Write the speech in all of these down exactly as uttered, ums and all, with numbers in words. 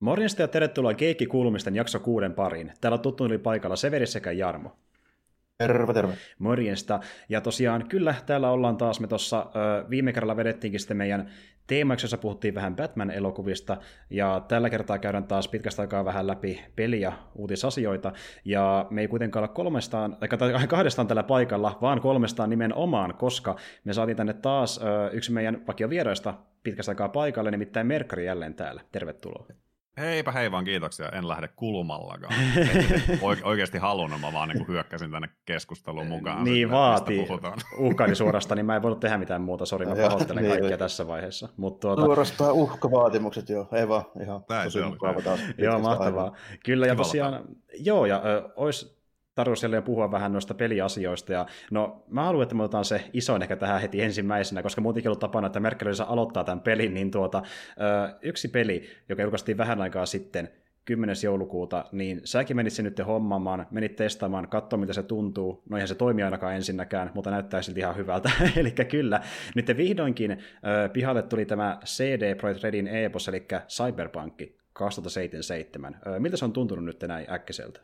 Morjesta ja tervetuloa Keikki Kuulumisten jakso kuuden pariin. Täällä on tuttu yli paikalla Severi sekä Jarmo. Terve, terve. Morjesta. Ja tosiaan kyllä täällä ollaan taas. Me tuossa viime kerralla vedettiinkin sitten meidän teemaksi, jossa puhuttiin vähän Batman-elokuvista. Ja tällä kertaa käydään taas pitkästä aikaa vähän läpi peli- ja uutisasioita. Ja me ei kuitenkaan ole kolmestaan, tai kahdestaan tällä paikalla, vaan kolmestaan nimenomaan, koska me saatiin tänne taas yksi meidän vakiovieraista pitkästä aikaa paikalle, nimittäin Merkkari jälleen täällä. Tervetuloa. Heipä hei vaan, kiitoksia. En lähde kulumallakaan. Oikeasti halunnut, mä vaan niin hyökkäsin tänne keskusteluun mukaan. Niin vaatii. Uhkaani suorastaan, niin mä en voinut tehdä mitään muuta. Sori, mä pahoittelen niin, kaikkia niin. Tässä vaiheessa. Mut tuota... Suorastaan uhkavaatimukset, joo. Ei vaan, ihan tosi mukava taas. Joo, mahtavaa. Aivan. Kyllä, ja tosiaan, joo, ja ö, olisi tarkoitus jälleen puhua vähän noista peliasioista, ja no mä haluan, että me otetaan se isoin ehkä tähän heti ensimmäisenä, koska muutenkin ollut tapana, että Merkkari aloittaa tämän pelin, niin tuota, yksi peli, joka julkaistiin vähän aikaa sitten, kymmenes joulukuuta, niin säkin menit sen nyt hommaamaan, menit testaamaan, katsomaan, mitä se tuntuu, no eihän se toimi ainakaan ensinnäkään, mutta näyttää silti ihan hyvältä, eli kyllä, nyt vihdoinkin äh, pihalle tuli tämä C D Projekt Redin epos, eli Cyberpunk kaksituhattaseitsemänkymmentäseitsemän. Äh, miltä se on tuntunut nyt näin äkkiseltä?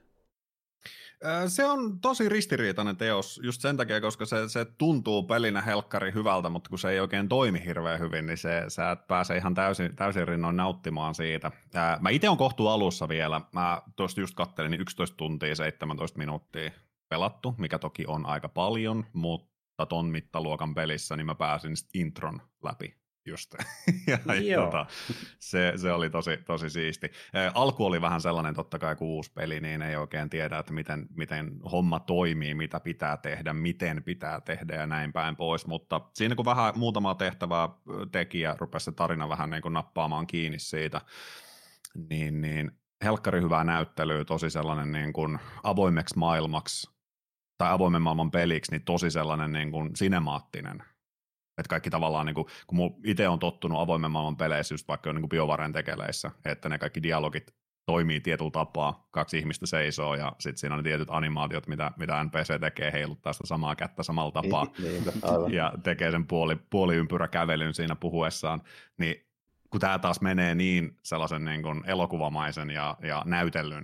Se on tosi ristiriitainen teos just sen takia, koska se, se tuntuu pelinä helkkari hyvältä, mutta kun se ei oikein toimi hirveän hyvin, niin se, sä et pääse ihan täysin, täysin rinnoin nauttimaan siitä. Ää, mä itse on kohtuu alussa vielä. Mä tuosta just kattelin, niin yksitoista tuntia seitsemäntoista minuuttia pelattu, mikä toki on aika paljon, mutta ton mittaluokan pelissä niin mä pääsin intron läpi. Just. ja, tota, se, se oli tosi, tosi siisti. Ä, alku oli vähän sellainen, totta kai kun uusi peli, niin ei oikein tiedä, että miten, miten homma toimii, mitä pitää tehdä, miten pitää tehdä ja näin päin pois, mutta siinä kun vähän muutamaa tehtävää teki ja rupesi se tarina vähän niin kuin nappaamaan kiinni siitä, niin, niin helkkari hyvää näyttelyä, tosi sellainen niin kuin avoimeksi maailmaksi tai avoimen maailman peliksi, niin tosi sellainen niin kuin sinemaattinen. Että kaikki tavallaan, niin kuin, kun itse on tottunut avoimen maailman peleissä, just vaikka niin BioWaren tekeleissä, että ne kaikki dialogit toimii tietyllä tapaa, kaksi ihmistä seisoo ja sitten siinä on ne tietyt animaatiot, mitä, mitä N P C tekee, heiluttaa sitä samaa kättä samalla tapaa niin, ja tekee sen puoli, puoliympyräkävelyn siinä puhuessaan, niin kun tämä taas menee niin sellaisen niin kuin elokuvamaisen ja, ja näytellyn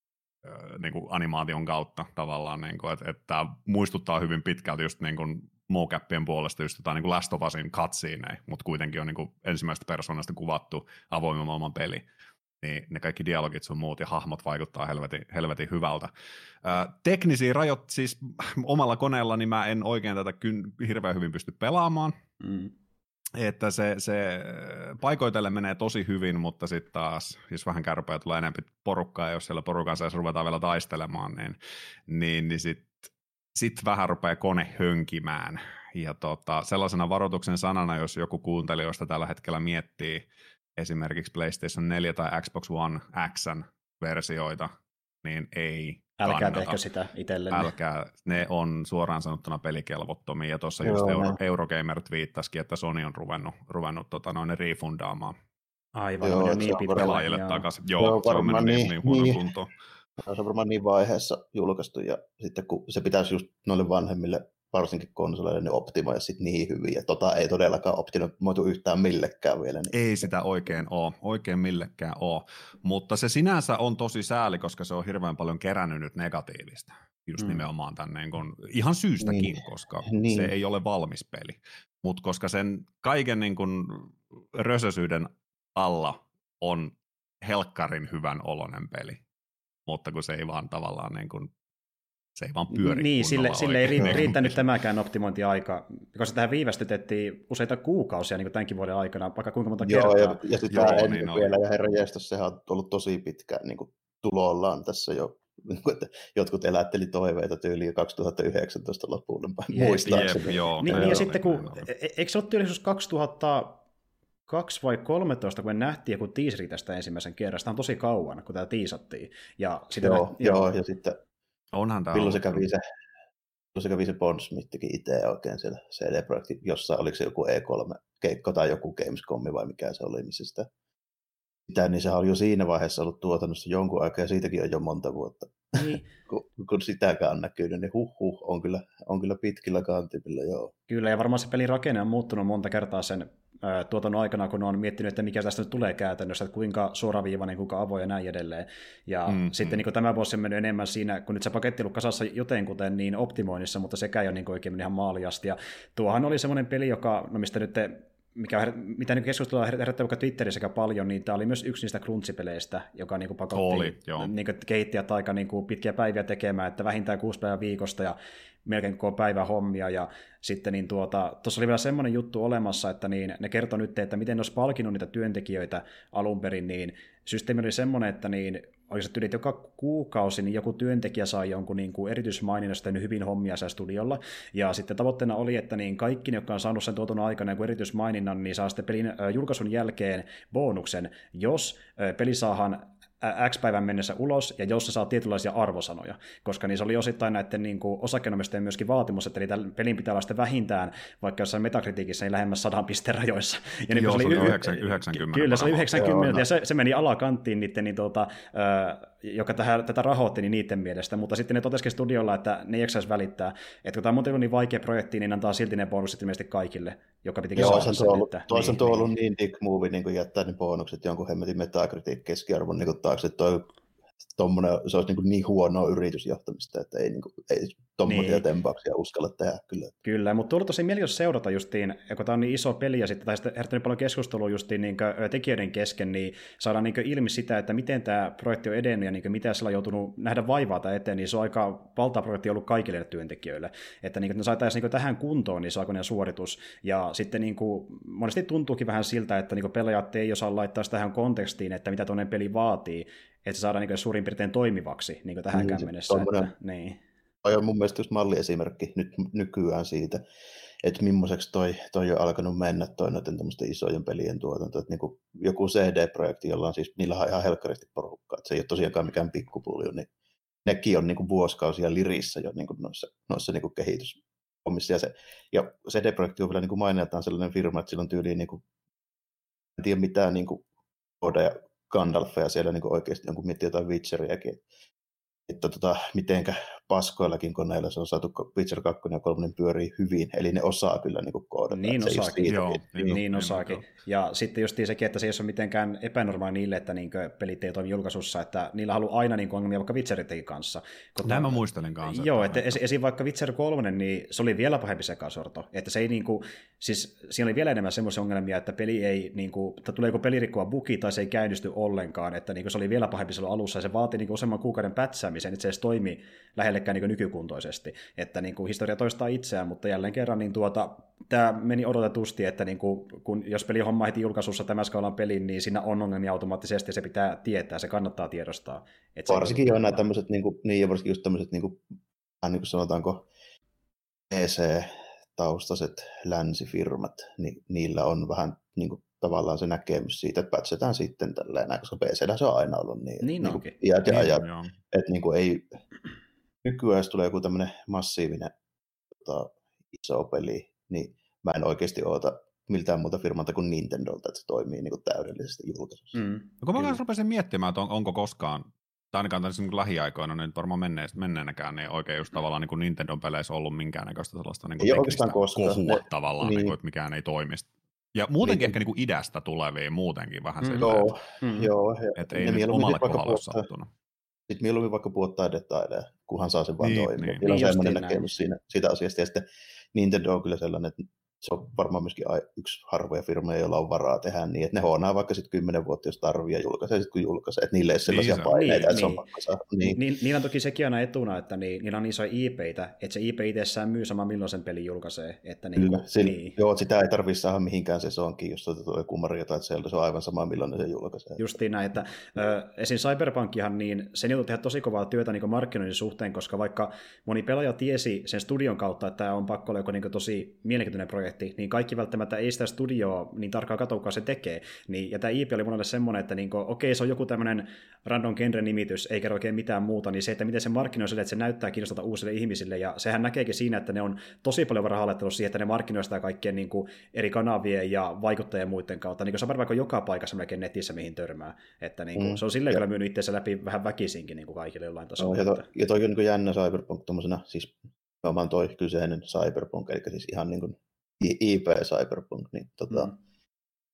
niin kuin animaation kautta tavallaan, niin kuin, että, että tämä muistuttaa hyvin pitkälti just niin kuin mocappien puolesta just jotain niin kuin Last of Usin cutscenei, mutta kuitenkin on niin kuin ensimmäisestä persoonasta kuvattu avoimen maailman peli. Niin ne kaikki dialogit sun muut ja hahmot vaikuttaa helvetin, helvetin hyvältä. Ää, teknisiä rajoit, siis omalla koneella niin mä en oikein tätä kyn, hirveän hyvin pysty pelaamaan. Mm. Että se, se paikoitelle menee tosi hyvin, mutta sitten taas, jos vähän kärpeä tulee enemmän porukkaa, ja jos siellä porukan seassa ruvetaan vielä taistelemaan, niin, niin, niin sitten sit vähän rupeaa kone hönkimään. Ja tota, sellaisena varoituksen sanana, jos joku kuuntelijoista tällä hetkellä miettii esimerkiksi PlayStation neljä tai Xbox One X:n versioita, niin ei Älkää kannata. tehkö sitä itsellenne. Älkää, ne on suoraan sanottuna pelikelvottomia, ja tuossa just Euro, Eurogamer twiittasikin, että Sony on ruvennut, ruvennut tota, noin refundaamaan. Aivan, joo, on niin pitkä. Pelaajille takaisin. Joo, joo, se on mennyt niin, niin huono niin, kuntoon. Se on varmaan niin vaiheessa julkaistu, ja sitten kun se pitäisi just noille vanhemmille, varsinkin konsoleille, ne optimoida sitten niin hyvin, ja tota ei todellakaan optimoitu yhtään millekään vielä. Niin. Ei sitä oikein ole, oikein millekään ole, mutta se sinänsä on tosi sääli, koska se on hirveän paljon kerännyt nyt negatiivista, just mm. nimenomaan tämän niin kun, ihan syystäkin, niin. koska niin. se ei ole valmis peli, mutta koska sen kaiken niin kun rösösyyden alla on helkkarin hyvän oloinen peli, mutta kun se ei vaan tavallaan niin kuin se ei vaan pyöri. Niin, sille, sille ei riittänyt tämäkään optimointiaika, koska tähän viivästytettiin useita kuukausia niin kuin tämänkin vuoden aikana, vaikka kuinka monta Joo, kertaa. Ja, ja sitten tämä ennen niin vielä, ja herran jestas, sehän on ollut tosi pitkään niin kuin tulollaan tässä jo, että jotkut elätteli toiveita tyyliin kaksituhattayhdeksäntoista lopulle, muistaakseni. Jep, joo, niin, niin, ja sitten kun, eikö se ole tyylisyys kaksituhattakaksi vai kolmetoista, kun me nähtiin joku tiiseri tästä ensimmäisen kerran, sitä on tosi kauan, kun tämä tiisattiin. Ja joo, me, joo, ja sitten onhan tämä milloin se kävi se, milloin se kävi se Bondsmithikin itse oikein siellä C D-projekti, jossa oliko se joku E kolme-keikko tai joku Gamescom vai mikä se oli, missä sitä, sitä niin sehän oli jo siinä vaiheessa ollut tuotannossa jonkun aikaa, ja siitäkin on jo monta vuotta. Niin. kun, kun sitäkään on näkynyt, niin huh huh, on kyllä, on kyllä pitkillä kantimilla, joo. Kyllä, ja varmaan se pelin rakenne on muuttunut monta kertaa sen ää, tuotannon aikana, kun on miettinyt, että mikä tästä nyt tulee käytännössä, että kuinka suoraviivainen, kuinka avoin ja näin edelleen. Ja mm, sitten mm. niin tämä vuosi on mennyt enemmän siinä, kun nyt se paketti on ollut kasassa jotenkuten niin optimoinnissa, mutta sekään ei ole niin oikein ihan maaliasti. Ja tuohan oli semmoinen peli, joka, no mistä nyt te, mikä, mitä niin keskustelua herättää vaikka Twitterissä sekä paljon, niin tämä oli myös yksi niistä crunchipeleistä, joka niin pakotti niin kehittäjät aika niin pitkiä päiviä tekemään, että vähintään kuusi päivää viikosta ja melkein koko päivän hommia, ja sitten niin tuota, tuossa oli vielä semmoinen juttu olemassa, että niin, ne kertoi nyt, että miten ne olisi palkinnut niitä työntekijöitä alun perin, niin systeemi oli semmoinen, että niin, oliko se tyyli, että joka kuukausi niin joku työntekijä sai jonkun niin kuin erityismaininnan, jos tehnyt hyvin hommia siellä studiolla, ja sitten tavoitteena oli, että niin kaikki ne, jotka on saanut sen tuoton aikana joku erityismaininnan, niin saa sitten pelin äh, julkaisun jälkeen bonuksen, jos äh, peli saahan X-päivän mennessä ulos, ja jos se saa tietynlaisia arvosanoja, koska niin se oli osittain näiden niin kuin osakkeenomistajien myöskin vaatimus, että niitä pelin pitää olla sitten vähintään, vaikka jossain Metacriticissa, niin lähemmäs sadan pisteen rajoissa. Ja niin, joo, se oli y- yhdeksänkymmentä. Kyllä, se oli yhdeksänkymmentä, ja se, se meni alakanttiin niiden, niin tuota, äh, joka tähän, tätä rahoitti, niin niiden mielestä, mutta sitten ne totesikin studiolla, että ne ei jaksaisi välittää, että kun tämä on muuten niin vaikea projekti, niin antaa silti ne bonukset ilmeisesti kaikille, joka pitikin saada sen. Toisaalta tuo on ollut niin dick movie niin jättää ne bonukset jonkun hemmetin Metacritic keskiarvon niin taakse, että toi tommonen, se olisi niin, niin huonoa yritysjohtamista, että ei, niin kuin, ei tommoisia niin tempauksia uskalla tehdä. Kyllä, kyllä, mutta tullut tosi mieli, jos seurata justiin, kun tämä on niin iso peli ja sitten, tai sitten herättänyt paljon keskustelua justiin niin tekijöiden kesken, niin saadaan niin ilmi sitä, että miten tämä projekti on edennyt ja niin mitä sillä on joutunut nähdä vaivaa tai eteen, niin se on aika valtava projekti ollut kaikille työntekijöille. Että niin, ne saataisiin niin tähän kuntoon, niin se on aikainen suoritus. Ja sitten niin kuin, monesti tuntuukin vähän siltä, että niin pelaajat ei osaa laittaa sitä tähän kontekstiin, että mitä tuonne peli vaatii, että se saadaan niin suurin piirtein toimivaksi niin tähänkään niin, mennessä. Että, niin. Toi on mun mielestä just malliesimerkki nyt nykyään siitä, että millaiseksi toi, toi on alkanut mennä toi noiden tämmöisten isojen pelien tuotanto. Että niin joku C D-projekti, jolla on siis, niillä on ihan helkkaristi porukkaa, että se ei ole tosiaankaan mikään pikkupulju, niin nekin on niin kuin vuosikausia lirissä jo niin kuin noissa, noissa niin kuin kehityshommissa. Ja, se, ja C D-projekti on vielä niin kuin mainitaan sellainen firma, että sillä on tyyliin, niin kuin, en tiedä mitään niin kuin Oda ja Gandalfia siellä niin kuin oikeasti jonkun miettii jotain Witcheriäkin, että tota, mitenkä paskoillakin koneilla se on saatu Witcher kaksi ja kolme pyörii hyvin, eli ne osaa kyllä niin kuin koodata. Niin osaakin, joo, niin, niin, niin osaakin. Niin, ja sitten just sekin, että se ei ole mitenkään epänormaali niille, että niin pelit ei toimi julkaisussa, että niillä haluaa aina niin ongelmia vaikka Witcherin kanssa. Näin mä muistelin kanssa. Joo, että esi- esim. vaikka Witcher kolme, niin se oli vielä pahempi sekasorto. Että se ei niin kuin, siis siinä oli vielä enemmän semmoisia ongelmia, että peli ei, niin kuin, että tulee joku pelirikkoa bugi tai se ei käynnisty ollenkaan, että niin kuin se oli vielä pahempi silloin alussa ja se vaati niin kuin useamman kuukauden pätsäämisen, että se edes toimi lähellekään niin nykykuntoisesti. Että niin kuin historia toistaa itseään, mutta jälleen kerran niin tuota, tämä meni odotetusti, että niin kuin, kun, jos peli homma heti julkaisussa tämä skaalan pelin, niin siinä on ongelmia automaattisesti ja se pitää tietää, se kannattaa tiedostaa. Että varsinkin jo nämä tämmöiset, niin, kuin, niin ja varsinkin just tämmöiset, niin kuin, niin kuin sanotaanko, P C-taustaiset länsifirmat, niin niillä on vähän niin kuin, tavallaan se näkemys siitä, että pätsetään sitten tälleen, koska P C se on aina ollut niin. Niin niin onkin. Ja, ja, ja, että niin kuin ei, nykyään jos tulee joku tämmöinen massiivinen tota, iso peli, niin mä en oikeasti oota miltään muuta firmalta kuin Nintendolta, että se toimii niin kuin täydellisesti julkaisussa. Mm. No, kun mä myös rupesin miettimään, että on, onko koskaan, tai ainakaan tässä niin lähiaikoina, niin varmaan menneenäkään, niin oikein just tavallaan niin Nintendon peleissä ollut minkäännäköistä sellaista niin teknistä kohua tavallaan, niin. Niin kuin, että mikään ei toimisi. Ja muutenkin niin. Ehkä niin kuin idästä tulevia muutenkin vähän mm. silleen, joo, mm. joo, että ei nyt omalle kohdalle ole sattunut. Sitten mieluummin vaikka puottaa detaileja, kunhan saa sen vaan niin, toimia. Niin. Niillä on niin sellainen näkemys siinä, siitä asiasta. Ja sitten Nintendo on kyllä sellainen, että se on varmaan myöskin yksi harvoja firmoja, joilla on varaa tehdä niin, että ne hoonaa vaikka sitten kymmenen vuotta, jos tarvii ja julkaisee sitten kun julkaisee, että niille ei ole sellaisia niin, paineita, niin, että niin. se on pakko saada. Niin. Ni, niillä on toki sekin aina etuna, että ni, niillä on isoja I P:itä, että se I P itsessään myy sama milloin sen pelin julkaisee. Että niin kyllä, kuin, sin, niin. Joo, sitä ei tarvitse saada mihinkään sesonkin, jos tuo joku Mario tai Zelda, se on aivan sama milloin ne sen julkaisee. Justiin näin, että ö, esim. Cyberpunkihan, niin sen joutui tehdä tosi kovaa työtä niin markkinoinnin suhteen, koska vaikka moni pelaaja tiesi sen studion kautta, että tämä on pakko olla joku niin tosi mielenkiintoinen projekti, niin kaikki välttämättä ei sitä studioa niin tarkkaan katso, kuka se tekee. Niin, ja tämä I P oli monelle semmoinen, että niin okei, okay, se on joku tämmöinen random genre-nimitys, eikä oikein mitään muuta, niin se, että miten se markkinoi sille, että se näyttää kiinnostavaa uusille ihmisille, ja sehän näkeekin siinä, että ne on tosi paljon varaa hallettelut siihen, että ne markkinoi sitä kaikkien niin kuin, eri kanavien ja vaikuttajien muiden kautta. Niin se on vaikka joka paikassa melkein netissä, mihin törmää. Että niin kuin, mm. se on silleen kyllä myynyt itseensä läpi vähän väkisinkin niin kuin kaikille jollain tasolla. No, ja, to, ja toi on niin jännä Cyberpunk tuommoisena, siis oman toi kyseinen Cyberpunk, eli siis ihan niin kuin I P Cyberpunk, niin tota, mm.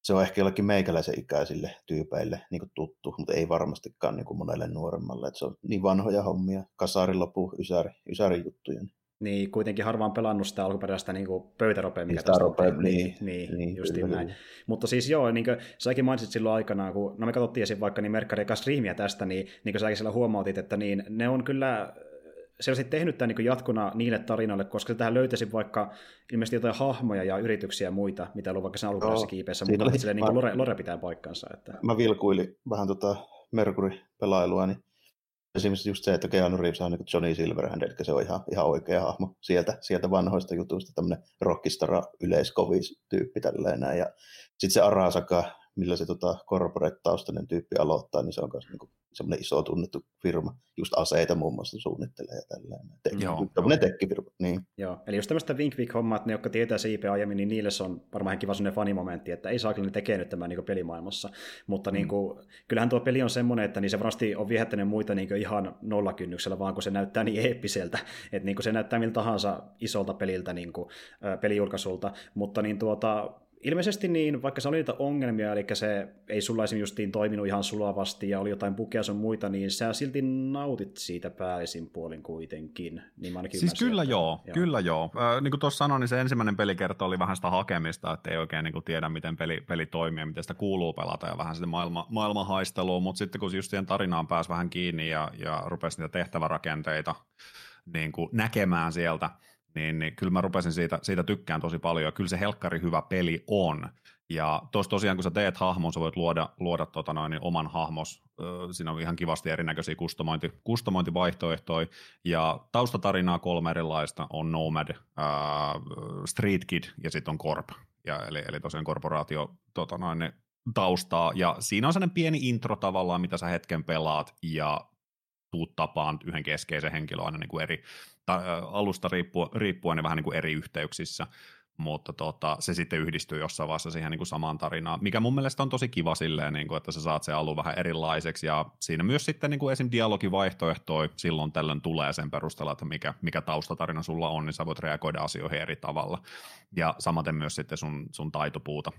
se on ehkä jollekin meikäläisen ikäisille tyypeille niin kuin tuttu, mutta ei varmastikaan niin kuin monelle nuoremmalle. Että se on niin vanhoja hommia, kasarin lopu, ysäri, ysäri juttuja. Niin, kuitenkin harvaan pelannut sitä alkuperäistä niin pöytäropea, mikä tästä on tehty. Niin, niin, niin justiin kyllä, näin. Kyllä. Mutta siis joo, niin kuin säkin mainitsit silloin aikanaan, kun no me katsottiin esim. Vaikka niin Merkkari eka striimiä tästä, niin, niin kuin säkin siellä huomautit, että niin, ne on kyllä selvästi tehnyt tämän niin jatkona niille tarinoille, koska tähän löytäisi vaikka ilmeisesti jotain hahmoja ja yrityksiä ja muita, mitä on vaikka sen alkuperäisessä kiipeessä, mutta oli, silleen, niin lore, lore pitää paikkansa. Että... Mä vilkuilin vähän tota Mercury-pelailua, niin esimerkiksi just se, että Keanu Reeves on niin Johnny Silverhand, eli se on ihan, ihan oikea hahmo sieltä, sieltä vanhoista jutuista, tämmöinen rockistara yleiskovis tyyppi tälleen näin. Ja sitten se Arasaka, millä se tota, corporate-taustainen tyyppi aloittaa, niin se on myös niin semmoinen iso tunnettu firma, just aseita muun muassa suunnittelee ja tälleen. Tämmöinen tekkifirma, niin. Joo, eli just tämmöistä wink-wink-hommaa, että ne, jotka tietää se I P aiemmin, niin niille se on varmaan kiva semmoinen fanimomentti, että ei saa kyllä ne tekee nyt tämän niin pelimaailmassa. Mutta mm. niin kuin, kyllähän tuo peli on semmoinen, että niin se varmasti on viehättänyt muita niin ihan nollakynnyksellä, vaan kun se näyttää niin eeppiseltä, että niin kuin se näyttää miltä tahansa isolta peliltä, niin kuin, äh, pelijulkaisulta, mutta niin tuota... Ilmeisesti niin, vaikka se oli niitä ongelmia, eli se ei sulla esimerkiksi justiin toiminut ihan sulavasti ja oli jotain bugia sun muita, niin sä silti nautit siitä päällisin puolin kuitenkin. Niin siis kyllä että, joo, joo, kyllä joo. Äh, niin kuin tuossa sanoin, niin se ensimmäinen pelikerta oli vähän sitä hakemista, että ei oikein niin kuin tiedä, miten peli, peli toimii ja miten sitä kuuluu pelata ja vähän sitä maailma, maailmanhaistelua, mutta sitten kun just siihen tarinaan pääsi vähän kiinni ja, ja rupesi niitä tehtävärakenteita niin kuin näkemään sieltä, Niin, niin kyllä mä rupesin siitä, siitä tykkään tosi paljon, ja kyllä se helkkari hyvä peli on. Ja tuossa tosiaan, kun sä teet hahmon, sä voit luoda, luoda tota noin, niin oman hahmos. Siinä on ihan kivasti erinäköisiä kustomointi, kustomointivaihtoehtoja, ja taustatarinaa kolme erilaista, on Nomad, ää, Street Kid ja sitten on Corp, ja, eli, eli tosiaan korporaatio tota noin, niin taustaa, ja siinä on sellainen pieni intro tavallaan, mitä sä hetken pelaat, ja tuut tapaan yhden keskeisen henkilön aina niin kuin eri, ta, alusta riippuen, riippuen vähän niin kuin eri yhteyksissä, mutta tota, se sitten yhdistyy jossain vaiheessa siihen niin kuin samaan tarinaan, mikä mun mielestä on tosi kiva silleen, niin kuin, että sä saat sen alun vähän erilaiseksi, ja siinä myös sitten niin kuin esim. Dialogivaihtoehtoja silloin tällöin tulee sen perusteella, että mikä, mikä taustatarina sulla on, niin sä voit reagoida asioihin eri tavalla, ja samaten myös sitten sun, sun taitopuuta,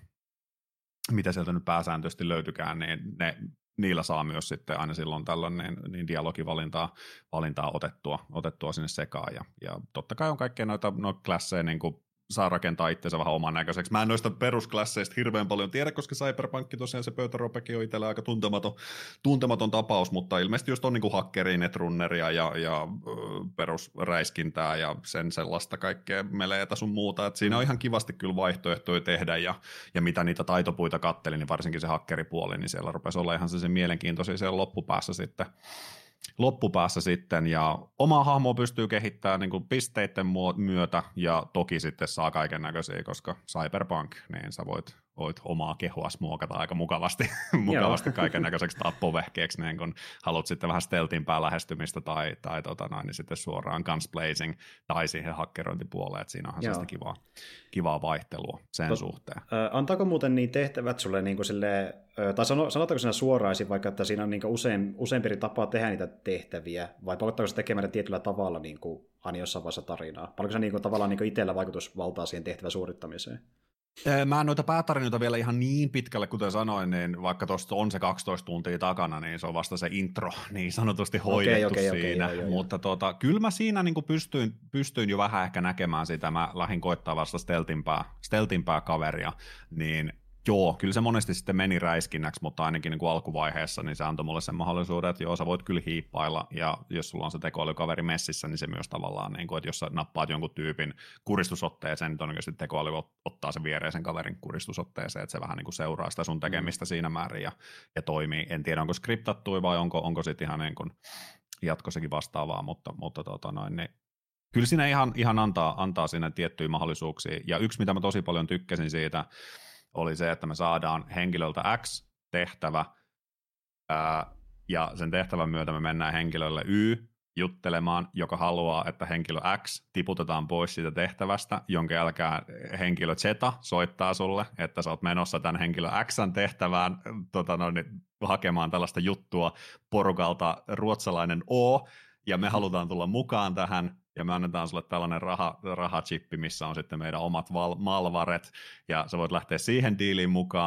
mitä sieltä nyt pääsääntöisesti löytykään, niin ne niillä saa myös sitten aina silloin tällöin niin, niin dialogivalintaa valintaa otettua, otettua sinne sekaan. Ja, ja totta kai on kaikkea noita, noita klasseja, niin kuin saa rakentaa itsensä vähän oman näköiseksi. Mä en noista perusklasseista hirveän paljon tiedä, koska Cyberpunk tosiaan se pöytäropekin on itsellä aika tuntematon, tuntematon tapaus, mutta ilmeisesti just on niin kuin hakkeri, netrunneria ja, ja perusräiskintää ja sen sellaista kaikkea meleitä sun muuta. Et siinä on ihan kivasti kyllä vaihtoehtoja tehdä ja, ja mitä niitä taitopuita katteli, niin varsinkin se hakkeripuoli, niin siellä rupesi olla ihan se, se mielenkiintoisia siellä loppupäässä sitten. loppupäässä sitten, ja omaa hahmoa pystyy kehittämään niin kuin pisteiden myötä, ja toki sitten saa kaiken näköisiä, koska Cyberpunk, niin sä voit, voit omaa kehoas muokata aika mukavasti, mukavasti kaiken näköiseksi tappovehkeeksi, niin kun haluat sitten vähän stealthimpää lähestymistä, tai, tai tota noin, niin sitten suoraan guns blazing, tai siihen hakkerointipuoleen, että siinä onhan sellaista kivaa, kivaa vaihtelua sen Tot, suhteen. Äh, antaako muuten niin tehtävät sulle niin kuin silleen, tai sanotaanko siinä suoraan, vaikka että siinä on niin usein, useampi tapa tehdä niitä tehtäviä, vai pakottaako se tekemään ne tietyllä tavalla niin kuin aina jossain vaiheessa tarinaa? Paljonko se niin kuin, tavallaan niin itsellä vaikutusvaltaa siihen tehtävän suorittamiseen? Mä en noita päätarinoita vielä ihan niin pitkälle, kuten sanoin, niin vaikka tuosta on se kaksitoista tuntia takana, niin se on vasta se intro niin sanotusti hoidettu okay, okay, siinä, okay, joo, joo, mutta tota, kyllä mä siinä niin kuin pystyin, pystyin jo vähän ehkä näkemään sitä, mä lähdin koittaa vasta steltimpää, steltimpää kaveria, niin joo, kyllä se monesti sitten meni räiskinnäksi, mutta ainakin niin kuin alkuvaiheessa niin se antoi mulle sen mahdollisuuden, että joo, sä voit kyllä hiippailla, ja jos sulla on se tekoälykaveri messissä, niin se myös tavallaan, niin kuin, että jos sä nappaat jonkun tyypin kuristusotteeseen, niin todennäköisesti tekoäly ottaa sen viereisen kaverin kuristusotteeseen, että se vähän niin kuin seuraa sitä sun tekemistä mm. siinä määrin ja, ja toimii. En tiedä, onko skriptattu vai onko, onko sitten ihan niin kuin jatkossakin vastaavaa, mutta, mutta tota noin, niin kyllä siinä ihan, ihan antaa, antaa siinä tiettyjä mahdollisuuksia, ja yksi, mitä mä tosi paljon tykkäsin siitä, oli se, että me saadaan henkilöltä X tehtävä, ää, ja sen tehtävän myötä me mennään henkilölle Y juttelemaan, joka haluaa, että henkilö X tiputetaan pois siitä tehtävästä, jonka jälkeen henkilö Z soittaa sulle, että sä oot menossa tämän henkilö X:n tehtävään tota noin, hakemaan tällaista juttua porukalta ruotsalainen O, ja me halutaan tulla mukaan tähän, ja me annetaan sulle tällainen raha, rahachippi, missä on sitten meidän omat val- malvaret, ja sä voit lähteä siihen diiliin mukaan,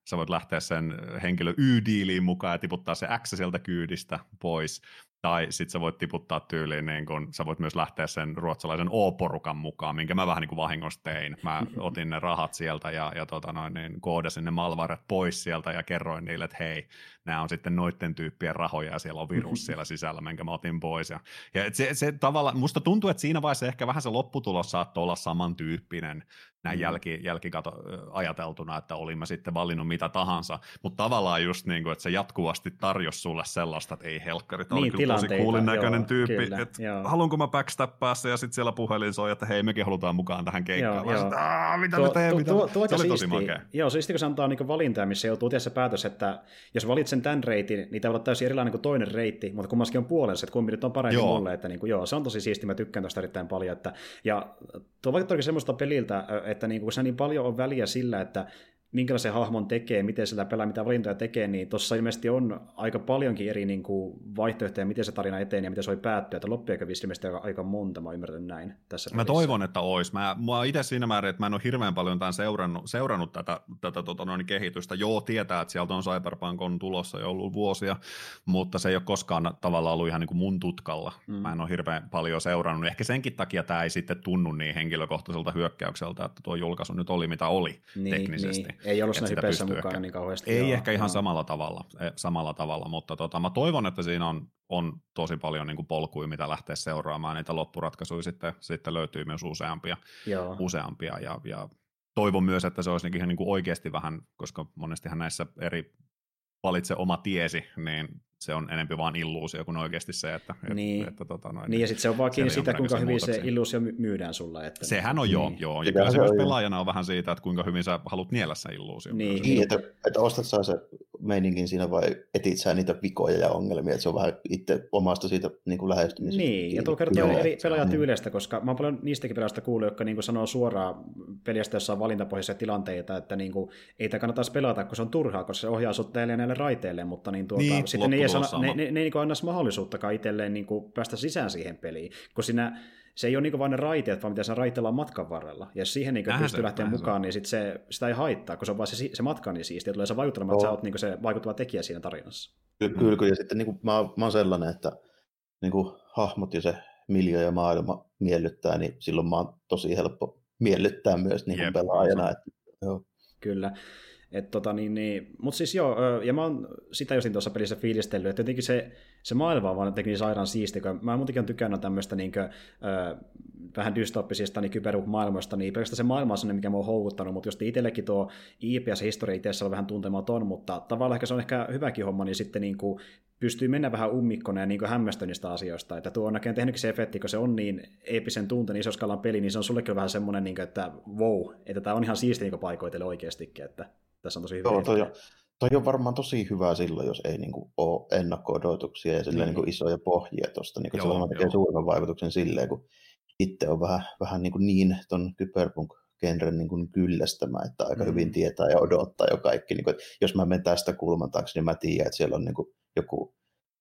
sä voit lähteä sen henkilö Y-diiliin mukaan ja tiputtaa se X sieltä kyydistä pois. Tai sitten sä voit tiputtaa tyyliin, niin kun sä voit myös lähteä sen ruotsalaisen O-porukan mukaan, minkä mä vähän niin kuin vahingossa tein. Mä otin ne rahat sieltä ja, ja tota noin, niin koodasin ne malvaret pois sieltä ja kerroin niille, että hei, nämä on sitten noitten tyyppien rahoja ja siellä on virus siellä sisällä, minkä mä otin pois. Ja, ja se, se tavalla, musta tuntuu, että siinä vaiheessa ehkä vähän se lopputulos saattoi olla samantyyppinen näin mm. jälki, jälkikato ajateltuna, että olin mä sitten valinnut mitä tahansa, mutta tavallaan just niin kuin, että se jatkuvasti tarjosi sulle sellaista, että ei helkkarit, niin, oli kyllä tosi kuulin näköinen tyyppi, kyllä, että haluanko mä backstappassa ja sitten siellä puhelin soi, että hei, mekin halutaan mukaan tähän keikkaan. Joo, joo. Sit, mitä me teemme? Tuo, tuo, se oli tosi makea. Joo, siisti kun se antaa niin valintaa, missä joutuu tehdä se päätös, että jos valitsen tämän reitin, niin tämä on täysin erilainen kuin toinen reitti, mutta kummaskin on puolensa, että kumpi nyt on parempi joo. mulle, että niin kuin, joo, se on tosi siisti, mä tykkään tuosta erittäin paljon, että, ja tuo vaikka toki semmoista peliltä, että niin kuin se niin paljon on väliä sillä, että minkälaisen hahmon tekee, miten sitä pelaa, mitä valintoja tekee, niin tuossa ilmeisesti on aika paljonkin eri niin kuin, vaihtoehtoja, miten se tarina eteen ja miten se voi päättyä, että loppujen ilmeisesti aika, aika monta, mä ymmärrän näin tässä Mä pelissä. Toivon, että olisi. Mä, mä itse siinä määrin, että mä en ole hirveän paljon tämän seurannut, seurannut tätä, tätä tota, noin, kehitystä. Joo, tietää, että sieltä on Cyberpunk on tulossa jo ollut vuosia, mutta se ei ole koskaan tavallaan ollut ihan niin kuin mun tutkalla. Mm. Mä en ole hirveän paljon seurannut. Ehkä senkin takia tämä ei sitten tunnu niin henkilökohtaiselta hyökkäykseltä, että tuo julkaisu nyt oli mitä oli niin, teknisesti. Niin. Ei ollut siinä hypeissä mukana ehkä, niin kauheasti. Ei joo, ehkä ihan joo. samalla tavalla, samalla tavalla, mutta tota, mä toivon, että siinä on, on tosi paljon niin kuin polkuja, mitä lähtee seuraamaan. Niitä loppuratkaisuja sitten, sitten löytyy myös useampia, useampia ja, ja toivon myös, että se olisi niin kuin oikeasti vähän, koska monestihan näissä eri valitse oma tiesi, niin se on enemmän vaan illuusio kuin oikeasti se, että... Niin, että, että, tota, noin, niin ja sitten se on vaan kiinni sitä, kuinka hyvin muutoksia. Se illuusio myydään sulle. Että... Sehän on joo, niin. joo. Ja kyllä se myös pelaajana on vähän siitä, että kuinka hyvin sä haluat niellä sen illuusio. Niin, niin että, että ostat sä se meininkin siinä vai etit sä niitä vikoja ja ongelmia, että se on vähän itse omasta siitä niin kuin lähestymisestä. Niin, ja tuo kertoo joo, eri pelaajatyyleistä, koska mä oon paljon niistäkin pelaajista kuullut, jotka niin kuin sanoo suoraan peliästä, jossa on valintapohjaisia tilanteita, että niin kuin, ei tämä kannata pelata, kun se on turhaa, koska se ohjaa sut teille ja näille raiteille, mutta niin tuota, niin, sitten ne ei, sana, ne, ne, ne, ne annaisi mahdollisuuttakaan itselleen niin kuin päästä sisään siihen peliin, kun siinä se ei ole niin vain ne raiteet, vaan mitä se raiteella on matkan varrella. Ja jos siihen niin pystyy lähteä mukaan, niin sit se, sitä ei haittaa, kun se on vaan se, se matka niin siistiä, ja tulee se vaikutelma, että sä oot niin se vaikuttava tekijä siinä tarinassa. Kyllä, kyllä, kyllä. Ja sitten niin kuin, mä, mä oon sellainen, että niin kuin, hahmot ja se miljö ja maailma miellyttää, niin silloin mä oon tosi helppo miellyttää myös niin kuin pelaajana. Että, joo. Kyllä. Tota, niin, niin, mutta siis joo, ja mä oon sitä justin tuossa pelissä fiilistellyt, että jotenkin se, se maailma on vaan jotenkin sairaan siisti, kun mä muutenkin on tykännyt tämmöistä niin kuin, äh, vähän dystoppisista niin kybermaailmoista, niin pelkästään se maailma on sellainen, mikä mä oon houkuttanut, mutta just itsellekin tuo I P ja se historia itse on vähän tuntematon, mutta tavallaan ehkä se on ehkä hyväkin homma, niin sitten niin kuin pystyy mennä vähän ummikkona ja niin hämmästyä niistä asioista, että tuo on näköjään tehnytkin se efekti, kun se on niin eeppisen tunteen iso skalan peli, niin se on sullekin vähän semmoinen, niin kuin, että wow, että tämä on ihan siisti niin paikoitelle oikeastikin, että tässä on tosi hyvä. Joo, toi, on, toi on varmaan tosi hyvä silloin, jos ei niin kuin, ole ennakko-odotuksia ja niin. Niin kuin, isoja pohjia tuosta. Niin, se varmaan tekee suuren vaikutuksen silleen, kun itse on vähän, vähän niin, kuin niin ton kyberpunk-genren niin kuin kyllästämään, että aika mm. hyvin tietää ja odottaa jo kaikki. Niin kuin, että jos mä menen tästä kulman taakse, niin mä tiedän, että siellä on niin kuin, joku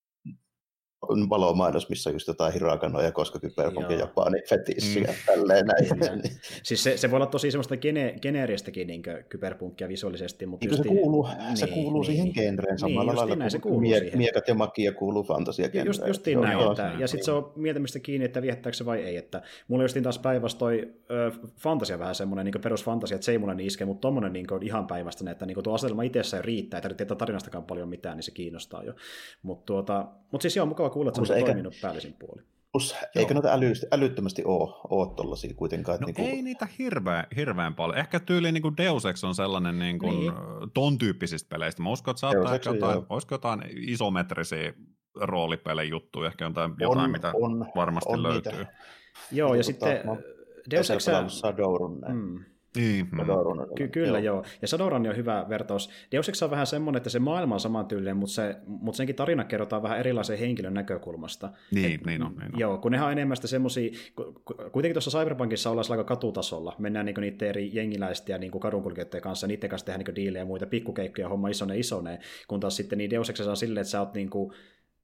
valomainos, missä on just jotain Hirakanoja, koska kyberpunk ja Japani fetissi ja mm. tälleen näin. Siis se, se voi olla tosi semmoista gene, geneeristäkin niin kyberpunkia visuaalisesti. Mutta niin, justi, se kuuluu, niin, se kuuluu niin, siihen genreen samalla niin, lailla näin, se kuin mie- miekat ja magia kuuluu fantasia-genreen. Just, justiin näin, että, ja sitten niin. se on mieltämistä kiinni, että viettääkö se vai ei. Että mulla justiin taas päivässä toi ö, fantasia vähän semmoinen niin perusfantasia, että se ei mulle niin iske, mutta tommonen niin on ihan päivästä, että niin tuo asetelma itsessään riittää, ei tarvitse tietää tarinastakaan paljon mitään, niin se kiinnostaa jo. Mutta tuota, mut siis joo, mukava kuulla, että se on toiminut päällisin puoli. Plus, eikö noita äly, älyttömästi ole, ole tollaisia kuitenkaan? No niin kuin... ei niitä hirveän, hirveän paljon. Ehkä tyyliin niin kuin Deus Ex on sellainen niin kuin niin. ton tyyppisistä peleistä. Mä uskon, että saattaa ehkä jotain, olisiko jotain isometrisiä roolipelejä juttuja, ehkä jotain, on, jotain mitä on, varmasti on löytyy. Niitä. Joo, ja sitten Deus Ex... Shadowrun näin. Mm. Niin, mm. Ky- kyllä joo. joo. Ja Shadowrun on hyvä vertaus. Deus Ex on vähän semmoinen, että se maailma on samantyylinen, mutta, se, mutta senkin tarina kerrotaan vähän erilaisen henkilön näkökulmasta. Niin, Et, niin on. Niin on. Joo, kun nehän on enemmän sitä semmoisia, kuitenkin tuossa Cyberpunkissa ollaan aika katutasolla. Mennään niinku niiden eri jengiläisten ja niinku kadunkulkijoiden kanssa, niiden kanssa tehdään niinku diilejä ja muita pikkukeikkoja, homma isonee isonee, kun taas sitten niin Deus Exissa on silleen, että sä oot niinku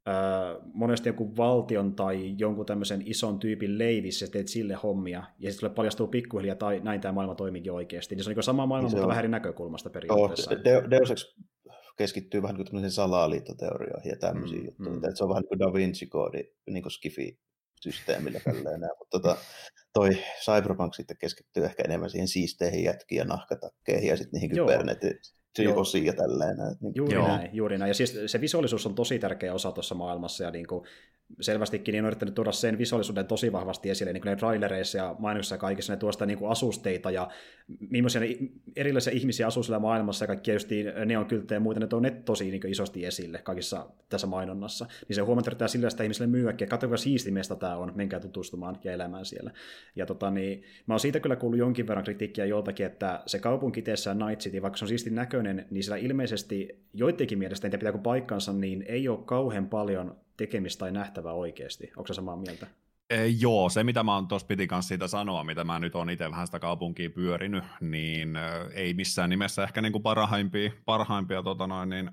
monesti joku valtion tai jonkun tämmöisen ison tyypin leivissä, ja teet sille hommia, ja sitten sulle paljastuu pikkuhiljaa, tai näin tämä maailma toimiikin oikeasti. Niin se on niin sama maailma, niin mutta vähän eri näkökulmasta periaatteessa. De- Deus Ex keskittyy vähän niin kuin salaliittoteorioihin ja tämmöisiin mm, juttuihin. Mm. Se on vähän niin kuin Da Vinci-koodi, niin kuin Skifi-systeemillä tälleen. Mutta tota, toi Cyberpunk sitten keskittyy ehkä enemmän siihen siisteihin jätkiin ja nahkatakkeihin ja sitten niihin kybernetin osiin ja tälleen. Niin, juuri joo. näin, juuri näin. Ja siis se visuaalisuus on tosi tärkeä osa tuossa maailmassa, ja niin kuin selvästikin niin on yrittänyt tuoda sen visuaalisuuden tosi vahvasti esille, niin kuin ne trailereissa ja mainoksissa ja kaikissa, ne tuo sitä niin kuin asusteita ja millaisia erilaisia ihmisiä asuu siellä maailmassa ja kaikkia just neonkylttejä ja muita, ne tuo ne tosi niin kuin isosti esille kaikissa tässä mainonnassa. Niin se huomataan sillä sitä ihmisille myyäkin, että katsokaa siisti meistä tämä on, menkää tutustumaan ja elämään siellä. Ja tota, niin, mä oon siitä kyllä kuullut jonkin verran kritiikkiä joltakin, että se kaupunki itsessään Night City, vaikka se on siisti näköinen, niin sillä ilmeisesti joidenkin mielestä, en tiedä pitääkö paikkansa, niin ei ole kauhean paljon tekemistä tai nähtävää oikeasti. Onko se samaa mieltä? E, joo, se mitä mä oon tuossa piti kanssa siitä sanoa, mitä mä nyt oon itse vähän sitä kaupunkia pyörinyt, niin äh, ei missään nimessä ehkä niinku parhaimpia, parhaimpia tota noin, niin,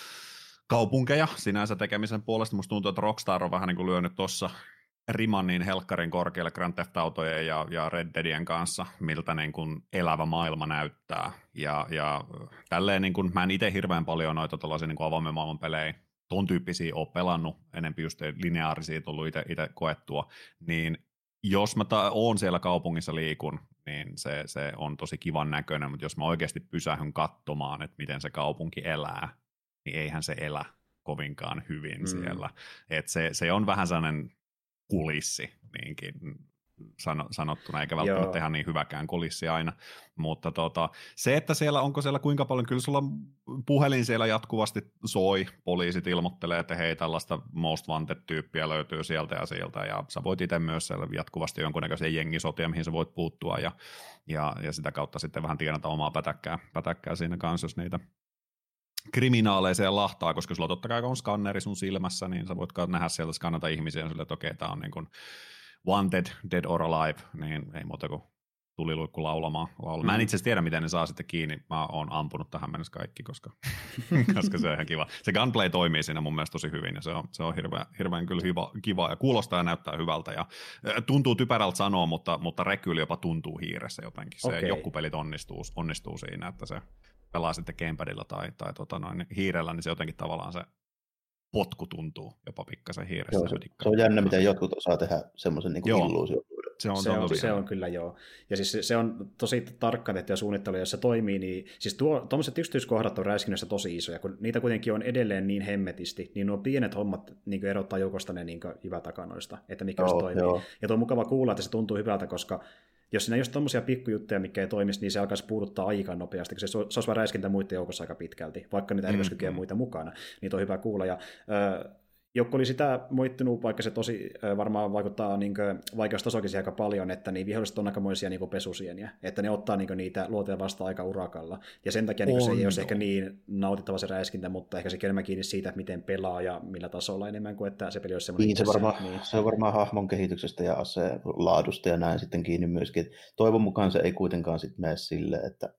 kaupunkeja sinänsä tekemisen puolesta. Musta tuntuu, että Rockstar on vähän niin kuin lyönyt tuossa riman niin helkkarin korkealle Grand Theft Autojen ja, ja Red Deadien kanssa, miltä niin kuin elävä maailma näyttää. Ja, ja tälleen niin kuin, mä en itse hirveän paljon noita tuollaisia niin kuin avoimen maailman pelejä ton tyyppisiä ole pelannut, enemmän just lineaarisia tullut itse koettua, niin jos mä ta- oon siellä kaupungissa liikun, niin se, se on tosi kivan näköinen, mutta jos mä oikeasti pysähyn katsomaan, että miten se kaupunki elää, niin eihän se elä kovinkaan hyvin mm. siellä. Et se, se on vähän sellainen kulissi niinkin sano, sanottuna, eikä välttämättä Joo. ihan niin hyväkään kulissi aina, mutta tota, se, että siellä, onko siellä kuinka paljon, kyllä sulla puhelin siellä jatkuvasti soi, poliisit ilmoittelee, että hei, tällaista Most Wanted-tyyppiä löytyy sieltä ja sieltä, ja sä voit itse myös siellä jatkuvasti jonkunnäköisiä jengisotia, mihin sä voit puuttua, ja, ja, ja sitä kautta sitten vähän tienata omaa pätäkkää, pätäkkää siinä kanssa, jos niitä kriminaaleja siellä lahtaa, koska sulla totta kai on skanneri sun silmässä, niin sä voit nähdä sieltä skannata ihmisiä, ja sille, että okei, tää on niin kuin Wanted, Dead or Alive, niin ei muuta kuin tuliluikku laulamaan. laulamaan. Mä en itse asiassa tiedä, miten ne saa sitten kiinni. Mä oon ampunut tähän mennessä kaikki, koska, koska se on ihan kiva. Se gunplay toimii siinä mun mielestä tosi hyvin, ja se on, se on hirveän, hirveän kyllä hyvä, kiva, ja kuulostaa ja näyttää hyvältä, ja tuntuu typerältä sanoa, mutta, mutta rekyli jopa tuntuu hiiressä jotenkin. Se okay. Joku pelit onnistuu, onnistuu siinä, että se pelaa sitten gamepadilla tai, tai tota noin, hiirellä, niin se jotenkin tavallaan se potku tuntuu jopa pikkasen hiiressä. Joo, se, se on jännä, miten jotkut osaa tehdä semmoisen niin illuusion. Se on, se, on, se on kyllä joo. Ja siis se, se on tosi tarkkaan tehty ja suunnittelu, jos se toimii, niin siis tuommoiset yksityiskohdat on räiskinnössä tosi isoja, kun niitä kuitenkin on edelleen niin hemmetisti, niin nuo pienet hommat niin erottaa joukosta ne niin hyvätakanoista, että mikä se toimii. Joo. Ja tuo on mukava kuulla, että se tuntuu hyvältä, koska jos siinä ei olisi tommosia pikkujuttuja, mikä ei toimisi, niin se alkaisi puuduttaa aika nopeasti, koska se, se olisi vain räiskintä muiden joukossa aika pitkälti, vaikka niitä erikoiskykyjä mm-hmm. muita mukana. Niin on hyvä kuulla. Ja, äh, joku oli sitä moittunut, vaikka se tosi äh, varmaan vaikuttaa niin vaikeustasoakin siihen aika paljon, että niin viholliset on aikamoisia niin pesusieniä, että ne ottaa niin niitä luoteja vastaan aika urakalla. Ja sen takia niin se ei olisi ehkä niin nautittava se räiskintä, mutta ehkä se enemmän kiinni siitä, että miten pelaa ja millä tasolla enemmän kuin, että se peli olisi semmoinen. Niin, se, varmaan, niin. se on varmaan hahmon kehityksestä ja aseen laadusta ja näin sitten kiinni myöskin. Toivon mukaan se ei kuitenkaan sitten mene silleen, että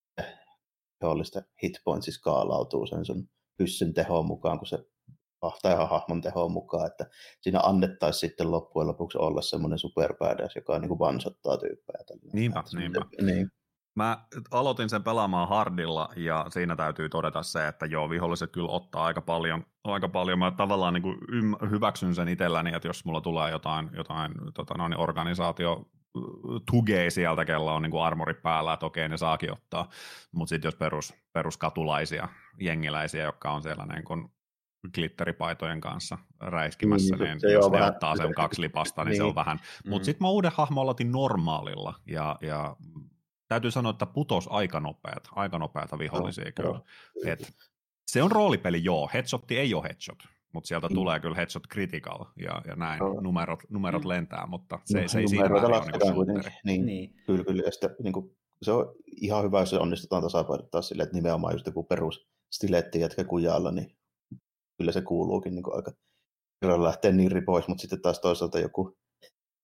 vihollista hitpointsi skaalautuu sen sun pyssyn tehoon mukaan, kun se tai hahmon tehoon mukaan, että siinä annettaisiin sitten loppujen lopuksi olla semmoinen superbadass, joka niin kuin vansottaa tyyppejä. Niinpä, niinpä. Niin. Mä aloitin sen pelaamaan hardilla, ja siinä täytyy todeta se, että joo, viholliset kyllä ottaa aika paljon. Aika paljon. Mä tavallaan niin kuin ym- hyväksyn sen itselläni, että jos mulla tulee jotain, jotain tota noin, organisaatio tugei sieltä, kello on niin kuin armori päällä, että okei, ne saakin ottaa. Mutta sitten jos perus, peruskatulaisia, jengiläisiä, jotka on siellä niin kuin glitteripaitojen kanssa räiskimässä, niin, niin jos ne vähän ottaa sen kaksi lipasta, niin, niin se on vähän. Mm. Mutta sitten mä uuden hahmo aloitin normaalilla, ja, ja täytyy sanoa, että putos aika nopeat, aika nopeata vihollisia no, kyllä. No. Et se on roolipeli, joo, headshotti ei ole headshot, mutta sieltä mm. tulee kyllä headshot critical, ja, ja näin, no. numerot, numerot mm. lentää, mutta se, no, se ei siinä määrin ole niin niin, niin. Kyllä, kyllä, ja sitten, niin kuin, se on ihan hyvä, jos se onnistutaan tasapainottaa silleen, että nimenomaan just joku perus stiletti jätkä kujalla, niin kyllä se kuuluukin niin aika kyllä lähtee nirri pois, mutta sitten taas toisaalta joku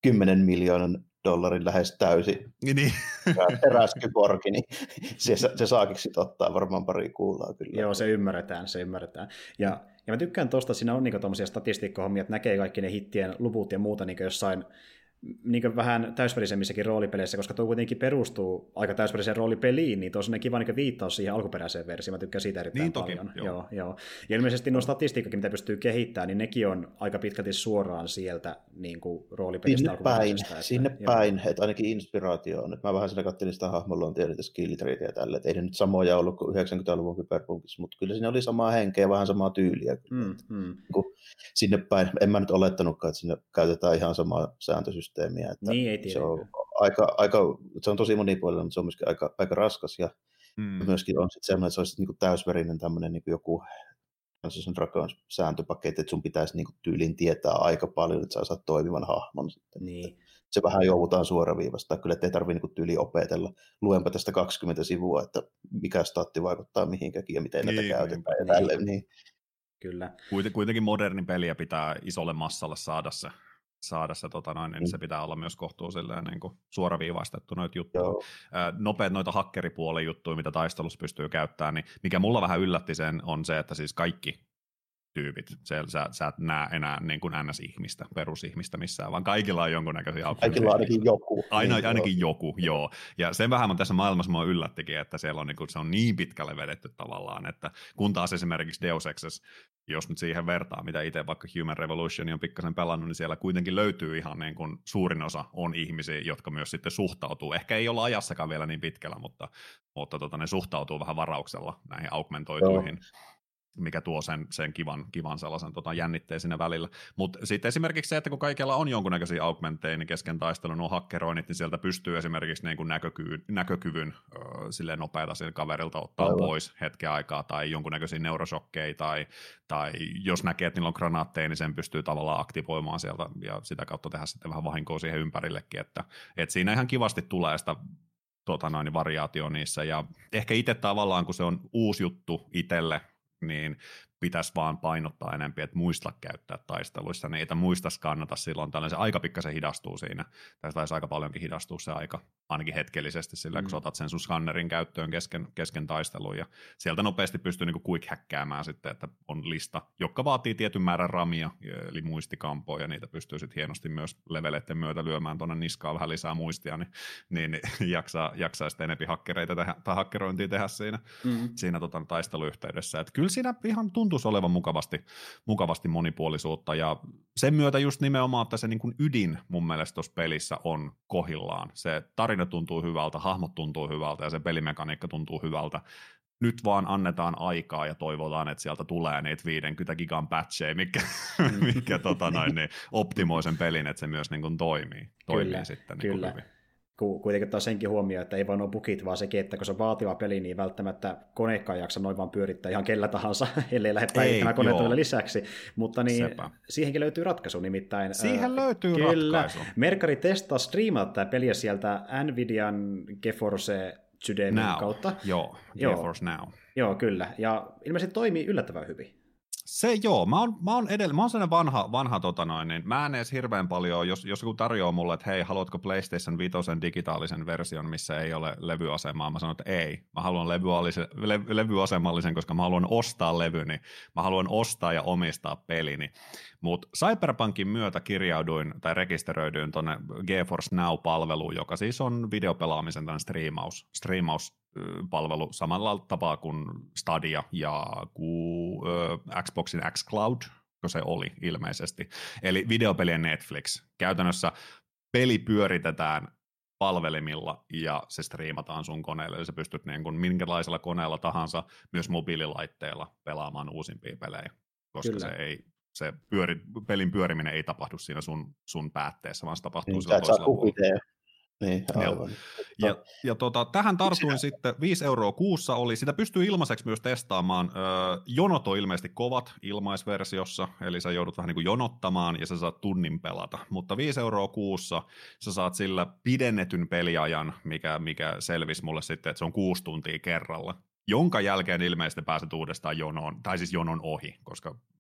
kymmenen miljoonan dollarin lähes täysi niin. räskyporki, niin se, se saakiksi ottaa varmaan pari kuulaa kyllä. Joo, se ymmärretään, se ymmärretään. Ja, ja mä tykkään tuosta, että siinä on niinku tommosia statistiikkahommia, että näkee kaikki ne hittien luvut ja muuta niinku jossain niin vähän täysvälisemmissäkin roolipeleissä, koska tuo kuitenkin perustuu aika täysväliseen roolipeliin, niin tuo on kiva niin viittaus siihen alkuperäiseen versioon. Mä tykkään siitä erittäin niin toki, paljon. joo. Joo, joo. Ja ilmeisesti nuo statistiikkakin, mitä pystyy kehittämään, niin nekin on aika pitkälti suoraan sieltä niin kuin roolipelistä sinne päin, että, sinne joo. päin, että ainakin inspiraatio on. Että mä vähän siinä katselin sitä hahmonluontia, niitä skillitreitä ja tälle, että ei ne nyt samoja ollut kuin yhdeksänkymmentäluvun Cyberpunkissa, mutta kyllä siinä oli samaa henkeä, vähän samaa tyyliä. Mm, mm. Sinne päin, en mä nyt olettanutkaan, että sinne käytetään ihan samaa sääntösysteemiä. Että niin, ei tiedä. Se on, aika, aika, se on tosi monipuolinen, mutta se on myöskin aika, aika raskas ja mm. myöskin on sitten sellainen, että se olisi niin kuin täysverinen tämmöinen niin kuin joku Dungeons and Dragons sääntöpaketti, että sun pitäisi niin kuin tyyliin tietää aika paljon, että sä saat toimivan hahmon sitten. Niin. Se vähän joudutaan suoraviivasta, kyllä ettei tarvitse niin tyyliin opetella. Luenpa tästä kaksikymmentä sivua, että mikä statti vaikuttaa mihinkäkin ja miten niin, näitä käytetään. Niin. Ja tälleen, niin. Kyllä. Kuitenkin moderni peliä pitää isolle massalle saada se. saada se, tota noin, niin mm. se pitää olla myös kohtuulleen niin kuin suoraviivaistettu noita juttuja. Nopeat noita hakkeripuolen juttuja, mitä taistelussa pystyy käyttämään, niin mikä mulla vähän yllätti sen on se, että siis kaikki tyypit, se, sä, sä et näe enää niin kuin N S-ihmistä, perusihmistä missään, vaan kaikilla on jonkunnäköisiä aukkoja. Kaikilla on ainakin joku. Aina, niin, ainakin joo. joku, joo. Ja sen vähän tässä maailmassa mua yllättikin, että siellä on, niin kuin, se on niin pitkälle vedetty tavallaan, että kun taas esimerkiksi Deus Exes, jos nyt siihen vertaa, mitä itse vaikka Human Revolution on pikkasen pelannut, niin siellä kuitenkin löytyy ihan niin kuin suurin osa on ihmisiä, jotka myös sitten suhtautuu. Ehkä ei olla ajassakaan vielä niin pitkällä, mutta, mutta tota, ne suhtautuu vähän varauksella näihin augmentoituihin. Joo. Mikä tuo sen, sen kivan, kivan sellaisen tota, jännitteen siinä välillä. Mutta sitten esimerkiksi se, että kun kaikilla on jonkunnäköisiä augmentteja, niin kesken taistelun nuo hakkeroinnit, niin sieltä pystyy esimerkiksi niin kuin näkökyvyn, näkökyvyn ö, silleen nopeata siltä kaverilta ottaa Aivan. pois hetken aikaa, tai jonkunnäköisiä neuroshokkeja, tai, tai jos näkee, että niillä on granaatteja, niin sen pystyy tavallaan aktivoimaan sieltä, ja sitä kautta tehdä sitten vähän vahinkoa siihen ympärillekin, että, että siinä ihan kivasti tulee sitä tota noin, variaatio niissä, ja ehkä itse tavallaan, kun se on uusi juttu itselle, niin pitäisi vaan painottaa enemmän, että muista käyttää taisteluissa, niin ei muista skannata silloin tällainen, se aika pikkasen hidastuu siinä, tai taisi aika paljonkin hidastua se aika, ainakin hetkellisesti sillä, mm. kun sä otat sen sun skannerin käyttöön kesken, kesken taistelun, ja sieltä nopeasti pystyy niinku quick-häkkäämään sitten, että on lista, joka vaatii tietyn määrän ramia, eli muistikampoja, ja niitä pystyy sitten hienosti myös leveleiden myötä lyömään tuonne niskaan vähän lisää muistia, niin, niin jaksaa, jaksaa sitten enempi hakkereita tehdä, tai hakkerointia tehdä siinä, mm. siinä tota, taisteluyhteydessä, että kyllä siinä ihan tuntuu olevan mukavasti, mukavasti monipuolisuutta, ja sen myötä just nimenomaan, että se niin kuin ydin mun mielestä tuossa pelissä on kohillaan. Se tarina tuntuu hyvältä, hahmot tuntuu hyvältä, ja se pelimekaniikka tuntuu hyvältä. Nyt vaan annetaan aikaa ja toivotaan, että sieltä tulee niitä viisikymmentä gigan patcheja, mikä, mikä tota noin, niin optimoi sen pelin, että se myös niin kuin toimii, toimii kyllä, sitten kyllä. Niin hyvin. Kuitenkin taas senkin huomioon, että ei vaan ole bugit, vaan sekin, että kun se on vaativa peli, niin välttämättä konekaan jaksa noin vaan pyörittää ihan kellä tahansa, ellei lähde päivittämään koneet vielä lisäksi. Mutta niin, Sepä. siihenkin löytyy ratkaisu nimittäin. Siihen äh, löytyy kyllä, ratkaisu. Merkari testaa striimata tämä peliä sieltä Nvidian GeForce Sydämin kautta. Joo, GeForce Now. Joo, kyllä. Ja ilmeisesti toimii yllättävän hyvin. Se joo, mä oon, mä oon edellä, mä oon sellainen vanha, vanha tota noin, niin mä en edes hirveän paljon, jos, jos joku tarjoaa mulle, että hei, haluatko PlayStation viisi digitaalisen version, missä ei ole levyasemaa, mä sanon, että ei, mä haluan le, levyasemallisen, koska mä haluan ostaa levyni, mä haluan ostaa ja omistaa pelini, mutta Cyberpunkin myötä kirjauduin tai rekisteröidyin tuonne GeForce Now-palveluun, joka siis on videopelaamisen tämän striimaus, striimaus palvelu samalla tapaa kuin Stadia ja kuin Xboxin xCloud, kun se oli ilmeisesti. Eli videopelien Netflix. Käytännössä peli pyöritetään palvelimilla ja se striimataan sun koneelle. Eli sä pystyt niin kuin minkälaisella koneella tahansa, myös mobiililaitteella pelaamaan uusimpia pelejä, koska Kyllä. se ei... Se pyöri, pelin pyöriminen ei tapahdu siinä sun, sun päätteessä, vaan se tapahtuu niin, sillä toisella puolella. Niin, aivan. Ja, ja tota, tähän tartuin sitten, viisi euroa kuussa oli, sitä pystyy ilmaiseksi myös testaamaan, öö, jonot on ilmeisesti kovat ilmaisversiossa, eli sä joudut vähän niin kuin jonottamaan ja sä saat tunnin pelata, mutta viisi euroa kuussa sä saat sillä pidennetyn peliajan, mikä, mikä selvisi mulle sitten, että se on kuusi tuntia kerralla, jonka jälkeen ilmeisesti pääset uudestaan jonoon, tai siis jonon ohi, koska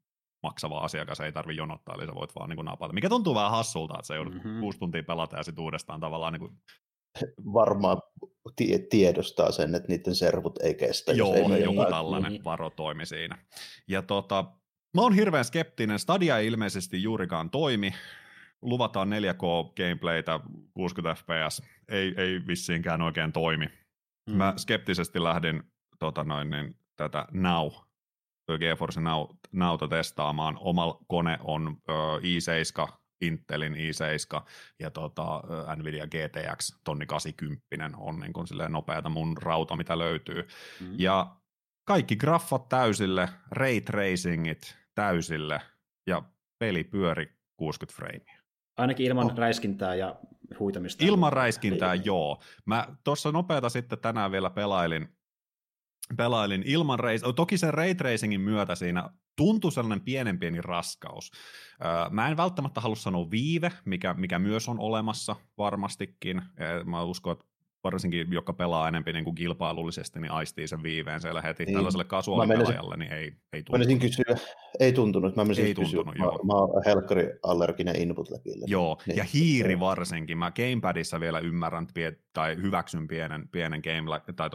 maksava asiakas, ei tarvitse jonottaa, eli sä voit vaan niin kuin napailla. Mikä tuntuu vähän hassulta, että sä joudut mm-hmm. kuusi tuntia pelata ja sitten uudestaan tavallaan... Niin kuin... Varmaan tie- tiedostaa sen, että niiden servut ei kestä. Joo, ei joku jotain... tällainen niin. varo toimi siinä. Ja tota, mä oon hirveän skeptinen. Stadia ei ilmeisesti juurikaan toimi. Luvataan neljä K-gameplaytä, kuusikymmentä F P S. Ei, ei vissiinkään oikein toimi. Mm. Mä skeptisesti lähdin tota noin, niin, tätä Now, GeForce Now, Nowta testaamaan. Oma kone on uh, i seitsemän, Intelin i seitsemän ja tota, Nvidia G T X tonni kahdeksankymmentä on niin kuin silleen nopeata mun rauta, mitä löytyy. Mm. Ja kaikki graffat täysille, ray tracingit täysille ja peli pyöri kuusikymmentä freimiä. Ainakin ilman oh. räiskintää ja huitamista. Ilman räiskintää, joo. Mä tuossa nopeata sitten tänään vielä pelailin, pelailin ilman ray, toki sen ray tracingin myötä siinä tuntui sellainen pienen pieni raskaus. Mä en välttämättä halua sanoa viive, mikä, mikä myös on olemassa varmastikin. Mä uskon, että varsinkin, joka pelaa enemmän niin kuin kilpailullisesti, niin aistii sen viiveen siellä heti. Niin. Tällaiselle kasuaalipelaajalle niin ei, ei tuntunut. Mä kysyä, ei tuntunut. Mä ei tuntunut, kysyä. Mä, mä oon helkkari-allerginen input-läkillä. Joo, niin. Ja hiiri varsinkin. Mä Gamepadissa vielä ymmärrän tai hyväksyn pienen, pienen game tai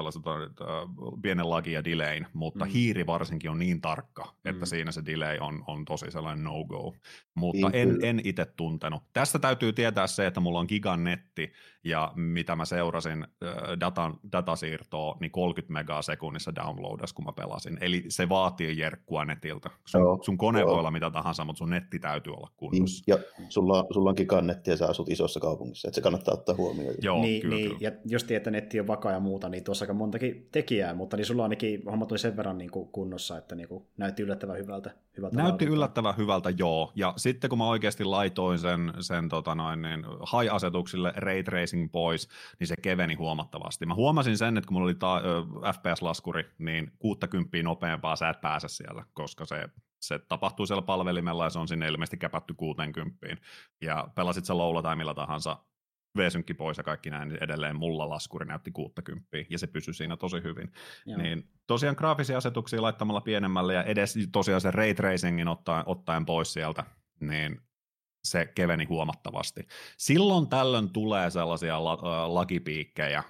uh, pienen lagi ja delayn, mutta mm. hiiri varsinkin on niin tarkka, että mm. siinä se delay on, on tosi sellainen no-go. Mutta niin, en, en itse tuntenut. Tästä täytyy tietää se, että mulla on gigan netti, ja mitä mä seurasin datan, datasiirtoa, niin kolmekymmentä megaa sekunnissa downloadas, kun mä pelasin. Eli se vaatii jerkkua netiltä. Sun, joo, sun kone joo. voi olla mitä tahansa, mutta sun netti täytyy olla kunnossa. Ja sulla, sulla on giganetti ja sä asut isossa kaupungissa, että se kannattaa ottaa huomioon. Joo, niin, kyllä, niin, kyllä. Ja jos tiedät, että netti on vakaa ja muuta, niin tuossa aika montakin tekijää, mutta niin sulla ainakin hommat oli sen verran niin kuin kunnossa, että niin kuin näytti yllättävän hyvältä. hyvältä näytti laadulta. yllättävän hyvältä, joo. Ja sitten kun mä oikeasti laitoin sen, sen tota noin, niin high-asetuksille ray tracing pois, niin se keveni huomattavasti. Mä huomasin sen, että kun mulla oli ta- F P S-laskuri, niin kuusikymmentä nopeampaa sä et pääse siellä, koska se, se tapahtuu siellä palvelimella ja se on sinne ilmeisesti käpätty kuusikymmentä. Ja pelasit sä lowlla tai millä tahansa V-synkki pois ja kaikki näin, niin edelleen mulla laskuri näytti kuusikymmentä ja se pysyi siinä tosi hyvin. Niin tosiaan graafisia asetuksia laittamalla pienemmälle ja edes tosiaan se ray tracingin ottaen, ottaen pois sieltä, niin se keveni huomattavasti. Silloin tällöin tulee sellaisia la- lakipiikkejä,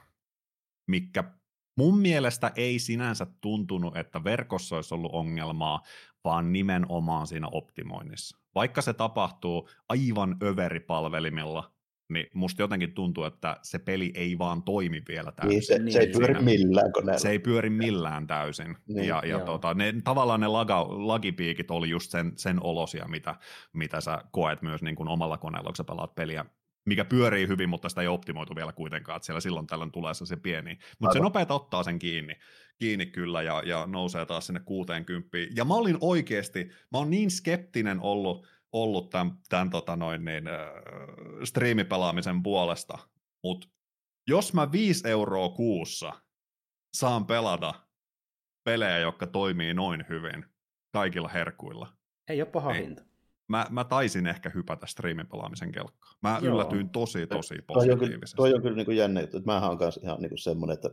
mikä mun mielestä ei sinänsä tuntunut, että verkossa olisi ollut ongelmaa, vaan nimenomaan siinä optimoinnissa. Vaikka se tapahtuu aivan överipalvelimilla, niin musta jotenkin tuntuu, että se peli ei vaan toimi vielä täysin. Niin, se, se ei pyöri siinä. millään koneella. Se ei pyöri millään täysin. Niin, ja ja tota, ne, tavallaan ne laga, lagipiikit oli just sen, sen olosia, mitä, mitä sä koet myös niin kuin omalla koneella, kun sä pelaat peliä, mikä pyörii hyvin, mutta sitä ei optimoitu vielä kuitenkaan, että siellä silloin tällöin tulee se pieni. Mutta se nopeeta ottaa sen kiinni, kiinni kyllä ja, ja nousee taas sinne kuuteenkymmeneen. Ja mä olin oikeasti, mä oon niin skeptinen ollut, ollut tämän, tämän tota noin, niin, äh, striimipelaamisen puolesta, mutta jos mä viisi euroa kuussa saan pelata pelejä, jotka toimii noin hyvin kaikilla herkuilla. Ei ole paha hinta. Mä, mä taisin ehkä hypätä striimipelaamisen kelkkaan. Mä Joo. yllätyin tosi, tosi positiivisesti. Toi on kyllä, kyllä niin kuin jännä juttu. Mähän on myös ihan niin kuin semmoinen, että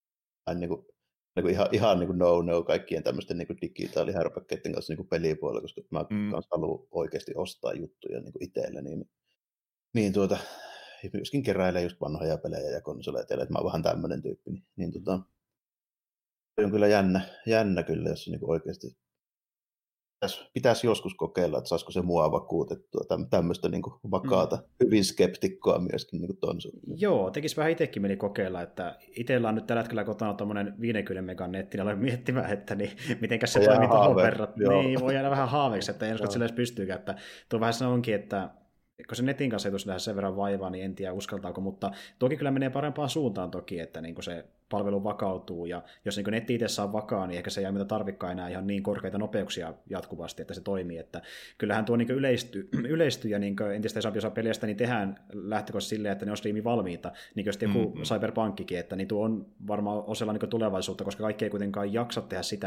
niin kuin, niin kuin ihan, ihan niin kuin no-no kaikkien tämmöisten niin kuin digitaalihärpäkkeiden kanssa niin kuin pelipuolella, koska mä mm. kanssa haluan oikeasti ostaa juttuja niin kuin itselle. Niin, niin tuota, myöskin keräilee just vanhoja pelejä ja konsoleita, että mä oon vähän tämmöinen tyyppi. Niin, niin tota, se on kyllä jännä, jännä kyllä, jos niin kuin oikeasti Pitäisi, pitäisi joskus kokeilla, että saisiko se mua vakuutettua tämmöistä niin kuin vakaata, mm. hyvin skeptikkoa myöskin niin ton suhteen. Joo, tekisi vähän itsekin meni kokeilla, että itsellä on nyt tällä hetkellä kotona tuommoinen viisikymmentä megan netti, niin aloin miettimään, että niin, mitenkäs se toimii tuohon verran. Niin, voi jäädä vähän haaveeksi, että en usko, että sillä edes pystyykään. Että tuo vähän onkin, että kun se netin kanssa ei tuossa lähde sen verran vaivaa, niin en tiedä uskaltaako, mutta toki kyllä menee parempaan suuntaan toki, että niin se palvelu vakautuu, ja jos niin netti itse on vakaa, niin ehkä se ei ole mitä tarvikaan enää ihan niin korkeita nopeuksia jatkuvasti, että se toimii, että kyllähän tuo niin yleistyy, yleistyy, ja niin entistä isompi osa pelistä niin tehdään lähtökohtaisesti silleen, että ne on striimi valmiita, niin kuin joku mm-hmm. Cyberpunkkikin, että niin tuo on varmaan osalla niin tulevaisuutta, koska kaikki ei kuitenkaan jaksa tehdä sitä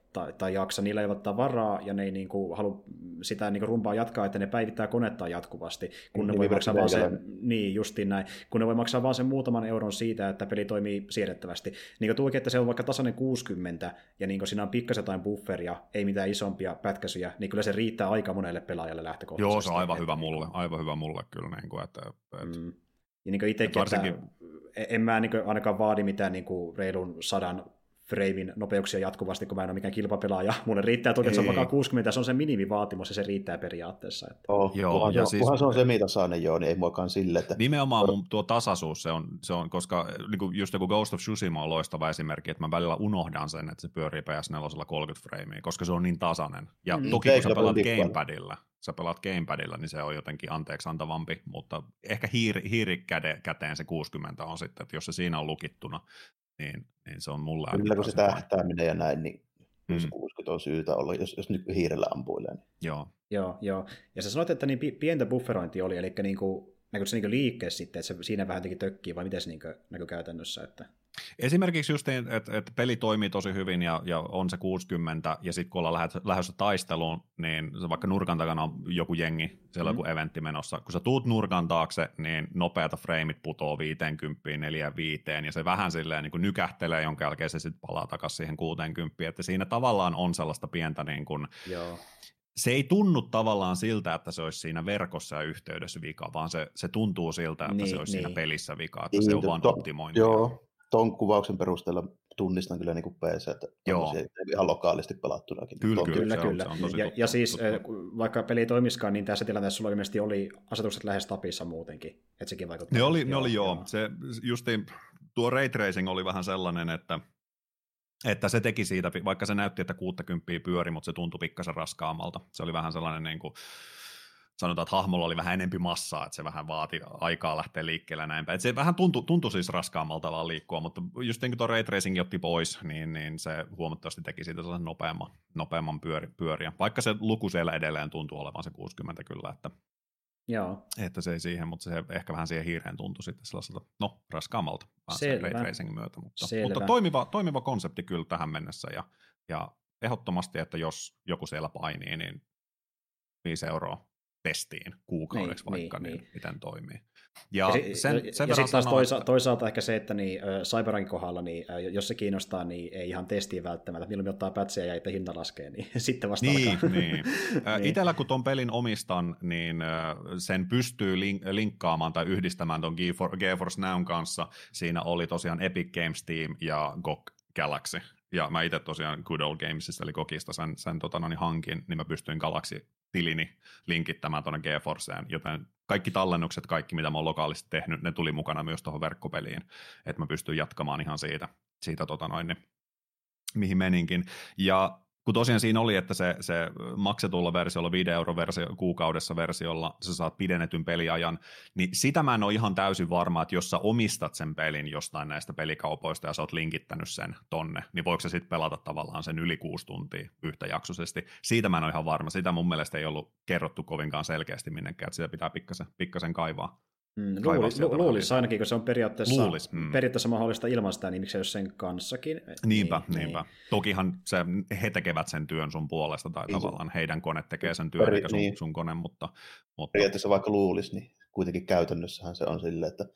tai, tai jaksa, niillä ei ottaa varaa, ja ne ei niin kuin, halua sitä niin kuin rumpaa jatkaa, että ne päivittää konetta jatkuvasti, kun ne, ne voi maksaa vaan sen, niin justiin näin, kun ne voi maksaa vaan sen muutaman euron siitä, että peli toimii siedettävästi. Niin kuin tuokin, että se on vaikka tasainen kuusikymmentä, ja niin kuin siinä on pikkasen jotain bufferia, ei mitään isompia pätkäisyjä, niin kyllä se riittää aika monelle pelaajalle lähtökohtaisesti. Joo, se on aivan hyvä mulle, aivan hyvä mulle kyllä. Niin kuin, että, että... Mm. Ja niin kuin itsekin, varsinkin... että en mä niin kuin ainakaan vaadi mitään niin kuin reilun sadan framein nopeuksia jatkuvasti, kun mä en ole mikään kilpapelaaja. Mulle riittää toki, että se on vaikka kuusikymmentä, se on se minimivaatimus, ja se riittää periaatteessa. Että... Oh, joo, kunhan, ja se, siis... kunhan se on semitasainen, joo, niin ei muakaan sille, että... Nimenomaan mun tuo tasaisuus, se on, se on koska niin kuin just joku Ghost of Tsushima on loistava esimerkki, että mä välillä unohdan sen, että se pyörii P S neljä kolmekymmentä framea, koska se on niin tasainen. Ja mm, toki kun sä pelaat gamepadilla, sä pelaat gamepadilla, niin se on jotenkin anteeksi antavampi, mutta ehkä hiiri, hiiri käde, käteen se kuusikymmentä on sitten, että jos se siinä on lukittuna, niin, niin se on mulle... Kyllä kun se tähtääminen ja näin, niin mm. kuusikymmentä on syytä olla, jos, jos nyt hiirellä ampuilee. Niin. Joo. Joo, joo. Ja sä sanoit, että niin pientä bufferointia oli, eli niinku, näkyykö se niinku liikkeessä sitten, että se siinä vähän teki tökkii, vai miten se niinku näkyy käytännössä? Että... Esimerkiksi just niin, että, että peli toimii tosi hyvin ja, ja on se kuusikymmentä, ja sitten kun ollaan lähdössä taisteluun, niin se vaikka nurkan takana on joku jengi, siellä on mm. joku eventti menossa. Kun sä tuut nurkan taakse, niin nopeata frameit putoo viisikymmentä, neljäkymmentäviisi, ja se vähän silleen niin kuin nykähtelee, jonka jälkeen se sitten palaa takaisin siihen kuusikymmentä, että siinä tavallaan on sellaista pientä niin kuin... Joo. Se ei tunnu tavallaan siltä, että se olisi siinä verkossa ja yhteydessä vika, vaan se, se tuntuu siltä, että niin, se olisi niin. siinä pelissä vika, että niin, se on to, vaan optimointia. Joo, tuon kuvauksen perusteella tunnistan kyllä niin kuin P C, että ihan lokaalisti pelattunakin. Kyllä, kyllä, kyllä. kyllä. Se on, se on ja, ja siis totta. Vaikka peli ei toimiskaan, niin tässä tilanteessa sulla ilmeisesti oli asetukset lähes tapissa muutenkin, että sekin vaikuttaa. Ne oli, ne oli joo. joo. Se, justiin, tuo ray tracing oli vähän sellainen, että Että se teki siitä, vaikka se näytti, että kuusikymmentä pyöri, mutta se tuntui pikkasen raskaammalta. Se oli vähän sellainen, niin kuin, sanotaan, että hahmolla oli vähän enempi massaa, että se vähän vaati aikaa lähteä liikkeelle näin päin. Että se vähän tuntui, tuntui siis raskaammalta vaan liikkua, mutta just niin kuin tuo ray tracing otti pois, niin, niin se huomattavasti teki siitä sellaisen nopeamman, nopeamman pyöri, pyöriä. Vaikka se luku siellä edelleen tuntuu olevan se kuusikymmentä kyllä, että, Joo. että se ei siihen, mutta se ehkä vähän siihen hiireen tuntui sitten sellaiselta, no, raskaammalta sen ray tracingin myötä. Mutta, mutta toimiva, toimiva konsepti kyllä tähän mennessä, ja, ja ehdottomasti, että jos joku siellä painii, niin viisi euroa testiin kuukaudeksi niin, vaikka, niin, niin miten toimii. Ja, ja, sen, ja, sen ja sitten taas toisa, että... toisaalta ehkä se, että niin, äh, Cyberpunkin kohdalla, niin, äh, jos se kiinnostaa, niin ei ihan testiin välttämättä. Milloin ottaa pätsejä ja että hinta laskee, niin sitten vasta niin, alkaa. Niin. niin. Itellä kun ton pelin omistan, niin äh, sen pystyy link- linkkaamaan tai yhdistämään ton GeForce Nown kanssa. Siinä oli tosiaan Epic Games Team ja G O G Galaxy. Ja mä itse tosiaan Good Old Gamesista, eli Gogista sen, sen tota, no, niin hankin, niin mä pystyin Galaxy-tilini linkittämään tuonne GeForceen, joten kaikki tallennukset, kaikki mitä mä oon lokaalisti tehnyt, ne tuli mukana myös tuohon verkkopeliin, että mä pystyin jatkamaan ihan siitä, siitä tota noin, niin, mihin meninkin. Ja kun tosiaan siinä oli, että se, se maksetulla versiolla, viiden euron versio, kuukaudessa versiolla, sä saat pidennetyn peliajan, niin sitä mä en ole ihan täysin varma, että jos sä omistat sen pelin jostain näistä pelikaupoista ja sä oot linkittänyt sen tonne, niin voiko sä sitten pelata tavallaan sen yli kuusi tuntia yhtäjaksoisesti. Siitä mä en ole ihan varma. Sitä mun mielestä ei ollut kerrottu kovinkaan selkeästi minnekään, että sitä pitää pikkasen, pikkasen kaivaa. Mm, luulis, lu, luulisi ainakin, kun se on periaatteessa, luulis, mm. periaatteessa mahdollista ilman sitä, niin miksi jos sen kanssakin. Niinpä, niin, niinpä. Niin. Tokihan se, he tekevät sen työn sun puolesta, tai niin, tavallaan heidän kone tekee sen työn, eikä sun, niin. sun kone, mutta, mutta... Periaatteessa vaikka luulisi, niin kuitenkin käytännössähän se on silleen, että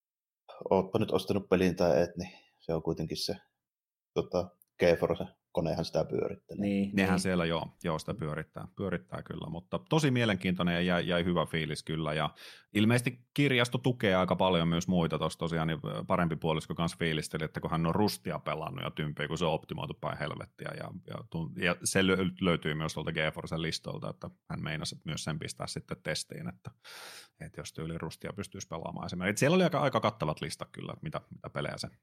ootpa nyt ostanut pelin tai et, niin se on kuitenkin se tota, GeForce konehan sitä pyörittelee. Niin, Nehän niin. siellä joo, joo sitä pyörittää, pyörittää kyllä, mutta tosi mielenkiintoinen ja jäi, jäi hyvä fiilis kyllä, ja ilmeisesti kirjasto tukee aika paljon myös muita, tuossa tosiaan niin parempi puolisko kanssa fiilisteli, että kun hän on rustia pelannut ja tympiä, kun se on optimoitu päin helvettiä, ja, ja, ja se löytyy myös tuolta GeForcen listolta, että hän meinasi myös sen pistää sitten testiin, että, että jos tyyli rustia pystyisi pelaamaan esimerkiksi. Siellä oli aika, aika kattavat listat kyllä, mitä, mitä pelejä se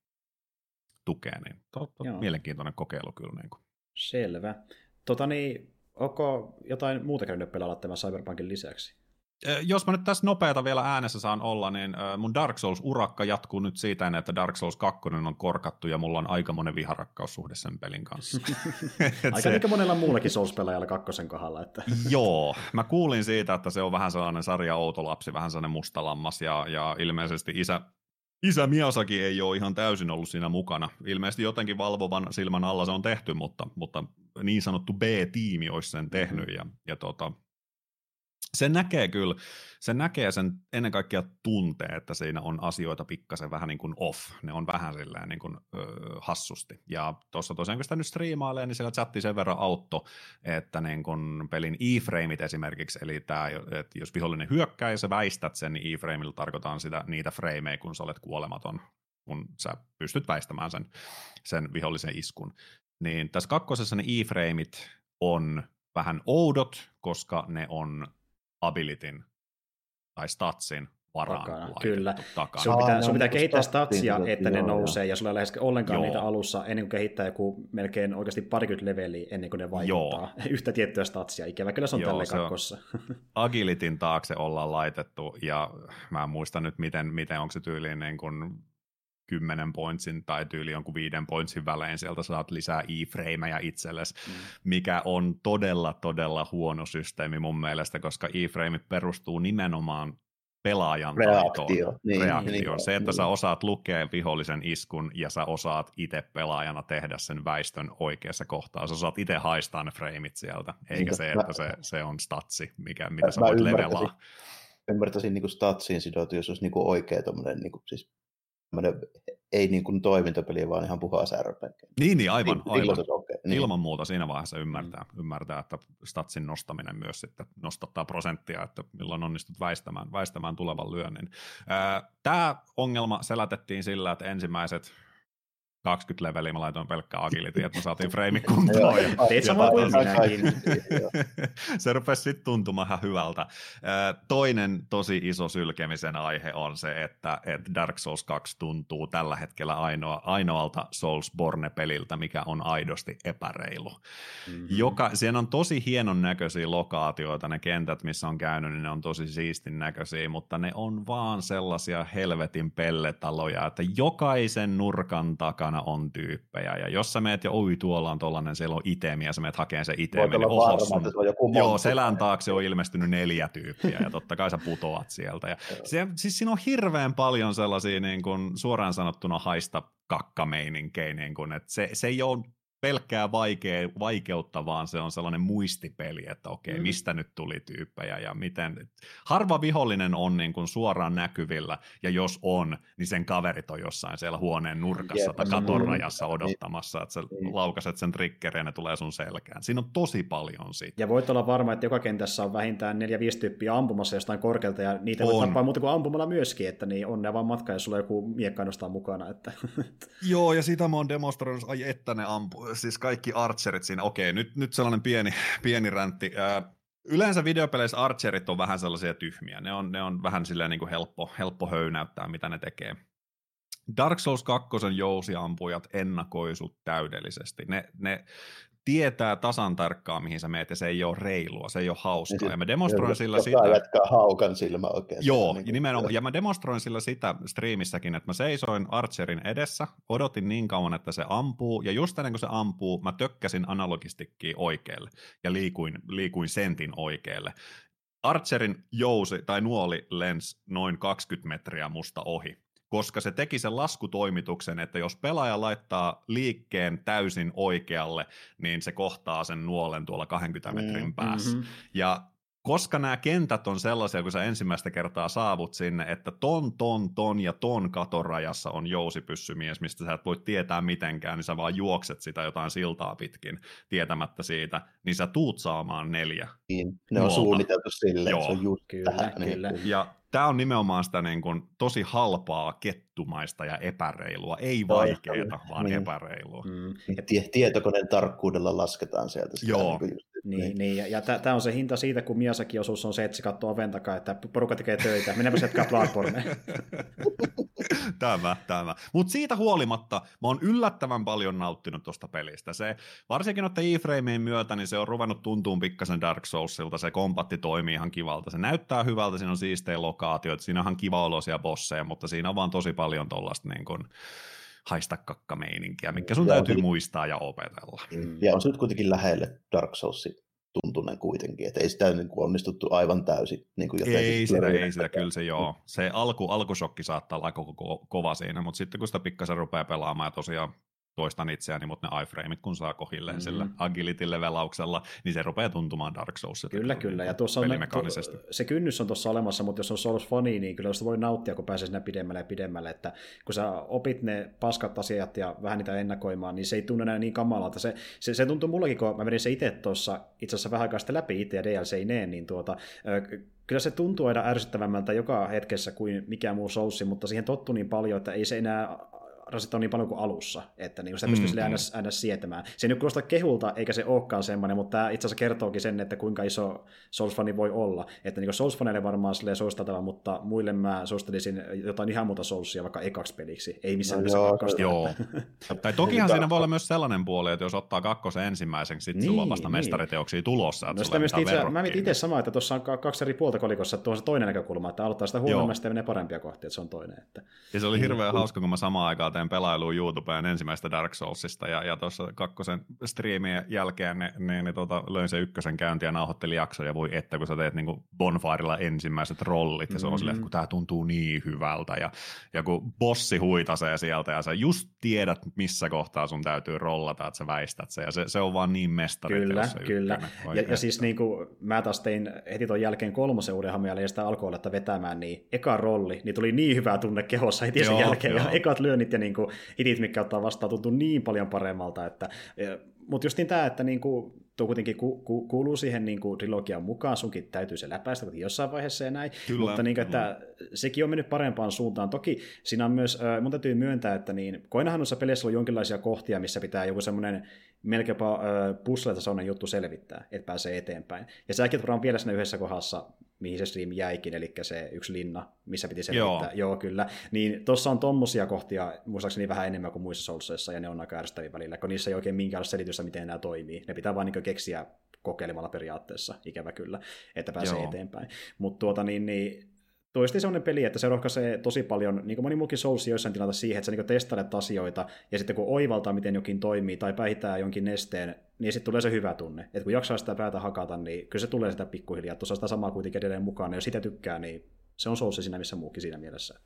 tukee, niin totta, mielenkiintoinen kokeilu kyllä. Niin kuin. Selvä. Tota niin, onko jotain muuta käynyt pelata tämän Cyberpunkin lisäksi? Jos mä nyt tässä nopeata vielä äänessä saan olla, niin mun Dark Souls-urakka jatkuu nyt siitä, että Dark Souls kaksi on korkattu ja mulla on aikamoinen viharakkaussuhde sen pelin kanssa. Aika se... niin monella muullakin Souls-pelaajalla kakkosen kohdalla. Että... Joo, mä kuulin siitä, että se on vähän sellainen sarja-outolapsi, vähän sellainen mustalammas ja, ja ilmeisesti isä isä Miyazaki ei ole ihan täysin ollut siinä mukana. Ilmeisesti jotenkin valvovan silmän alla se on tehty, mutta, mutta niin sanottu B-tiimi olisi sen tehnyt. Ja, ja tota, se näkee kyllä, se näkee sen ennen kaikkea tuntee, että siinä on asioita pikkasen vähän niin kuin off. Ne on vähän silleen niin kuin öö, hassusti. Ja tuossa tosiaan, kun sitä nyt striimailee, niin siellä chatti sen verran auttoi, että niin kuin pelin e-frameit esimerkiksi, eli tämä, että jos vihollinen hyökkää ja sä väistät sen, niin e-frameilla tarkoitaan sitä, niitä frameja, kun sä olet kuolematon, kun sä pystyt väistämään sen, sen vihollisen iskun. Niin tässä kakkosessa ne e-frameit on vähän oudot, koska ne on abilityn tai statsin varaan takana, laitettu kyllä. takana. Sun pitää, sun pitää no, kehittää statsia, statsia, että että ne joo, nousee, joo. ja sulla ei lähes ollenkaan Joo. niitä alussa, ennen kuin kehittää joku melkein oikeasti parikymmentä leveliä, ennen kuin ne vaikuttaa Joo. yhtä tiettyä statsia. Ikävä kyllä se on Joo, tälleen se on- kakkossa. Agilityn taakse ollaan laitettu, ja mä en muista nyt, miten, miten onko se tyyliin niin kuin kymmenen pointsin tai tyyli jonkun viiden pointsin välein, sieltä saat lisää e-frameja itsellesi, mm. mikä on todella, todella huono systeemi mun mielestä, koska e-frameit perustuu nimenomaan pelaajan Reaktio, taitoon. niin, Reaktio. niin, Se, että niin. sä osaat lukea vihollisen iskun ja sä osaat itse pelaajana tehdä sen väistön oikeassa kohtaa. Sä osaat itse haistaa ne frameit sieltä, eikä Niin, se, mä- että se, se on statsi, mikä, mitä sä Mä voit ymmärtäisin- levelaa. Ymmärtäisin niin kuin statsiin sidottu, jos olisi niin kuin oikea tommonen, niin kuin, siis, tommonen, ei niin kuin toimintapeli, vaan ihan puhas R P G. Niin, niin aivan, Niin, aivan. silloin se on okei. Niin. Ilman muuta siinä vaiheessa ymmärtää, mm. ymmärtää, että statsin nostaminen myös sitten nostattaa prosenttia, että milloin onnistut väistämään, väistämään tulevan lyönnin. Tämä ongelma selätettiin sillä, että ensimmäiset kaksikymmentä leveliä mä laitoin pelkkää agility, että me saatiin frame kuntoon. ja, Teit ja samaa kuin tota- minäkin. se rupesi sitten tuntumaan ihan hyvältä. Toinen tosi iso sylkemisen aihe on se, että, että Dark Souls kaksi tuntuu tällä hetkellä ainoa, ainoalta Soulsborne-peliltä, mikä on aidosti epäreilu. Mm-hmm. Joka, siinä on tosi hienon näköisiä lokaatioita, ne kentät, missä on käynyt, niin ne on tosi siistin näköisiä, mutta ne on vaan sellaisia helvetin pelletaloja, että jokaisen nurkan takana on tyyppejä, ja jos sä meet ja oi tuolla on tollanen, siellä on itemi, ja sä meet hakeen se itemi, Voit niin olla oho, varma, sun, että se on joku joo, monttu. selän taakse on ilmestynyt neljä tyyppiä, ja totta kai sä putoat sieltä. Ja se, siis siinä on hirveän paljon sellaisia niin kuin, suoraan sanottuna haista kakkameininkejä, niin kuin, että se, se ei ole pelkkää vaikea, vaikeutta, vaan se on sellainen muistipeli, että okei, mm. mistä nyt tuli tyyppejä ja miten. Harva vihollinen on niin kuin suoraan näkyvillä, ja jos on, niin sen kaverit on jossain siellä huoneen nurkassa Jep, tai mm. katorajassa odottamassa, että sä Mm. laukaset sen triggerin ja ne tulee sun selkään. Siinä on tosi paljon siitä. Ja voit olla varma, että joka kentässä on vähintään neljä viisi tyyppiä ampumassa jostain korkealta, ja niitä voi On. tappaa muuta kuin ampumalla myöskin, että niin on ne vaan matka, jos sulla on joku miekka ainoastaan mukana. Että. Joo, ja sitä mä oon demonstroinut, ai että ne ampuu, siis kaikki archerit siinä, okei, nyt, nyt sellainen pieni, pieni räntti. Ää, yleensä videopeleissä archerit on vähän sellaisia tyhmiä, ne on, ne on vähän silleen niin kuin helppo, helppo höynäyttää, mitä ne tekee. Dark Souls kaksi jousiampujat ennakoi sut täydellisesti. Ne, ne tietää tasan tarkkaan, mihin sä meet, ja se ei ole reilua, se ei ole hauskaa. Niin, ja mä demonstroin sillä Joka sitä. jätkää haukan silmä oikein. Joo, Niin ja nimenomaan, ja mä demonstroin sillä sitä striimissäkin, että mä seisoin Archerin edessä, odotin niin kauan, että se ampuu, ja just ennen kuin se ampuu, mä tökkäsin analogistikkiä oikealle, ja liikuin, liikuin sentin oikealle. Archerin jousi tai nuoli lensi noin kaksikymmentä metriä musta ohi, koska se teki sen laskutoimituksen, että jos pelaaja laittaa liikkeen täysin oikealle, niin se kohtaa sen nuolen tuolla kaksikymmentä metrin päässä. Mm-hmm. Ja koska nämä kentät on sellaisia, kun sä ensimmäistä kertaa saavut sinne, että ton, ton, ton ja ton katorajassa on jousipyssymies, mistä sä et voi tietää mitenkään, niin sä vaan juokset sitä jotain siltaa pitkin tietämättä siitä, niin sä tuut saamaan neljä. Niin, ne on Nuolta. suunniteltu silleen, Joo. että se on just Kyllä, tähän. kyllä. Niin, Ja tämä on nimenomaan sitä niin kuin tosi halpaa, kettumaista ja epäreilua. Ei Joo, vaikeeta, vaan niin. epäreilua. Mm. niin tie- tietokoneen tarkkuudella lasketaan sieltä. sitä Joo. niin kuin just, Niin, niin, ja, ja tämä on se hinta siitä, kun Miyazaki-osuus on se, että se katsoo oven takaa, että porukka tekee töitä. Mennäänpä jatkaa Bloodborne. Tämä, tämä. Mutta siitä huolimatta mä oon yllättävän paljon nauttinut tuosta pelistä. Se, varsinkin noiden e-frameen myötä, niin se on ruvennut tuntuun pikkasen Dark Soulsilta. Se kompatti toimii ihan kivalta. Se näyttää hyvältä, siinä on siistejä lokaatioita, siinä on ihan kiva oloisia bosseja, mutta siinä on vaan tosi paljon tuollaista niin kuin haistakakkameininkiä, mikä sun Joo, täytyy niin. muistaa ja opetella. Mm. Ja on se nyt kuitenkin lähelle Dark Soulsin tuntunen kuitenkin, että ei sitä niin kuin onnistuttu aivan täysin. Niin kuin ei sitä, ei sitä, kyllä se joo. Se alku, alkusokki saattaa olla aika ko- kova siinä, mutta sitten kun sitä pikkasen rupeaa pelaamaan ja tosiaan toistan itseäni, mutta ne iframeit kun saa kohilleen mm-hmm. sillä agility-levelauksella, niin se rupeaa tuntumaan Dark Souls. Kyllä, kyllä. Ja tuossa on, se kynnys on tuossa olemassa, mutta jos on Souls-fani, niin kyllä sitä voi nauttia, kun pääsee sinne pidemmälle ja pidemmälle. Että kun sä opit ne paskat asiat ja vähän niitä ennakoimaan, niin se ei tunne enää niin kamalalta. Se, se, se tuntuu mullekin, kun mä vedin se itse tuossa itse asiassa vähän aikaa sitten läpi itse ja D L C-neen, niin tuota, kyllä se tuntuu aina ärsyttävämmältä joka hetkessä kuin mikään muu Souls, mutta siihen tottuu niin paljon, että ei se enää rasittaa niin paljon kuin alussa, että niin sitä pystyy mm, sille aina, mm. aina sietämään. Se ei nyt kuulostaa kehulta, eikä se olekaan semmoinen, mutta tämä itse asiassa kertookin sen, että kuinka iso Souls-fani voi olla. Että niin Souls-faneille varmaan silleen soustatava, mutta muille mä soustelisin jotain ihan muuta Soulsia vaikka ekaksi peliksi. Ei missään no joo, kakkasta. Joo. Tai tokihan siinä voi olla myös sellainen puoli, että jos ottaa kakkosen ensimmäiseksi, sitten niin, sulla on vasta niin. mestariteoksia tulossa. Että no sitä itse, mä mietin itse samaa, että tuossa on kaksi eri puolta kolikossa, että tuo on se toinen näkökulma, että aloittaa sitä huonommasta ja menee parempia kohtia, että se on toinen. Että... Ja se oli hirveän hauska, kun mä samaan aikaan teen pelailuun YouTubeen ensimmäistä Dark Soulsista, ja, ja tuossa kakkosen striimien jälkeen ne, ne, ne tota, löin sen ykkösen käynti ja nauhoittelin jakson, ja voi että kun sä teet niinku Bonfirella ensimmäiset rollit, ja se on mm-hmm. silleen, että kun tää tuntuu niin hyvältä, ja, ja kun bossi huitasee sieltä, ja sä just tiedät, missä kohtaa sun täytyy rollata, että sä väistät se, ja se, se on vaan niin mestari. Kyllä, kyllä. Ja, ja siis niin kuin mä taas tein heti ton jälkeen kolmosen uuden hammialle, ja sitä alkoi olla vetäämään, niin eka rolli, niin tuli niin hyvä tunne kehossa heti sen jälkeen, joo. ja ekat lyönnit ja niin kuin hitit, mitkä ottaa vastaan, tuntuu niin paljon paremmalta. Että, mutta just niin tämä, että niinku, tuo kuitenkin ku, ku, kuuluu siihen niinku trilogian mukaan, sunkin täytyy se läpäistä jossain vaiheessa ja näin, kyllä, mutta niinku, että sekin on mennyt parempaan suuntaan. Toki siinä on myös, mun täytyy myöntää, että niin, kun ainahan noissa peleissä on jonkinlaisia kohtia, missä pitää joku semmoinen melkeinpä äh, puzzle-tasoinen juttu selvittää, että pääsee eteenpäin. Ja säkin varmaan vielä siinä yhdessä kohdassa, mihin se stream jäikin, eli se yksi linna, missä piti selvittää. Joo, Joo kyllä. Niin tuossa on tommosia kohtia, muistaakseni vähän enemmän kuin muissa Soulsissa, ja ne on aika ärsyttäviä välillä, kun niissä ei oikein minkäänlaista selitystä, miten nämä toimii. Ne pitää vaan niin keksiä kokeilemalla periaatteessa, ikävä kyllä, että pääsee Joo. eteenpäin. Mutta tuota niin, niin toisesti semmoinen peli, että se rohkaisee tosi paljon, niin kuin moni muukin Souls joissain tilanteessa siihen, että sä niin testailet asioita, ja sitten kun oivaltaa, miten jokin toimii, tai päihittää jonkin nesteen, niin sitten tulee se hyvä tunne. Että kun jaksaa sitä päätä hakata, niin kyllä se tulee sitä pikkuhiljaa. Tuossa sitä samaa kuitenkin edelleen mukaan, ja jos sitä tykkää, niin se on Souls siinä missä muukin siinä mielessä.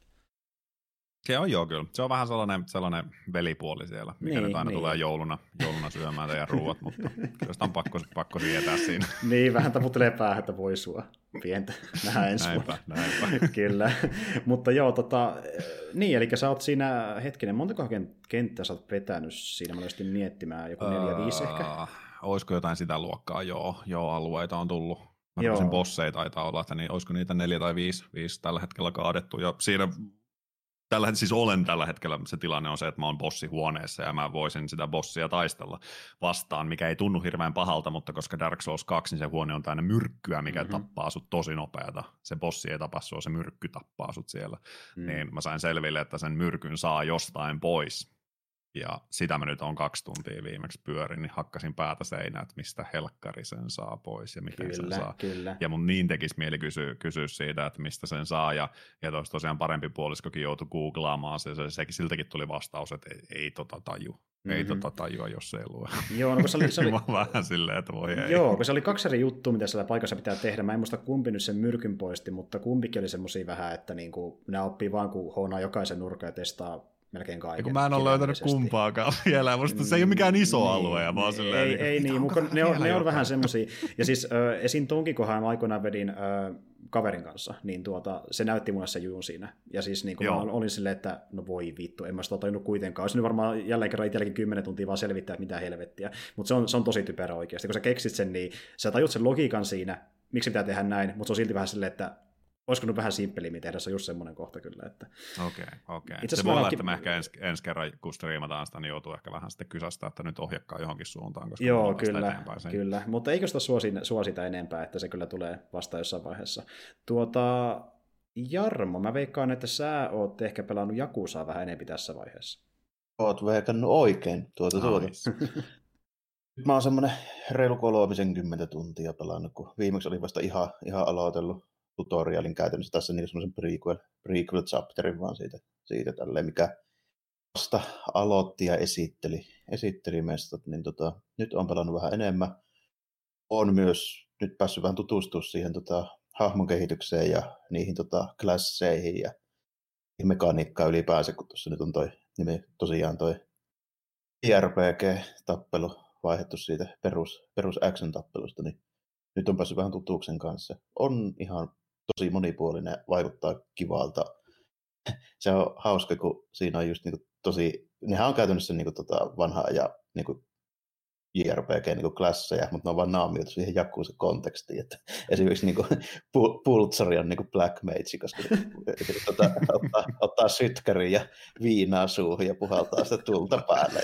Se on joo kyllä. Se on vähän sellainen, sellainen velipuoli siellä, mikä niin, nyt aina niin. tulee jouluna, jouluna syömään teidän ruuat, mutta kyllä sitä on pakko, pakko sietää siinä. Niin, vähän taputtelee päähän, että voi sua. Pientä. Nähdään ensi näinpä, näinpä. Kyllä. Mutta joo, tota, niin, eli sä oot siinä, hetkinen, montako kenttää sä oot vetänyt siinä? Mä olisin miettimään, joku neljä, uh, viisi ehkä? Olisiko jotain sitä luokkaa? Joo, joo alueita on tullut. Mä rupesin bosseja taitaa olla, että niin, olisiko niitä neljä tai viisi, viisi tällä hetkellä kaadettu, ja siinä Tällä, siis olen tällä hetkellä, se tilanne on se, että mä oon bossihuoneessa ja mä voisin sitä bossia taistella vastaan, mikä ei tunnu hirveän pahalta, mutta koska Dark Souls kaksi, niin se huone on täynnä myrkkyä, mikä mm-hmm. tappaa sut tosi nopeata. Se bossi ei tapa sua, se myrkky tappaa sut siellä. Mm. Niin mä sain selville, että sen myrkyn saa jostain pois. Ja sitä mä nyt on kaksi tuntia viimeksi pyörin, niin hakkasin päätä seinään, että mistä helkkari sen saa pois ja miten kyllä, sen saa. Kyllä. Ja mun niin tekisi mieli kysyä, kysyä siitä, että mistä sen saa. Ja, ja tos tosiaan parempi puoliskokin joutui googlaamaan se, se, sekin siltäkin tuli vastaus, että ei, ei tota taju. Mm-hmm. Ei tota tajua, jos ei lue. Joo, no kun se oli... Se oli... vähän silleen, että voi ei. Joo, kun se oli kaksi eri juttua, mitä siellä paikassa pitää tehdä. Mä en muista kumpi nyt sen myrkyn poisti, mutta kumpikin oli semmosia vähän, että niinku, nämä oppii vaan, kun hoonaa jokaisen nurkan ja testaa melkein kaiken. Kun mä en ole löytänyt kumpaakaan vielä. Musta se ei ole mikään iso niin, alue. Ja vaan silleen, ei, ei niin, mutta ne on, ne on vähän semmosia. Ja siis äh, esim. Tonkin kohan aikoinaan vedin äh, kaverin kanssa, niin tuota, se näytti mulle se jujun siinä. Ja siis niin kun mä olin silleen, että no voi vittu, en mä sitä tajunnut kuitenkaan. Olisi nyt varmaan jälleen kerran itselläkin kymmenen tuntia vaan selvittää, mitä helvettiä. Mutta se on, se on tosi typerä oikeasti. Kun sä keksit sen, niin sä tajut sen logiikan siinä, miksi pitää tehdä näin, mutta se on silti vähän silleen, että olisiko nyt vähän simppelimmin tehdä, se on just semmoinen kohta kyllä. Että... Okei, okay, okei. Okay. Se voi olla, että mä ehkä ens, ensi kerran, kun striimataan sitä, niin joutuu ehkä vähän sitten kysästä, että nyt ohjakkaa johonkin suuntaan, koska joo, kyllä, kyllä. Mutta eikö sitä suosita, suosita enempää, että se kyllä tulee vasta jossain vaiheessa. Tuota, Jarmo, mä veikkaan, että sä oot ehkä pelannut Jakusaa vähän enemmän tässä vaiheessa. Oot veikannut oikein tuota tuota. Mä oon semmoinen reilu kolmisenkymmentä tuntia pelannut, kun viimeksi oli vasta ihan, ihan aloitellut tutorialin käytännössä tässä niin semmoisen prequel, prequel chapterin vaan siitä, siitä tälleen, mikä vasta aloitti ja esitteli, esitteli mestat, niin tota, nyt on pelannut vähän enemmän. on myös nyt päässyt vähän tutustumaan siihen tota, hahmon kehitykseen ja niihin tota, klasseihin ja mekaniikkaan ylipäänsä, kun tuossa nyt on toi nimi, tosiaan toi J R P G-tappelu vaihdettu siitä perus, perus action-tappelusta, niin nyt on päässyt vähän tutuuksen kanssa. On ihan tosi monipuolinen, vaikuttaa kivalta. Se on hauska, kun siinä on just niinku tosi, nehän on käytännössä niinku tota vanhaa ja niinku J R P G-klasseja, mutta ne on vaan naamioitu siihen Yakuza kontekstiin. Että esimerkiksi niinku Pultsari on niinku Black Mage, koska tota, ottaa, ottaa sytkärin ja viinaa suuhun ja puhaltaa sitä tulta päälle.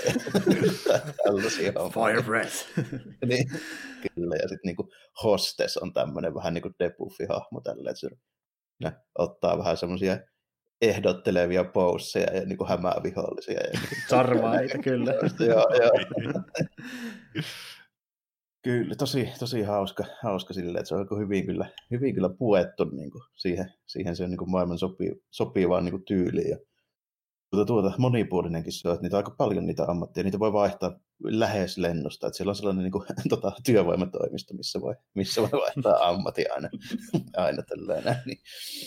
Fire breath. Niin, kyllä, ja sitten niinku Hostess on tämmöinen vähän niin kuin debuffi-hahmo tälle, että se ne ottaa vähän semmoisia ehdottelevia pousseja ja niin kuin hämää vihollisia. Ja Sarvaita, kyllä. joo, joo. Kyllä, tosi, tosi hauska, hauska silleen, että se on hyvin kyllä, hyvin kyllä puettu niin kuin siihen, siihen se on niin kuin maailman sopii, sopivaan niin kuin tyyliin. Ja tuota, tuota, monipuolinenkin se on, että niitä on aika paljon niitä ammatteja, niitä voi vaihtaa lähes lennosta, että siellä on sellainen niin kuin, tota, työvoimatoimisto, missä voi, missä voi vaihtaa ammatin aina, aina tällainen. Niin,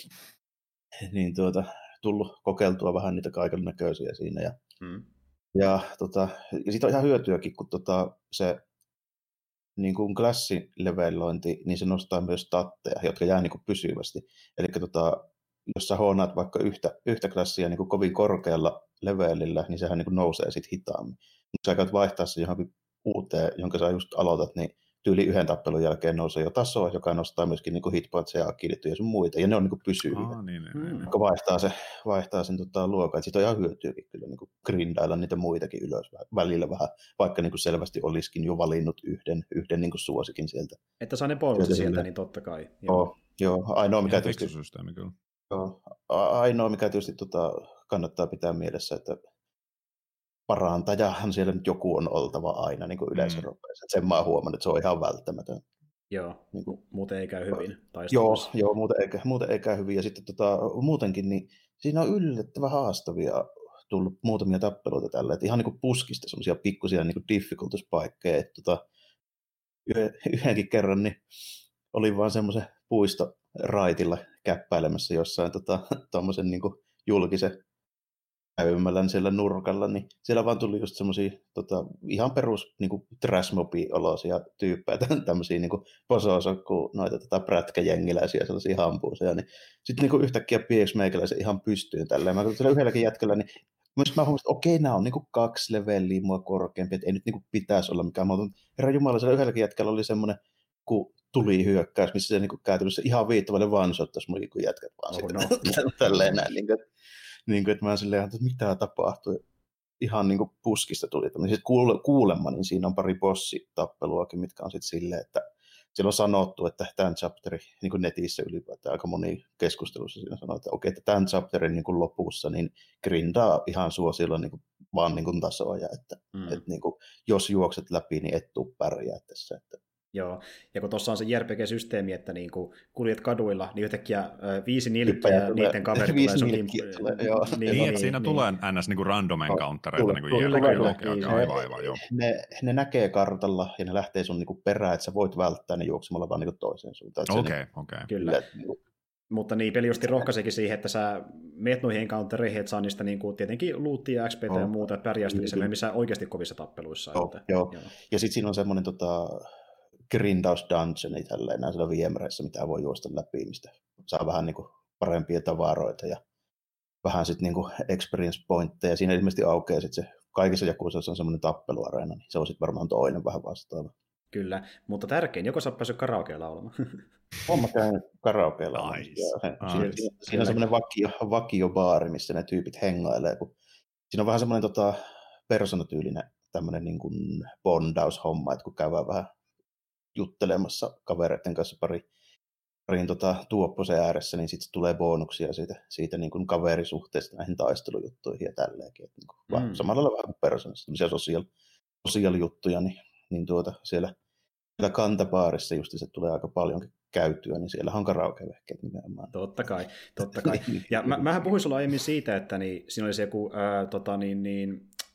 niin tuota, tullut kokeiltua vähän niitä kaiken näköisiä siinä. Ja, hmm. ja, tota, ja siitä on ihan hyötyäkin, kun tota, se niin kuin klassilevelointi, niin se nostaa myös statteja, jotka jää niin kuin pysyvästi. Eli tota, jos sä hoonaat vaikka yhtä, yhtä klassia niin kuin kovin korkealla levelillä, niin sehän niin kuin nousee sitten hitaammin. Mutta sä käyt vaihtaa se johonkin uuteen, jonka sä just aloitat, niin tyyli yhden tappelun jälkeen nousee jo tasoa, joka nostaa myöskin niin hitpointseja, agilityjä ja sun muita, ja ne on niin kuin pysyviä. Ah, niin, niin, niin. Vaihtaa, se, vaihtaa sen tota, luokan, että siitä on ihan hyötyäkin kyllä niin kuin grindailla niitä muitakin ylös välillä vähän, vaikka niin kuin selvästi olisikin jo valinnut yhden, yhden niin kuin suosikin sieltä. Että saa ne bonukset sieltä, niin totta kai. Joo, joo, joo ainoa mikä tietysti, kyllä. Joo, ainoa mikä tietysti tota, kannattaa pitää mielessä, että parantajahan siellä nyt joku on oltava aina niin kuin yleisöropeissa. Mm. Sen mä oon huomannut, että se on ihan välttämätön. Joo, niin kuin, muuten ei käy hyvin. Joo, joo muuten, ei, muuten ei käy hyvin. Ja sitten tota, muutenkin, niin siinä on yllättävän haastavia tullut muutamia tappeluita tällä. Että ihan niin kuin puskista semmoisia pikkusia niin kuin difficulties-paikkeja. Että tota, yhdenkin kerran niin oli vaan semmoisen puistoraitilla käppäilemässä jossain tuommoisen tota, niin kuin julkisen käymällä siellä nurkalla, niin siellä vaan tuli just semmoisia tota, ihan perus niin trash-mobi-oloisia tyyppejä, tämmöisiä niin pososokku, noita tota, prätkäjengiläisiä, sellaisia hampuuseja, niin sitten niin yhtäkkiä pieks meikäläisen ihan pystyyn tälleen. Mä kun siellä yhdelläkin jätkällä, niin myös mä huomasin, että okei, nämä on niin kaksi leveliä mua korkeampi, että ei nyt niin pitäisi olla mikään muuta. Herra Jumala, siellä yhdelläkin jätkällä oli semmoinen, kun tuli hyökkäys, missä se niin käytännössä ihan viittavalle vansoittaisi mun kun jätkät vaan oh, sitten no. tälleen näin. Niin kuin, niin kuin, että mä silleen, että mitä tapahtui. Ihan niin kuin puskista tuli. Sitten kuulemma, niin siinä on pari bossitappeluakin, mitkä on sitten silleen, että siellä on sanottu, että tämän chapterin niin kuin netissä ylipäätään aika moni keskustelussa siinä sanoo, että okei, että tämän chapterin niin kuin lopussa niin grindaa ihan suosilla niin kuin, vaan niin kuin tasoja, että, mm. että niin kuin, jos juokset läpi, niin et tuu pärjää tässä. Että joo, ja kun tuossa on se J R P G-systeemi, että niin kun kuljet kaduilla, niin yhtäkkiä äh, viisi nilkkiä ja niiden kaveri tulee sun kimppuun. Niin, niin, niin, että siinä niin, tulee ns. Niin random encountereita. Niin J R P G, aivan, aivan, joo. Ne, ne näkee kartalla ja ne lähtee sun niin perään, että sä voit välttää ne juoksemalla vaan niin toiseen suuntaan. Okei, okay, okei. Okay. Kyllä. Niin, mutta niin, peli justi rohkaisekin siihen, että sä meet noihin encountereihin, että saa niistä niin kuin, tietenkin lootia, X P oh. ja muuta, että pärjää sitten missä oikeasti kovissa tappeluissa. Oh, että, joo. joo. Ja sitten siinä on semmoinen tota, grindaus dungeoni tälleen näissä viemäreissä, mitä voi juosta läpi, mistä saa vähän niin kuin parempia tavaroita ja vähän sitten niin kuin experience pointteja. Siinä ilmeisesti aukeaa sitten se, kaikissa Jakuzassa on semmoinen tappeluareena, niin se on sitten varmaan toinen vähän vastaava. Kyllä, mutta tärkein, joko sä oot päässyt karaokea laulamaan? Olen mä käynyt karaokea laulamaan. Nice. Siinä, nice. siinä, siinä on semmoinen vakio, vakiobaari, missä ne tyypit hengailee. Kun siinä on vähän semmoinen tota, persoonatyylinen tämmöinen niin kuin bondaushomma, että kun käydään vähän juttelemassa kavereiden kanssa pari, parin tota, tuopposen ääressä, niin sitten tulee bonuksia siitä, siitä niin kuin kaverisuhteesta näihin taistelujuttuihin ja tälleenkin. Niin kuin, mm. Samalla lailla vähän kuin persoonassa, tämmöisiä sosiaal, sosiaalijuttuja, niin, niin tuota, siellä, siellä kantabaarissa just se tulee aika paljonkin käytyä, niin siellä on karaokevehkeet nimenomaan. Totta kai, totta kai. Ja mä, mähän puhuin sulla aiemmin siitä, että niin, siinä oli se joku, ää, tota, niin, niin,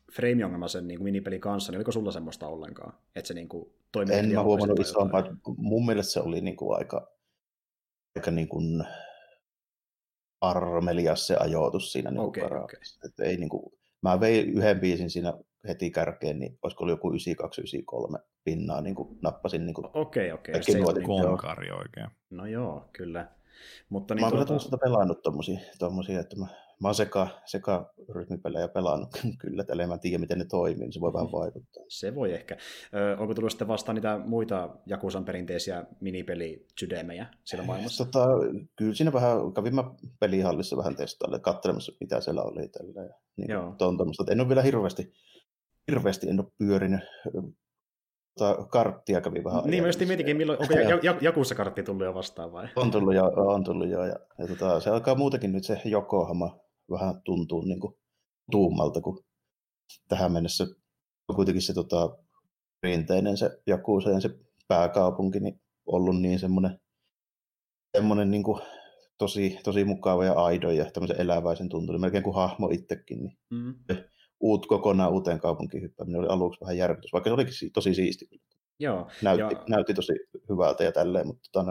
frame-ongelma sen niin kuin minipelin kanssa, niin oliko sulla semmoista ollenkaan? Että se niin kuin toimii en mä huomannut isompaa, että mun mielestä se oli niin kuin aika, aika niin kuin armelias se ajoitus siinä niin okay, okay. Että ei niin kuin, mä vein yhden biisin siinä heti kärkeen, niin olisiko ollut joku yhdeksänkymmentäkaksi yhdeksänkymmentäkolme pinnaa, niin kuin nappasin niin kuin okei, okei. Se on konkari oikein. No joo, kyllä. Mutta niin mä oon tuota... kyllä tuosta pelannut tommosia, tommosia että mä, mä oon seka, seka rytmipelejä pelannut kyllä, tällä mä en tiedä miten ne toimii, niin se voi vähän vaikuttaa. Se voi ehkä. Ö, onko tullut sitten vastaan niitä muita Jakusan perinteisiä minipeli-sydämejä siellä maailmassa? Tota, kyllä siinä vähän, kävin mä pelihallissa vähän testailla, katselemassa mitä siellä oli tällä. Ja, niin, ton, tommoista, en ole vielä hirveästi, hirveästi en ole pyörinyt. Tota, karttia kävi vähän niin, mä just mietinkin, milloin, onko Jakussa kartti tullut jo vastaan vai? On tullut jo, on tullut jo. Ja, ja tota, se alkaa muutenkin nyt se Yokohama vähän tuntuu niin kuin tuummalta, kun tähän mennessä on kuitenkin se tota, perinteinen se Yakuza ja se pääkaupunki niin ollut niin semmoinen, semmoinen niin kuin tosi, tosi mukava ja aido ja tämmöisen eläväisen tuntunut, melkein kuin hahmo itsekin. Niin mm. Uut, kokonaan uuteen kaupunkiin hyppääminen oli aluksi vähän järkytys, vaikka se olikin tosi siisti. Joo, näytti, ja... näytti tosi hyvältä ja tälleen, mutta tota,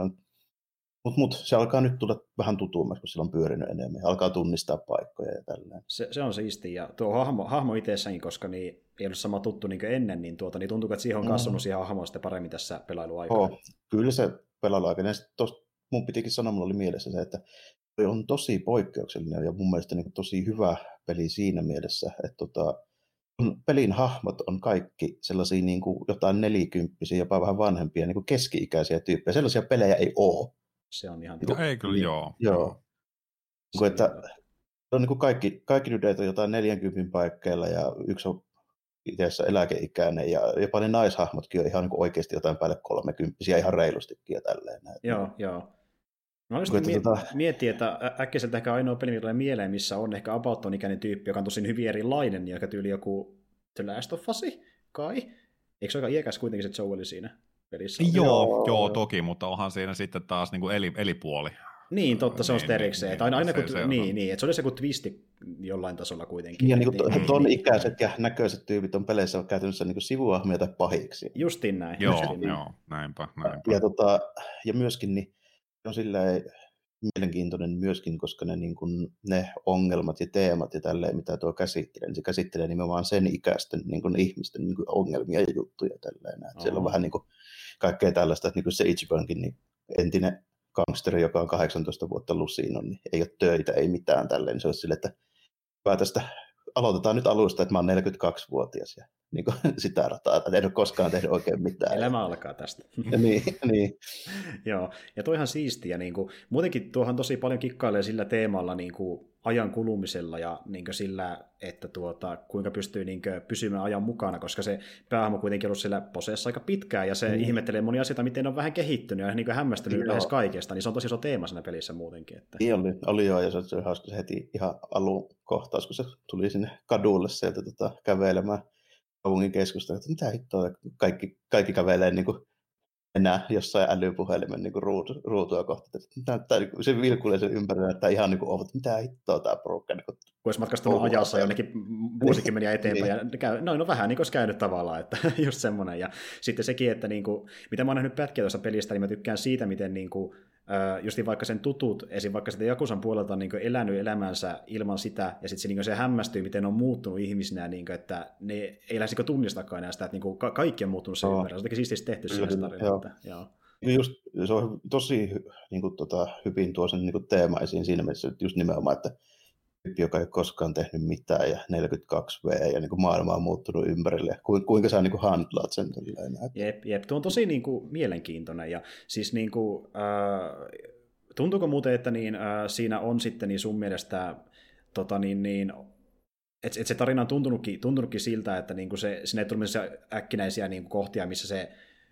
mut, mut, se alkaa nyt tulla vähän tutummaksi, kun sillä on pyörinyt enemmän. Alkaa tunnistaa paikkoja ja tälleen. Se, se on siistiä. Ja tuo hahmo, hahmo itsessäkin, koska niin, ei ole sama tuttu niin kuin ennen, niin, tuota, niin tuntuu, että siihen on kasvanut mm. siihen hahmoon sitten paremmin tässä pelailuaikana. Oh, kyllä se pelailuaikana. Mun pitikin sanoa, mulla oli mielessä se, että on tosi poikkeuksellinen ja mun mielestä niin tosi hyvä peli siinä mielessä, että tota, pelin hahmot on kaikki sellaisia niin kuin jotain nelikymppisiä, jopa vähän vanhempia, niin kuin keski-ikäisiä tyyppejä. Sellaisia pelejä ei ole. Se on ihan totta. Ei kyllä, niin, joo. joo. Niin kuin, että on niin kuin kaikki, kaikki nydeet on jotain neljänkympin paikkeilla ja yksi on itse eläkeikäinen ja jopa ne naishahmotkin on ihan niin kuin oikeasti jotain päälle kolmekymppisiä ihan reilustikin ja tälleen. Joo, joo. Mä olisin mie- tota... miettiä, että äkkiseltä ehkä ainoa peli, mitä tulee mieleen, missä on ehkä about ton ikäinen tyyppi, joka on tosi hyvin erilainen, niin joka tyyli joku The Last of Us, kai? Eikö se aika iäkäs kuitenkin se Joel siinä pelissä? Joo, joo, joo, toki, mutta onhan siinä sitten taas niin kuin eli, elipuoli. Niin, totta, se on sitten erikseen. Niin, aina, aina se, kun, se niin, niin, että se olisi joku twisti jollain tasolla kuitenkin. Ja niin kuin niin, ton niin, ikäiset ja näköiset tyypit on peleissä käytännössä niin kuin sivuahmia tai pahiksi. Justiin näin. Joo, justiin joo, näin. näinpä, näinpä. Ja, tota, ja myöskin niin on silleen mielenkiintoinen myöskin, koska ne, niin kuin, ne ongelmat ja teemat ja tälleen, mitä tuo käsittelee, niin se käsittelee nimenomaan sen ikäisten niin kuin, ihmisten niin kuin, ongelmia ja juttuja. Tälleen. Siellä on vähän niin kuin, kaikkea tällaista, että niin kuin se Ichibankin niin entinen gangsteri, joka on kahdeksantoista vuotta lusiin on, niin ei ole töitä, ei mitään tälleen. Se olisi silleen, että tästä aloitetaan nyt alusta, että mä oon neljäkymmentäkaksivuotias ja niin kuin, sitä rataa, että en ole koskaan tehnyt oikein mitään. Elämä alkaa tästä. niin, niin. Joo, ja toi ihan siistiä. Niin kuin, muutenkin tuohan tosi paljon kikkailee sillä teemalla niin kuin ajan kulumisella ja niin kuin sillä, että tuota, kuinka pystyy niin kuin, pysymään ajan mukana, koska se päähahmo kuitenkin ollut siellä poseessa aika pitkään ja se mm. ihmettelee monia asioita, miten on vähän kehittynyt ja niin kuin hämmästynyt joo. lähes kaikesta, niin se on tosi iso teema siinä pelissä muutenkin. Että... Niin oli, oli joo, ja se oli hauska se heti ihan alun kohtaus, kun se tuli sinne kadulle sieltä tota, kävelemään kaupungin keskustaan, että mitä hittoa, kaikki, kaikki kävelee niin kuin enää jossain älypuhelimen niin kuin ruutu, ruutua kohti. Näyttää, niin kuin, se vilkuilee sen ympärillä, että ihan niin kuin, mitä hittoa tämä porukka. Niin kuin, kun olisi matkastanut ajassa jonnekin vuosikymmeniä eteenpäin, niin. ja käy, no, no vähän niin kuin olisi käynyt tavallaan, että just semmoinen. Ja sitten sekin, että niin kuin, mitä mä oon nähnyt pätkiä tuossa pelistä, niin mä tykkään siitä, miten niin kuin, justiin vaikka sen tutut, esim. Vaikka sitten Jakusan puolelta on niin kuin elänyt elämänsä ilman sitä, ja sitten se, niin se hämmästyy, miten on muuttunut ihmisinä, niin kuin, että ne ei lähes niin tunnistakaan enää sitä, että niin kuin kaikki on muuttunut sen ympärillä. Se on jotenkin siististi tehty siinä tarinalla. Just, se on tosi niin kuin, tota, hyvin tuo sen niin kuin teema esiin siinä mielessä, että just nimenomaan, että tyyppi, joka ei ole koskaan tehnyt mitään, ja neljäkymmentäkaksi vuotta, ja niin kuin maailma on muuttunut ympärille, ja kuinka sä niin kuin handlaat sen. Jep, jep, tuo on tosi niin kuin, mielenkiintoinen, ja siis niin kuin, äh, tuntuuko muuten, että niin, äh, siinä on sitten niin sun mielestä, tota, niin, niin, että et se tarina on tuntunutkin, tuntunutkin siltä, että niin kuin se, sinne ei tule äkkinäisiä niin kuin kohtia, missä se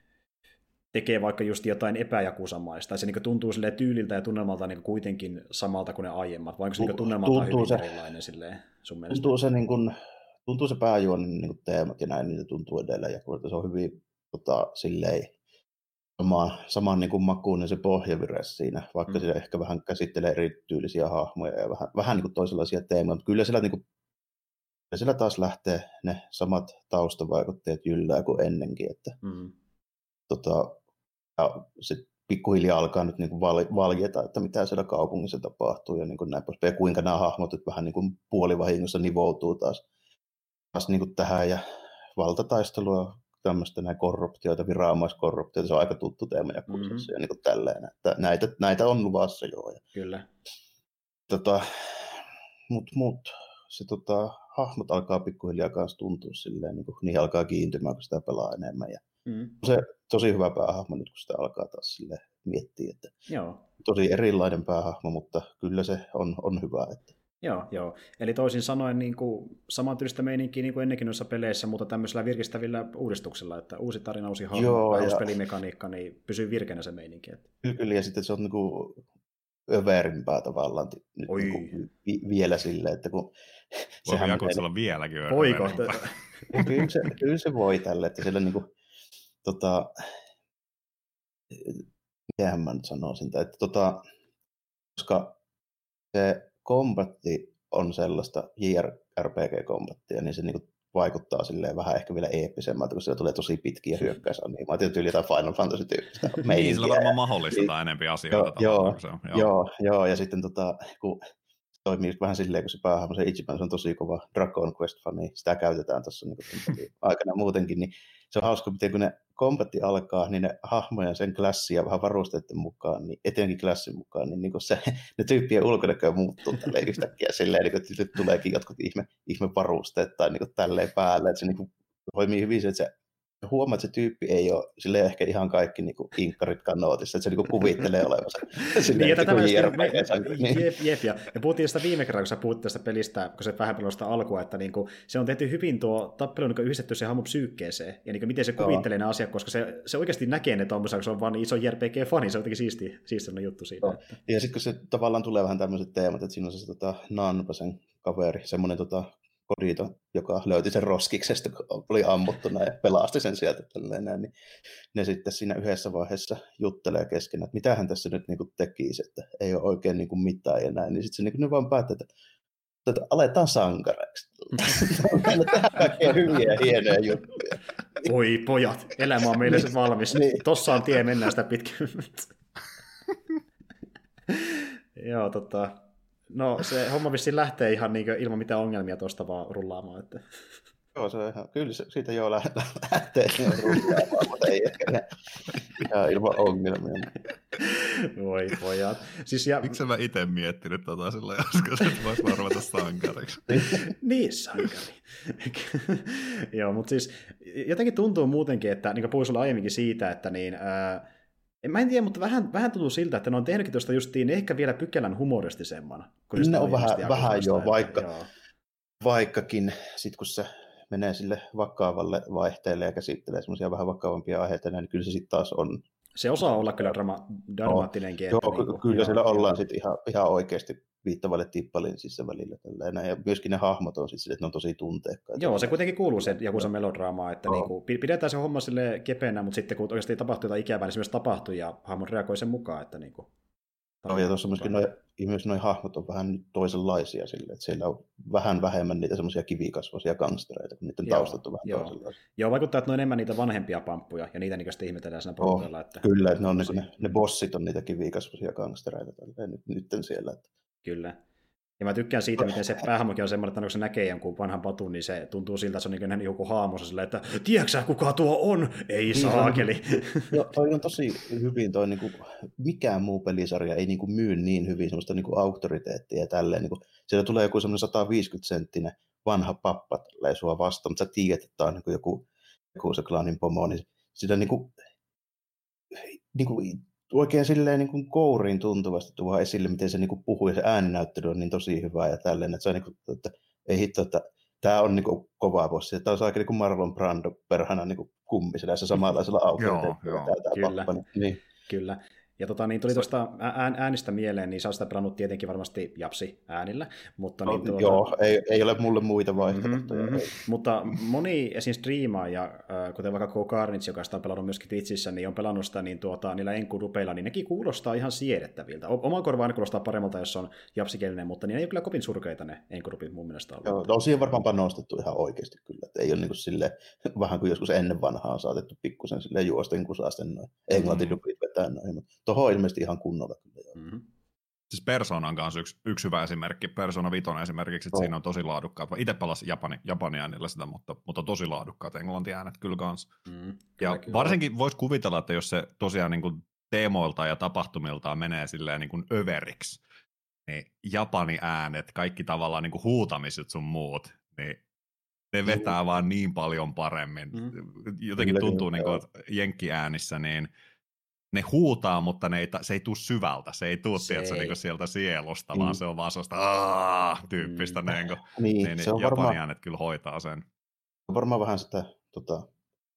tekee vaikka just jotain epäjakusamaista, tai se niin tuntuu tyyliltä ja tunnelmalta niin kuitenkin samalta kuin ne aiemmat, vai onko se niin tunnelmalta hyvin se, erilainen silleen, sun mielestä? Tuntuu se, niin kuin, tuntuu se pääjuonen niin teemat ja näin, niitä tuntuu edelleen, ja kun se on hyvin tota, silleen, sama, saman niin kuin makuinen se pohjavire siinä, vaikka mm. se ehkä vähän käsittelee erityylisiä hahmoja ja vähän, vähän niin kuin toisenlaisia teemoja, mutta kyllä siellä niin kuin, ja sillä taas lähtee ne samat taustavaikutteet jyllää kuin ennenkin, että mm. tota, ja sit pikkuhiljaa alkaa nyt niinku val, valjeta, että mitä siellä kaupungissa tapahtuu ja niinku näin poispäin, ja kuinka nämä hahmot nyt vähän niinku puolivahingossa nivoutuu taas, taas niinku tähän, ja valtataistelua, tämmöistä näin korruptioita, viranomaiskorruptioita, se on aika tuttu teema ja Mm-hmm. ja niinku tälleen, että näitä, näitä on luvassa joo. Ja, Kyllä. tota, mut, mut se tota, hahmot alkaa pikkuhiljaa kanssa tuntua silleen, niin kuin niihin alkaa kiintymään, kun sitä pelaa enemmän. Ja mm. se tosi hyvä päähahmo nyt, kun sitä alkaa taas silleen miettiä, että Joo. tosi erilainen päähahmo, mutta kyllä se on, on hyvä. Että... Joo, joo. Eli toisin sanoen niin kuin samantyylistä meininkiä niin kuin ennenkin noissa peleissä, mutta tämmöisellä virkistävillä uudistuksilla, että uusi tarina, uusi hahmo, uusi pelimekaniikka, niin pysyy virkeänä se meininki. Että... Kyllä, ja sitten se on niin kuin överimpää tavallaan nyt niin kuin vi- vielä silleen, että kun... Voi Jakutsalla vieläkin Voiko? kyllä, se, kyllä se voi tälle, että siellä niin kuin, tota, mitähän mä nyt sanoisin, että tota, koska se kombatti on sellaista J R P G-kombattia, niin se niin kuin vaikuttaa silleen vähän ehkä vielä eeppisemmältä, kun siellä tulee tosi pitkiä hyökkäysanimaatioita, tyyli jotain Final Fantasy-tyyppistä meininkiä. Niin, sillä varmaan mahdollistetaan enemmän asioita. Joo, joo, joo. joo, joo, ja sitten tota, kun toimii just vähän silleen, kun se päähahmo, se Ichiban, se on tosi kova Dragon Quest-fani, sitä käytetään tuossa niin aikana muutenkin, niin se on hauska, miten kun ne kombatti alkaa, niin ne hahmojen sen klassia vähän varusteiden mukaan, niin etenkin klassin mukaan, niin, niin se, ne tyyppien ulkonäkö muuttuu tälleen yhtäkkiä silleen, niin kun nyt tuleekin jotkut ihme, ihme varusteet tai niin tälleen päälle, että se niin toimii hyvin se, että se huomaa, että se tyyppi ei ole silleen ehkä ihan kaikki niin kuin inkkarit kanootissa, että se niin kuin kuvittelee olevansa. Niin, ja tämmöistä, jep, jep, ja, ja puhuttiin sitä viime kerralla, kun sä puhut tästä pelistä, kun se vähän pelaa sitä alkua, että niin kuin, se on tehty hyvin tuo tappelu niin yhdistetty se hahmon psyykkeeseen, ja niin kuin, miten se kuvittelee ne asiat, koska se, se oikeasti näkee ne tuommoisia, kun se on vaan niin iso J R P G-fani, se on jotenkin siisti, siisti juttu siinä. Että... Ja sitten kun se tavallaan tulee vähän tämmöiset teemat, että siinä on se tota, Nanpasen kaveri, semmoinen tota, Kodito, joka löyti sen roskiksesta, kun oli ammuttuna ja pelasti sen sieltä. Tällainen, niin ne sitten siinä yhdessä vaiheessa juttelee keskenään, että mitähän tässä nyt niin kuin tekisi, että ei ole oikein niin kuin mitään ja näin. Niin sitten se niin kuin, ne vaan päättää, että, että aletaan sankareiksi. Tehdään kaikkea hyviä ja hienoja juttuja. Voi pojat, elämä on meille se valmis. Niin. Tossa on tie, mennään sitä pitkin. Joo, tota... No se homma vissiin lähtee ihan niin ilman mitään ongelmia tuosta vaan rullaamaan. Että... Joo, se on ihan, kyllä se, siitä jo lähtee rullaamaan, mutta ei ehkä ihan ilman ongelmia. Voi pojat. Siis ja... Miksi mä itse miettinyt tota sillä joskus, että vois vaan ruveta sankariksi? Niin, sankari. Joo, mutta siis jotenkin tuntuu muutenkin, että niin kuin puhuin sulle aiemminkin siitä, että niin... Ää, Mä en tiedä, mutta vähän, vähän tuntuu siltä, että ne on tehnytkin tuosta justiin ehkä vielä pykälän humoristisemman. Ne on vähän, vähän jo, vaikka, joo. vaikkakin sit kun se menee sille vakavalle vaihteelle ja käsittelee semmoisia vähän vakavampia aiheita, niin kyllä se sitten taas on. Se osaa olla kyllä drama, dramaattinenkin. Joo, että joo niin kyllä joo, siellä joo. ollaan sitten ihan, ihan oikeasti viittavalle tippalinsissä välillä. Tällainen. Ja myöskin ne hahmot on sitten, että ne on tosi tunteekkaita. Joo, se kuitenkin kuuluu se joku se melodraama, että oh. niinku, pidetään se homma sille kepeänä, mutta sitten kun oikeasti tapahtuu jotain ikävää, niin se myös tapahtuu ja hahmot reagoi sen mukaan. Että niinku, joo, ja tuossa myöskin noi, myös noi hahmot on vähän toisenlaisia sille, että siellä on vähän vähemmän niitä semmoisia kivikasvoisia gangstereita, kun niiden joo, taustat on vähän joo. toisenlaisia. Joo, vaikuttaa, että ne on enemmän niitä vanhempia pamppuja, ja niitä niin sitten ihmetellään siinä porukalla. Oh, että... kyllä, että ne, on, ne, ne bossit on niitä kivikasvoisia gangstereita nyt, nyt siellä. Että... Kyllä. Ja mä tykkään siitä, miten se päähahmokin on semmoinen, että kun se näkee jonkun vanhan patun, niin se tuntuu siltä, että se on niin nähnyt joku haamossa silleen, että tiedätkö kuka tuo on? Ei niin, saakeli. Joo, toi on tosi hyvin, toi niin kuin, mikään muu pelisarja ei niin kuin myy niin hyvin semmoista niin kuin auktoriteettia ja tälleen. Niin kuin, siellä tulee joku semmoinen sata viisikymmentä senttinen vanha pappa tulee sua vastaan, mutta sä tiedät, että tämä on niin kuin joku, joku se klaanin pomo, niin sitä niin kuin, niin kuin oikein silleen niin kuin kouriin tuntuvasti tuo esille, miten se niin kuin puhuu, ja se ääninäyttely on niin tosi hyvä ja tälleen, että se on niin kuin, että ei hitto, että tämä on niin kuin kova bossi. Tämä on aika niin kuin Marlon Brando perhana niin kuin kummisella, se samanlaisella aukeudella. Joo, joo, kyllä. Pappa, niin. Kyllä. Ja tota, niin tuli tuosta äänistä mieleen, niin sä oot sitä pelannut tietenkin varmasti japsi äänillä. Mutta no, niin tuota... Joo, ei, ei ole mulle muita vaihtoehtoja. Mm-hmm, mm-hmm. Mutta moni esim. Striimaaja, kuten vaikka Go Carnage, joka sitä on pelannut myöskin Twitchissä, niin on pelannut sitä niin tuota, niillä enkurupeilla, niin nekin kuulostaa ihan siedettäviltä. Oma korva aina kuulostaa paremmalta, jos on japsikielinen, mutta niin ei ole kyllä kovin surkeita ne enkurupit mun mielestä ollut. Joo, on siihen varmaan panostettu ihan oikeasti kyllä. Että ei ole niin kuin silleen, vähän kuin joskus ennen vanhaa saatettu pikkusen silleen juosten kusasten noin englantilupit vetää noin, mutta tuohon on ilmeisesti ihan kunnolla kyllä. Mm-hmm. Siis Persona on kanssa yksi, yksi hyvä esimerkki. Persona viisi esimerkiksi, että oh. siinä on tosi laadukkaat. Itse pelasin Japani, Japani äänillä sitä, mutta, mutta tosi laadukkaat englantiäänet kyllä kanssa. Mm, ja kyllä, varsinkin voisi kuvitella, että jos se tosiaan niin kuin teemoiltaan ja tapahtumiltaan menee silleen niin kuin överiksi, niin Japani äänet, kaikki tavallaan niin kuin huutamiset sun muut, niin ne vetää mm. vaan niin paljon paremmin. Mm. Jotenkin kyllä, tuntuu, niin kuin, että jenkkiäänissä niin ne huutaa, mutta ne ei, se ei tule syvältä. Se ei tule se tiedätkö, ei. Niin sieltä sielusta, mm. vaan se on vaan sellaista tyyppistä. Mm. Niin, niin, niin, se on Japani varmaan, äänet kyllä hoitaa sen. On varmaan vähän sitä tota,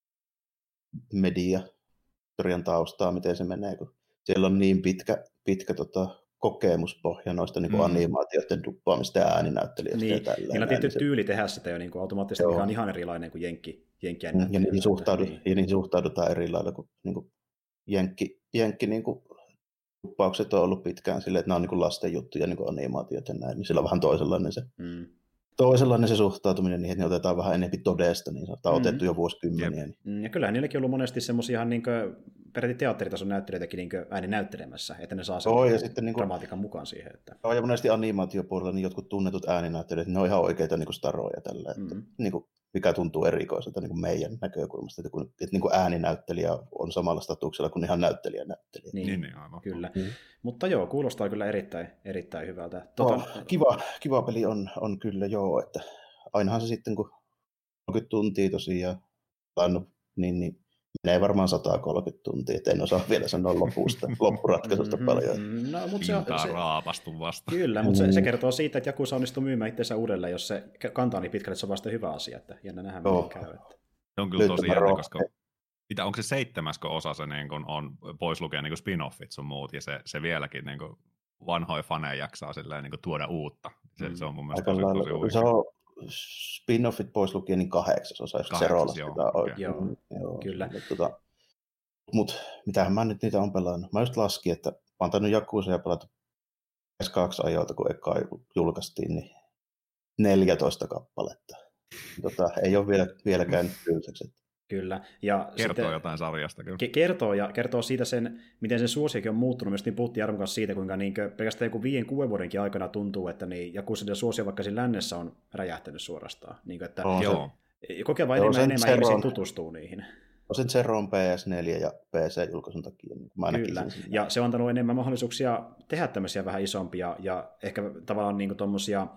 media-historian taustaa, miten se menee, kun siellä on niin pitkä, pitkä tota, kokemuspohja noista niin kuin mm. animaatioiden duppaamista ja ääninäyttelijöistä. Niin, ja tällä, niillä on tietty se tyyli tehdä sitä jo niin kuin automaattisesti, mikä on ihan erilainen kuin jenkki, jenkkiään. Mm, ja niihin, suhtaudut, niin. ja niihin suhtaudutaan eri lailla kuin, niin kuin jenkki, jenkki niin kuin duppaukset on ollut pitkään silleen, että nämä on niin kuin lasten juttuja, niin kuin animaatiot ja näin, niin sillä on vähän toisenlainen se, mm. toisenlainen se suhtautuminen niihin, että ne otetaan vähän enemmän todesta, niin se on mm. otettu jo vuosikymmeniä. Yep. Niin. Ja kyllähän niilläkin on ollut monesti semmoisia niin periaatteessa teatteritason näyttelijöitäkin niin ääni näyttelemässä, että ne saa sen oh, niin niin kuin, dramatiikan mukaan siihen. Että... Oh, ja monesti animaatiopuolella niin jotkut tunnetut ääninäyttelijät, ne on ihan oikeita niin kuin staroja tällä, että, mm. niin kuin, mikä tuntuu erikoiselta niin kuin meidän näkökulmasta, että, kun, että niin kuin ääninäyttelijä on samalla statuksella kuin ihan näyttelijä näyttelijä. Niin, niin, niin aivan. Kyllä. Mm. Mutta joo, kuulostaa kyllä erittäin, erittäin hyvältä. Tuota... Oh, kiva, kiva peli on, on kyllä joo, että ainahan se sitten kun kolmekymmentä tuntia tosiaan laannut, niin, niin menee varmaan sata kolmekymmentä tuntia, että en osaa vielä sanoa lopusta, loppuratkaisusta paljon. No, mutta se, se, raapastu vasta. Kyllä, mutta se, se kertoo siitä, että Jakusa onnistuu myymään itseensä uudelleen, jos se kantaa niin pitkälle, että se on vasta hyvä asia, että jännä nähdä, miten oh. käy. Että... Se on kyllä tosi jännä, koska mitä, onko se seitsemäskö osa se niin kun on pois lukea niin spin-offit sun muut, ja se, se vieläkin niin kun vanhoja faneja jaksaa silleen, niin kun tuoda uutta. Se, mm. se on mun mielestä tosi, tosi oikein. Spin-offit pois lukien niin kahdeksas osa, jos Zerolasta joo, okay. joo, joo, kyllä. Tota, mutta mitähän mä nyt niitä on pelannut. Mä just laskin, että mä oon tainnut Jakusa ja pelata P S kaksi ajoilta, kun eka julkaistiin, niin neljätoista kappaletta. Tota, ei ole vielä, vieläkään tylsäksi. Kyllä. Ja kertoo sitten, jotain sarjasta. Kyllä. Kertoo, ja kertoo siitä sen, miten sen suosiokin on muuttunut. Myös niin puhuttiin Jarmon kanssa siitä, kuinka niin pelkästään joku viiden, kuuden vuodenkin aikana tuntuu, että niin Jakusan suosio vaikka siinä lännessä on räjähtänyt suorastaan. Niin kuin, että oh, joo. Kokeva enemmän, enemmän ihmisiä tutustuu niihin. On sen Zeron P S neljä ja P C-julkaisun takia. Niin mä Kyllä, ja se on antanut enemmän mahdollisuuksia tehdä tämmöisiä vähän isompia ja ehkä tavallaan niin tuommoisia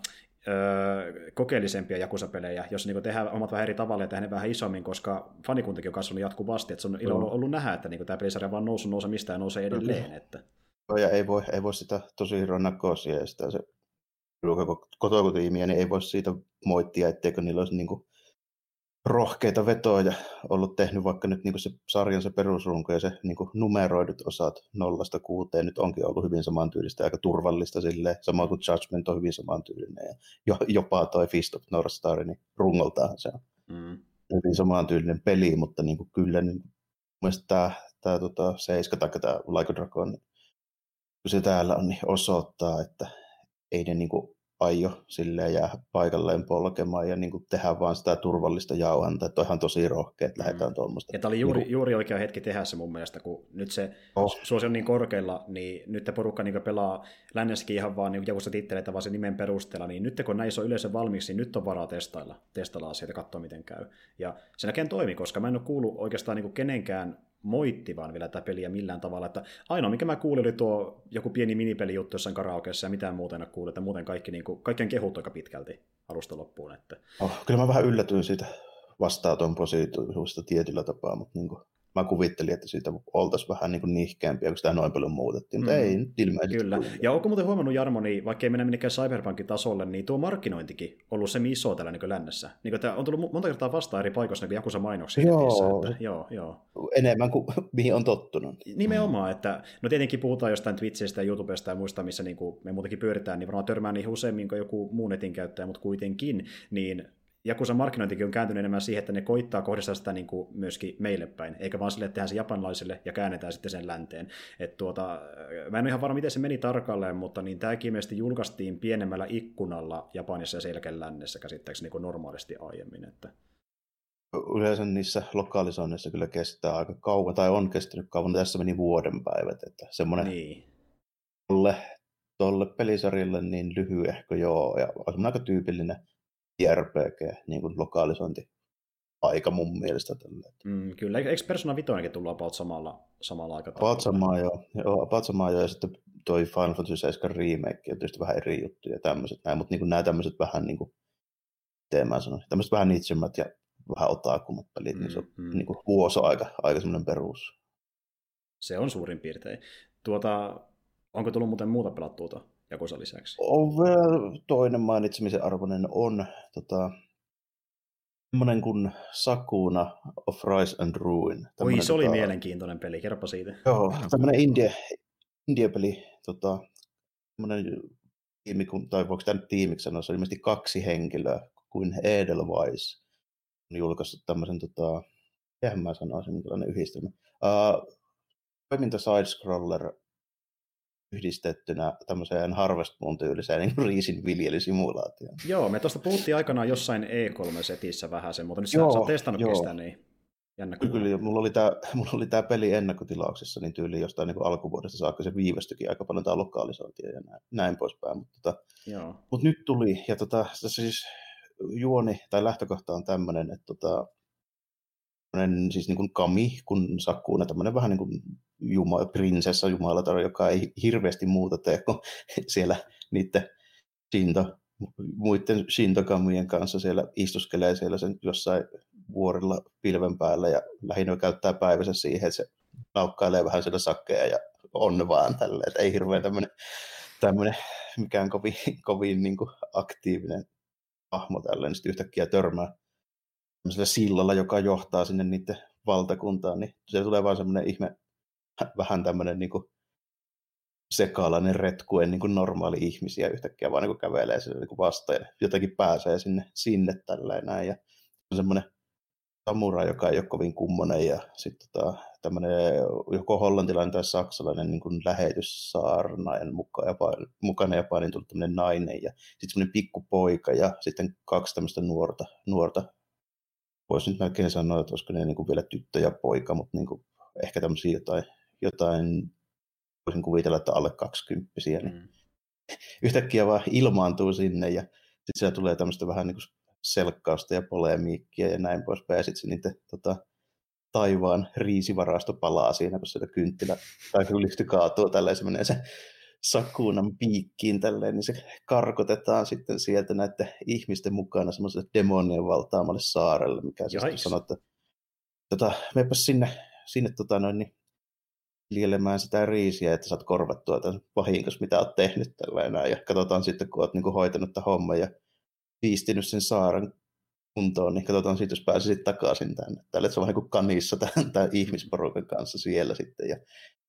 Öö, kokeellisempia Jakusa-pelejä, jos niin tehdään omat vähän eri tavalla ja tehdään ne vähän isommin, koska fanikuntakin on kasvanut jatkuvasti, että se on ilo ollut, ollut nähdä, että niin tämä pelisarja vaan nousu nouse mistään ja nousee edelleen. Että... Ja ei voi, ei voi sitä tosi rannakkoosia ja sitä se kotokutiimiä, niin ei voi siitä moittia, etteikö niillä olisi niin kuin rohkeita vetoja ollut tehnyt, vaikka nyt niin kuin se sarjan se perusrunko ja se niin kuin numeroidut osat nollasta kuuteen nyt onkin ollut hyvin samantyylistä ja aika turvallista silleen, samoin kuin Judgment on hyvin samantyylinen ja jo, jopa toi Fist of North Star, niin rungoltaan se on mm. hyvin samantyylinen peli, mutta niin kuin kyllä niin, mielestäni tämä, tämä tota, Seiska tai tämä Like a Dragon, niin, kun se täällä on, niin osoittaa, että ei ne niin kuin aio silleen jää paikalleen polkemaan ja niin kuin tehdään vaan sitä turvallista jauhantaa, että on ihan tosi rohkea, että lähdetään tuommoista. Ja tämä oli juuri, juuri oikea hetki tehdä se mun mielestä, kun nyt se oh. suosio on niin korkealla, niin nyt porukka niin pelaa lännessäkin ihan vaan niin joku titteleitä vaan sen nimen perusteella, niin nyt kun näissä on yleisö valmiiksi, niin nyt on varaa testailla, testailla asioita ja katsoa miten käy. Ja se näkeen toimi, koska mä en ole kuullut oikeastaan niin kenenkään moittivan vielä tätä peliä millään tavalla, että ainoa mikä mä kuulin oli tuo joku pieni minipelijuttu jossain karaokeessa ja mitään muuta en ole kuullut, että muuten kaikki, niin kuin, kaikkien kehut aika pitkälti alusta loppuun. Että... Oh, kyllä mä vähän yllätyin siitä vastaaton positiivisuudesta tietyllä tapaa, mutta niin kuin... mä kuvittelin, että siitä oltaisiin vähän niin kuin nihkeämpiä, kun sitä noin paljon muutettiin, mutta Mm. ei nyt ilmeisesti. Kyllä. tullut. Ja onko muuten huomannut, Jarmo, niin vaikka ei mennä minnekään Cyberpunkin tasolle, niin tuo markkinointikin on ollut se iso tällä niin lännessä. Niin kuin, on tullut monta kertaa vastaan eri paikoissa niin Jakusa-mainoksia. Joo. Netissä, että, joo, joo. Enemmän kuin mihin on tottunut. Nimenomaan, että no tietenkin puhutaan jostain Twitchistä ja YouTubesta ja muista, missä niin kuin me muutenkin pyöritään, niin varmaan törmää niihin useammin kuin joku muu netin käyttäjä, mutta kuitenkin, niin Jakusan markkinointikin on kääntynyt enemmän siihen, että ne koittaa kohdistaa sitä niin kuin myöskin meille päin, eikä vaan sille, että tehdään se japanilaisille ja käännetään sitten sen länteen. Et tuota, mä en ole ihan varma, miten se meni tarkalleen, mutta niin tämäkin ilmeisesti julkaistiin pienemmällä ikkunalla Japanissa ja selkeän lännessä käsittääkseni niin kuin normaalisti aiemmin. Että... Yleensä niissä lokalisoinnissa kyllä kestää aika kauan, tai on kestänyt kauan, tässä meni vuoden päivät, että semmoinen Niin. tolle, tolle pelisarjalle niin lyhyehkö joo, ja on aika tyypillinen R P G, niin kuin lokalisointi aika mun mielestä tällä. Mm, kyllä, eikö Persona viisi tullut about samalla, samalla aikataululla? About samaa joo, joo, about samaa joo, ja sitten toi Final Fantasy seitsemän remake on tietysti vähän eri juttuja ja tämmöiset näin, mutta niin nämä tämmöiset vähän niin kuin, miten mä sanon, tämmöiset vähän niitsemmät ja vähän otakummat pelit, mm, niin se on mm. niin kuin vuosi aika, aika semmoinen perus. Se on suurin piirtein. Tuota, onko tullut muuten muuta pelattua tuota Jakusa lisäksi? On vielä toinen mainitsemisen arvoinen on tota, semmoinen kuin Sakuna of Rise and Ruin. Oi, se oli tota, mielenkiintoinen peli, kerropa siitä. Joo, tämmöinen India, India-peli, tota, semmoinen tiimi, tai voiko tämä nyt tiimiksi sanoa, se on ilmeisesti kaksi henkilöä, kuin Edelweiss on julkaissut tämmöisen, tota, eihän mä sanoisin, minkälainen yhdistelmä. Uh, toiminta side-scroller yhdistettynä tämmöiseen Harvest Moon tyyliseen niin riisin viljelysimulaatioon. Joo, me tuosta puhuttiin aikanaan jossain E kolme-setissä vähän sen, mutta nyt joo, sä oot testannutkin joo. sitä, niin jännä kuulla. Kyllä, mulla oli tämä, mulla oli tämä peli ennakkotilauksessa, niin tyyli jostain niin kuin alkuvuodesta saakka se viivästyikin aika paljon tämä lokalisointia ja näin, näin poispäin. Mutta, tota, mutta nyt tuli, ja tota, se siis juoni tai lähtökohta on tämmöinen, että tota, siis niin kuin Kami, kun Sakuna, tämmöinen vähän niin kuin juma, prinsessa jumalatar, joka ei hirveästi muuta tee kuin siellä niiden Shinto, muiden Shinto-kamien kanssa siellä istuskelee siellä sen jossain vuorilla pilven päällä ja lähinnä käyttää päivänsä siihen, että se naukkailee vähän siellä sakkeja ja on vaan tälleen, että ei hirveän tämmöinen, tämmöinen mikään kovin, kovin niin kuin aktiivinen hahmo tälleen, niin sitten yhtäkkiä törmää tämmöisellä sillalla, joka johtaa sinne niiden valtakuntaan, niin se tulee vaan semmoinen ihme, vähän tämmöinen niin kuin sekalainen retkuen niin kuin normaali ihmisiä yhtäkkiä vaan niin kuin kävelee sille niin kuin vastaan ja jotenkin pääsee sinne, sinne tälleen näin. Ja on semmoinen samurai, joka ei ole kovin kummonen ja sitten tota, tämmöinen joko hollantilainen tai saksalainen niin kuin lähetyssaarnaen mukaan, mukana Japanin tullut tämmöinen nainen ja sitten semmoinen pikkupoika ja sitten kaksi tämmöistä nuorta, nuorta voisi nyt melkein sanoa, että olisiko ne niin kuin vielä tyttö ja poika, mutta niin kuin ehkä tämmöisiä jotain, jotain voisin kuvitella, että alle kaksikymppisiä, niin mm. yhtäkkiä vaan ilmaantuu sinne ja sitten siellä tulee tämmöistä vähän niin kuin selkkausta ja polemiikkia ja näin poispäin ja sitten se niiden tota, taivaan riisivarasto palaa siinä, kun sieltä kynttilä tai lyhty kaatuu tälleen se menee se Sakunan piikkiin tälleen, niin se karkotetaan sitten sieltä näiden ihmisten mukana semmoiselle demonien valtaamalle saarelle, mikä sitten sanoo, että tota, meepä sinne, sinne tota noin, niin viljelemään sitä riisiä, että saat korvattua tämän vahinkossa, mitä olet tehnyt tällainen. Ja katsotaan sitten, kun olet niin kuin hoitanut tämän homman ja piistinyt sen saaren kuntoon, niin katsotaan sitten, jos pääsisit takaisin tänne. Tällä se on vähän kuin kanissa tämän, tämän ihmisporukan kanssa siellä sitten. Ja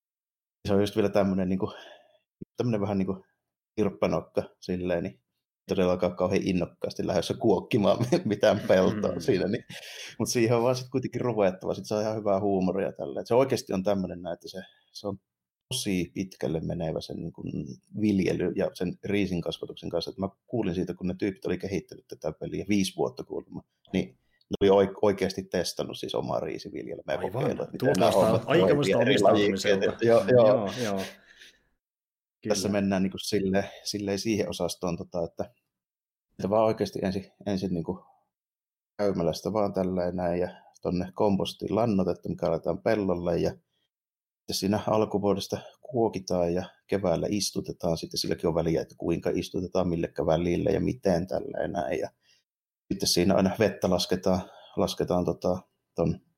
se on just vielä tämmöinen, niin kuin, tämmöinen vähän niin kuin irppanokka silleen, niin todellakaan kauhean innokkaasti lähdössä kuokkimaan mitään peltoa mm. siinä. Niin. Mutta siihen on vaan sitten kuitenkin ruvettava. Sitten se on ihan hyvää huumoria tällä. Se oikeasti on tämmöinen, että se, se on tosi pitkälle menevä sen niin kuin viljely ja sen riisin kasvatuksen kanssa. Että mä kuulin siitä, kun ne tyypit oli kehittänyt tätä peliä viisi vuotta kuulemma, niin ne oli oikeasti testannut siis omaa riisiviljelyä. Aivan, tuollaista aikamoista omistautumiselta. Joo, joo. joo, joo. Tässä mennään niin kuin silleen, silleen siihen osastoon, tota, että, että vaan oikeasti ensin, ensin niin kuin käymälästä vaan tälleen näin ja tuonne kompostiin lannotetta, mikä aletaan pellolle ja sitten siinä alkuvuodesta kuokitaan ja keväällä istutetaan. Sitten silläkin on väliä, että kuinka istutetaan, millekä välillä ja miten tälleen näin. Ja sitten siinä aina vettä lasketaan, lasketaan tota, ton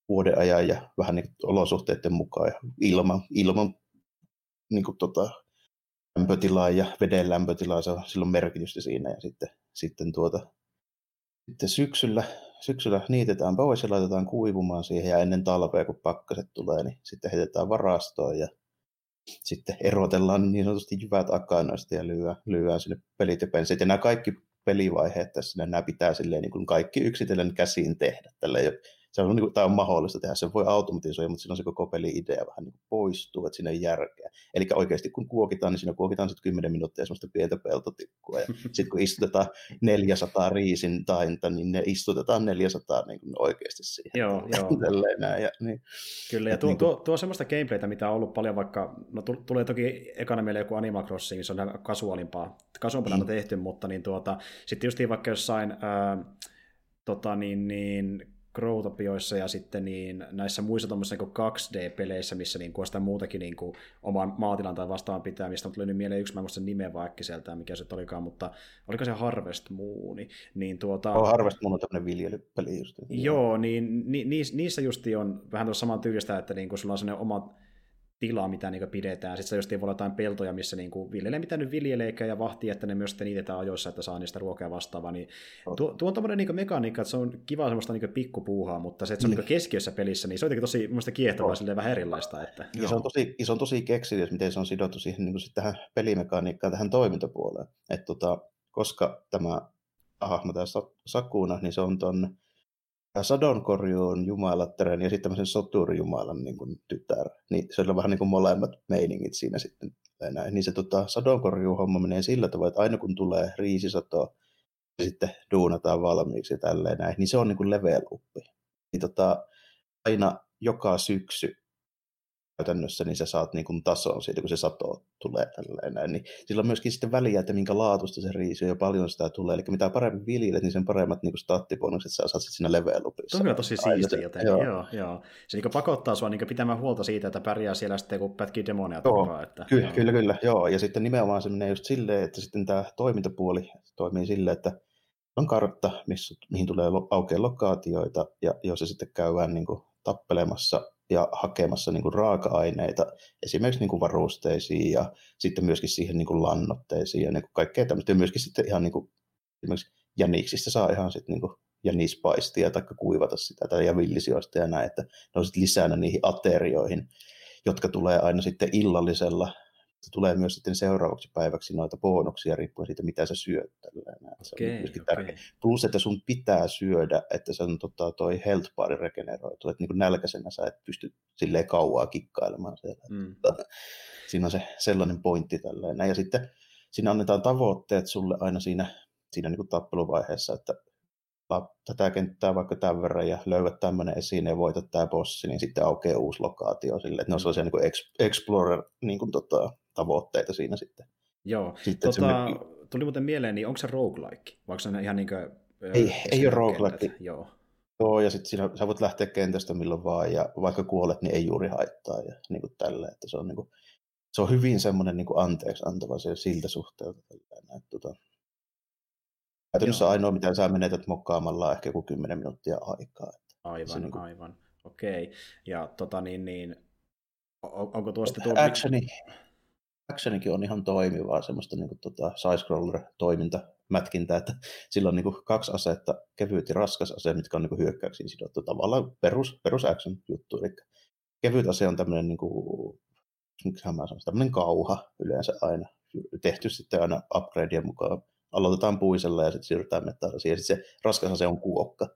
vuoden ajan ja vähän niin kuin olosuhteiden mukaan ja ilman, ilman niin kuin tota, lämpötilaa ja veden lämpötilaa, se on silloin merkitystä siinä ja sitten, sitten, tuota, sitten syksyllä, syksyllä niitetään pois ja laitetaan kuivumaan siihen ja ennen talvea kun pakkaset tulee, niin sitten heitetään varastoon ja sitten erotellaan niin sanotusti jyvät akanoista ja lyödään, lyödään sinne pelit ja penssit. Ja nämä kaikki pelivaiheet tässä, nämä pitää silleen niin kuin kaikki yksitellen käsiin tehdä. Tälleen, se on, niin kuin, tämä on mahdollista tehdä, se voi automatisoida, mutta silloin se koko peli-idea vähän niin kuin poistuu, että siinä ei järkeä. Eli oikeasti kun kuokitaan, niin siinä kuokitaan sitten kymmenen minuuttia semmoista pientä peltotikkua. Ja sitten kun istutetaan neljäsataa riisin tainta, niin ne istutetaan neljäsataa niin kuin oikeasti siihen. Joo, joo. Näin, ja, niin. Kyllä, ja tuo, niin kuin... tuo, tuo on semmoista gameplaytä, mitä on ollut paljon vaikka, no tulee toki ekana meille joku Animal Crossing, se on kasuaalimpaa, kasuampana mm. tehty, mutta niin tuota, sitten justiin vaikka jossain ää, tota niin, niin Growtopioissa ja sitten niin näissä muissa tuommoisissa niin kaksi D-peleissä, missä niin on sitä muutakin niin kuin oman maatilan tai vastaavan pitämistä, mutta tuli nyt mieleen yksi, mä en muista sen nimeä vaan äkkiseltään, mikä se olikaan, mutta oliko se Harvest Moon? Niin tuota... Oh, Harvest Moon on tämmöinen viljelypeli just. Joo, niin ni, ni, niissä justi on vähän tuossa saman tyylistä, että niin kuin sulla on sellainen oma tila, mitä niin pidetään. Sitten se just voi olla jotain peltoja, missä niin viljelee mitä nyt viljeleekään ja vahtii, että ne myös sitten niitetään ajoissa, että saa niistä ruokaa vastaavaa. Niin tuo, tuo on tommoinen niin mekaniikka, että se on kiva semmoista niin pikkupuuhaa, mutta se, että se on niin keskiössä pelissä, niin se on jotenkin tosi mun kiehtovaa silleen vähän erilaista. Että, ja se on tosi, se on tosi kekseliäs, miten se on sidottu siihen niin sit tähän pelimekaniikkaan, tähän toimintapuoleen. Että tota, koska tämä hahmo, tämä Sakuna, niin se on ton sadonkorjuun jumalattaren ja sitten tämmöisen soturjumalan niin kuin tytär, niin se on vähän niin kuin molemmat meiningit siinä sitten. Näin. Niin se tota, sadonkorjuuhomma menee sillä tavalla, että aina kun tulee riisisato ja sitten duunataan valmiiksi ja tälleen näin, niin se on niin kuin level uppi. Niin tota, aina joka syksy käytännössä, niin sä saat niin kuin tason siitä, kun se sato tulee tälleen näin. Niin sillä on myöskin sitten väliä, että minkä laatusta se riisi on ja paljon sitä tulee. Eli mitä paremmin viljelet, niin sen paremmat niin kuin stattibonukset sä saat siinä level-upissa. Tuo on tosi siistiä jotenkin, joo. joo, joo. Se niin pakottaa sua niin pitämään huolta siitä, että pärjää siellä sitten, kun pätkii demonia takaa. Että, kyllä, kyllä, kyllä, joo. Ja sitten nimenomaan se menee just silleen, että sitten tämä toimintapuoli toimii silleen, että on kartta, missä, mihin tulee aukeaa lokaatioita, ja jos se sitten käy vähän niin kuin tappelemassa ja hakemassa niin kuin raaka-aineita esimerkiksi niin kuin varusteisiin ja sitten myöskin siihen niin kuin lannoitteisiin ja niin kuin kaikkea tämmöistä. Ja myöskin sitten ihan niin kuin, esimerkiksi jäniksistä saa ihan sitten niin kuin jänispaistia tai kuivata sitä tai ja villisioista ja näin, että ne on sitten lisänä niihin aterioihin, jotka tulee aina sitten illallisella. Se tulee myös sitten seuraavaksi päiväksi noita bonuksia riippuen siitä, mitä sä syöt. Se on myöskin okay. tärkeä. Plus, että sun pitää syödä, että se on tota, toi health bar regeneroitu. Että niin kuin nälkäisenä sä et pysty silleen kauaa kikkailemaan siellä. Mm. Siinä on se sellainen pointti tälleen. Ja sitten siinä annetaan tavoitteet sulle aina siinä, siinä niin kuin tappeluvaiheessa, että tätä kenttää vaikka tämän verran ja löydät tämmöinen esine ja voitat tämä bossi, niin sitten aukeaa uusi lokaatio sille. Että ne on sellaisia niin kuin Explorer niin kuin, tota, tavoitteita siinä sitten. Joo, sitten tota, me... tuli muuten mieleen, niin onko se roguelike? Vai onko se ihan niin kuin... Ei, ei ole roguelike. Joo. Joo, ja sitten siinä, sä voit lähteä kentästä milloin vaan, ja vaikka kuolet, niin ei juuri haittaa, ja niin kuin tällä, että se on, niin kuin, se on hyvin semmoinen niin kuin anteeksi antava se siltä suhteelta. Että, tota, käytännössä ainoa, mitä sä menetät mokkaamalla, ehkä joku kymmenen minuuttia aikaa. Että aivan, niin kuin... aivan. Okei. Ja tota niin, niin on, onko tuosta tuo... Actioni, actionikin on ihan toimivaa, semmoista niin kuin, tota, side-scroller-toimintamätkintää, että sillä on niin kuin, kaksi asetta, kevyt ja raskas ase, mitkä on niin kuin, hyökkäyksiin sidottu. Tavallaan perus, perus action-juttu. Eli kevyt ase on tämmöinen, niin kuin, mä sanon, tämmöinen kauha yleensä aina, tehty sitten aina upgradeien mukaan. Aloitetaan puisella ja sitten siirrytään metallisiin. Ja sitten se raskas ase on kuokka.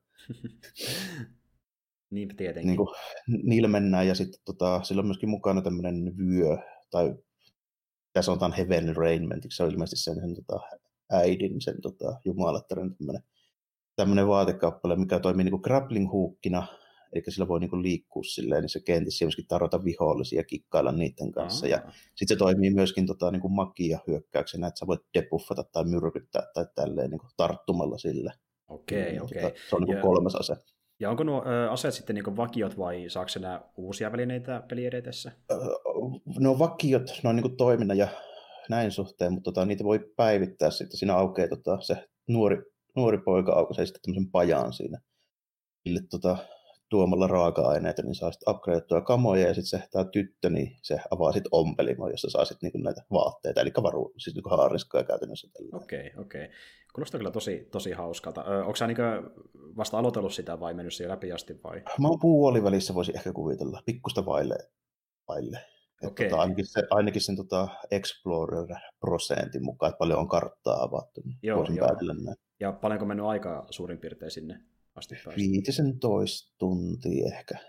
Niinpä tietenkin. Niin kuin, niillä mennään ja sitten tota, sillä on myöskin mukana tämmöinen vyö, tai mitä sanotaan Heavenly Raiment, se on ilmeisesti sen, sen tota, äidin, sen tota, jumalattaren tämmöinen, tämmöinen vaatekappale, mikä toimii niin kuin grappling hookkina, eli sillä voi niin kuin liikkua silleen, niin se kentissä myöskin tarjota vihollisia ja kikkailla niiden kanssa. Aa. Ja sitten se toimii myöskin tota, niin kuin magia-hyökkäyksenä, että sä voit debuffata tai myrkyttää tai tälleen niin kuin tarttumalla sille. Okei, niin, okei. Tota, se on niin kuin kolmas ase. Ja onko nuo ö, aseet sitten niin kuin vakiot vai saako nämä uusia välineitä peli edetessä? Ne on vakiot, ne on niin kuin toiminnan ja näin suhteen, mutta tota, niitä voi päivittää sitten. Siinä aukeaa tota, se nuori, nuori poika aukaisee sitten tämmöisen pajaan siinä. Sille, tota, tuomalla raaka-aineita, niin saa sitten upgradeattua kamoja, ja sitten se tämä tyttö, niin se avaa sitten ompelimo, jossa saa sitten niinku näitä vaatteita, eli varu, siis niinku haariskoja käytännössä. Okei, okay, okei. Okay. Kuulostaa kyllä tosi, tosi hauskalta. Ö, onko sä niinku vasta aloitellut sitä vai mennyt siihen läpi asti vai? Mä oon puolivälissä, voisin ehkä kuvitella, pikkusta vaille. vaille. Okay. Tota, ainakin, se, ainakin sen tota Explorer-prosentin mukaan, että paljon on karttaa avattu, niin joo, voisin joo. päätellä näin. Ja paljonko mennyt aikaa suurin piirtein sinne asti päästä? viisitoista tuntia ehkä.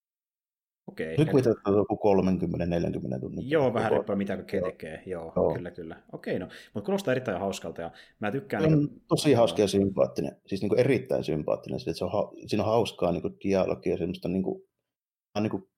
Okei. Nyt kuitenkin joku kolmekymmentä neljäkymmentä tunnin. Joo, vähän riippuu mitä kaikkea tekee. Joo, joo, kyllä, kyllä. Okei, no. Mutta kuulostaa erittäin hauskalta ja mä tykkään... On niin kuin... tosi hauska ja sympaattinen. Siis niin kuin erittäin sympaattinen. Että se on ha... Siinä on hauskaa niin kuin dialogia ja semmoista niin kuin, niin kuin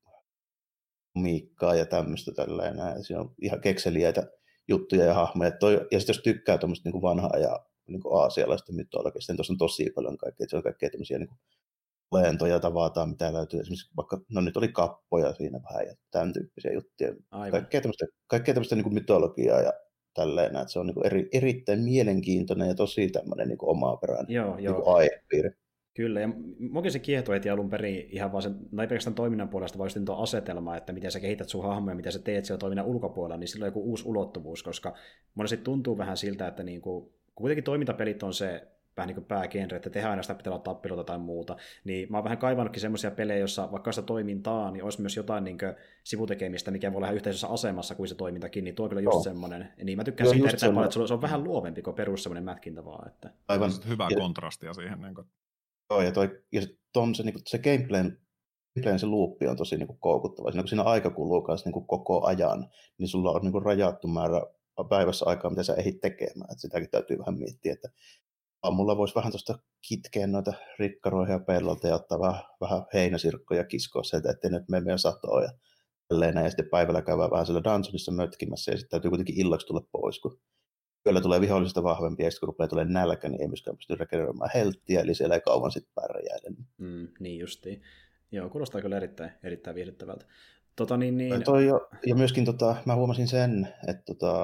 komiikkaa ja tämmöistä tällainen. Siinä on ihan kekseliäitä juttuja ja hahmoja. Toi... Ja sitten jos tykkää tuommoista niin kuin vanhaa ja niin kuin aasialaista mytologiasta, niin tuossa on tosi paljon kaikkea. Se on kaikkea tämmöisiä niin kuin lentoja tavataan, mitä löytyy. Esimerkiksi vaikka, no nyt oli kappoja siinä vähän ja tämän tyyppisiä juttuja. Aivan. Kaikkea tämmöistä, kaikkea tämmöistä niin kuin mytologiaa ja tälleen, että se on niin kuin eri, erittäin mielenkiintoinen ja tosi tämmöinen niin kuin omaperäinen joo, niin kuin aihepiiri. Kyllä, ja mukin se kiehtoi heti alun perin ihan vaan sen, no ei pelkästään toiminnan puolesta, vaan just tuo asetelma, että miten sä kehität sun hahmoja, mitä sä teet siellä toiminnan ulkopuolella, niin sillä on joku uusi ulottuvuus, koska monesti tuntuu vähän siltä, että niinku, kuitenkin toimintapelit on se vähän niin kuin päägenre, että tehdään aina sitä pitää olla tappeluita tai muuta, niin mä oon vähän kaivannutkin semmoisia pelejä, jossa vaikka sitä toimintaa, niin olisi myös jotain niin kuin sivutekemistä, mikä voi olla ihan yhteisössä asemassa kuin se toimintakin, niin tuo on kyllä just oh. semmoinen. Niin mä tykkään siitä erittäin paljon, että se on vähän luovempi kuin perus semmoinen mätkintä vaan. Että... Aivan hyvää ja... kontrastia siihen. Niin kuin... Joo, ja, toi, ja ton, se, niin kuin, se gameplayn, gameplayn se luuppi on tosi niin kuin koukuttava. Siinä kun siinä aika kuluu kanssa niin kuin koko ajan, niin sulla on niin kuin rajattu määrä päivässä aikaa, mitä sä ehdit tekemään. Että sitäkin täytyy vähän miettiä, että aamulla voisi vähän tuosta kitkeä noita rikkaroihin ja pellolta ja ottaa vähän, vähän heinäsirkkoja kiskoa sieltä, ettei nyt mene meidän satoa ja tälleen näin. Ja sitten päivällä käydään vähän siellä dungeonissa mötkimässä ja sitten täytyy kuitenkin illaksi tulla pois, kun kyllä tulee vihollisista vahvempia ja sitten kun rupeaa tulemaan nälkä, niin ei myöskään pysty regeneroimaan helttiä, eli siellä ei kauan sitten pärjäile. Mm, niin justiin. Joo, kuulostaa kyllä erittäin, erittäin viihdyttävältä. Tota, niin, niin... Toi jo, ja myöskin tota, mä huomasin sen, että tota,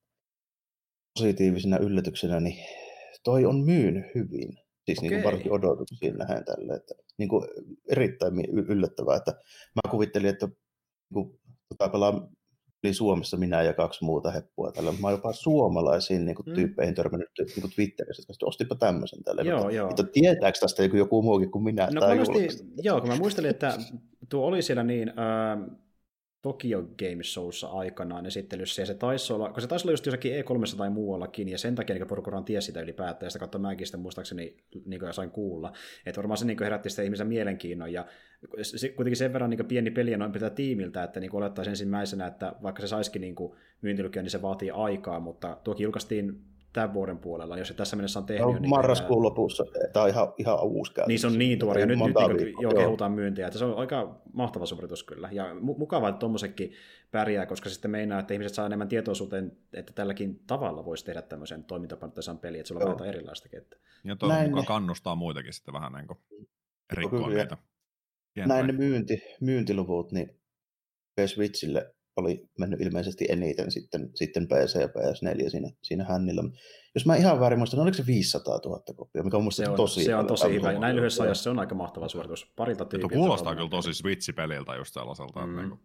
positiivisena yllätyksenä, niin toi on myynyt hyvin. Siis niin kuin varsinkin odotuksiin nähdään tälle, että niin kuin erittäin yllättävää, että mä kuvittelin, että niin kuin, tota, pelaan eli Suomessa minä ja kaksi muuta heppua tällä, mutta mä oon jopa suomalaisiin niin kuin, mm. tyyppeihin törmännyt niin kuin Twitterissä, että ostipa tämmöisen tälle. Joo, mutta, joo. Mutta tietääkö tästä joku, joku muukin kuin minä? No, muistin, joo, kun mä muistelin, että tuo oli siellä niin... Äh... Tokyo Game Showssa aikanaan esittelyssä, ja se taisi olla, kun se taisi olla just jossakin E kolme tai muuallakin, ja sen takia niin porukoraan tiesi sitä ylipäätään, ja sitä kautta mäkin sitä muistaakseni niin sain kuulla. Että varmaan se niin herätti sitä ihmisen mielenkiinnon, ja kuitenkin sen verran niin pieni peli ja noin pitää tiimiltä, että niin olettaisiin ensimmäisenä, että vaikka se saisikin niin myyntilukia, niin se vaatii aikaa, mutta tuokin julkaistiin tämän vuoden puolella, jos se tässä mennessä on tehnyt. No, niin marraskuun lopussa, tämä on ihan, ihan uusi käytös. Niin se on niin tuore, ja nyt, nyt niin jo kehutaan myyntiä, että se on aika mahtava suoritus kyllä, ja mu- mukavaa, että tommosekin pärjää, koska sitten meinaa, että ihmiset saa enemmän tietoisuuteen, että tälläkin tavalla voisi tehdä tämmöisen toimintapainotteisan peliin, että sulla on jotain erilaistakin. Että... Ja toivon mukaan kannustaa muitakin sitten vähän niin kuin rikkoa niitä. Näin ne myynti, myyntiluvut, niin P S Switchille oli mennyt ilmeisesti eniten sitten, sitten P C ja P S neljä siinä, siinä hännillä. Jos mä ihan väärin muistan, oliko se viisisataatuhatta koppia, mikä on musta se on, tosi Se on tosi hyvä, ja näin lyhyessä ajassa se on aika mahtava suoritus. Parilta tyypiltä. Kuulostaa kyllä tosi Switch-peliltä just sellaiselta, mm. että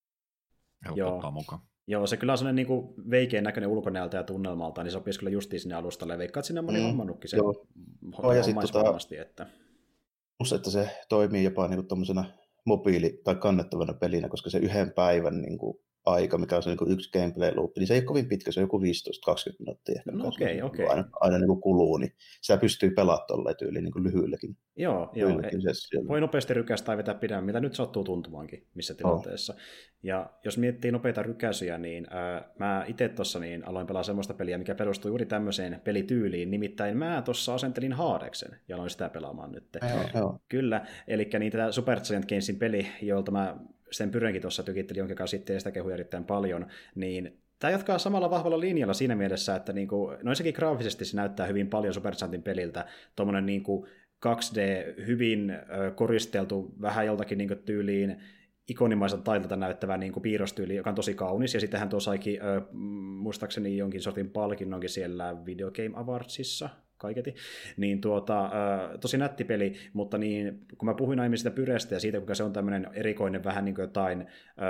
niin helpottaa mukaan. Joo, se kyllä on sellainen niin veikeän näköinen ulkonäöltä ja tunnelmalta, niin sopisi kyllä justiin sinne alustalle. Ja veikkaat sinne moni mm. hommannutkin sen hommais varmasti. Että... Plus, että se toimii jopa niin tuommoisena mobiili- tai kannettavana pelinä, koska se yhden päivän niin kuin, aika, mikä on se niin kuin yksi gameplay-loopi, niin se ei ole kovin pitkä, se on joku viisitoista kaksikymmentä minuuttia ehkä. No okei, okay, okei. Okay. Aina, aina niin kuin kuluu, niin sitä pystyy pelaamaan tolleen tyyliin niin kuin lyhyilläkin. Joo, joo. Voi nopeasti rykäistä tai vetää pidemmän, mitä nyt sattuu tuntumaankin missä tilanteessa. Oh. Ja jos miettii nopeita rykäisyjä, niin äh, mä itse tuossa niin aloin pelaa semmoista peliä, mikä perustuu juuri tämmöiseen pelityyliin, nimittäin mä tuossa asentelin Haareksen ja aloin sitä pelaamaan nyt. Joo. Kyllä, eli niin tätä Super Giant Gamesin peli, jolta mä sen pyränkin tuossa tykittelin jonkin kanssa sitten ja sitä kehui erittäin paljon, niin tämä jatkaa samalla vahvalla linjalla siinä mielessä, että niinku, no sekin graafisesti se näyttää hyvin paljon Super Giantin peliltä, tuommoinen niinku kaksi D hyvin ö, koristeltu, vähän joltakin niinku tyyliin ikonimaiselta taidolta näyttävä niin kuin piirrostyyli, joka on tosi kaunis, ja sitten hän tuo saikin, ö, muistaakseni jonkin sortin palkinnonkin siellä Video Game Awardsissa, kaiketi. Niin tuota, tosi nätti peli, mutta niin, kun mä puhuin aiemmin sitä Pyrestä ja siitä, kuinka se on tämmöinen erikoinen vähän niin kuin jotain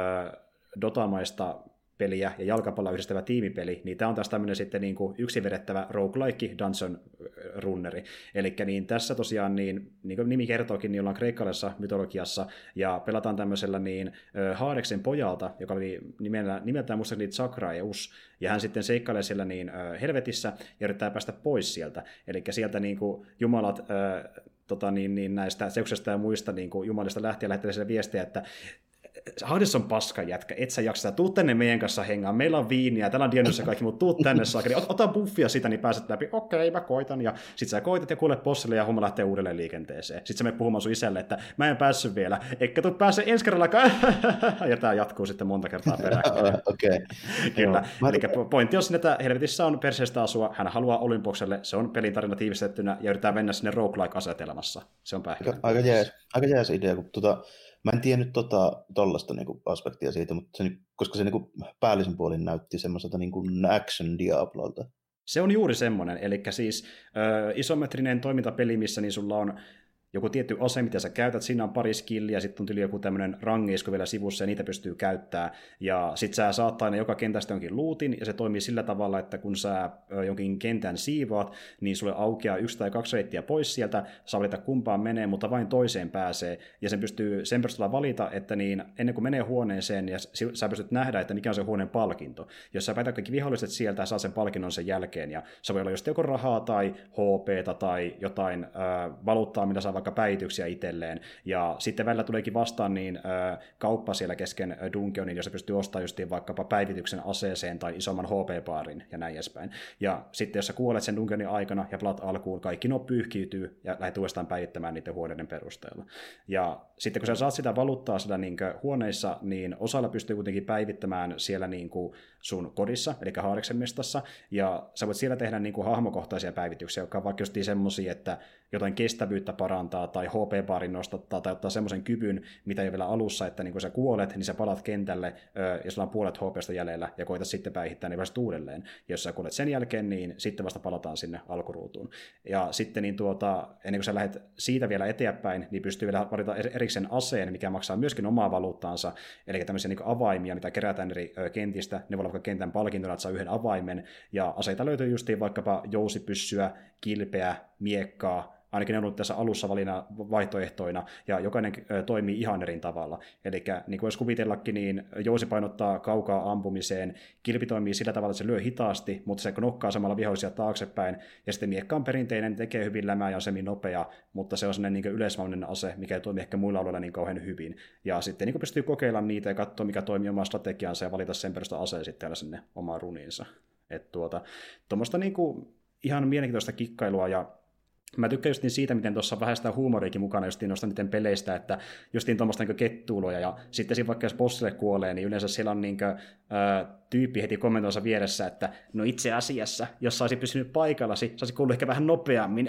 Dotamaista peliä ja jalkapalloa yhdistävä tiimipeli, niin tämä on taas tämmöinen sitten niin kuin yksin vedettävä roguelike dungeon runneri. Eli niin tässä tosiaan, niin, niin kuin nimi kertookin, niin ollaan kreikkalaisessa mytologiassa ja pelataan tämmöisellä niin Haadeksen pojalta, joka oli nimellä, nimeltään muistaakseni Zakraeus, ja hän sitten seikkailee siellä niin helvetissä ja yrittää päästä pois sieltä. Eli sieltä niin kuin jumalat tota, niin, niin näistä Zeuksesta ja muista niin kuin jumalista lähtien lähettelee sille viestiä, että Hades on paska jätkä, et sä jaksa, tuu tänne meidän kanssa hengaan, meillä on viiniä, täällä on Dionysus ja kaikki, mutta tuu tänne saakeli, ota buffia sitä, niin pääset läpi, okei, mä koitan, ja sit sä koitat ja kuulet bossille ja homma lähtee uudelleen liikenteeseen. Sit sä menet puhumaan sun isälle, että mä en päässyt vielä, eikä tuu pääse ensi kerrallakaan, ja tää jatkuu sitten monta kertaa peräkkäin. Okei. Kyllä, eli pointti on sinne, että helvetissä on perseestä asua, hän haluaa Olympokselle, se on pelin tarina tiivistettynä, ja yrittää mennä sinne roguelike-asetelmassa, se on päihkä. Aika jees, aika jees idea, kun tuota, mä en tiennyt tota, tollaista niinku, aspektia siitä, mutta se, koska se niinku, päällisin puolin näytti semmoiselta niinku, action Diablolta. Se on juuri semmoinen, eli siis ö, isometrinen toimintapeli, missä niin sulla on joku tietty ase, mitä sä käytät, siinä on pari skilliä, sitten on tyyli joku tämmöinen rangeisku vielä sivussa, ja niitä pystyy käyttämään, ja sit sä saat aina joka kentästä jonkin lootin, ja se toimii sillä tavalla, että kun sä jonkin kentän siivoat, niin sulle aukeaa yksi tai kaksi reittiä pois sieltä, saa valita kumpaan menee, mutta vain toiseen pääsee, ja sen pystyy sen perusteella valita, että niin ennen kuin menee huoneeseen, ja sä pystyt nähdä, että mikä on se huoneen palkinto. Jos sä päätät kaikki viholliset sieltä, saat sen palkinnon sen jälkeen, ja se voi olla just joko rahaa tai H P:tä tai jotain äh, valuuttaa, millä saa vaikka päivityksiä itselleen, ja sitten välillä tuleekin vastaan niin äh, kauppa siellä kesken dungeonin, jossa pystyy ostamaan justiin vaikkapa päivityksen aseeseen tai isomman H P-baarin ja näin edespäin. Ja sitten jos sä kuolet sen dungeonin aikana ja plat alkuun, kaikki nuo pyyhkiytyy ja lähdet uudestaan päivittämään niiden huoneiden perusteella. Ja sitten kun sä saat sitä valuuttaa siellä niin huoneissa, niin osalla pystyy kuitenkin päivittämään siellä niin sun kodissa, eli Haadeksen mestassa, ja sä voit siellä tehdä niin kuin hahmokohtaisia päivityksiä, jotka on vaikka justiin semmosia, että jotain kestävyyttä parantaa tai H P-baarin nostattaa tai ottaa semmoisen kyvyn, mitä ei ole vielä alussa, että niin kun sä kuolet, niin sä palat kentälle ja sulla on puolet H P:stä jäljellä ja koetat sitten päihittää niin vasta uudelleen. Ja jos sä kuolet sen jälkeen, niin sitten vasta palataan sinne alkuruutuun. Ja sitten niin tuota, ennen kuin sä lähdet siitä vielä eteenpäin, niin pystyy vielä valita erikseen aseen, mikä maksaa myöskin omaa valuuttaansa, eli tämmöisiä niin avaimia, mitä kerätään eri kentistä. Ne voi olla vaikka kentän palkintona, että saa yhden avaimen, ja aseita löytyy justiin vaikkapa jousipyssyä, kilpeä, miekkaa, ainakin ne on ollut tässä alussa valina vaihtoehtoina, ja jokainen toimii ihan eri tavalla. Eli niin kuin jos kuvitellakin, niin jousi painottaa kaukaa ampumiseen, kilpi toimii sillä tavalla, että se lyö hitaasti, mutta se nokkaa samalla vihollisia taaksepäin, ja sitten miekka on perinteinen, tekee hyvin lämää ja on semi-nopea, mutta se on sellainen niin yleismallinen ase, mikä ei toimi ehkä muilla alueilla niin kauhean hyvin. Ja sitten niin pystyy kokeilemaan niitä ja katsoa, mikä toimii omaa strategiansa ja valita sen perusta aseen sitten sinne omaan runiinsa. Että tuota, tuommoista niin kuin ihan mielenkiintoista kikkailua, ja mä tykkään justiin siitä, miten tuossa on vähän sitä huumoriikin mukana justiin noista niiden peleistä, että justiin tuommoista niin kettuuloja, ja sitten siinä vaikka jos bossille kuolee, niin yleensä siellä on niin kuin, ä, tyyppi heti kommentoissa vieressä, että no itse asiassa, jos sä olisit pysynyt paikallasi, sä olisit kuullut ehkä vähän nopeammin.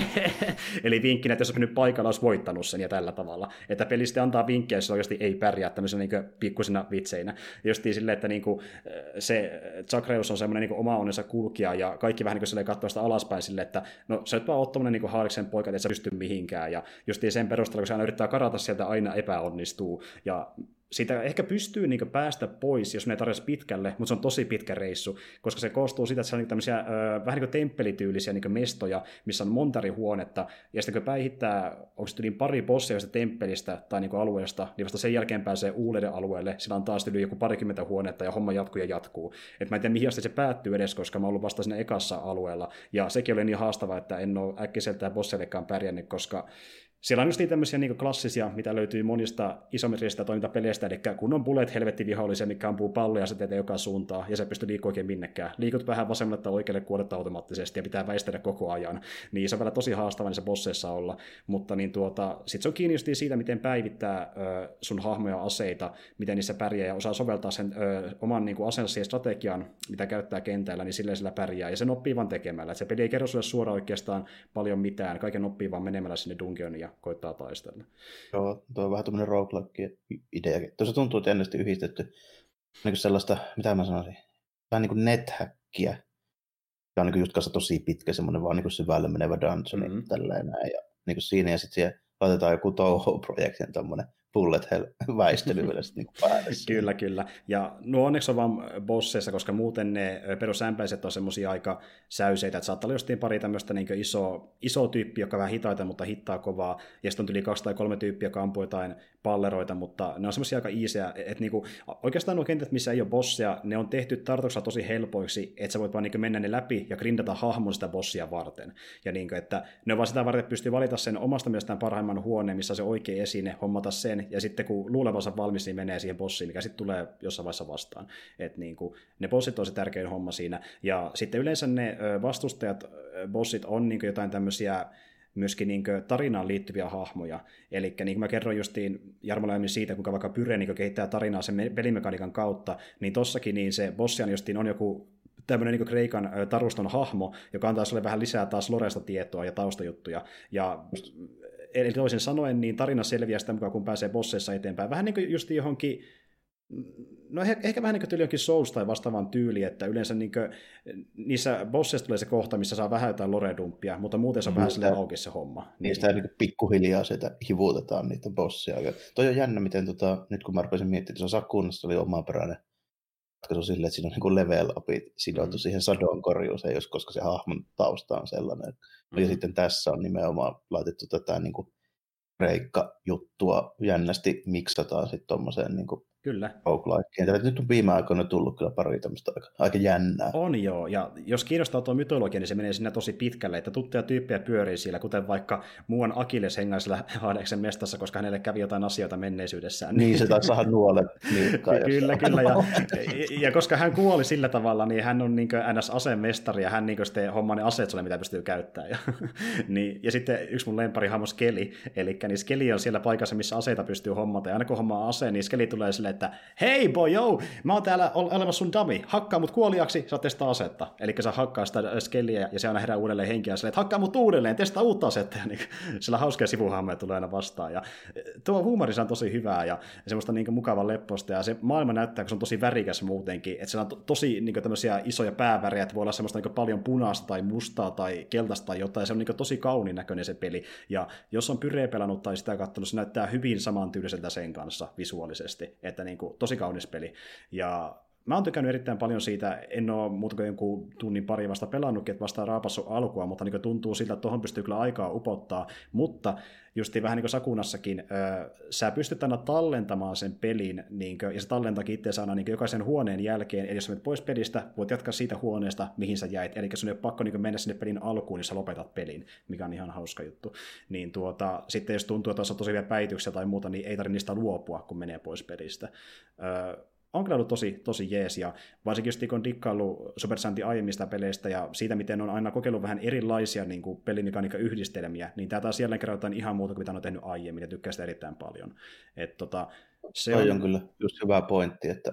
Eli vinkkinä, että jos olisi pysynyt paikalla, olisi voittanut sen ja tällä tavalla. Että peli sitten antaa vinkkejä, jos oikeasti ei pärjää tämmöisenä niin pikkusina vitseinä. Ja justiin silleen, että niin kuin, se Zagreus on semmoinen niin oma onnensa kulkija, ja kaikki vähän niin kuin katsoo sitä alaspäin silleen, että no sä et vaan ole tommoinen niin Haadeksen poika, että et sä pysty mihinkään. Ja justiin sen perusteella, kun se aina yrittää karata sieltä, aina epäonnistuu. Ja siitä ehkä pystyy niin päästä pois, jos ne tarjoisi pitkälle, mutta se on tosi pitkä reissu, koska se koostuu siitä, että se on tämmöisiä äh, vähän niin kuin temppelityylisiä niin kuin mestoja, missä on monta eri huonetta, ja sitten kun päihittää, onko se niin pari bossia josta temppelistä tai niin kuin alueesta, niin vasta sen jälkeen pääsee uudelle alueelle, sillä on taas yli joku parikymmentä huonetta, ja homma jatkuu ja jatkuu. Et mä en tiedä, mihin asti se päättyy edes, koska mä oon ollut vasta siinä ekassa alueella, ja sekin oli niin haastava, että en ole äkkiseltään bossillekaan pärjännyt, koska siellä on just niin tämmöisiä niin klassisia, mitä löytyy monista isometrisistä toimintapeleistä, eli kun on bullet helvetti vihollisia, mikä ampuu palloja ja se teet joka suuntaan, ja se pystyy liikkua oikein minnekään. Liikut vähän vasemmalle tai oikealle, kuolet automaattisesti, ja pitää väistellä koko ajan. Niin se on vielä tosi haastava niissä bosseissa olla, mutta niin tuota, sit se on kiinni just siitä, miten päivittää ö, sun hahmoja aseita, miten niissä pärjää, ja osaa soveltaa sen ö, oman niin asensa ja strategian, mitä käyttää kentällä, niin silleen sillä pärjää, ja sen oppii vaan tekemällä. Et se peli ei kerro sulle suoraan oikeastaan paljon mitään, kaiken oppii vaan menemällä sinne dungeoniin ja koittaa taistella. Joo, tuo on vähän tämmöinen roguelike-idea. Tuossa tuntuu, että ennesti yhdistetty niin sellaista, mitä mä sanoisin, vähän niin kuin nethäkkiä ja on niin just kanssa tosi pitkä semmoinen vaan niin syvälle menevä dungeon mm-hmm. tälleen näin. Ja niin siinä ja sitten siihen laitetaan joku Toho-projektin tämmöinen bullet hell-väistely vielä sitten niin päälle. Kyllä, kyllä. Ja no onneksi on vaan bosseissa, koska muuten ne perusämpäiset on semmoisia aika säyseitä, että saattaa olla jostain pari tämmöistä niin iso, iso tyyppi, joka on vähän hitaita, mutta hittaa kovaa, ja sitten on yli kaksi tai kolme tyyppiä, joka ampuu jotain palleroita, mutta ne on semmoisia aika easyä, että niinku, oikeastaan nuo kentät, missä ei ole bossia, ne on tehty tarkoituksella tosi helpoiksi, että sä voit vaan niinku mennä ne läpi ja grindata hahmon sitä bossia varten. Ja niinku, että ne on vaan sitä varten, että pystyy valita sen omasta mielestään parhaimman huoneen, missä on se oikea esine, hommata sen, ja sitten kun luulevansa valmis, niin menee siihen bossiin, mikä sitten tulee jossain vaiheessa vastaan. Että niinku, ne bossit on se tärkein homma siinä. Ja sitten yleensä ne vastustajat, bossit on niinku jotain tämmöisiä myöskin niin tarinaan liittyviä hahmoja. Eli niin kuin mä kerroin justiin Jarmo aiemmin siitä, kuinka vaikka Pyre niin kehittää tarinaa sen pelimekaniikan kautta, niin tossakin niin se bossian justiin on joku tämmöinen niin Kreikan taruston hahmo, joka antaa sulle vähän lisää taas Loresta tietoa ja taustajuttuja. Ja eli toisin sanoen, niin tarina selviää sitä mukaan, kun pääsee bosseissa eteenpäin. Vähän niin kuin just johonkin, no ehkä vähän niin kuin tyyli jonkin Souls tai vastaavaan tyyliin, että yleensä niin kuin, niissä bosseissa tulee se kohta, missä saa vähän jotain lore-dumppia, mutta muuten se on vähän silleen auki se homma. Niistä niin. Niin pikkuhiljaa sitä hivutetaan niitä bossia. Ja toi on jännä, miten tota, nyt kun mä rupesin miettimään, että se Sakunnassa oli omaperäinen ratkaisu silleen, että siinä on niin level upit sidottu mm. siihen sadon korjuuseen, jos koska se hahmon tausta on sellainen. Mm. Ja sitten tässä on nimenomaan laitettu tätä niin kuin Kreikka-juttua jännästi miksataan sitten tuommoiseen niin Kyllä. roguelikeen. Nyt on viime aikoina tullut kyllä pari tämmöistä aika, aika jännää. On joo, ja jos kiinnostaa tuo mytologia, niin se menee siinä tosi pitkälle, että tuttuja tyyppejä pyörii siellä, kuten vaikka muuan Akilles hengaisella Hadeksen mestassa, koska hänelle kävi jotain asioita menneisyydessään. Niin, se taisi saada nuolet niukkaan. Kyllä, kyllä, ja, ja koska hän kuoli sillä tavalla, niin hän on niin N S-asemestari, ja hän niin sitten hommaa ne aseet sulle, mitä pystyy käyttämään. Ja, niin, ja sitten yksi mun lempari hahmo Skeli, eli niin Skeli on siellä paikassa, missä aseita pystyy hommata, ja aina kun hommaa aseen, niin Skeli tulee silleen, että hei boy, yo, mä oon täällä olemassa sun dummy, hakkaa mut kuoliaksi, saat testaa asetta. Eli sä hakkaa sitä Skelliä ja se aina herää uudelleen henkiä silleen, että hakkaa mut uudelleen, testaa uutta asetta. Ja niin, sillä hauskoja sivuhahmoja tulee aina vastaan. Ja tuo huumorissa on tosi hyvää ja semmoista niin mukavan lepposta ja se maailma näyttää, kun se on tosi värikäs muutenkin, että siellä on to- tosi niin tämmöisiä isoja päävärejä, että voi olla semmoista niin paljon punaista tai mustaa tai keltaista tai jotain, se on niin tosi kauniin näköinen se peli. Ja jos on Pyre pelannut tai sitä katsonut, se näyttää hyvin samantyyliseltä sen kanssa visuaalisesti, että niin kuin, tosi kaunis peli. Ja mä oon tykännyt erittäin paljon siitä, en ole muuta kuin jonkun tunnin pari vasta pelannutkin, että vasta raapassut alkua, mutta niin tuntuu siltä, että tuohon pystyy kyllä aikaa upottaa, mutta justiin vähän niin kuin Sakunassakin, äh, sä pystyt aina tallentamaan sen pelin, niin kuin, ja se tallentakin itseänsä aina niin jokaisen huoneen jälkeen, eli jos menet pois pelistä, voit jatkaa siitä huoneesta, mihin sä jäit, eli sun ei ole pakko niin mennä sinne pelin alkuun, niin sä lopetat pelin, mikä on ihan hauska juttu. Niin tuota, sitten jos tuntuu, että on tosi hyviä päityksiä tai muuta, niin ei tarvitse niistä luopua, kun menee pois pelistä. Äh, on kyllä ollut tosi, tosi jees, ja varsinkin just kun on dikkaillut Super Santin aiemmista peleistä ja siitä, miten on aina kokeillut vähän erilaisia niin kuin pelimekaniikan yhdistelmiä, niin tämä taas jälleen kerran jotain ihan muuta kuin mitä on tehnyt aiemmin, ja tykkää sitä erittäin paljon. Et, tota, se on... on kyllä just hyvä pointti, että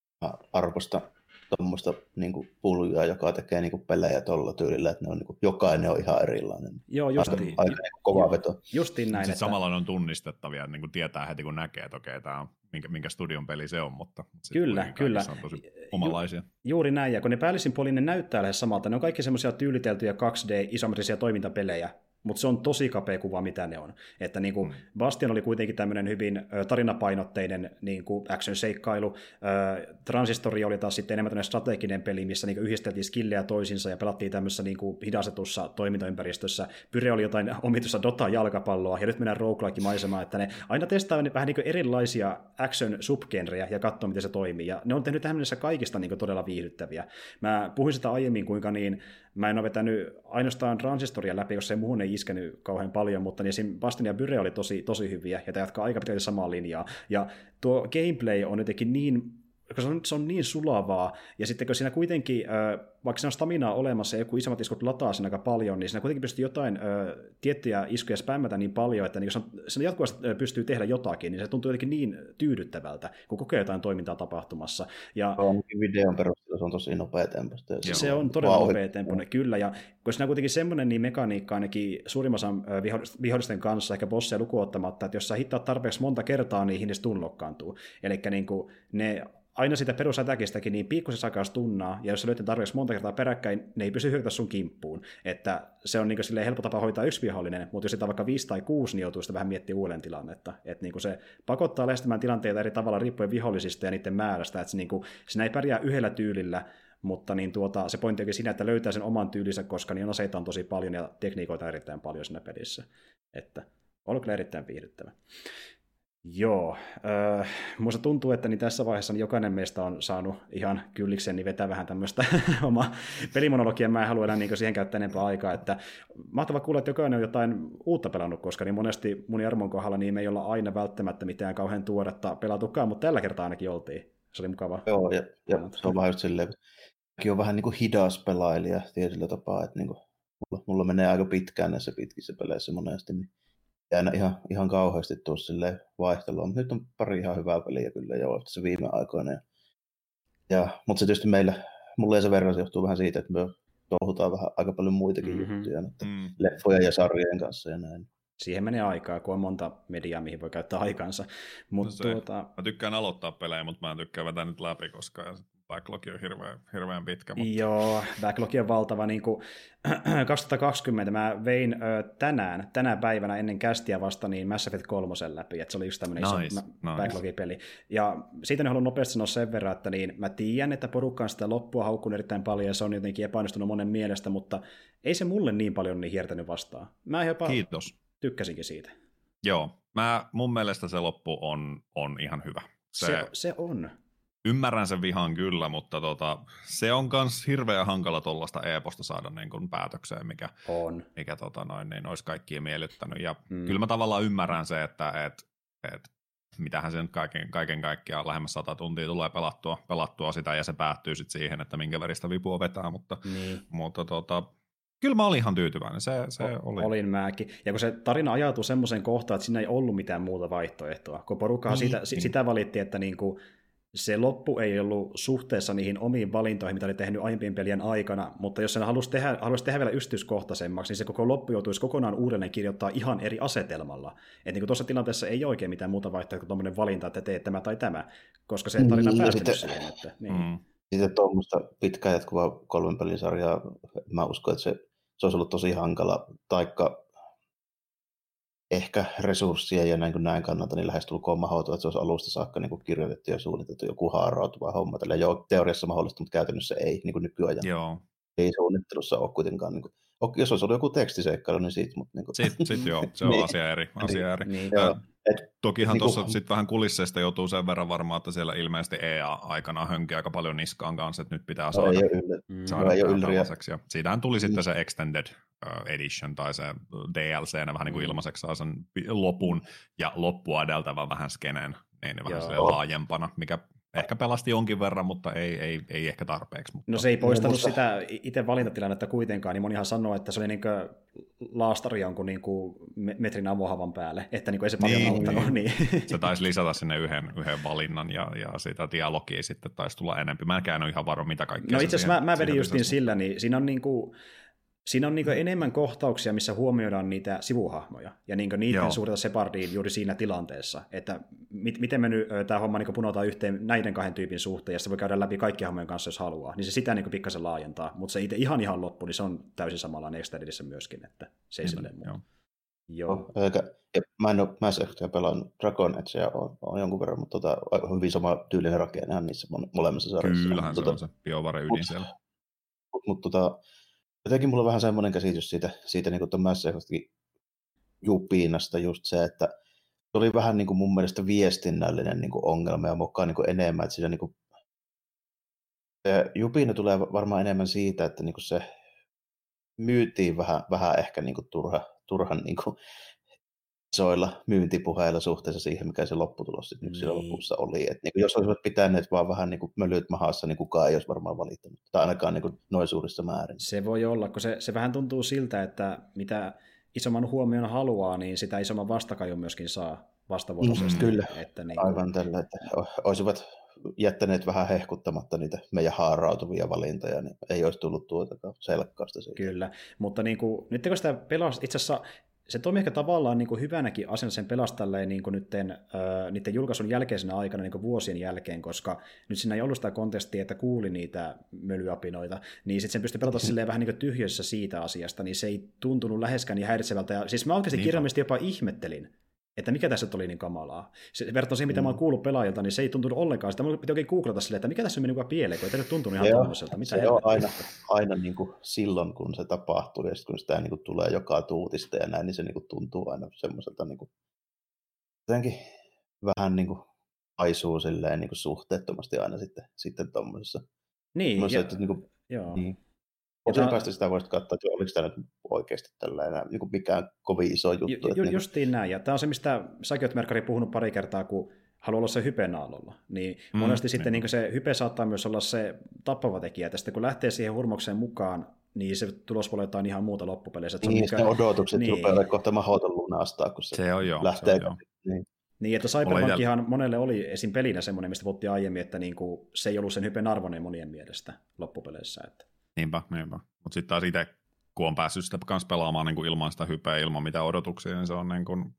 arvostan tuommoista niin puljaa, joka tekee niin kuin pelejä tuolla tyylillä, että ne on, niin kuin, jokainen on ihan erilainen. Joo, justiin. Aika, aika niin kova veto. Justiin näin. Sitten että... samalla ne on tunnistettavia, niin kuin tietää heti kun näkee, että okei, tämä on minkä, minkä studion peli se on, mutta kyllä, kyllä. On tosi omalaisia. Ju, juuri näin, ja kun ne päällisin puolin ne näyttää lähes samalta, ne on kaikki semmoisia tyyliteltyjä kaksi D-isometrisiä toimintapelejä, mutta se on tosi kapea kuva, mitä ne on. Että niin kuin mm. Bastion oli kuitenkin tämmöinen hyvin ö, tarinapainotteinen niin kuin action-seikkailu. Ö, Transistori oli taas sitten enemmän tämmöinen strateginen peli, missä niin kuin yhdisteltiin skillejä toisinsa ja pelattiin tämmöisessä niin kuin hidastetussa toimintaympäristössä. Pyre oli jotain omituista Dota-jalkapalloa, ja nyt mennään roguelike-maisemaan, että ne aina testaa vähän niin kuin erilaisia action-subgenrejä ja katsoo, miten se toimii. Ja ne on tehnyt tähän mennessä kaikista niin kuin todella viihdyttäviä. Mä puhuin sitä aiemmin, kuinka niin mä en ole vetänyt ainoastaan Transistoria läpi, koska se muuhun ei iskenyt kauhean paljon, mutta niin esim. Bastion ja Pyre oli tosi, tosi hyviä, ja tämä jatkaa aika pitkälti samaa linjaa. Ja tuo gameplay on jotenkin niin, koska se on, se on niin sulavaa, ja sitten kun siinä kuitenkin, vaikka siinä on staminaa olemassa ja joku isommat iskut lataa sen aika paljon, niin siinä kuitenkin pystyy jotain tiettyjä iskuja spämmätä niin paljon, että jos siinä jatkuvasti pystyy tehdä jotakin, niin se tuntuu jotenkin niin tyydyttävältä, kun kokee jotain toimintaa tapahtumassa. Ja onkin videon perusteella se on tosi nopeatempoista. Se on todella nopeatempoinen, kyllä, ja kun siinä on kuitenkin semmoinen niin mekaniikka ainakin suurimman osan vihollisten kanssa, ehkä bosseja lukuun ottamatta, että jos sä hittaat tarpeeksi monta kertaa niihin, niin se tunlokkaantuu. Eli niin kuin ne aina sitä perusätäkistäkin niin pikkusen sakaa stunnaa, ja jos sä löytät tarpeeksi monta kertaa peräkkäin, ne ei pysy hyökätä sun kimppuun. Että se on niin kuin helppo tapa hoitaa yksi vihollinen, mutta jos sitä on vaikka viisi tai kuusi, niin joutuu sitä vähän miettimään uudelleen tilannetta. Että niin kuin se pakottaa lähestymään tilanteita eri tavalla riippuen vihollisista ja niiden määrästä, että se, niin kuin, sinä ei pärjää yhdellä tyylillä, mutta niin tuota, se pointti onkin siinä, että löytää sen oman tyylinsä, koska niin aseita on tosi paljon ja tekniikoita erittäin paljon siinä pelissä. Että on kyllä erittäin viihdyttävä. Joo, äh, musta tuntuu, että niin tässä vaiheessa niin jokainen meistä on saanut ihan kyllikseen niin vetää vähän tämmöistä omaa pelimonologiaa. Mä en halua enää niin siihen käyttää enempää aikaa. Että mahtavaa kuulla, että jokainen on jotain uutta pelannut, koska niin monesti mun ja Armon kohdalla niin me ei olla aina välttämättä mitään kauhean tuoretta pelatukaan, mutta tällä kertaa ainakin oltiin. Se oli mukava. Joo, ja, ja se on vähän just silleen, että on vähän niin kuin hidas pelailija tietyllä tapaa, että niin kuin, mulla, mulla menee aika pitkään näissä pitkissä peleissä monesti, niin ei aina ihan, ihan kauheasti tuu silleen vaihtelua, mutta nyt on pari ihan hyvää peliä kyllä jo tässä viime aikoina. Ja, ja, mutta se tietysti meillä, mulla ei se verran johtuu vähän siitä, että me touhutaan vähän aika paljon muitakin mm-hmm. juttuja, että mm. leffoja ja sarjojen kanssa ja näin. Siihen menee aikaa, kun on monta mediaa, mihin voi käyttää aikansa. Mut no se, tuota... Mä tykkään aloittaa pelejä, mutta mä en tykkää vetää nyt läpi, koska backlog on hirveän, hirveän pitkä. Mutta... Joo, backlog on valtava. Niin kuin kaksituhattakaksikymmentä mä vein ö, tänään, tänä päivänä ennen kästiä vasta niin Mass Effect kolme läpi, että se oli just tämmöinen nice, iso nice. backlog-peli. Ja siitä ne haluan nopeasti sanoa sen verran, että niin mä tiedän, että porukka on sitä loppua haukkunut erittäin paljon ja se on jotenkin epäonnistunut monen mielestä, mutta ei se mulle niin paljon niin hiertänyt vastaan. Mä jopa Kiitos. Tykkäsinkin siitä. Joo, mä, mun mielestä se loppu on, on ihan hyvä. Se, se, se on. Ymmärrän sen vihan kyllä, mutta tota, se on myös hirveän hankala tuollaista e-posta saada niin kuin päätökseen, mikä, on. mikä tota noin, niin olisi kaikkia miellyttänyt. Ja mm. kyllä mä tavallaan ymmärrän se, että et, et, mitähän se nyt kaiken, kaiken kaikkiaan lähemmäs sata tuntia tulee pelattua, pelattua sitä, ja se päättyy sitten siihen, että minkä veristä vipua vetää, mutta, niin. mutta tota, kyllä mä olin ihan tyytyväinen, se, se o, oli. Olin mäkin. Ja kun se tarina ajautui semmoiseen kohtaan, että siinä ei ollut mitään muuta vaihtoehtoa, kun porukkahan niin, sitä, niin. sitä valitti, että niinku se loppu ei ollut suhteessa niihin omiin valintoihin, mitä oli tehnyt aiempien pelien aikana, mutta jos sen halusi tehdä, halusi tehdä vielä yksityiskohtaisemmaksi, niin se koko loppu joutuisi kokonaan uudelleen kirjoittaa ihan eri asetelmalla. Että niin tuossa tilanteessa ei ole oikein mitään muuta vaihtoehtoa kuin tuommoinen valinta, että teet tämä tai tämä, koska se tarina niin, päättynyt sitten, siihen. Että, niin. mm. Sitten tuommoista pitkään jatkuvaa kolmen pelisarjaa, mä uskon, että se, se olisi ollut tosi hankala, taikka ehkä resurssia ja näin, näin kannalta niin lähestulkoon mahdoton, että se olisi alusta saakka niin kuin kirjoitettu ja suunniteltu joku haarautuva homma. Tällä joo, teoriassa mahdollista, mutta käytännössä ei, niin kuin nykyajan. Joo. Ei suunnittelussa ole kuitenkaan. Niin kuin, jos olisi ollut joku tekstiseikkailu, niin siitä. Mutta, niin kuin... Sitten sit joo, se on niin. asia eri. Asia eri. Niin. Joo. Et, Tokihan niin tuossa kuin... sitten vähän kulisseista joutuu sen verran varmaan, että siellä ilmeisesti E A-aikana hönki aika paljon niskaan kanssa, että nyt pitää saada, no, ei ole saada mm. tällaiseksi. Ja siitähän tuli mm. sitten se Extended Edition tai se D L C, vähän niin kuin ilmaiseksi saa sen lopun ja loppua edeltävän vähän skeneen, niin vähän sille laajempana, mikä ehkä pelasti jonkin verran, mutta ei, ei, ei ehkä tarpeeksi. Mutta... No se ei poistanut no, sitä itse valintatilannetta kuitenkaan, niin monihan sanoo, että se oli niin kuin laastari jonkun niin kuin metrin avohavan päälle, että niin kuin ei se paljon niin, auttanut. Niin. Se taisi lisätä sinne yhden, yhden valinnan ja, ja sitä dialogia sitten taisi tulla enemmän. Mä en käynyt ihan varma, mitä kaikkea. No itse asiassa mä, mä vedin justiin lisäsi. sillä, niin siinä on niin kuin Siinä on niinku enemmän kohtauksia, missä huomioidaan niitä sivuhahmoja ja niinku niiden suurta separdiin juuri siinä tilanteessa, että mit, miten me nyt tämä homma niinku punotaan yhteen näiden kahden tyypin suhteen, ja se voi käydä läpi kaikkien hahmojen kanssa, jos haluaa, niin se sitä niinku pikkasen laajentaa, mutta se itse ihan ihan loppu, niin se on täysin samanlainen Extendedissä myöskin, että se ei silleen muuta. Joo. Eikä, ja mä en ole Mass Effectia pelannut, Dragon Edgea on, on jonkun verran, mutta tota, hyvin sama tyylinen rakennehan niissä molemmissa sarjissa. Kyllähän se tota, on se BioWare ydin siellä. Mutta mut, tota, jotenkin mulla on vähän semmoinen käsitys siitä, siitä niin kuin Mass Effectin jupiinasta just se, että se oli vähän niin kuin mun mielestä viestinnällinen niin kuin ongelma ja mukaan niin kuin enemmän, että siinä niin kuin, se jupiina tulee varmaan enemmän siitä, että niin kuin se myytiin vähän, vähän ehkä niin kuin turha, turhan niin kuin isoilla myyntipuheilla suhteessa siihen, mikä se lopputulos sitten niin. lopussa oli. Et niin kuin jos olisivat pitäneet vaan vähän niin kuin mölyt mahassa, niin kukaan ei olisi varmaan valittanut. Tai ainakaan niin kuin noin suurissa määrin. Se voi olla, kun se, se vähän tuntuu siltä, että mitä isomman huomion haluaa, niin sitä isomman vastakajun myöskin saa vastavuoroisesti. Mm, kyllä, että niin aivan tällä, että olisivat jättäneet vähän hehkuttamatta niitä meidän haarautuvia valintoja, niin ei olisi tullut tuotakaan selkkausta siitä. Kyllä, mutta niin kuin, nyt kun sitä pelasi, itse asiassa se toimii ehkä tavallaan niin kuin hyvänäkin asiana sen pelastalleen niin kuin nytten, äh, niiden julkaisun jälkeisenä aikana niin kuin vuosien jälkeen, koska nyt siinä ei ollut sitä kontestia, että kuuli niitä mölyapinoita, niin sitten sen pystyi pelata silleen vähän niin kuin tyhjössä siitä asiasta, niin se ei tuntunut läheskään niin häiritsevältä. Ja siis mä oikeasti kirjaimellisesti jopa ihmettelin, että mikä tässä oli niin kamalaa. Se, verrattuna siihen, mitä mm. mä oon kuullut pelaajilta, niin se ei tuntunut ollenkaan. Sitä mun piti oikein googlata silleen, että mikä tässä on mennyt jopa pieleen, kun ei tämä tuntunut ihan tuommoiselta. Se helvettiä? On aina, aina niin kuin silloin, kun se tapahtuu, ja sitten kun sitä niin kuin tulee joka tuutista ja näin, niin se niin kuin tuntuu aina semmoiselta niin kuin, jotenkin vähän niin kuin haisuu silleen niin kuin suhteettomasti aina sitten, sitten tuommoisessa. Niin, ja, että, niin kuin, joo. Niin. Osin päästä sitä voisit katsoa, että oliko tämä nyt oikeasti tällainen niin mikään kovin iso juttu. Ju, ju, että justiin niin näin, ja tämä on se, mistä säkin olet, Merkari, puhunut pari kertaa, kun haluaa olla se hypenaalolla. Niin mm, monesti sitten niin se hype saattaa myös olla se tappava tekijä, että sitten kun lähtee siihen hurmokseen mukaan, niin se tulos voi olla jotain ihan muuta loppupeleissä. Niin, mikä... ne odotukset niin. rupeaa kohta mahdoton lunastaa, kun se, se on jo, lähtee. Se on jo. Niin. Niin, että Cyberpunkihan monelle oli esim. Pelinä semmoinen, mistä puhuttiin aiemmin, että niinku, se ei ollut sen hypen arvoinen monien mielestä loppupeleissä. Että. Niinpä, niinpä. Mutta sitten taas itse, kun on päässyt sitä kanssa pelaamaan niin kuin ilman sitä hypeä, ilman mitään odotuksia, niin se on niin kuin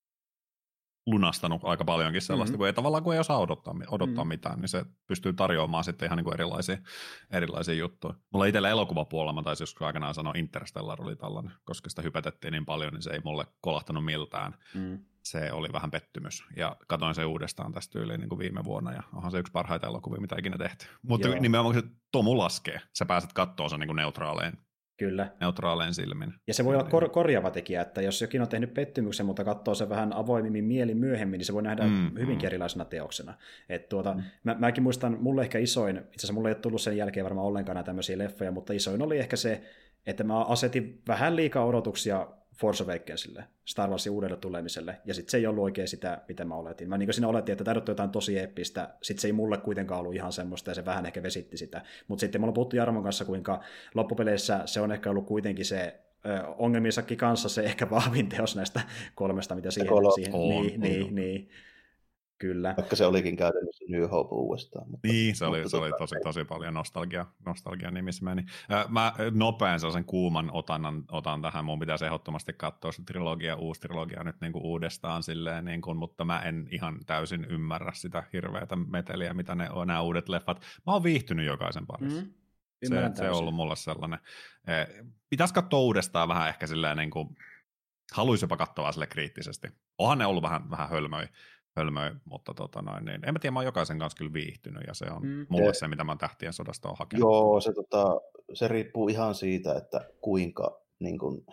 lunastanut aika paljonkin sellaista, mm-hmm. kun ei tavallaan kun ei osaa odottaa, odottaa mm-hmm. mitään, niin se pystyy tarjoamaan sitten ihan niin kuin erilaisia, erilaisia juttuja. Mulla itsellä elokuvapuolella, mä taisin joskus aikanaan sanoa, Interstellar oli tällainen, koska sitä hypetettiin niin paljon, niin se ei mulle kolahtanut miltään. Mm. Se oli vähän pettymys, ja katoin sen uudestaan tästä tyyliin niin kuin viime vuonna, ja onhan se yksi parhaita elokuvia, mitä ikinä tehty. Mutta nimenomaan se tomu laskee, sä pääset katsoa sen niin kuin neutraalein. Kyllä. Neutraalein silmin. Ja se voi olla kor- korjaava tekijä, että jos jokin on tehnyt pettymyksen, mutta katsoo sen vähän avoimimmin mielin myöhemmin, niin se voi nähdä mm, hyvinkin mm. erilaisena teoksena. Et tuota, mm. mä, mäkin muistan, mulle ehkä isoin, itse asiassa mulle ei ole tullut sen jälkeen varmaan ollenkaan näitä tämmöisiä leffoja, mutta isoin oli ehkä se, että mä asetin vähän liikaa odotuksia Force Awakensille, Star Warsin uudelle tulemiselle, ja sitten se ei ollut oikein sitä, mitä mä oletin. Mä niin kuin siinä oletin, että tämä on jotain tosi eeppistä, sitten se ei mulle kuitenkaan ollut ihan semmoista, ja se vähän ehkä vesitti sitä. Mutta sitten me ollaan puhuttu Jarmon kanssa, kuinka loppupeleissä se on ehkä ollut kuitenkin se ö, ongelmiensakin kanssa se ehkä vahvin teos näistä kolmesta, mitä siihen... siihen on, niin, on, niin, on. niin. Kyllä. Vaikka se olikin käytännössä New Hope uudestaan. Mutta, niin, se oli, mutta se oli tosi, tosi paljon nostalgia, nostalgia nimissä meni. Mä nopean sellaisen kuuman otan, otan tähän, mun pitäisi ehdottomasti katsoa se trilogia, uusi trilogia nyt niin kuin uudestaan silleen, niin kuin, mutta mä en ihan täysin ymmärrä sitä hirveätä meteliä, mitä ne on nämä uudet leffat. Mä oon viihtynyt jokaisen parissa. Mm, se, se on ollut mulle sellainen. Pitäisi katsoa uudestaan vähän ehkä silleen, niin kuin, haluaisi jopa katsoa sille kriittisesti. Onhan ne ollut vähän, vähän hölmöi. Hölmöi, mutta tota noin, niin en mä tiedä, mä oon jokaisen kanssa kyllä viihtynyt, ja se on mm. mulle se, mitä mä Tähtien sodasta on hakenut. Joo, se, tota, se riippuu ihan siitä, että kuinka niin kun,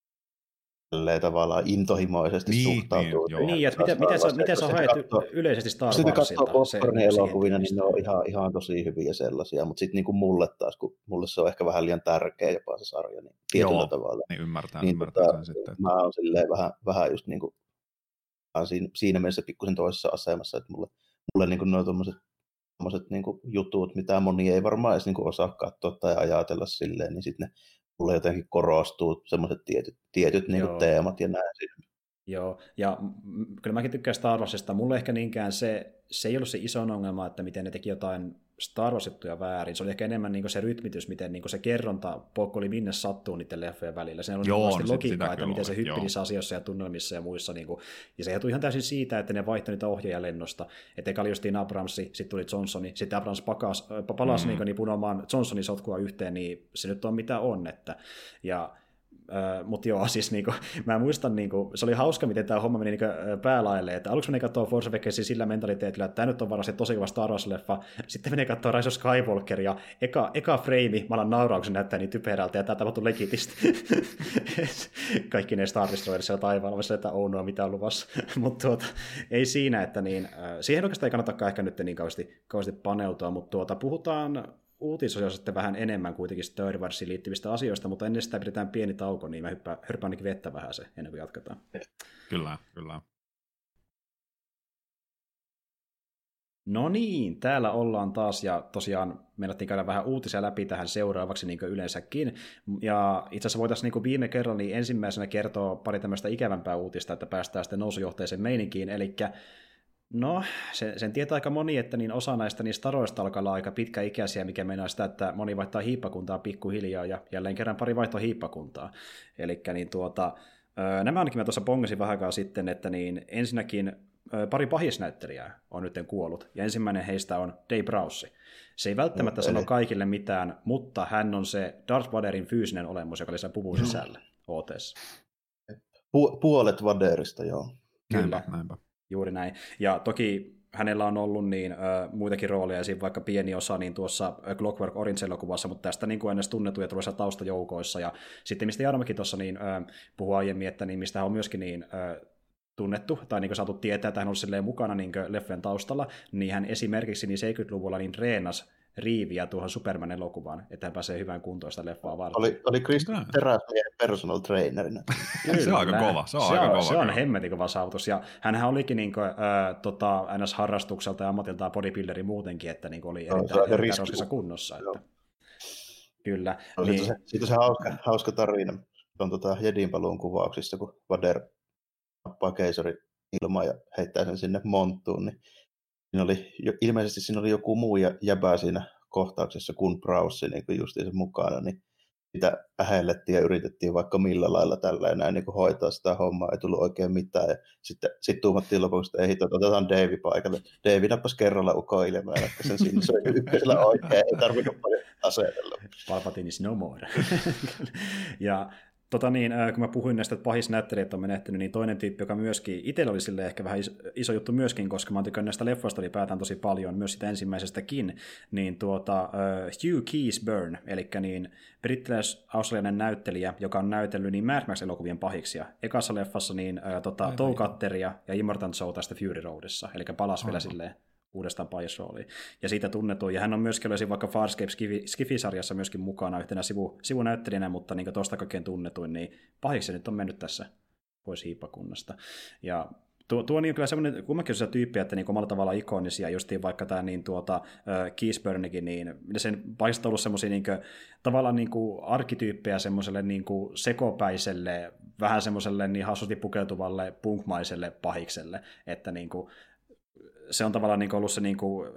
tavallaan intohimoisesti niin, suhtautuu. Niin, niin että miten, miten, sä, miten sä haet katsoo, yleisesti Star Warsilta? Sitten katsoo popcornin elokuvina, niin ne on ihan, ihan tosi hyviä sellaisia, mutta sitten niin mulle taas, kun mulle se on ehkä vähän liian tärkeä jopa se sarja, niin tietyllä Joo, tavalla. niin ymmärtää, niin, ymmärtää tota, sen sitten. Mä oon silleen vähän, vähän just niin kuin Siinä, siinä mielessä pikkusen toisessa asemassa, että mulle, mulle niin nuo tommoset niin jutut, mitä moni ei varmaan edes niin osaa katsoa tai ajatella silleen, niin sitten ne mulle jotenkin korostuu semmoiset tietyt, tietyt niin teemat ja näin. Joo, ja m- kyllä mäkin tykkään Star Warsista. Mulle ehkä niinkään se, se ei ollut se iso ongelma, että miten ne teki jotain Star Wars-juttuja väärin. Se oli ehkä enemmän niin se rytmitys, miten niin se kerronta pokkoli minne sattuu niiden leffojen välillä. Se on joo, niin logiikkaa, että miten oli, se hyppi niissä asioissa ja tunnelmissa ja muissa. Niin kuin, ja se johtui ihan täysin siitä, että ne vaihtoi niitä ohjaajia lennosta. Että eka oli justiin Abramsi, sitten tuli Johnsoni, sitten Abrams pakas, palasi mm. niin, niin punomaan Johnsonin sotkua yhteen, niin se nyt on mitä on. Että, ja Uh, mutta joo, siis niinku, mä muistan, niinku, se oli hauska, miten tämä homma meni niinku, päälaille, että aluksi meni katsoa Force Awakensia sillä mentaliteetillä, että tämä nyt on varmasti tosi kiva Star Wars-leffa, sitten meni katsoa Rise of Skywalker, ja eka, eka frame, mä alan nauraa, kun se näyttää niin typerältä, ja tämä tapahtui legitisti. Kaikki ne Star Destroyers siellä taivaalla, mä että oh no, mitä on luvassa. mutta tuota, ei siinä, että niin, uh, siihen oikeastaan ei kannatakaan ehkä nyt niin kauheasti, kauheasti paneutua, mutta tuota, puhutaan uutisosiossa sitten vähän enemmän kuitenkin Star Warsiin liittyvistä asioista, mutta ennen sitä pidetään pieni tauko, niin mä hyppään, hyppään ainakin vettä vähän se, ennen kuin jatketaan. Kyllä, kyllä. No niin, täällä ollaan taas, ja tosiaan meinattiin käydä vähän uutisia läpi tähän seuraavaksi niin kuin yleensäkin, ja itse asiassa voitaisiin niin kuin viime kerralla niin ensimmäisenä kertoa pari tämmöistä ikävämpää uutista, että päästään sitten nousujohteeseen meininkiin, eli no, sen, sen tietää aika moni, että niin osa näistä niin staroista alkaa olla aika pitkäikäisiä, mikä meinaa sitä, että moni vaihtaa hiippakuntaa pikkuhiljaa, ja jälleen kerran pari vaihtoa hiippakuntaa. Eli niin tuota, Öö, nämä ainakin mä tuossa pongasin vähän aikaa sitten, että niin ensinnäkin öö, pari pahisnäyttelijää on nyt kuollut, ja ensimmäinen heistä on Dave Prowse. Se ei välttämättä no, sano eli... kaikille mitään, mutta hän on se Darth Vaderin fyysinen olemus, joka oli sen puvun sisällä O T:ssä. Pu- puolet Vaderista, joo. Kyllä, näinpä, näinpä. Juuri näin. Ja toki hänellä on ollut niin, ö, muitakin rooleja, esim. Vaikka pieni osa niin tuossa Clockwork Orange-elokuvassa, mutta tästä niin kuin ennen tunnetuja tuossa taustajoukoissa. Ja sitten mistä Jarmokin tuossa niin, ö, puhui aiemmin, että niin, mistä hän on myöskin niin, ö, tunnettu, tai niin kuin saatu tietää, että hän on ollut silleen mukana niin leffojen taustalla, niin hän esimerkiksi niin seitsemänkymmentäluvulla niin treenasi riiviä tuohon Superman-elokuvaan, että hän pääsee hyvään kuntoon sitä leffaa varten. Oli, oli Chris Teräsmiehen personal trainerina. Se on aika kova. Se on, se aika on, kova. Se on hemmetin kova saavutus. Ja hänhän olikin niin kuin, äh, tota, N S-harrastukselta ja ammatiltaan bodybuilderi muutenkin, että niin oli no, erittäin, erittäin roskissa kunnossa. Että. Kyllä. No, niin. Siitä, se, siitä se hauska, hauska tarina on tota Jedin paluun kuvauksissa, kun Vader nappaa keisarin ilmaan ja heittää sen sinne monttuun, niin siinä oli, ilmeisesti siinä oli joku muu jäbää siinä kohtauksessa kuin Prowse niin justiinsa mukana, niin sitä ähellettiin ja yritettiin vaikka millä lailla tällä enää niin hoitaa sitä hommaa, ei tullut oikein mitään. Ja sitten sit tuumattiin lopuksi, että ei hito, otetaan Davey paikalle. Davey nappasi kerralla ukoilemaan, että sen siinä se oli ykkösellä oikein, ei tarvinnut paljon asetella. Palpatine is no more. Ja Tota niin, kun mä puhuin näistä, että pahisnäyttelijät on menehtynyt, niin toinen tyyppi, joka myöskin itsellä oli sille ehkä vähän iso, iso juttu myöskin, koska mä tykännyt näistä leffoista ylipäätään tosi paljon, myös sitä ensimmäisestäkin, niin tuota, uh, Hugh Keays-Byrne, eli niin brittiläis-australialainen näyttelijä, joka on näytellyt niin Mad Max-elokuvien pahiksia. Ekassa leffassa niin uh, tota, Toucatteria ja Immortan Joe tästä Fury Roadissa, eli palasi vielä silleen uudestaan paisrooliin. Ja siitä tunnettu. Ja hän on myöskin ollut vaikka Farscape Skifi-sarjassa myöskin mukana yhtenä sivu, sivunäyttelijänä, mutta niin tuosta kaikkein tunnetuin, niin pahiksi nyt on mennyt tässä pois hiippakunnasta. Ja tuo, tuo niin on kyllä semmoinen kummankin sellaisia tyyppiä, että niin omalla tavalla ikonisia, justiin vaikka tämä niin tuota, äh, Keays-Byrnekin, niin sen pahista on ollut semmoisia niin kuin, tavallaan niin kuin arkkityyppejä semmoiselle niin kuin sekopäiselle, vähän semmoiselle niin hassusti pukeutuvalle punkmaiselle pahikselle, että niin kuin se on tavallaan niin ollut se niin kuin,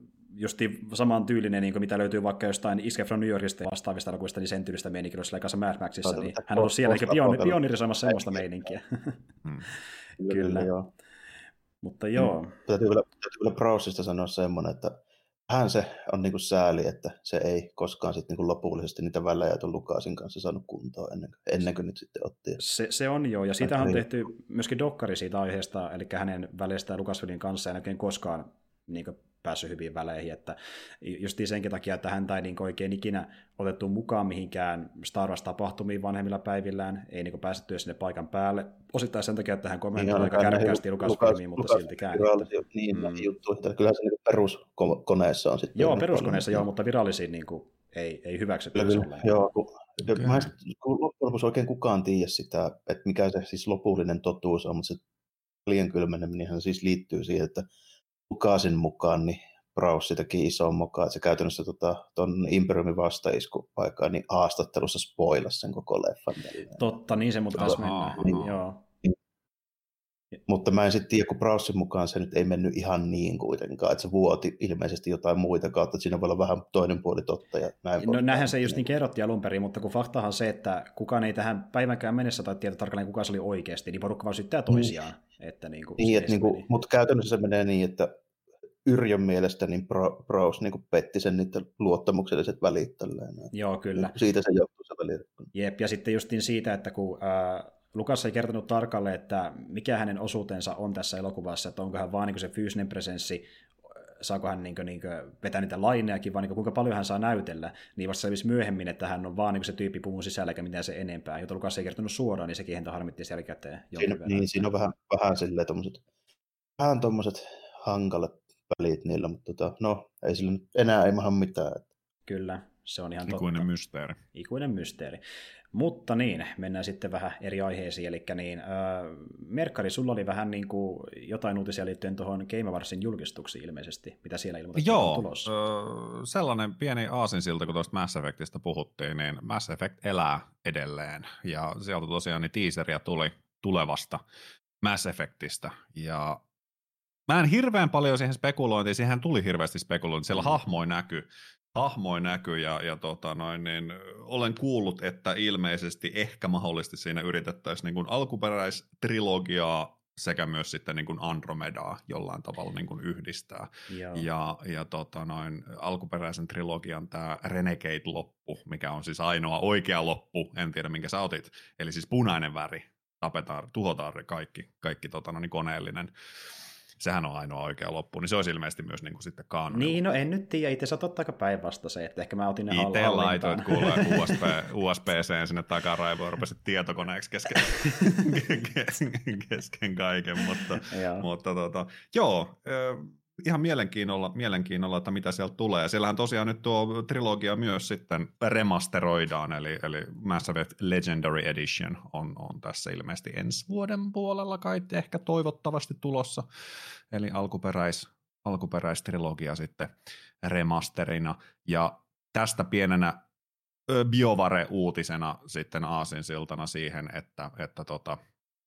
justi saman tyylinen, niin kuin mitä löytyy vaikka jostain Escape from New Yorkista vastaavista elokuvista, niin sen tyylistä meininkiä olisi kanssa Mad Maxissa, niin hän on ollut siellä eikä pioneerisoimassa semmoista meininkiä. Hmm. Kyllä. Kyllä joo. Mutta joo. Hmm. Täytyy vielä, vielä Prowsesta sanoa semmoinen, että hän se on niin kuin sääli, että se ei koskaan sit niin kuin lopullisesti niitä välejä tuon Lucasin kanssa saanut kuntoon ennen, ennen kuin nyt sitten otti. Se, se on joo, ja siitä on tehty myöskin dokkari siitä aiheesta, eli hänen väleistään Lucasfilmin kanssa, ja oikein koskaan niin kuin päässyt hyviin väleihin, että just senkin takia, että häntä ei niin oikein ikinä otettu mukaan mihinkään Star Wars-tapahtumiin vanhemmilla päivillään, ei niin päästetty sinne paikan päälle, osittain sen takia, että hän kommentoi aika kärkkäästi Lucasfilmiin, mutta Lucas, siltikään. Niin, mm. juttu, kyllähän se niin peruskoneessa on sitten. Joo, peruskoneessa joo, mutta virallisiin niin kuin, ei, ei hyväksytty. Joo, okay. Mä en loppujen lopuksi oikein kukaan tiedä sitä, että mikä se siis lopullinen totuus on, mutta se liian kylmeneminen siis liittyy siihen, että Lucasin mukaan niin Prowse teki ison mukaan, että se käytännössä tuon tota, Imperiumin vastaiskuaikaan niin haastattelussa spoilasi sen koko leffan. Totta, niin se mutta taas mennään. Niin, joo. Mutta mä en sitten tiedä, kun Prowsen mukaan se nyt ei mennyt ihan niin kuitenkaan, että se vuoti ilmeisesti jotain muita kautta, että siinä voi olla vähän toinen puoli totta. Ja näin no näinhän se just niin kerrottiin alun perin, mutta kun faktahan se, että kukaan ei tähän päivänkään mennessä tai tiedä tarkalleen kuka se oli oikeasti, niin porukka vaan syyttää toisiaan. Mm. Että niin kuin niin, että niin kuin, mutta käytännössä se menee niin, että Yrjön mielestä niin Prowse niin petti sen niiden luottamukselliset välit. Tälleen. Joo, kyllä. Siitä se johtuu se väli. Jep, ja sitten justiin siitä, että kun Äh, Lucas ei kertonut tarkalleen, että mikä hänen osuutensa on tässä elokuvassa, että onko hän vaan niin se fyysinen presenssi, saako hän niin kuin, niin kuin vetää niitä laineakin, vaan niin kuinka paljon hän saa näytellä, niin vasta selvisi myöhemmin, että hän on vaan niin se tyyppi puvun sisällä eikä mitään se enempää, jota Lucas ei kertonut suoraan, niin sekin häntä harmitti siellä käteen. Siinä, niin, siinä on vähän, vähän silleen tommoset, vähän tommoset hankalat välit niillä, mutta tota, no, ei sillä enää ei maha mitään. Kyllä, se on ihan totta. Ikuinen mysteeri. Ikuinen mysteeri. Mutta niin, mennään sitten vähän eri aiheisiin, eli niin, äh, Merkkari, sulla oli vähän niin kuin jotain uutisia liittyen tuohon Game Awards'in julkistuksiin ilmeisesti, mitä siellä ilmoitettiin Joo, tulossa. Joo, sellainen pieni aasinsilta, kun tuosta Mass Effectistä puhuttiin, niin Mass Effect elää edelleen, ja sieltä tosiaan niin teaseria tuli tulevasta Mass Effectistä, ja mä en hirveän paljon siihen spekulointiin, siihen tuli hirveästi spekulointia, siellä mm. hahmoja näkyy, hahmoja näkyy ja, ja tota noin, niin, olen kuullut, että ilmeisesti ehkä mahdollisesti siinä yritettäisiin niin kuin alkuperäistrilogiaa sekä myös sitten niin kuin Andromedaa jollain tavalla niin kuin yhdistää. Joo. Ja, ja tota noin, alkuperäisen trilogian tämä Renegade-loppu, mikä on siis ainoa oikea loppu, en tiedä minkä sä otit, eli siis punainen väri, tapetaan, tuhotaan kaikki, kaikki tota noin, koneellinen. Sehän on ainoa oikea loppu, niin se olisi ilmeisesti myös niin kuin sitten kaanonilla. Niin, no en nyt tiedä, itse sä totta kai päinvasta se, että ehkä mä otin ne itse laitoit kuule U S B, U S B-C:n sinne takaraivoon, rupesit tietokoneeksi kesken, kesken kaiken, mutta, mutta tota, joo, ihan mielenkiinnolla, mielenkiinnolla, että mitä sieltä tulee. Siellähän tosiaan nyt tuo trilogia myös sitten remasteroidaan, eli, eli Mass Effect Legendary Edition on, on tässä ilmeisesti ensi vuoden puolella kai ehkä toivottavasti tulossa, eli alkuperäis, alkuperäistrilogia sitten remasterina, ja tästä pienenä BioVare-uutisena sitten aasinsiltana siihen, että, että tota,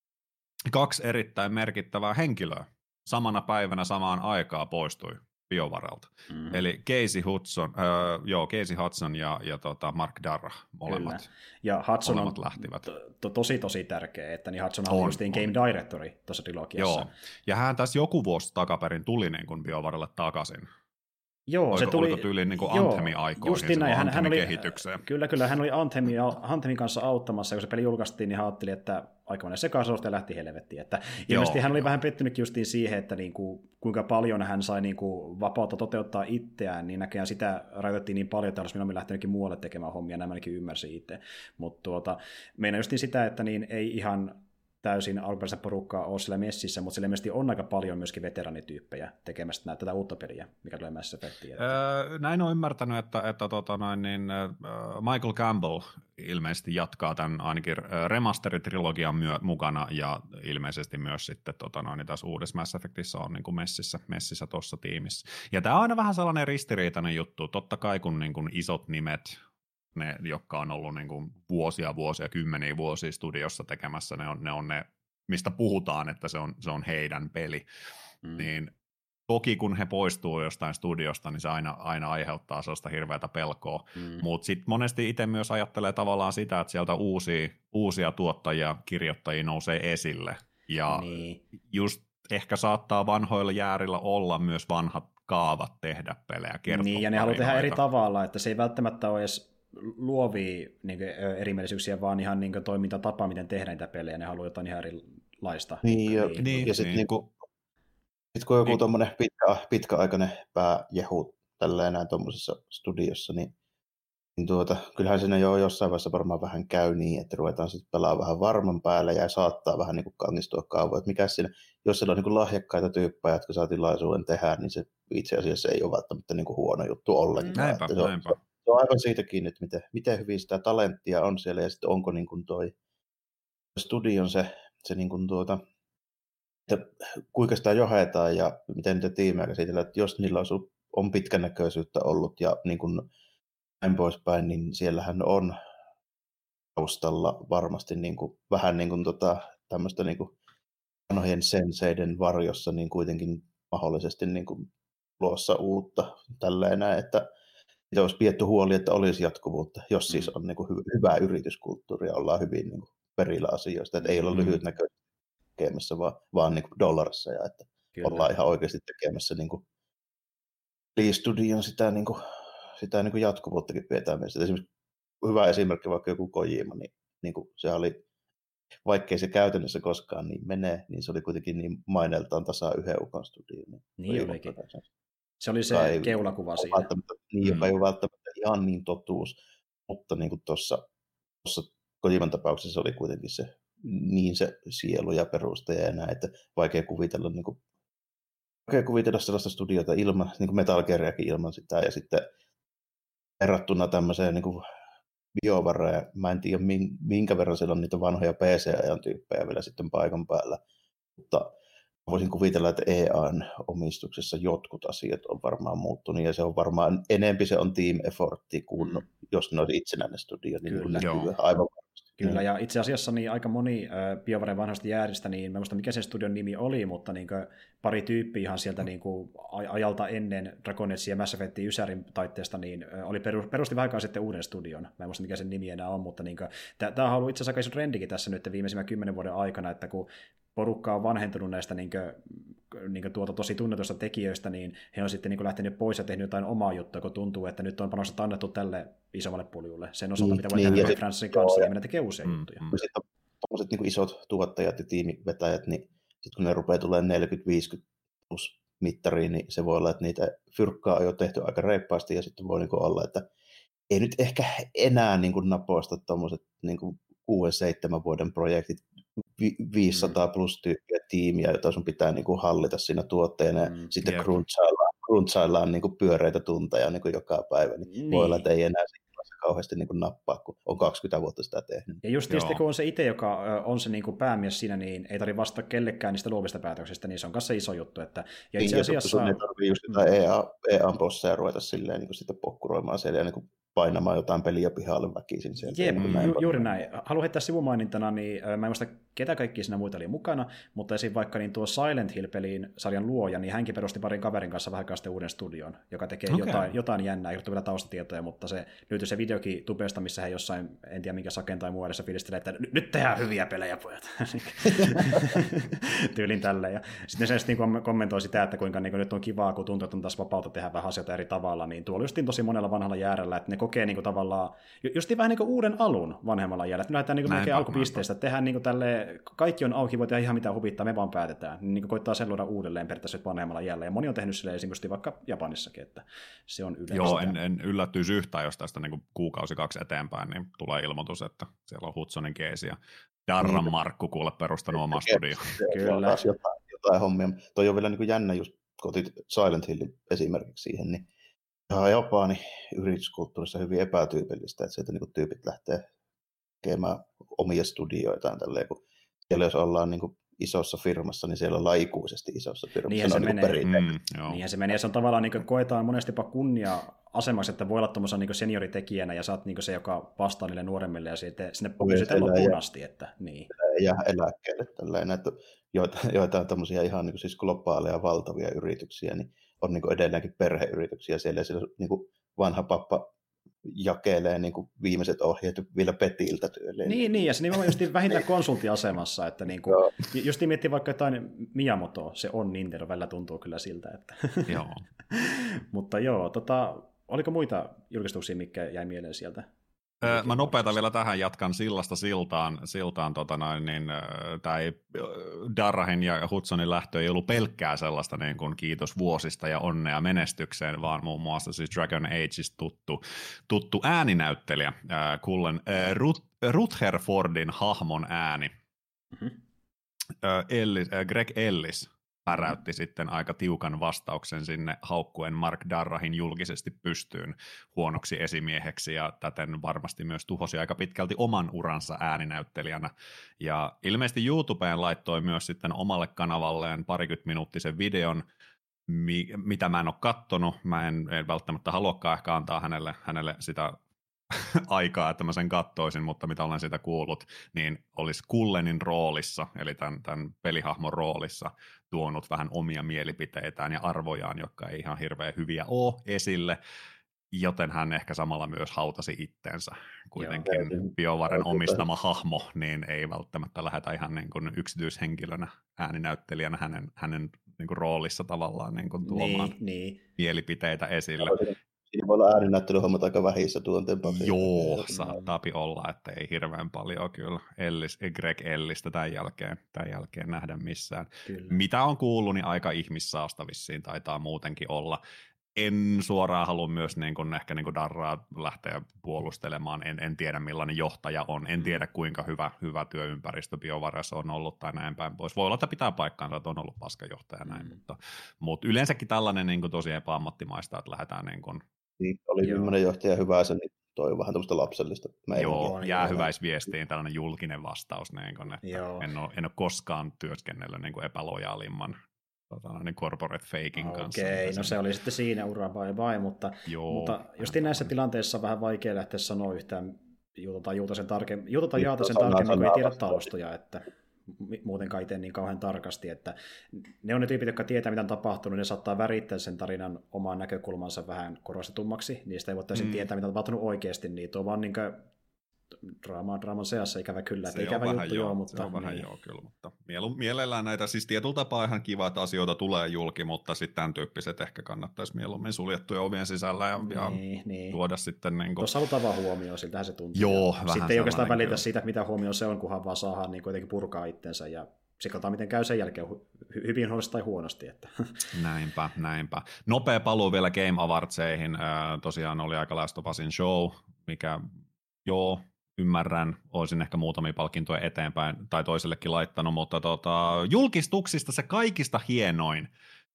kaksi erittäin merkittävää henkilöä samana päivänä samaan aikaan poistui BioVarelta. Mm. Eli Casey Hudson, äh, joo, Casey Hudson ja, ja tota Mark Darrah, molemmat, Kyllä. Ja Hudson molemmat on lähtivät. To, to, tosi tosi tärkeä, että niin Hudson on justiin Game Directori tuossa trilogiassa. Joo, ja hän tässä joku vuosi takaperin tuli niin kuin BioVarelle takaisin. Joo, oliko, se tuli oliko tyyliin niin kuin Anthemi-aikoihin, näin. Hän, hän oli, kehitykseen? Kyllä, kyllä, hän oli Anthemi, Anthemin kanssa auttamassa, kun se peli julkaistiin, niin hän ajatteli, että aikamoinen sekasorto ja lähti helvettiin. Että ilmeisesti hän oli vähän pettynyt justiin siihen, että niinku, kuinka paljon hän sai niinku vapautta toteuttaa itseään, niin näköjään sitä rajoitettiin niin paljon, että olisi minun lähtenytkin muualle tekemään hommia, nämä ainakin ymmärsin itse. Mutta tuota, meinaa justiin sitä, että niin ei ihan täysin alkuperäistä porukkaa ole siellä messissä, mutta siellä ilmeisesti on aika paljon myöskin veteranityyppejä tekemästä tätä uutta peliä, mikä tulee Mass Effectiin. Öö, näin on ymmärtänyt, että, että tota noin, niin, Michael Campbell ilmeisesti jatkaa tämän ainakin remasteritrilogian myö- mukana, ja ilmeisesti myös sitten tota noin, tässä uudessa Mass Effectissa on niin kuin messissä, messissä tuossa tiimissä. Ja tämä on aina vähän sellainen ristiriitainen juttu, totta kai kun niin kuin isot nimet, ne, jotka on ollut niin kuin vuosia, vuosia, kymmeniä vuosia studiossa tekemässä, ne on ne, on ne mistä puhutaan, että se on, se on heidän peli. Mm. Niin toki kun he poistuu jostain studiosta, niin se aina, aina aiheuttaa sellaista hirveätä pelkoa. Mm. Mutta sitten monesti itse myös ajattelee tavallaan sitä, että sieltä uusia, uusia tuottajia, kirjoittajia nousee esille. Ja niin. Just ehkä saattaa vanhoilla jäärillä olla myös vanhat kaavat tehdä pelejä, kertoa niin, ja ne haluaa tehdä eri tavalla, että se ei välttämättä ole edes luovia niin kuin, erimielisyyksiä, vaan ihan niin kuin, toimintatapa, miten tehdään niitä pelejä, ne haluaa jotain ihan erilaista. Niin, ja, niin, ja sitten niin. niin sit kun joku niin. tuommoinen pitkä, pitkäaikainen pääjehu tälleen näin tuommoisessa studiossa, niin, niin tuota, kyllähän siinä jo jossain vaiheessa varmaan vähän käy niin, että ruvetaan sitten pelaamaan vähän varman päälle ja saattaa vähän niin kuin kangistua kauan, että mikä siinä, jos siellä on niin kuin lahjakkaita tyyppejä, jotka saa tilaisuuden tehdä, niin se itse asiassa ei ole välttämättä niin kuin huono juttu ollenkaan. Näinpä, se, näinpä. On, se on aivan siitä kiinni, että miten, miten hyvin sitä talenttia on siellä, ja sitten onko niin kuin toi studion se, se niin kuin tuota, että kuinka sitä johdetaan ja miten niitä tiimejä käsitellään, että jos niillä on, on pitkänäköisyyttä ollut ja niin kuin näin poispäin, niin siellähän on taustalla varmasti niin kuin, vähän niin kuin tota, tämmöistä niin kuin vanhojen senseiden varjossa niin kuitenkin mahdollisesti niin kuin luossa uutta tälleen näin, että mitä olisi pietty huoli, että olisi jatkuvuutta, jos siis on niin kuin hy- hyvää yrityskulttuuria, ollaan hyvin niin kuin perillä asioista, että ei ole mm. lyhytnäköistä tekemässä, vaan, vaan niin kuin dollarissa, ja että Kyllä. ollaan ihan oikeasti tekemässä niin kuin Lee-studion sitä, niin kuin, sitä niin kuin jatkuvuuttakin pidetään mielessä. Esimerkiksi hyvä esimerkki, vaikka joku Kojima, niin, niin kuin se oli, vaikkei se käytännössä koskaan niin menee, niin se oli kuitenkin niin maineeltaan tasa yhden ukon studio. Niin, niin olikin. Se oli se ei, keulakuva siinä. Niin, mm. joka ei ole välttämättä ihan niin totuus, mutta niin kuin tuossa Kojiman tapauksessa oli kuitenkin se niin se sielu ja perustaja ja näin, että vaikea kuvitella, niin kuin, vaikea kuvitella sellaista studiota ilman, niin kuin Metal Geariakin ilman sitä, ja sitten verrattuna tämmöiseen niin kuin BioVareen, mä en tiedä minkä verran siellä on niitä vanhoja P C-ajan tyyppejä vielä sitten paikan päällä, mutta voisin kuvitella, että E A:n omistuksessa jotkut asiat on varmaan muuttunut, ja se on varmaan, enempi se on team effortti kuin mm. jos ne olisi itsenäinen studio, niin Kyllä, näkyy aivan varmasti. Kyllä, ja itse asiassa niin aika moni äh, BioWaren vanhoista jääristä, niin mä en muista mikä sen studion nimi oli, mutta niin kuin, pari tyyppiä ihan sieltä niin kuin, ajalta ennen Dragon Age ja Mass Effectin Ysärin taitteesta, niin äh, oli peru, perusti vähän aikaa sitten uuden studion. Mä en muista mikä sen nimi enää on, mutta niin kuin, tämä on ollut itse asiassa aika iso trendikin tässä nyt viimeisimmän kymmenen vuoden aikana, että kun porukka on vanhentunut näistä niin kuin, niin kuin tuota tosi tunnetuista tekijöistä, niin he on sitten niin kuin lähtenyt pois ja tehnyt jotain omaa juttua, kun tuntuu, että nyt on panostettu annettu tälle isommalle puljulle sen osalta, niin, mitä voi niin, tehdä Ray Francesin kanssa, ja minä tekee uusia mm, juttuja. Mm. Sitten tuollaiset niin isot tuottajat ja tiimivetäjät, niin sitten kun ne rupeaa tulemaan neljäkymmentä viisikymmentä plus mittariin, niin se voi olla, että niitä fyrkkaa on jo tehty aika reippaasti, ja sitten voi niin kuin olla, että ei nyt ehkä enää niin kuin napoista tuommoiset niin kuusi seitsemän vuoden projektit, viisisataa plus tyyppiä tiimiä, jota sun pitää niin kuin hallita siinä tuotteena, ja mm, sitten crunchaillaan, crunchaillaan niin kuin pyöreitä tunteja niin kuin joka päivä, niin, niin voi olla, että ei enää kauheasti niin kuin nappaa, kun on kaksikymmentä vuotta sitä tehnyt. Ja just tietysti, kun on se itse, joka on se niin kuin päämies siinä, niin ei tarvitse vastata kellekään niistä luovista päätöksistä, niin se on kanssa iso juttu. Että, ja itse asiassa... Sun ei tarvitse just jotain E A-bosseja ruveta silleen niin kuin sitten pokkuroimaan siellä ja niin kuin painamaan jotain peliä pihalle väkisin sieltä. Jep, niin ju- juuri näin. Haluan heittää sivumainintana, niin mä en muista ketä kaikki siinä muita oli mukana, mutta esim. Vaikka niin tuo Silent Hill-pelin sarjan luoja, niin hänkin perusti parin kaverin kanssa vähän sitten uuden studion, joka tekee okay. jotain, jotain jännää, ei ole vielä taustatietoja, mutta se löytyi se videokin tubesta, missä he jossain, en tiedä minkä saken tai muodossa fiilistelee, että nyt tehdään hyviä pelejä, pojat. Tyylin tälleen. Ja sitten se niin kommentoi sitä, että kuinka niin nyt on kivaa, kun tuntuu, että on taas vapautta tehdä vähän asioita eri tavalla, niin tuolla justiin tosi monella vanhalla jäärellä, että ne kokee niin kuin tavallaan, justiin vähän niin kuin uuden alun vanhemmalla jäällä, että me lähdetään niin melkein alkupisteestä, että tehdään niin kuin tälleen, kaikki on auki, voi tehdä ihan mitä huvittaa, me vaan päätetään, niin kuin koittaa sen luoda uudelleen periaatteessa vanhemmalla jäällä, ja moni on tehnyt silleen esimerkiksi vaikka Japanissakin, että se on yleistä. Joo, en, en yllättyisi yhtään, jos tästä niin kuin kuukausi kaksi eteenpäin, niin tulee ilmoitus, että siellä on Hudsonin keesi ja Darran niin, Markku kuule perustanut omaa studioon. Kyllä. Jotain, jotain hommia. Toi on vielä niin kuin jännä, just kun otit Silent Hillin esimerkiksi siihen, niin ihan Japanin yrityskulttuurissa hyvin epätyypillistä, että sieltä niin tyypit lähtee tekemään omia studioitaan tälleen, kun siellä jos ollaan niin kuin isossa firmassa, niin siellä ollaan ikuisesti isossa firmassa. Niinhän se, se menee. Mm, Niinhän se menee. Ja se on tavallaan, niin kuin, koetaan monesti jopa kunnia-asemaksi, että voi olla tuommoisen niin senioritekijänä ja sä oot niin se, joka vastaa niille nuoremmille ja sitten sinne pysytään loppuun asti. Että, niin. Ja eläkkeelle tälleen, että joita, joitain tämmöisiä ihan niin kuin, siis globaaleja valtavia yrityksiä, niin on niin kuin edelleenkin perheyrityksiä siellä ja siellä niin kuin vanha pappa jakelee niin kuin viimeiset ohjeet vielä Petiltä tyyliin. Niin, niin, ja se nimenomaan just vähintään konsulttiasemassa, että niin kuin, just miettii vaikka jotain Miyamotoa, se on Nintendo, välillä tuntuu kyllä siltä. Että. Joo. Mutta joo, tota, oliko muita julkistuksia, mitkä jäi mieleen sieltä? Öö, mä nopeata vielä tähän jatkan sillasta siltaan, siltaan tota noin, niin, tai Darrahin ja Hudsonin lähtö ei ollut pelkkää sellaista niin kuin kiitos vuosista ja onnea menestykseen, vaan muun muassa siis Dragon Ageista tuttu, tuttu ääninäyttelijä, äh, Cullen äh, Ruth, Rutherfordin hahmon ääni, mm-hmm. äh, Ellis, äh, Greg Ellis päräytti sitten aika tiukan vastauksen sinne haukkuen Mark Darrahin julkisesti pystyyn huonoksi esimieheksi ja täten varmasti myös tuhosi aika pitkälti oman uransa ääninäyttelijänä. Ja ilmeisesti YouTubeen laittoi myös sitten omalle kanavalleen parikymmentä minuuttisen videon, mi- mitä mä en ole kattonut. Mä en, en välttämättä haluakaan ehkä antaa hänelle, hänelle sitä aikaa, että mä sen kattoisin, mutta mitä olen siitä kuullut, niin olisi Cullenin roolissa, eli tämän, tämän pelihahmon roolissa, tuonut vähän omia mielipiteitään ja arvojaan, jotka ei ihan hirveän hyviä ole esille, joten hän ehkä samalla myös hautasi itsensä. Kuitenkin Joo, BioWaren omistama hahmo, niin ei välttämättä lähetä ihan niin kuin yksityishenkilönä ääninäyttelijänä hänen, hänen niin kuin roolissa tavallaan niin kuin tuomaan niin, niin. mielipiteitä esille. Siinä voi olla ääninäyttelyhommat aika vähissä tuonteen papiin. Joo, saattaapi olla, että ei hirveän paljon kyllä Ellis, Greg Ellistä tämän jälkeen, tämän jälkeen nähdä missään. Kyllä. Mitä on kuullut, niin aika ihmissaasta vissiin taitaa muutenkin olla. En suoraan halua myös niin kuin, ehkä niin kuin Darraa lähteä puolustelemaan, en, en tiedä millainen johtaja on, en tiedä kuinka hyvä, hyvä työympäristö BioWaressa on ollut tai näin päin pois. Voi olla, että pitää paikkaansa, että on ollut paskajohtaja näin, mm. mutta, mutta yleensäkin tällainen niin kuin tosi epäammattimaista, että lähdetään niin kuin... Niin, oli viimeinen johtaja hyvä, se niin toi vähän tämmöistä lapsellista. Joo, jää hyväisviestiin tällainen julkinen vastaus, niin kuin, että en ole, en ole koskaan työskennellyt niin kuin epälojaalimman Tota, niin corporate faking okay, kanssa. Okei, no se oli sitten siinä ura bye bye, mutta, mutta just näissä tilanteissa on vähän vaikea lähteä sanoa yhtään juututaan Juutasen tarkemmin, juututaan Jaatasen tarkemmin, kun ei tiedä taustoja, että muutenkaan itse niin kauhean tarkasti, että ne on ne tyypit, jotka tietää, mitä on tapahtunut, ne saattaa värittää sen tarinan omaan näkökulmansa vähän korostetummaksi, niistä ei voi täysin mm. tietää, mitä on tapahtunut oikeasti, niin tuo vaan niin draaman, draaman seassa ikävä kyllä, että ikävä juttu joo, mutta... Se on vähän niin. joo kyllä, mutta mielellään näitä, siis tietyllä tapaa ihan kiva, että asioita tulee julki, mutta sitten tämän tyyppiset ehkä kannattaisi mieluummin suljettuja ovien sisällä ja, ja niin, niin. tuoda sitten... Niin kuin... Tuossa halutaan vaan huomioon, siltähän se tuntuu. Joo, vähän sitten ei oikeastaan välitä kyllä. siitä, mitä huomioon se on, kunhan vaan saadaan niin kuitenkin purkaa itsensä ja sikataan, miten käy sen jälkeen hy- hyvin huonosti tai huonosti. Että. Näinpä, näinpä. Nopea paluu vielä Game Awardseihin. Äh, tosiaan oli aika Last of Usin show, mikä joo, ymmärrän, olisin ehkä muutamia palkintoja eteenpäin tai toisellekin laittanut, mutta tota, julkistuksista se kaikista hienoin.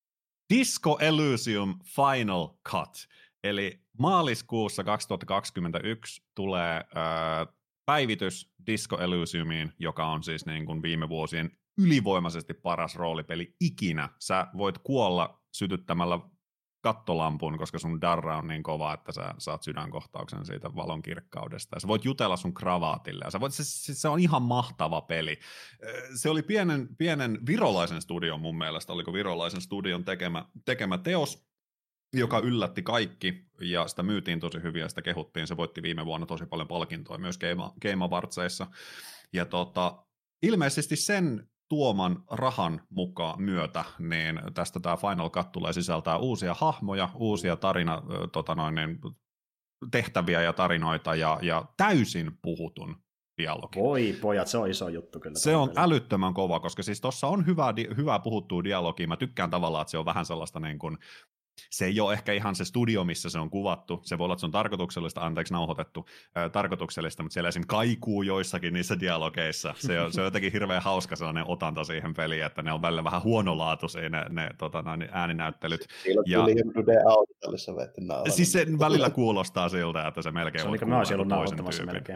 Disco Elysium Final Cut. Eli maaliskuussa kaksituhattakaksikymmentäyksi tulee äh, päivitys Disco Elysiumiin, joka on siis niin kuin viime vuosien ylivoimaisesti paras roolipeli ikinä. Sä voit kuolla sytyttämällä kattolampun, koska sun darra on niin kova, että sä saat sydänkohtauksen siitä valon kirkkaudesta. Ja sä voit jutella sun kravaatille. Ja sä voit, se, se on ihan mahtava peli. Se oli pienen, pienen virolaisen studion mun mielestä, oliko virolaisen studion tekemä, tekemä teos, joka yllätti kaikki, ja sitä myytiin tosi hyvin, ja sitä kehuttiin. Se voitti viime vuonna tosi paljon palkintoja myös Game, Game Awardsissa. Ja tota, ilmeisesti sen tuoman rahan mukaan myötä, niin tästä tämä Final Cut tulee sisältää uusia hahmoja, uusia tarina, tota noin, niin, tehtäviä ja tarinoita, ja, ja täysin puhutun dialogi. Voi pojat, se on iso juttu kyllä. Se on älyttömän kova, koska siis tuossa on hyvää, hyvää puhuttua dialogia. Mä tykkään tavallaan, että se on vähän sellaista niin kuin, se ei ole ehkä ihan se studio, missä se on kuvattu. Se voi olla, että se on tarkoituksellista, anteeksi nauhoitettu, ää, tarkoituksellista, mutta siellä esim. Kaikuu joissakin niissä dialogeissa. Se on, se on jotenkin hirveän hauska sellainen otanta siihen peliin, että ne on välillä vähän huonolaatuisia ne, ne tota, noin, ääninäyttelyt. Siellä tuli Dude Autotallissa vetty naulaa. Siis se välillä kuulostaa siltä, että se melkein se on niin kuin mä olisin ollut nauhoittamassa melkein.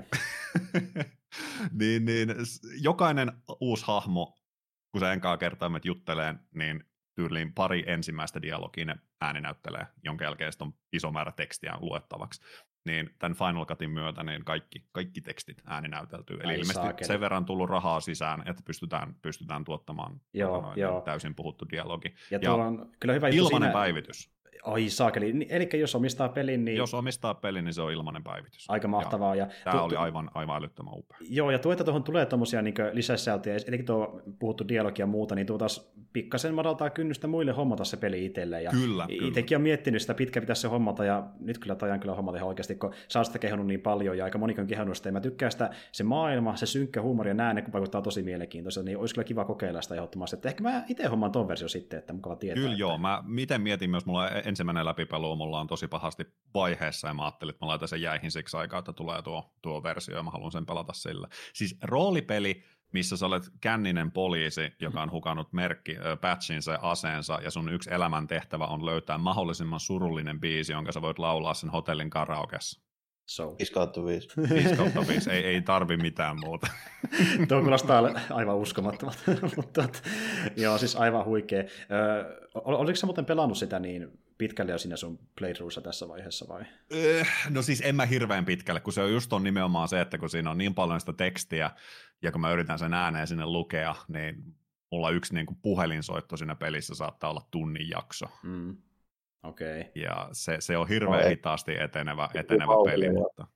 niin, niin, jokainen uusi hahmo, kun se enkaa kertaa meidät juttelee, niin tyyliin pari ensimmäistä dialogia ne ääni näyttelee, jonka jälkeen on iso määrä tekstiä luettavaksi. Niin tämän Final Cutin myötä niin kaikki, kaikki tekstit ääni näyteltyy. Eli Ai ilmeisesti saakeli. Sen verran tullut rahaa sisään, että pystytään, pystytään tuottamaan joo, noin, joo. täysin puhuttu dialogi. Ja, ja on kyllä hyvä ilmainen siinä... päivitys. Ai saakeli, eli jos omistaa pelin, niin... Jos omistaa pelin, niin se on ilmainen päivitys. Aika mahtavaa. Ja, ja tämä tu- oli aivan, aivan älyttömän upea. Joo, ja tuo, että tuohon tulee tuommoisia niin lisäsisältöjä, etenkin tuo puhuttu dialogia ja muuta, niin tuo taas pikkasen madaltaa kynnystä muille hommata se peli itselleen. Ja kyllä, itsekin on miettinyt sitä, pitkä pitäisi se hommata, ja nyt kyllä tajan kyllä hommata ihan oikeasti, kun saa sitä kehonnut niin paljon, ja aika monikin on kehonnut sitä, ja mä tykkään sitä, se maailma, se synkkä huumori ja nää, kun vaikuttaa tosi mielenkiintoista, niin olisi kyllä kiva kokeilla sitä ehdottomasti, että ehkä mä itse hommaan ton versio sitten, että mukava tietää. Kyllä että... joo, mä miten mietin myös, mulla ensimmäinen läpipelu mulla on tosi pahasti vaiheessa, ja mä ajattelin, että mä laitan sen jäihin siksi aikaa, että tulee tuo, tuo versio, ja mä haluan sen pelata sillä. Siis roolipeli, missä sä olet känninen poliisi, joka on hukannut merkki, äh, patchinsa ja aseensa, ja sun yksi elämäntehtävä on löytää mahdollisimman surullinen biisi, jonka sä voit laulaa sen hotellin karaokessa. So. viisi kautta viisi. viisi kautta viisi, ei, ei tarvi mitään muuta. Tuo kuulostaa aivan uskomattomat, mutta joo, siis aivan huikea. Öö, oliko sä muuten pelannut sitä niin pitkälle jo siinä sun playthroughssa tässä vaiheessa vai? No siis en mä hirveän pitkälle, kun se on just on nimenomaan se, että kun siinä on niin paljon sitä tekstiä, ja kun mä yritän sen ääneen sinne lukea, niin mulla yksi niin kuin puhelinsoitto siinä pelissä saattaa olla tunnin jakso. Mm. Okay. Ja se, se on hirveän no, hitaasti etenevä, etenevä peli, mutta...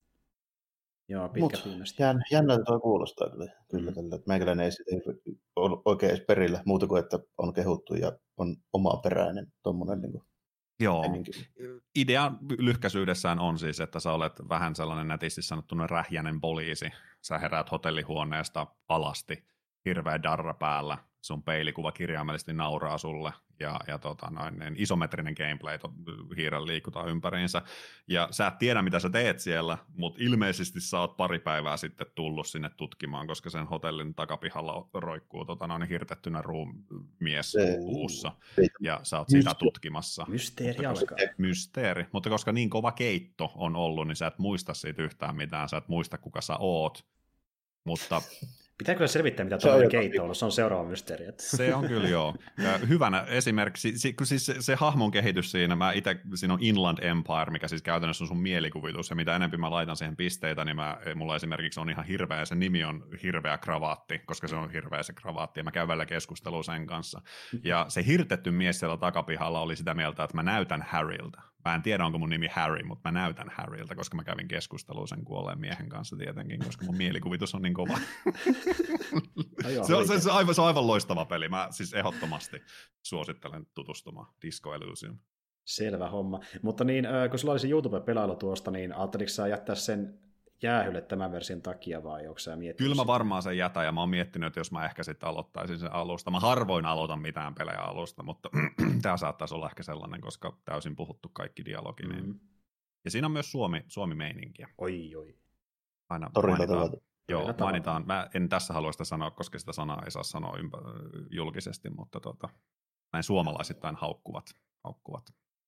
Joo, pitkä pyynnöstä. Jän, jännältä tuo kuulostaa kyllä, kyllä mm. tällä, että meikäläinen ei sitten ole oikein edes perillä muuta kuin, että on kehuttu ja on omaperäinen tuommoinen niin kuin Joo, idea lyhkäisyydessään on siis, että sä olet vähän sellainen nätisti sanottuna rähjäinen poliisi. Sä heräät hotellihuoneesta alasti, hirveä darra päällä, sun peilikuva kirjaimellisesti nauraa sulle, ja, ja tota noin, niin isometrinen gameplay, hiiren liikutaan ympäriinsä, ja sä et tiedä, mitä sä teet siellä, mutta ilmeisesti sä oot pari päivää sitten tullut sinne tutkimaan, koska sen hotellin takapihalla roikkuu tota noin, hirtettynä ruumies luussa, ja sä oot sitä tutkimassa. Mysteeri alkaa. Mysteeri, mutta koska niin kova keitto on ollut, niin sä et muista siitä yhtään mitään, sä et muista, kuka sä oot, mutta Pitää kyllä selvittää, mitä tuollainen keitto on ollut. Se on seuraava mysteeri. Se on kyllä, joo. Ja hyvänä esimerkiksi, siis se, se hahmon kehitys siinä, mä itse, siinä on Inland Empire, mikä siis käytännössä on sun mielikuvitus, ja mitä enemmän mä laitan siihen pisteitä, niin mä, mulla esimerkiksi on ihan hirveä, se nimi on Hirveä kravaatti, koska se on hirveä se kravaatti, ja mä käyn välillä keskustelua sen kanssa. Ja se hirtetty mies siellä takapihalla oli sitä mieltä, että mä näytän Harryltä. Mä en tiedä, onko mun nimi Harry, mutta mä näytän Harryltä, koska mä kävin keskustelua sen kuolleen miehen kanssa tietenkin, koska mun mielikuvitus on niin kova. Joo, se, on, se, se, on aivan, se on aivan loistava peli. Mä siis ehdottomasti suosittelen tutustumaan Disco Elysium. Selvä homma. Mutta niin, kun sulla oli se YouTube-pelailu tuosta, niin ajatteliko sä jättää sen jäähylle tämän version takia vai onko sä miettinyt? Kyllä mä varmaan sen jätän ja mä oon miettinyt, että jos mä ehkä sitten aloittaisin sen alusta. Mä harvoin aloitan mitään pelejä alusta, mutta tämä saattaisi olla ehkä sellainen, koska täysin puhuttu kaikki dialogi. Niin. Mm. Ja siinä on myös Suomi, Suomi-meininkiä. Oi, oi. Aina Torilla mainitaan. Joo, mainitaan. Mä en tässä halua sitä sanoa, koska sitä sanaa ei saa sanoa ympä- julkisesti, mutta tota, näin suomalaisittain haukkuvat. haukkuvat.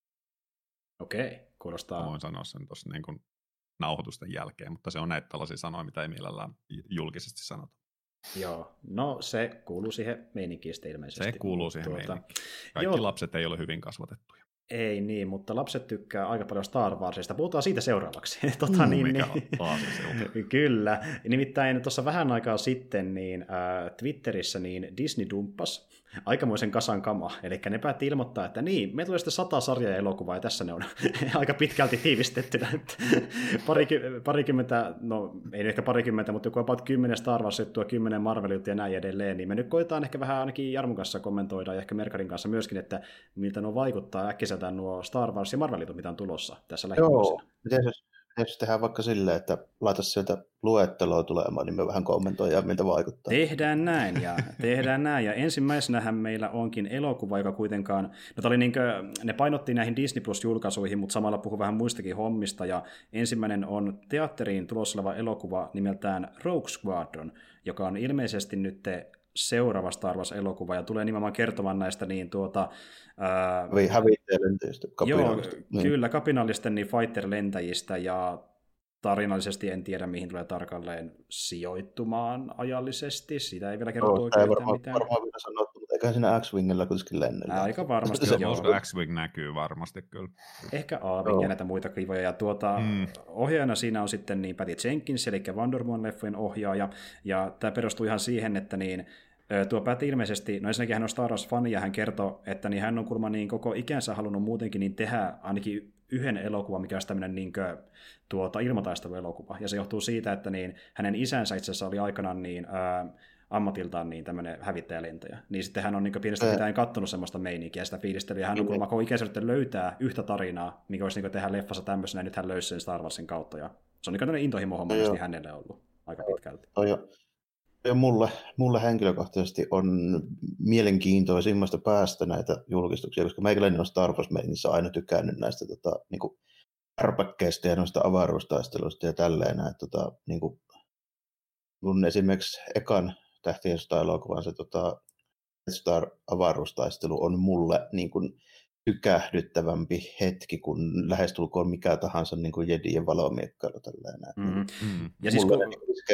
Okei, kuulostaa. Mä voin sanoa sen tuossa niin kuin nauhoitusten jälkeen, mutta se on näitä tällaisia sanoja, mitä ei mielellään julkisesti sanota. Joo, no se kuuluu siihen meininkiin ilmeisesti. Se kuuluu siihen tuota, meininkiin. Kaikki joo. Lapset ei ole hyvin kasvatettuja. Ei niin, mutta lapset tykkää aika paljon Star Warsista. Puhutaan siitä seuraavaksi. tota, mm, niin, mikä niin, kyllä. Nimittäin tuossa vähän aikaa sitten niin, äh, Twitterissä niin Disney dumppas aikamoisen kasan kama. Eli ne päätti ilmoittaa, että niin, me tulee sitten sata sarjaa ja elokuvaa, ja tässä ne on aika pitkälti tiivistettynä. Pariky, parikymmentä, no ei ehkä parikymmentä, mutta joku about kymmenen Star Wars-juttua, kymmenen Marvel-juttua ja näin edelleen. Niin me nyt koetaan ehkä vähän ainakin Jarmon kanssa kommentoida, ja ehkä Merkarin kanssa myöskin, että miltä nuo vaikuttaa äkkiseltä nuo Star Wars ja Marvel-jutut, mitä on tulossa tässä lähivuosina. Joo, miten jos, jos tehdään vaikka silleen, että laita sieltä luetteloa tulemaan, niin me vähän kommentoidaan, miltä vaikuttaa. Tehdään näin, ja tehdään näin. Ja ensimmäisenähän meillä onkin elokuva, joka kuitenkaan, no oli niinkö, ne painottiin näihin Disney Plus-julkaisuihin, mutta samalla puhui vähän muistakin hommista, ja ensimmäinen on teatteriin tulossa oleva elokuva nimeltään Rogue Squadron, joka on ilmeisesti nyt seuraava Star Wars-elokuva, ja tulee nimenomaan kertomaan näistä niin tuota... Ää, hävittäjälentäjistä, kapinallista. Joo, niin. Kyllä, kapinallisten niin fighter-lentäjistä, ja tarinallisesti en tiedä, mihin tulee tarkalleen sijoittumaan ajallisesti. Sitä ei vielä kerrottu no, oikein varmaan, mitään. Varmaan vielä sanottu, mutta eiköhän siinä X-Wingillä kuitenkin lennellä. Aika varmasti. Se joo. X-Wing näkyy varmasti kyllä. Ehkä A-Wing ja näitä muita kivoja. Ja tuota, mm. ohjaajana siinä on sitten niin Patty Jenkins, eli Wonder Woman-leffojen ohjaaja. Ja tämä perustuu ihan siihen, että niin, tuo Patty ilmeisesti, no ensinnäkin hän on Star Wars-fani, ja hän kertoo, että niin hän on kulma niin koko ikänsä halunnut muutenkin niin tehdä ainakin yhden elokuvan, mikä olisi tämmöinen niin kuin, tuota, ilmataisteluelokuva. Ja se johtuu siitä, että niin, hänen isänsä itse asiassa oli aikanaan niin, ää, ammatiltaan niin tämmöinen hävittäjälentäjä. Niin sitten hän on niin pienestä pitäen kattonut semmoista meininkiä ja sitä fiilistelyä. Ja hän on kulma koko ikänsä löytää yhtä tarinaa, mikä olisi niin tehdä leffassa tämmöisenä, ja nyt hän löysi sen Star Warsin kautta. Ja se on niin tämmöinen intohimo-homma niin hänelle ollut aika pitkälti. Ja mulle, mulle henkilökohtaisesti on mielenkiintoisimmasta päästä näitä julkistuksia, koska meikäläinen on Star Wars-meiningissä aina tykännyt näistä tota, niinku ärpäkkeistä ja noista avaruustaisteluista ja tälleen. Että, tota, niinku, kun esimerkiksi ekan Tähtien sota-elokuvan se tota, Star avaruustaistelu on mulle niin kuin tykähdyttävämpi hetki, kun lähestulkoon mikä tahansa niin kuin jedien valomiekkailu tälleen. Mm-hmm. Ja siis kun...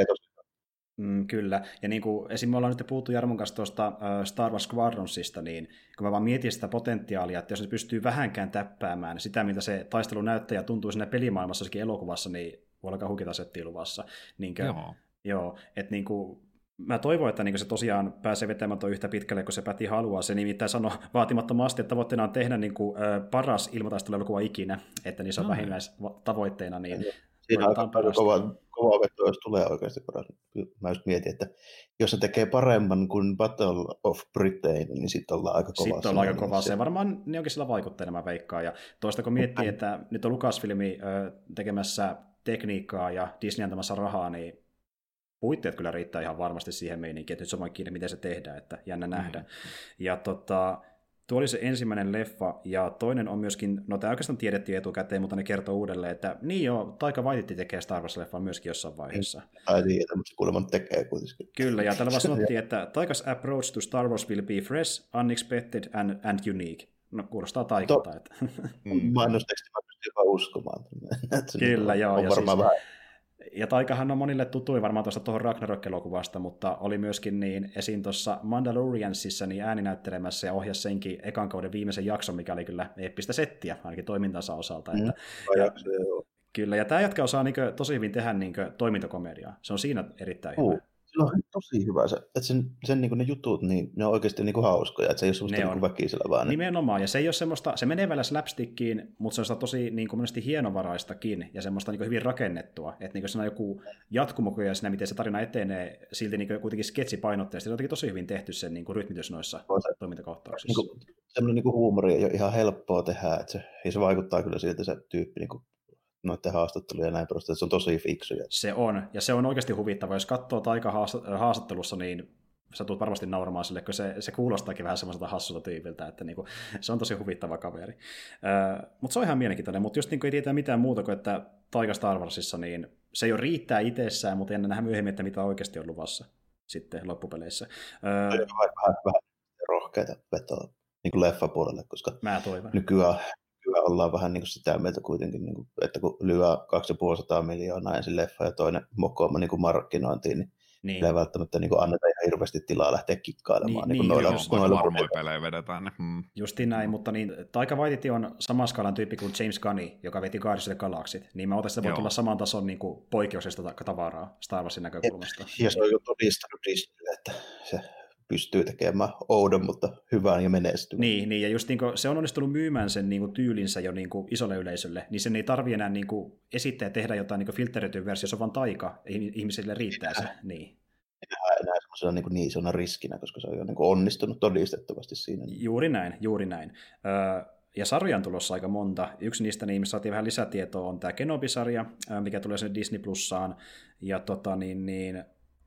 Mm, kyllä. Ja niin kuin esim. Me ollaan nyt puhuttu Jarmon kanssa tuosta uh, Star Wars Squadronsista, niin kun mä vaan mietin sitä potentiaalia, että jos se pystyy vähänkään täppäämään sitä, miltä se taistelu näyttää ja tuntuu siinä pelimaailmassa sekin elokuvassa, niin voi alkaa hukita settiin luvassa. Niinkö, joo. Joo, että niin kuin, mä toivon, että niin se tosiaan pääsee vetämään tuon yhtä pitkälle, kun se Päti haluaa. Se nimittäin sanoo vaatimattomasti, että tavoitteena on tehdä niin kuin, uh, paras ilmataisteluelokuva ikinä, että niin se on no, vähimmäistavoitteena. Niin siinä aika paljon kova, kova veto, jos tulee oikeasti paras. Mä just mietin, että jos se tekee paremman kuin Battle of Britain, niin sitten ollaan aika kovaa. Sitten ollaan aika kovaa. Se varmaan ne onkin sillä vaikutteena, mä veikkaan. Ja toista kun miettii, että nyt on Lucasfilmi tekemässä tekniikkaa ja Disney antamassa rahaa, niin puitteet kyllä riittää ihan varmasti siihen meininkiin, että nyt se on vain kiinni, miten se tehdään, että jännä nähdä. Mm. Ja tota, tuo oli se ensimmäinen leffa, ja toinen on myöskin, no tämä oikeastaan tiedettiin etukäteen, mutta ne kertoo uudelleen, että niin joo, Taika Waititi tekee Star Wars-leffaa myöskin jossain vaiheessa. Ai niin, mutta se kuulemma tekee kuitenkin. Kyllä, ja tällä vaan sanottiin, että Taikas approach to Star Wars will be fresh, unexpected and, and unique. No, kuulostaa Taikalta. Että... Mainosteksti mä pystyn jopa uskomaan. Kyllä, joo. On ja varmaan siis... vähän. Ja Taikahan on monille tutui varmaan tuosta tuohon Ragnarok-elokuvasta, mutta oli myöskin niin esiin tuossa Mandaloriansissa niin ääninäyttelemässä ja ohjasi senkin ekan kauden viimeisen jakson, mikä oli kyllä eeppistä settiä, ainakin toimintansa osalta. Mm, että, ja, kyllä, ja tämä jätkä osaa niin kuin, tosi hyvin tehdä niin kuin, toimintakomediaa. Se on siinä erittäin uh. hyvä. Se on tosi hyvä. Se, että sen, sen niin ne jutut, niin ne on oikeasti niin hauskoja. Että se ei ole semmoista niin väkisellä vaan. Nimenomaan, ja se ei ole semmoista, se menee välillä slapstickiin, mutta se on sitä tosi niin kuin, hienovaraistakin ja semmoista niin kuin, hyvin rakennettua. Että niin siinä on joku jatkumo ja siinä, miten se tarina etenee, silti niin kuin, kuitenkin sketsipainotteisesti. Se on tosi hyvin tehty sen niin kuin, rytmitys noissa toimintakohtauksissa. Niin kuin, semmoinen niin kuin huumori ei ole ihan helppoa tehdä. Että se, ja se vaikuttaa kyllä siltä se tyyppi niin kuin noiden haastatteluja ja näin perusteella, se on tosi fiksuja. Se on, ja se on oikeasti huvittava. Jos katsoo Taika-haastattelussa, niin sä tulet varmasti nauramaan sille, kun se, se kuulostaakin vähän semmoiselta hassulta tyypiltä, että niinku, se on tosi huvittava kaveri. Öö, mutta se on ihan mielenkiintoinen, mutta just niinku ei tietää mitään muuta kuin, että Taika Star Warsissa, niin se jo riittää itsessään, mutta ennen nähdä myöhemmin, että mitä oikeasti on luvassa sitten loppupeleissä. Öö, vähän, vähän, vähän rohkeita vetoa niin kuin leffapuolelle, koska mä toivon. Nykyään Kyllä ollaan vähän niin kuin sitä mieltä kuitenkin, niin kuin, että kun lyö kaksisataaviisikymmentä miljoonaa ensin leffa ja toinen mokoama niin kuin markkinointiin, niin, niin. ei välttämättä niin kuin anneta ihan hirveästi tilaa lähteä kikkailemaan. Niin, niin, niin, noilla, jos noilla varmoja pelejä vedetään. Ne. Hmm. Justiin näin, mutta niin, Taika Waititi on saman skaalan tyyppi kuin James Gunn, joka veti Guardians of the Galaxy, niin mä otan, että se voi tulla saman tason niin kuin poikkeuksesta tavaraa Star Warsin näkökulmasta. Ja, ja se on jo todistanut Disneylle, että se pystyy tekemään oudon, mutta hyvän ja menestyvän. Niin, niin, ja just niin kuin, se on onnistunut myymään sen niin kuin, tyylinsä jo niin kuin, isolle yleisölle, niin sen ei tarvitse enää niin kuin, esittää ja tehdä jotain niin filtteröityä versio, se on vaan Taika, ihmisille riittää se. Niin. Enää, enää semmoisena niin, niin isona riskinä, koska se on jo niin onnistunut todistettavasti siinä. Juuri näin, juuri näin. Öö, ja sarja on tulossa aika monta. Yksi niistä, niin missä saatiin vähän lisätietoa, on tämä Kenobi-sarja, mikä tulee sinne Disney Plussaan, ja tota niin, niin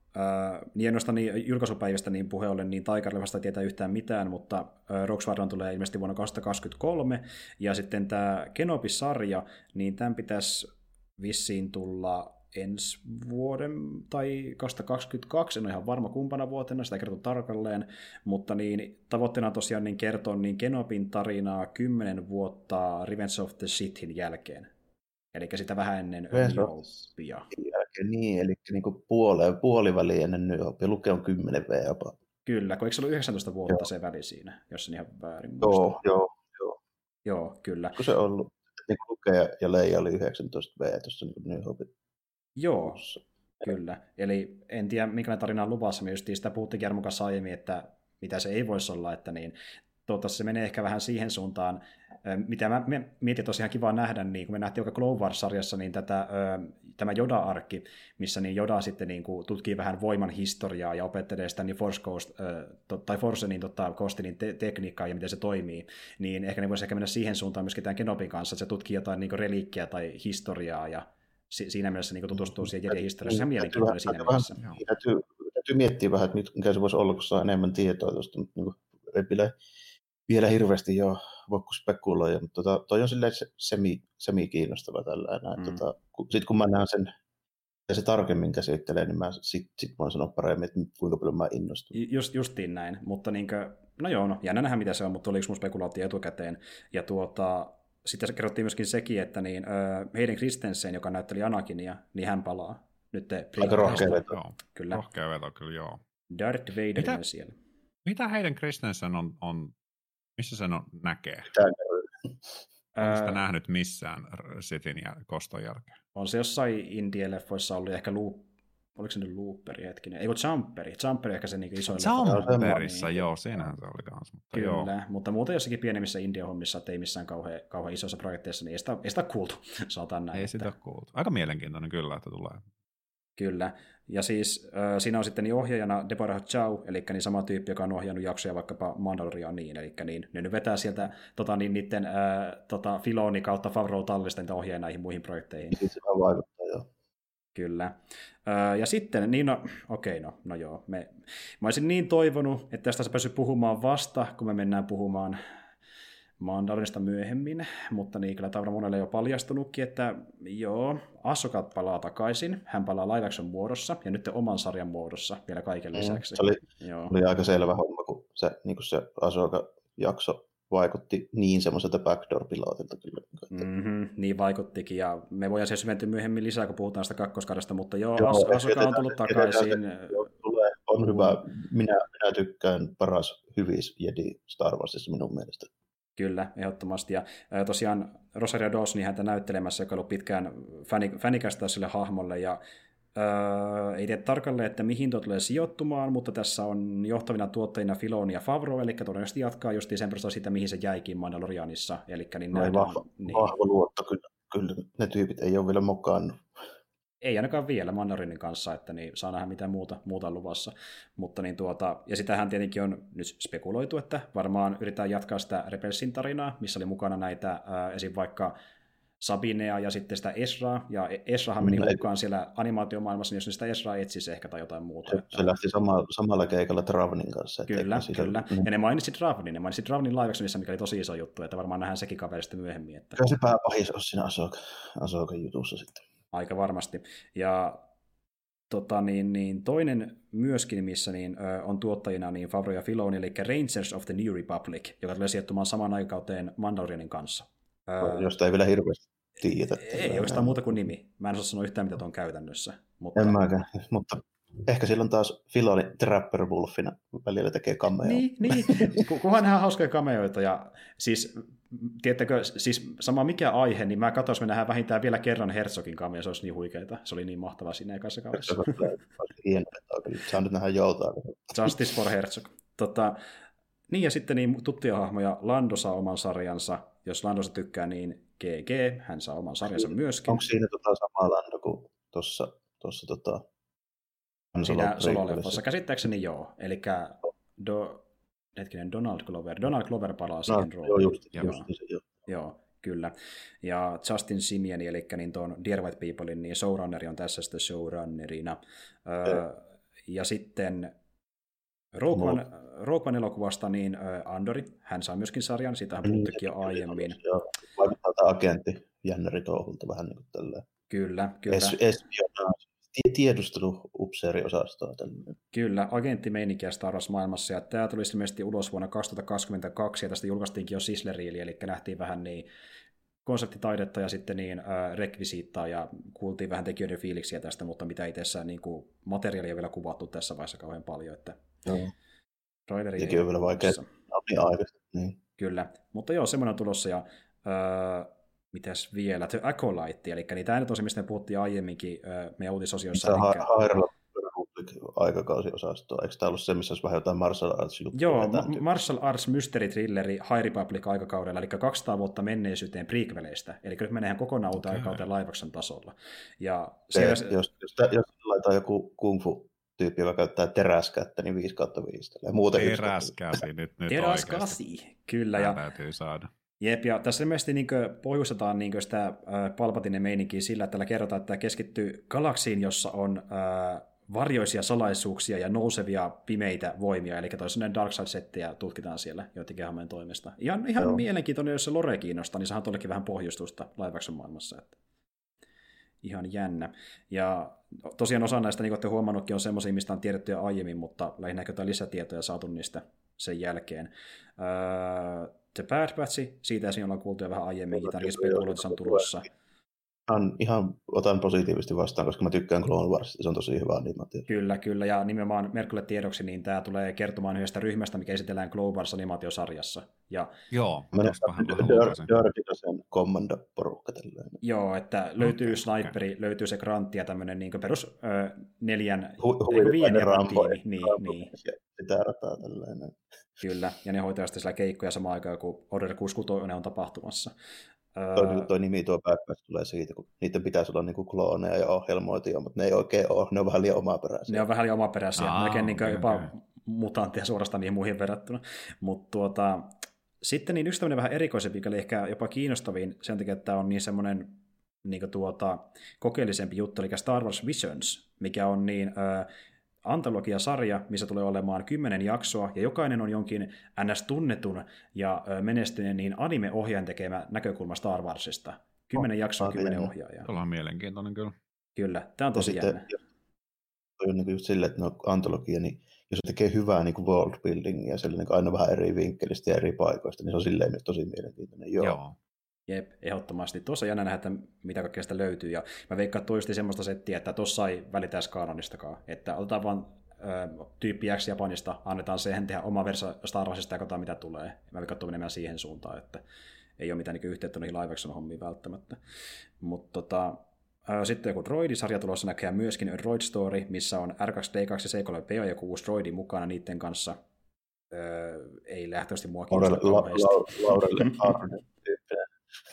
Uh, niin en noista niin, julkaisupäivästä niin puhe ollen, niin Taika-leffasta ei tietää yhtään mitään, mutta uh, Rogue Squadron tulee ilmeisesti vuonna kaksituhattakaksikymmentäkolme, ja sitten tämä Kenobi-sarja, niin tämän pitäisi vissiin tulla ensi vuoden tai kaksituhattakaksikymmentäkaksi, en ole ihan varma kumpana vuotena, sitä kertoo tarkalleen, mutta niin, tavoitteena tosiaan niin kertoo niin Kenobin tarinaa kymmenen vuotta Revenge of the Sithin jälkeen. Eli sitä vähän ennen New Hopea. Niin, eli niin puoleen, puoliväliin ennen New Hopea. Luke on kymmenen vuotta jopa. Kyllä, kun eikö se ollut yhdeksäntoista vuotta joo. se väli siinä, jos sen ihan väärin muista. Joo, joo, joo. Joo, kyllä. Kun se on ollut, niin Luke ja Leija oli yhdeksäntoista vuotta tuossa niin New Hopea. Joo, kyllä. Eli en tiedä, minkälainen tarina on luvassa. Me just sitä puhuttiin Jarmon kanssa aiemmin, että mitä se ei voisi olla, että niin toivottavasti se menee ehkä vähän siihen suuntaan, mitä mä mietin tosiaan kivaa nähdä, niin kun me nähtiin joka Clone Wars-sarjassa, niin tätä, tämä Yoda-arkki, missä niin Yoda sitten niin kuin tutkii vähän voiman historiaa ja opettelee sitä niin Force Ghost, tai Force niin, tota, Ghostinin te- tekniikkaa ja miten se toimii, niin ehkä ne voisi ehkä mennä siihen suuntaan myöskin tämän Kenobin kanssa, että se tutkii jotain niin reliikkiä tai historiaa ja si- siinä mielessä niin tutustuu siihen Jedi historiassa. Se on mielenkiintoinen siinä mielessä. Täytyy, täytyy miettiä vähän, että mikä se voisi olla, kun saa enemmän tietoa tuosta, mutta niin ei pidä vielä hirveästi jo voi spekuloida, mutta tota, toi on silleen semi, semi-kiinnostava tällainen. Mm. Tota, sitten kun mä näen sen, ja se tarkemmin käsittelee, niin mä sit, sit voin sanoa paremmin, että kuinka paljon mä innostun. Just, justiin näin, mutta niinkö, no joo, no jännä nähdä mitä se on, mutta oliko mun spekulaatio etukäteen. Ja tuota, sitten se kerrottiin myöskin sekin, että niin, äh, Hayden Christensen, joka näytteli Anakinia, niin hän palaa. Nyt te Aika rohkea veto. Kyllä. Rohkea veto, kyllä joo. Darth Vader mitä, on siellä. Mitä Hayden Christensen on, on missä sen on, näkee? Onko sitä nähnyt missään Sithin ja Koston jälkeen? On se jossain Indie-leffoissa ollut ehkä loop, oliko se nyt looperi hetkinen? Ei kun Jumperi. Jumperi ehkä se niin isoin leffa. Jumperissa, niin, joo, siinähän se oli kanssa. Mutta kyllä, joo. mutta muuten jossakin pienemmissä Indie-hommissa, että ei missään kauhean, kauhean isoissa projekteissa, niin ei sitä, ei sitä kuultu, sanotaan näin. Ei sitä että... kuultu. Aika mielenkiintoinen kyllä, että tulee. Kyllä, ja siis äh, siinä on sitten niin ohjaajana Deborah Chow, eli niin sama tyyppi, joka on ohjannut jaksoja vaikkapa Mandalorianiin, eli niin, ne nyt vetää sieltä tota, niin, niiden äh, tota, Filoni kautta Favreau-tallista niitä ohjaajia näihin muihin projekteihin. Niin se vaan vaikuttaa, joo. Kyllä. Äh, ja sitten, niin no, okei, okay, no, no joo, me, mä olisin niin toivonut, että tästä olisi päässyt puhumaan vasta, kun me mennään puhumaan Mandalorinista myöhemmin, mutta niin kyllä tämä on monelle jo paljastunutkin, että joo, Ahsoka palaa takaisin, hän palaa live action muodossa ja nyt oman sarjan muodossa vielä kaiken lisäksi. Se oli, joo. oli aika selvä homma, kun se, niin kuin se Ahsoka-jakso vaikutti niin semmoiselta backdoor-pilotilta kyllä. Mm-hmm, niin vaikuttikin, ja me voidaan se syventyä myöhemmin lisää, kun puhutaan sitä kakkoskadasta, mutta joo, joo As- Asuka on tullut takaisin. Se, joo, tulee, on hyvä. Minä, minä tykkään paras hyvis Jedi Star Warsissa minun mielestä. Kyllä, ehdottomasti. Ja tosiaan Rosario Dawson häntä näyttelemässä, joka on ollut pitkään fänikästä sille hahmolle, ja Öö, ei tiedä tarkalleen, että mihin tuo tulee sijoittumaan, mutta tässä on johtavina tuottajina Filoni ja Favreau, eli todennäköisesti jatkaa justiin sen perusteella sitä, mihin se jäikin Mandalorianissa. Eli niin no nähdään, vahva, niin. vahva luotto, kyllä, kyllä ne tyypit ei ole vielä mukaan. Ei ainakaan vielä Mandalorinin kanssa, että niin saa nähdä mitä muuta, muuta luvassa. Mutta niin tuota, ja sitähän tietenkin on nyt spekuloitu, että varmaan yritetään jatkaa sitä Rebelsin tarinaa, missä oli mukana näitä ää, esim. Vaikka Sabinea ja sitten sitä Ezraa, ja Ezrahan meni no, mukaan siellä animaatiomaailmassa, niin jos sitä Ezraa etsisi ehkä tai jotain muuta. Se, se lähti sama, samalla keikalla Dravnin kanssa. Kyllä, kyllä. Sitä... Ja ne mainitsi Dravnin, ne mainitsi Dravnin Live-actionissa, mikä oli tosi iso juttu, että varmaan nähdään sekin kaverista myöhemmin. Että... Kyllä se pääpahis olisi siinä Asokan jutussa sitten. Aika varmasti. Ja tota, niin, niin, toinen myöskin, missä niin, ö, on tuottajina niin Favreau ja Filoni, eli Rangers of the New Republic, joka tulee sijoittumaan samaan aikauteen Mandalorianin kanssa. Ö, Josta ei vielä hirveästi tiedä. Ei oikeastaan muuta kuin nimi. Mä en osaa sanoa yhtään, mitä tuo on käytännössä. Mutta... En mäkään, mutta ehkä silloin taas Filoni Trapper Wolfina välillä tekee cameo. Niin, niin. kunhan nähdään hauskoja cameoita. Ja siis, tiedättekö, siis sama mikä aihe, niin mä katsoin, jos me nähdään vähintään vielä kerran Herzogin cameo, se olisi niin huikeeta. Se oli niin mahtavaa siinä ekassa kaudessa. Saa nyt nähdä joltain. Justice for Herzog. Tota, niin ja sitten niin tuttuja hahmoja, Lando saa oman sarjansa. Jos Landosta tykkää, niin G G, hän saa oman sarjansa myöskin. Onko siinä tota sama Lando kuin tuossa tuossa tota siinä Solo-leffassa? Käsittääkseni joo. Eli do, hetkinen, Donald Glover. Donald Glover palaa no, siihen rooliin. Joo, just, joo. just se, joo. Joo, kyllä. Ja Justin Simien, eli niin tuon Dear White Peoplein, niin showrunneri on tässä sitten showrunnerina. Öö, ja sitten Rogue One, Rogue One elokuvasta niin Andori, hän saa myöskin sarjan, siitä hän puhuttikin jo aiemmin. Vaikuttaa tämä agentti jännäri touhulta vähän niin kuin tälleen. Kyllä, kyllä. Es, espionage, tiedusteluupseeriosastoa tällainen. Kyllä, agenttimeininkiä Star Wars-maailmassa, ja tämä tuli ilmeisesti ulos vuonna kaksituhattakaksikymmentäkaksi, ja tästä julkaistiinkin jo Sizzle-reeli, eli nähtiin vähän niin konseptitaidetta ja sitten niin äh, rekvisiittaa, ja kuultiin vähän tekijöiden fiiliksiä tästä, mutta mitä itsessään niin kuin materiaalia on vielä kuvattu tässä vaiheessa kauhean paljon, että joo. Sekin on vielä vaikea aikaisesti. Niin. Kyllä, mutta joo, semmoinen on tulossa, ja äh, mitäs vielä, The Acolyte, eli niin tämä nyt on se, mistä me puhuttiin aiemminkin äh, meidän uutisosioissa. Tämä on Hairella aikakausiosastoa, eikö tämä ollut se, missä olisi vähän jotain martial arts juttuja? Joo, ma- martial arts mystery thrilleri High Republic aikakaudella, eli kaksisataa vuotta menneisyyteen prequeleistä, eli nyt mennään kokonaan uuteen aikauteen live action tasolla. Ja se, se, jos, jos, jos laitetaan joku kung fu tyyppi, joka käyttää teräskättä, niin viisi kautta viisi. Teräskäsi nyt, nyt Teräskäsi, kyllä. Ja täytyy saada. Jep, ja tässä ilmeisesti niin pohjustetaan niin sitä äh, Palpatinen meininkiä sillä, että tällä kerrotaan, että tämä keskittyy galaksiin, jossa on äh, varjoisia salaisuuksia ja nousevia pimeitä voimia, eli toisenaan Dark Side-settejä tutkitaan siellä joidenkin hahmojen toimesta. Ihan, ihan mielenkiintoinen, jos se lore kiinnostaa, niin sehän on tollekin vähän pohjustusta live action maailmassa. Että ihan jännä. Ja tosiaan osa näistä, niin kuin olette huomannutkin, on semmoisia, mistä on tiedetty jo aiemmin, mutta lähinnä jotain lisätietoja saatu niistä sen jälkeen. Uh, The Bad Batch, siitä siinä ollaan kuultu jo vähän aiemminkin, tärkeä spekuloitus on tulossa. Ihan, ihan otan positiivisesti vastaan, koska mä tykkään Clone Warsista, se on tosi hyvä animaatio. Kyllä, kyllä, ja nimenomaan Merkulle tiedoksi, niin tämä tulee kertomaan yhdestä ryhmästä, mikä esitellään Clone Wars-animaatiosarjassa. Ja joo, mä sen Commando-porukka tälleen. Joo, että löytyy okay, sniperi, okay. löytyy se Grantti ja tämmöinen niin perus ö, neljän, hu- viiden tiimi. Niin, niin. Sitä rataa tällainen. Kyllä, ja ne hoitaa sitten sillä keikkoja samaan aikaan, kun Order kuusikymmentäkuusi on tapahtumassa. Toi, toi nimi tuo pääpäästä tulee siitä, kun niiden pitäisi olla niinku klooneja ja ohjelmoituja, mutta ne ei oikein ole, ne on vähän liian omaperäisiä. Ne on vähän liian omaperäisiä, Aa, melkein okay, niin jopa okay. mutantteja suorastaan niihin muihin verrattuna. Mutta tuota, sitten niin yksi tämmöinen vähän erikoisempi, eli ehkä jopa kiinnostavin sen takia, että tämä on niin semmoinen niin tuota, kokeellisempi juttu, eli Star Wars Visions, mikä on niin äh, antologiasarja, missä tulee olemaan kymmenen jaksoa, ja jokainen on jonkin ns. Tunnetun ja menestyneen niin anime-ohjaajan tekemä näkökulma Star Warsista. Kymmenen oh, jaksoa, kymmenen ohjaajaa. Tuolla on mielenkiintoinen kyllä. Kyllä, tämä on tosi ja jännä. Sitten, on niin just silleen, että no antologia, niin jos se tekee hyvää niin kuin world buildingia, siellä niin aina vähän eri vinkkelistä ja eri paikoista, niin se on silleen myös tosi mielenkiintoinen. Joo. Joo. Jep, ehdottomasti. Tuossa on jännä nähdä, että mitä kaikkea sitä löytyy. Ja mä veikkaan, että tuo semmoista settiä, että tuossa ei välitä kanonistakaan. Että otetaan vaan ö, tyyppi X Japanista, annetaan siihen tehdä oma versio Star Warsista ja katsotaan mitä tulee. Mä veikkaan, että menemään siihen suuntaan, että ei ole mitään niin yhteyttä noihin live action hommiin välttämättä. Mutta tota, sitten joku droidisarja tulossa näkee myöskin Droid Story, missä on R kaksi D kaksi ja C kolme P O ja joku uusi droidi mukana niiden kanssa. Öö, ei lähtöisesti mua kiinnostaa kauheasti. Laurelle Harden tyyppinen.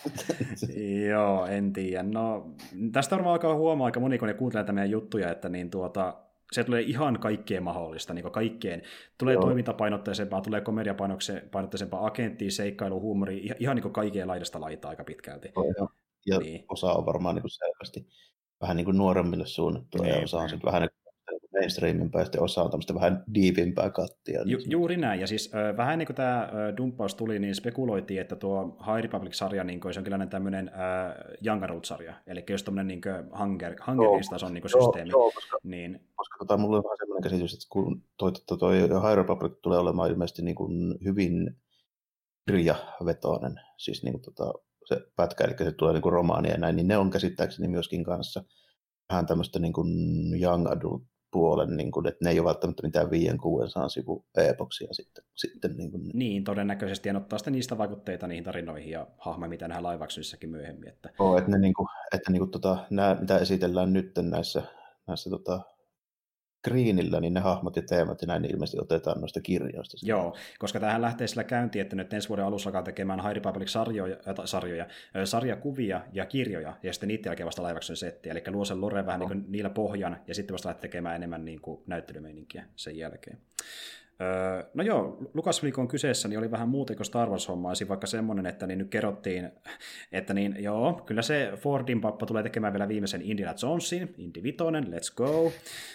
Joo, en tiedä. No, tästä varmaan alkaa huomaa aika moni, kun ne kuuntelee tätä meidän juttuja, että niin tuota, se tulee ihan kaikkeen mahdollista, niin kaikkeen. Tulee Joo. toimintapainotteisempaa, tulee komediapainotteisempaa, agenttia, seikkailu, huumori, ihan niin kaikkeen laidasta laitaa aika pitkälti. Joo, ja niin. Osa on varmaan niin selvästi vähän niin kuin nuoremmille suunnattua, niin, ja osa on sitten vähän mainstreamin päästä, osa on tämmöistä vähän diipimpää kattia. Ju, juuri näin, ja siis äh, vähän ennen kuin tämä äh, dumppaus tuli, niin spekuloitiin, että tuo High Republic-sarja niin olisi jonkinlainen tämmöinen äh, Young Adult-sarja, eli jos tämmöinen niin Hunger, Hungerista-tason niin systeemi. Joo, koska, niin... koska tota, mulla on vähän semmoinen käsitys, että kun toi, toi, toi High Republic tulee olemaan ilmeisesti niin kuin hyvin kirjavetoinen, siis niin kuin tota, se pätkä, eli se tulee niin kuin romaania ja näin, niin ne on käsittääkseni myöskin kanssa vähän tämmöistä niin kuin Young Adult puolen, niin kuin, että ne ei ole välttämättä mitään viiden kuudensadan sivun e-boksia sitten. sitten niin, kuin... niin, todennäköisesti, ja ottaa sitten niistä vaikutteita niihin tarinoihin ja hahmoja, mitä nähdään live-actionissakin myöhemmin. Että, oh, että, ne, niin kuin, että niin kuin, tota, nämä, mitä esitellään nyt näissä, näissä tota, screenillä, niin ne hahmot ja teemat ja näin ilmeisesti otetaan noista kirjoista. Joo, koska tämähän lähtee sillä käyntiin, että nyt ensi vuoden alussa alkaa tekemään High Republic-sarjoja, äh, sarjoja, äh, sarjakuvia ja kirjoja, ja sitten niiden jälkeen vasta live action settiä, eli luo sen lore vähän no. niin kuin niillä pohjan, ja sitten vasta lähtee tekemään enemmän niin kuin näyttelymeininkiä sen jälkeen. Öö, no joo, Lucasfilm on kyseessä, niin oli vähän muuten kuin Star Wars-homma, vaikka semmoinen, että niin nyt kerrottiin, että niin joo, kyllä se Fordin pappa tulee tekemään vielä viimeisen Indiana Jonesin, Indy Vitoinen, let's go.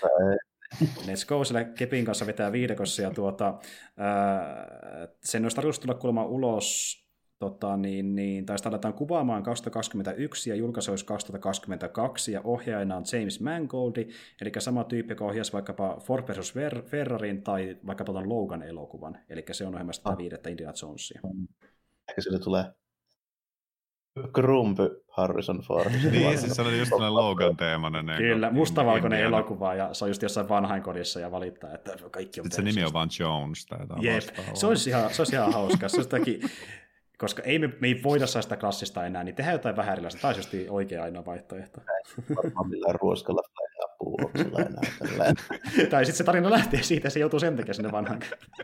Let's go, sillä Kepin kanssa vetää viidekossa, ja tuota, ää, sen olisi tarkoitus tulla kuulemma ulos, tota, niin, niin, tai sitä aletaan kuvaamaan kaksituhattakaksikymmentäyksi, ja julkaisu olisi kaksituhattakaksikymmentäkaksi, ja ohjaajana on James Mangold, eli sama tyyppi, joka ohjasi vaikkapa Ford versus Ferrarin, tai vaikkapa tuon Logan-elokuvan, eli se on ohjelmassa tätä viidettä Indiana Jonesia. Ehkä sille tulee Krumpy Harrison Ford. Niin, siis se oli just sellainen Logan-teemainen. Kyllä, mustavalkoinen elokuva, ja se on just jossain vanhainkodissa ja valittaa, että kaikki on sitten se nimi on vaan Jones. Tai Jep, se olisi ihan, se olisi ihan hauska. Se olisi takia, koska ei me, me ei voida saa sitä klassista enää, niin tehdään jotain vähän erilaista. Tämä olisi just oikea ainoa vaihtoehto. Varmaan millään ruoskalla ja puuoksella enää. Tai sitten se tarina lähtee siitä, ja se joutuu sen takia sinne vanhaan.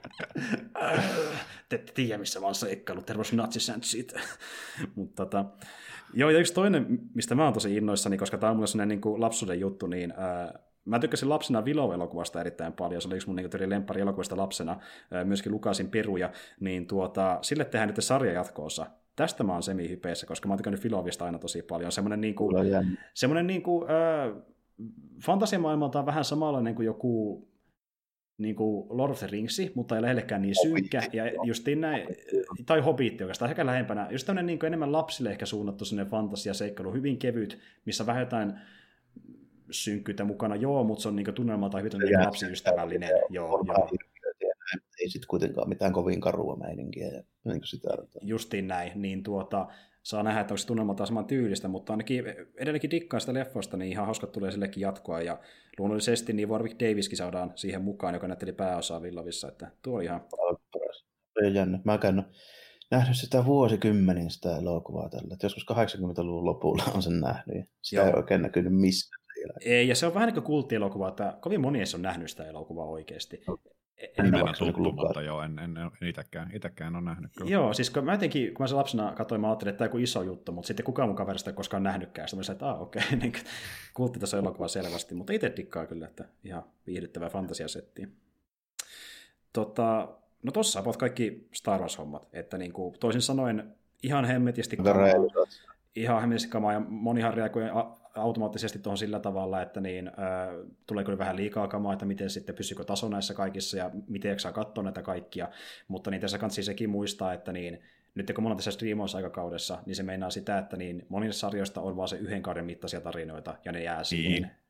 Te ette tiedä, missä mä oon seikkailut, terveys natsisäntsiit. Mutta tota, joo, ja yksi toinen, mistä mä oon tosi innoissani, koska tämä on mulle sellainen niin kuin lapsuuden juttu, niin ää, mä tykkäsin lapsena Willow-elokuvasta erittäin paljon, se oli yksi mun niin lemppari elokuvasta lapsena, ää, myöskin Lukasin peruja, niin tuota, sille tehdään nyt sarja jatkoossa. Tästä mä oon semi-hypeissä, koska mä oon tykännyt Willowista aina tosi paljon. Semmoinen niin kuin, semmoinen niin kuin, ää, fantasiamaailmalta on vähän samanlainen kuin joku niin kuin Lord of the Rings, mutta ei lähellekään niin synkkä, ja justiin näin, tai Hobbitti oikeastaan, ehkä lähempänä, just tämmöinen niin kuin enemmän lapsille ehkä suunnattu sellainen fantasia-seikkailu, hyvin kevyt, missä vähän jotain synkkyyttä mukana, joo, mutta se on niin tunnelmalta hyvin niin lapsiystävällinen. Joo, joo. Ei sitten kuitenkaan mitään kovin karua meininkiä. Ja niin sitä justiin näin, niin tuota, saa nähdä, että onko se tunnelmaltaan saman tyylistä, mutta ainakin edelleenkin dikkaan sitä leffosta, niin ihan hauska tulee sillekin jatkoa, ja luonnollisesti niin Warwick Daviskin saadaan siihen mukaan, joka näytteli pääosaa Willovissa, että tuo oli ihan... Oli jännä. Mä en nähnyt sitä vuosikymmenin sitä elokuvaa tällä, että joskus kahdeksankymmentäluvun lopulla on sen nähnyt, ja sitä Joo. ei oikein näkynyt missään. Ei, ja se on vähän niin kuin kulttielokuva, että kovin moni ei ole nähnyt sitä elokuvaa oikeasti. En mennä tuttu, mutta joo, en, en, en itäkään, itäkään ole nähnyt. Kyllä. Joo, siis kun mä jotenkin, kun mä sen lapsena katsoin, mä ajattelin, että tämä on joku iso juttu, mutta sitten kukaan mun kaverista ei koskaan nähnytkään. Sitten mä sanoin, että aah, okei, okay. niin kultti tässä elokuva selvästi, mutta itse dikkaa kyllä, että ihan viihdyttävää fantasiasettiä. Tota, no tossa about kaikki Star Wars-hommat, että niin kuin, toisin sanoen ihan hemmetisti kamaa, ihan hemmetisti kamaa, ja monihan reagoi automaattisesti tuohon sillä tavalla, että niin, äh, tuleeko vähän liikaa kamaa, että miten sitten pysyykö taso näissä kaikissa ja miten saa katsoa näitä kaikkia, mutta niin tässä kannattaa sekin muistaa, että niin, nyt kun me ollaan tässä Streamhouse-aikakaudessa, niin se meinaa sitä, että niin monissa sarjoista on vaan se yhden kauden mittaisia tarinoita ja ne jää siihen.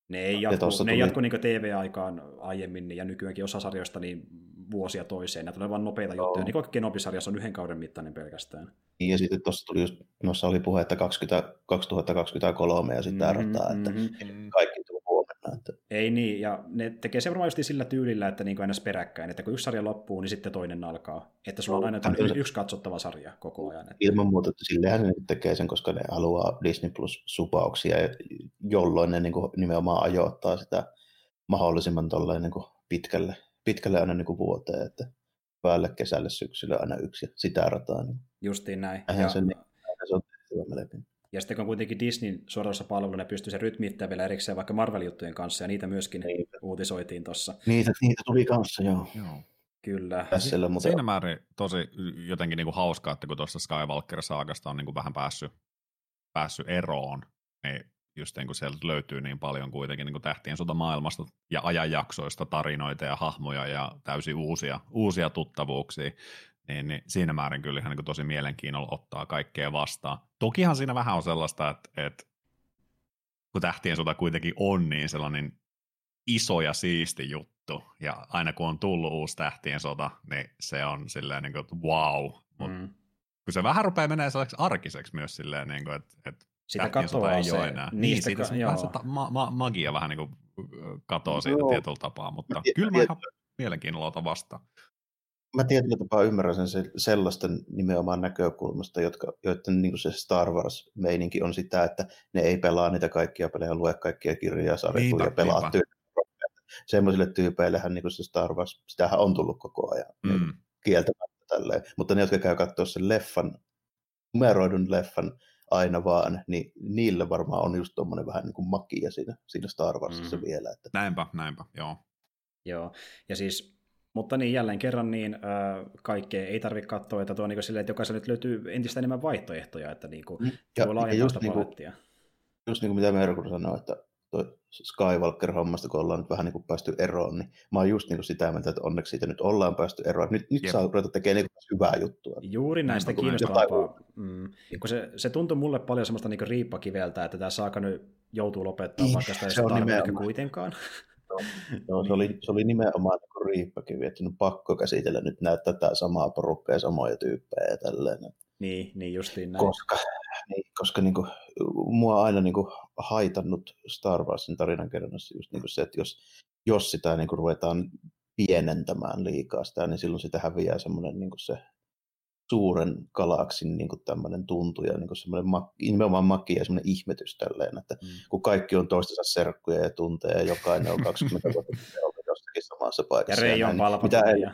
Ne ei jatku, ne tuli... jatku niin T V-aikaan aiemmin, ja nykyäänkin osa sarjoista niin vuosia toiseen. Ne tulee vaan nopeita no. juttuja. Niin kuin Kenobi-sarjassa on yhden kauden mittainen pelkästään. Niin, ja sitten tuossa tuli just, noissa oli puhe, että kaksikymmentä, kaksituhattakaksikymmentäkolme ja sitten mm-hmm, tämä että mm-hmm. kaikki tuli huomenna. Että... Ei niin, ja ne tekee se varmaan just sillä tyylillä, että niin kuin aina peräkkäin, että kun yksi sarja loppuu, niin sitten toinen alkaa. Että sulla on aina no, yksi katsottava sarja koko ajan. Että... Ilman muuta, että sillähän ne tekee sen, koska ne haluaa Disney Plus-supauksia, jolloin ne niin kuin nimenomaan ajoittaa sitä mahdollisimman tolleen niin kuin pitkälle, pitkälle aina niin kuin vuoteen, että päälle kesälle syksyllä aina yksi ja sitä rataa. Niin justiin näin. Ja... Se, niin, se on tehtävä melkein. Ja sitten kun kuitenkin Disneyn suorassa palvelulla ne pystyy se rytmittämään vielä erikseen vaikka Marvel-juttujen kanssa, ja niitä myöskin niitä. uutisoitiin tuossa. Niitä, niitä tuli kanssa, joo. joo. Kyllä. Siinä, mutta... Siinä määrin tosi jotenkin niinku hauskaa, että kun tuossa Skywalker-saagasta on niinku vähän päässyt, päässyt eroon, niin just niin kuin sieltä löytyy niin paljon kuitenkin niin kuin tähtien sota maailmasta ja ajanjaksoista tarinoita ja hahmoja ja täysin uusia, uusia tuttavuuksia, niin, niin siinä määrin kyllä ihan niin kuin tosi mielenkiinnolla ottaa kaikkea vastaan. Tokihan siinä vähän on sellaista, että, että kun tähtien sota kuitenkin on niin sellainen iso ja siisti juttu, ja aina kun on tullut uusi tähtien sota, niin se on silleen niin kuin, että wow, mutta mm. kun se vähän rupeaa menemään sellaiseksi arkiseksi myös silleen, niin kuin, että, että sitä katoaa ei se. Ole enää. Niin, siitä ka- vähän se ta- ma- ma- magia vähän niin kuin katoaa siitä no. tietyllä tapaa, mutta tiedän, kyllä mä ihan mielenkiinnolla otan vastaan. Mä tietyllä tapaa ymmärrän sen sellaisten nimenomaan näkökulmasta, jotka, joiden niin kuin se Star Wars-meininki on sitä, että ne ei pelaa niitä kaikkia pelejä, lue kaikkia kirjoja, sarjoja ja pelaa tyyppiä. Semmoisille tyypeillehän niin kuin se Star Wars, sitähän on tullut koko ajan mm. niin kieltämättä tälleen. Mutta ne, jotka käy katsoa sen leffan, numeroidun leffan, aina vaan, niin niillä varmaan on just tommoinen vähän niin kuin makia siinä, siinä Star Warsissa mm. vielä. Että... Näinpä, näinpä, joo. Joo, ja siis, mutta niin jälleen kerran niin äh, kaikkea ei tarvitse katsoa, että tuo on niin silleen, että jokaisella nyt löytyy entistä enemmän vaihtoehtoja, että niin kuin, ja, voi laajentaa sitä palettia. Niin just niin kuin mitä Merkur sanoi, että toi Skywalker-hommasta, kun ollaan nyt vähän niin kuin päästy eroon, niin mä oon just niin kuin sitä mieltä, että onneksi siitä nyt ollaan päästy eroon. Nyt, nyt saa ruveta tekemään niin hyvää juttua. Juuri näistä kiinnostavampaa. Mm. Kun se, se tuntui mulle paljon semmoista niin riippakiveltä, että tämä saaka nyt joutuu lopettaa, niin, vaikka sitä ei se tarvitse kuitenkaan. No, no, se, oli, se oli nimenomaan niin riippakivi, että on pakko käsitellä nyt näyttää tätä samaa porukkaa ja samoja tyyppejä ja tälleen. Niin, niin justiin näin. Koska, niin, koska niin kuin, mua on aina niin kuin, haitannut Star Warsin tarinankerronnassa just niin kuin se, että jos, jos sitä niin kuin, ruvetaan pienentämään liikaa sitä, niin silloin sitä häviää semmoinen niin kuin se suuren galaksin niin kuin tämmöinen tuntu ja niin kuin semmoinen mak- nimenomaan makia ja semmoinen ihmetys tälleen, että mm. kun kaikki on toistensa serkkuja ja tunteja ja jokainen on kaksikymmentä vuotta jostakin samassa paikassa. Ja Rei on palpattuja.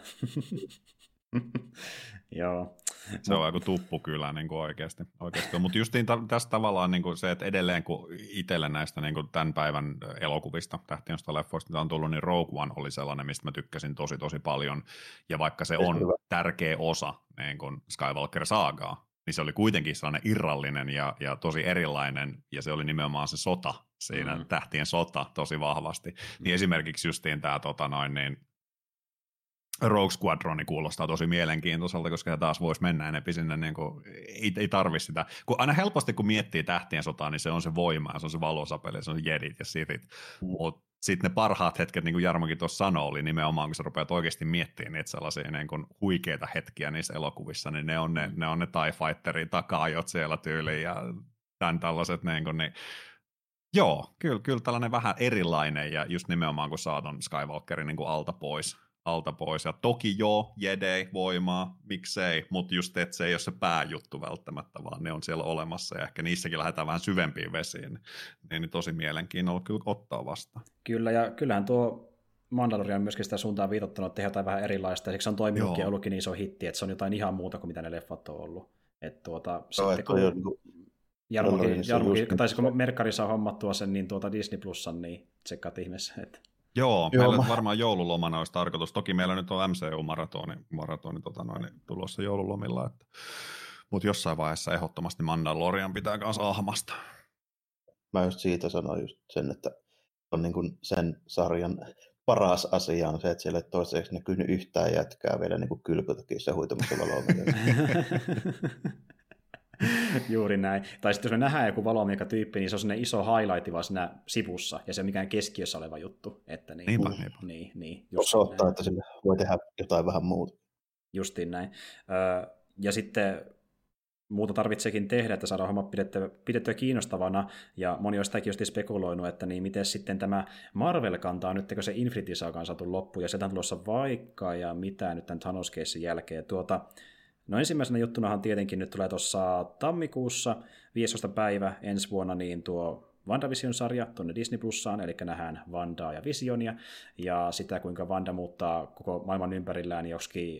Joo. Se on joku tuppukylä niin kuin oikeasti. oikeasti. Mutta justiin ta- tässä tavallaan niin kuin se, että edelleen kun itselle näistä niin kuin tämän päivän elokuvista, tähtien leffoista, mitä on tullut, niin Rogue One oli sellainen, mistä mä tykkäsin tosi tosi paljon. Ja vaikka se on tärkeä osa niin kuin Skywalker-saagaa, niin se oli kuitenkin sellainen irrallinen ja, ja tosi erilainen, ja se oli nimenomaan se sota siinä, mm. tähtien sota tosi vahvasti. Mm. Niin esimerkiksi justiin tämä tota noin, niin Rogue Squadroni kuulostaa tosi mielenkiintoiselta, koska taas voisi mennä enempi sinne, niin kuin, ei, ei tarvitse sitä. Kun aina helposti, kun miettii tähtien sotaa, niin se on se voima, se on se valosapeli, se on se jedit ja sithit. Mm. Mutta sitten ne parhaat hetket, niin kuin Jarmokin tuossa sanoi, oli nimenomaan, kun sä rupeat oikeasti miettimään niitä sellaisia niin kuin huikeita hetkiä niissä elokuvissa, niin ne on ne, ne, on ne TIE Fighterin taka-ajot siellä tyyliin ja tämän tällaiset, niin kuin, niin joo, kyllä, kyllä tällainen vähän erilainen ja just nimenomaan, kun saat on Skywalkerin niin kuin alta pois. alta pois. Ja toki joo, jedei, voimaa, miksei, mutta just, että se ei ole se pääjuttu välttämättä, vaan ne on siellä olemassa, ja ehkä niissäkin lähdetään vähän syvempiin vesiin, niin, niin tosi mielenkiinnolla kyllä ottaa vastaan. Kyllä, ja kyllähän tuo Mandalorian on myöskin sitä suuntaan viitottanut, että tehdään jotain vähän erilaista, ja siksi se on toiminutkin ja ollutkin niin iso hitti, että se on jotain ihan muuta kuin mitä ne leffat on ollut. Että tuota, no, sitten kun Jarmokin, Jarmokin tai kun Merkkari saa hommattua sen niin tuota Disney Plusan, niin tsekkaat ihmeessä, että Joo, Joo, meillä mä... varmaan joululomana olisi tarkoitus. Toki meillä nyt on M C U-maratoni maratoni, tota noin, tulossa joululomilla, että... mutta jossain vaiheessa ehdottomasti Mandalorian pitää kanssa ahmasta. Mä just siitä sanoin just sen, että on niin kuin sen sarjan paras asia on se, että siellä ei toistaiseksi näkynyt yhtään jätkää vielä niin kuin kylpytäkissä huitamassa valoa. Juuri näin. Tai sitten jos me nähdään joku valomiekka-tyyppi, niin se on sellainen iso highlight vaan siinä sivussa, ja se on mikään keskiössä oleva juttu. Että niin, niinpä, mm, niinpä. Niin, niin, osoittaa, että sillä voi tehdä jotain vähän muuta. Justiin näin. Öö, ja sitten muuta tarvitseekin tehdä, että saadaan homma pidettyä, pidettyä kiinnostavana, ja moni on sitäkin just spekuloinut, että niin miten sitten tämä Marvel kantaa nyt, kun se Infinity Saga on saatu loppuun, ja sieltä on tulossa vaikka ja mitä nyt tämän Thanos-keissin jälkeen. Tuota, no ensimmäisenä juttunahan tietenkin nyt tulee tuossa tammikuussa viidestoista päivä ensi vuonna niin tuo WandaVision-sarja tuonne Disney Plussaan, eli nähdään Wandaa ja Visionia, ja sitä kuinka Wanda muuttaa koko maailman ympärillään joksikin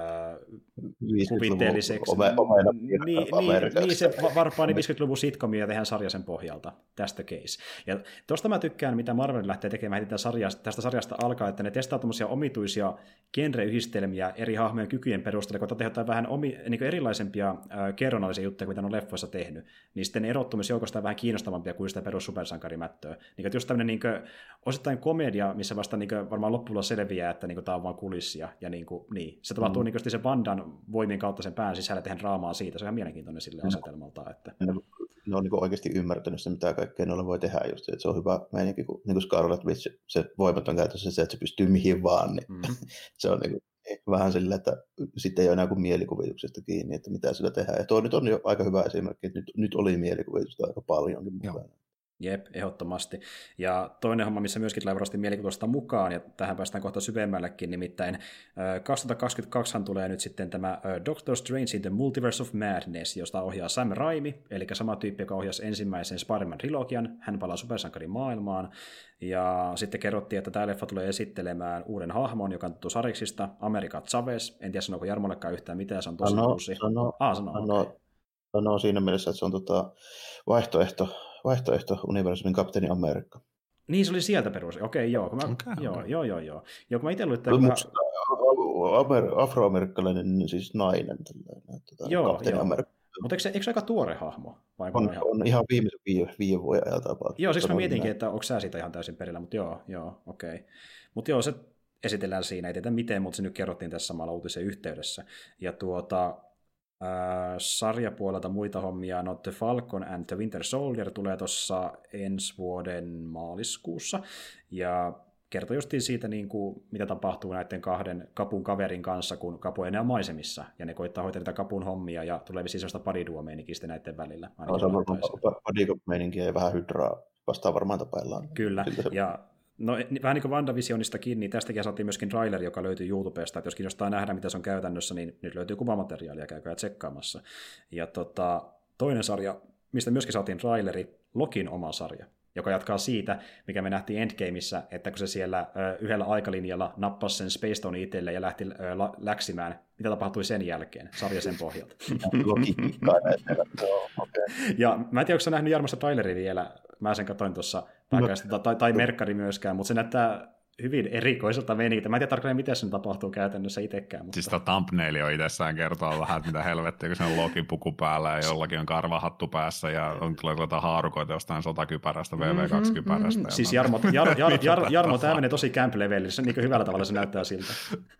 kuvitteelliseksi. Ome, omena, niin, niin, niin se varpaani viisikymmentäluvun sitcomia ja tehdään sarja sen pohjalta. Tästä case. Ja tuosta mä tykkään, mitä Marvel lähtee tekemään heti sarjasta, tästä sarjasta alkaa, että ne testaa tämmöisiä omituisia genre-yhdistelmiä eri hahmojen kykyjen perusteella, kun tehdään vähän omi, niin erilaisempia äh, kerronnallisia juttuja, mitä ne on leffoissa tehnyt, niin sitten ne erottumisjoukosta on vähän kiinnostavampia kuin sitä perus supersankarimättöä. Niin, just tämmöinen niin kuin, osittain komedia, missä vasta niin kuin, varmaan loppuun selviää, että niin kuin, tämä on vaan kulissia. Ja niin, kuin, niin. Se tapahtuu mm. niin se Wandan voimien kautta sen pään sisällä tehdään draamaa siitä. Se on ihan mielenkiintoinen sille mm. asetelmalta. Että... Ne, ne on niin oikeasti ymmärtänyt se, mitä kaikkea noilla voi tehdä. Just, että se on hyvä meininki, kun niin kuin Scarlet Witch, se voimat on käytössä se, että se pystyy mihin vaan. Niin mm. se on niin kuin, vähän sillä, että sitten ei ole enää kuin mielikuvituksesta kiinni, että mitä sillä tehdään. Ja tuo nyt on jo aika hyvä esimerkki, että nyt, nyt oli mielikuvitusta aika paljonkin mukana. Jep, ehdottomasti. Ja toinen homma, missä myöskin tulee varmasti mielikuvitusta mukaan, ja tähän päästään kohta syvemmällekin, nimittäin kaksituhattakaksikymmentäkaksi tulee nyt sitten tämä Doctor Strange in the Multiverse of Madness, josta ohjaa Sam Raimi, eli sama tyyppi, joka ohjasi ensimmäisen Spider-Man-trilogian. Hän palaa supersankarin maailmaan, ja sitten kerrottiin, että tämä leffa tulee esittelemään uuden hahmon, joka on tuttu Sariksista, America Chavez. En tiedä, sanoiko Jarmollekaan yhtään mitään, se on tosi sano, uusi. Sano, ah, sano, sano, okay. sano siinä mielessä, että se on tota vaihtoehto, vaihtoehto universumin Kapteeni Amerikka. Niin, se oli sieltä perus. Okei, joo. Mä, okay, joo, okay. joo, joo, joo. Joo, kun mä itse luin, että... Amer- afroamerikkalainen siis nainen. Tällainen, tota, joo, Kapteeni joo. Amerikka. Mutta eikö se, eikö se aika tuore hahmo? Vai on, ihan... on ihan viimeisen viime, viime vuoden ajalta. Joo, siksi mä mietinkin, että onko sä siitä ihan täysin perillä, mutta joo, joo, okei. Okay. Mutta joo, se esitellään siinä, ei tiedä miten, mutta se nyt kerrottiin tässä samalla uutisen yhteydessä. Ja tuota... Äh, sarjapuolelta muita hommia, no The Falcon and the Winter Soldier tulee tuossa ensi vuoden maaliskuussa, ja kertoo justiin siitä, niin kuin, mitä tapahtuu näiden kahden Kapun kaverin kanssa, kun Kapu ei enää maisemissa, ja ne koittaa hoitaa niitä Kapun hommia, ja tulee visiin sellaista padiduo-meininkiä sitten näiden välillä. No, se on padiduo-meininkiä ja vähän hydraa vastaan varmaan tapaillaan. Kyllä, ja no vähän niin kuin WandaVisionistakin, niin tästäkin saatiin myöskin traileri, joka löytyy YouTubesta, että jos kiinnostaa nähdä, mitä se on käytännössä, niin nyt löytyy kuvamateriaalia, käykää tsekkaamassa. Ja tota, toinen sarja, mistä myöskin saatiin traileri, Lokin oma sarja, joka jatkaa siitä, mikä me nähtiin Endgameissa, että kun se siellä ö, yhdellä aikalinjalla nappasi sen Space Stone itselle ja lähti ö, la, läksimään, mitä tapahtui sen jälkeen, sarja sen pohjalta. Ja mä en tiedä, onko sä nähnyt Jarmossa traileri vielä, mä sen katsoin tuossa pääkäistä, tai, tai Merkkari myöskään, mutta se näyttää hyvin erikoiselta meniltä. Mä en tiedä tarkalleen, miten se tapahtuu käytännössä itsekään. Mutta... Siis thumbnaili on itsessään kertoo vähän, että mitä helvettiä, kun se on Lokin puku päällä ja jollakin on karvahattu päässä ja on tulee jotain haarukoita jostain sotakypärästä, V V kaksi-kypärästä. Mm-hmm. Siis Jarmo, Jar, Jar, Jar, Jarmo tämä menee tosi camp-levelille, se niin hyvällä tavalla se näyttää siltä.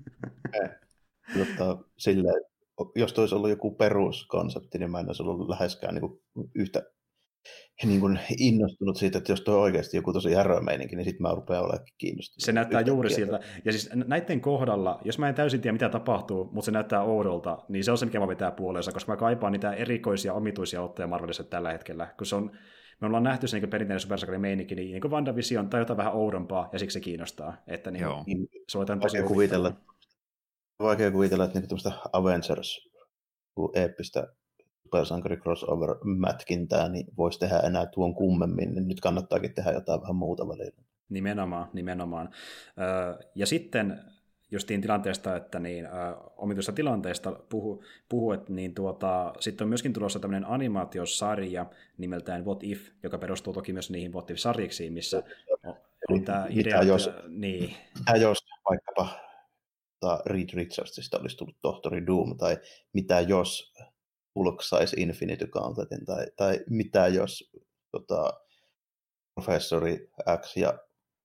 Jotta silleen, jos olisi ollut joku peruskonsepti, niin mä en olisi ollut läheskään niin kuin yhtä niin kuin innostunut siitä, että jos tuo oikeasti joku tosi häröä meininki, niin sitten mä rupean olemaan kiinnostunut. Se näyttää juuri siltä. Ja siis näiden kohdalla, jos mä en täysin tiedä, mitä tapahtuu, mutta se näyttää oudolta, niin se on se, mikä mä vetää puoleensa, koska mä kaipaan niitä erikoisia, omituisia otteja Marvelissa tällä hetkellä, kun se on, me ollaan nähty se niin perinteinen supersakari meininki, niin, niin kuin WandaVision tai jotain vähän oudompaa, ja siksi se kiinnostaa. Että niin, niin, se on tosi kuvitella, vaikea kuvitella, että niin tämmöistä Avengers eeppistä supersankari crossover-mätkintää, niin voisi tehdä enää tuon kummemmin, niin nyt kannattaakin tehdä jotain vähän muuta välillä. Nimenomaan, nimenomaan. Ja sitten justiin tilanteesta, että niin, omituista tilanteesta puhu, puhu että niin tuota, sitten on myöskin tulossa tämmöinen animaatiosarja nimeltään What If, joka perustuu toki myös niihin What If-sarjiksiin, missä on tämä idea, mitä jos, ja, niin. mitä jos vaikkapa Reed Richardsista olisi tullut tohtori Doom, tai mitä jos Hulk saisi Infinity Gauntletin, tai, tai mitä jos tota, professori X ja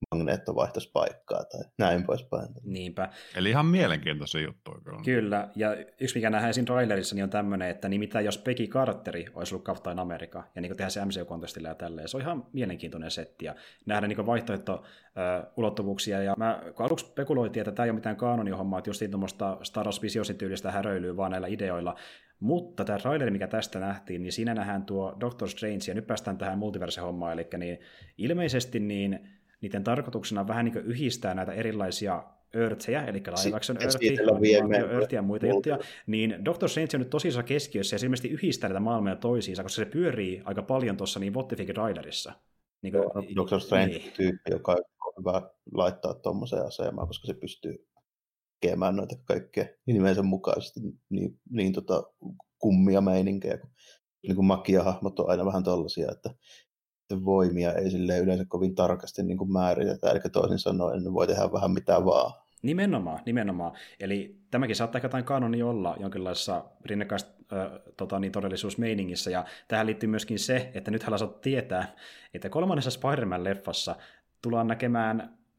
Magneetto vaihtaisi paikkaa tai näin poispäin. Niinpä. Eli ihan mielenkiintoisia juttuja kyllä. Kyllä, ja yksi mikä nähdään siinä trailerissa niin on tämmöinen, että niin mitä jos Peggy Carteri olisi ollut Captain America, ja niin tehdään se M C U-kontestilla ja tälleen, se on ihan mielenkiintoinen setti, ja nähdään niin vaihtoehto-ulottuvuuksia, ja mä kun aluksi spekuloitiin, että tämä ei ole mitään kaanonihommaa, että just tuommoista Star Wars Visionsin tyylistä häröilyä vaan näillä ideoilla, mutta tämä traileri, mikä tästä nähtiin, niin siinä nähdään tuo Doctor Strange, ja nyt päästään tähän multiverse-hommaan, eli niin ilmeisesti niin niiden tarkoituksena on vähän niin kuin yhdistää näitä erilaisia Earthejä, eli live action Earth ja muita juttuja, niin Doctor Strange on nyt tosissaan keskiössä ja se ilmeisesti yhdistää näitä maailmoja toisiinsa, koska se pyörii aika paljon tuossa niin What If Riderissa. Niin kuin, no, Doctor Strange-tyyppi, joka on hyvä laittaa tuommoiseen asemaan, koska se pystyy tekemään noita kaikkea nimensä mukaisesti niin, niin tota, kummia meininkejä. Niin kuin magia-hahmot on aina vähän tollaisia, että voimia ei sille yleensä kovin tarkasti niin kuin määritetä, eli toisin sanoen ne voi tehdä vähän mitä vaan. Nimenomaan, nimenomaan. Eli tämäkin saattaa ehkä jotain kanoni olla jonkinlaisessa rinnakkaista äh, tota, niin todellisuusmeiningissä, ja tähän liittyy myöskin se, että nythän saat tietää, että kolmannessa Spider-Man-leffassa tullaan näkemään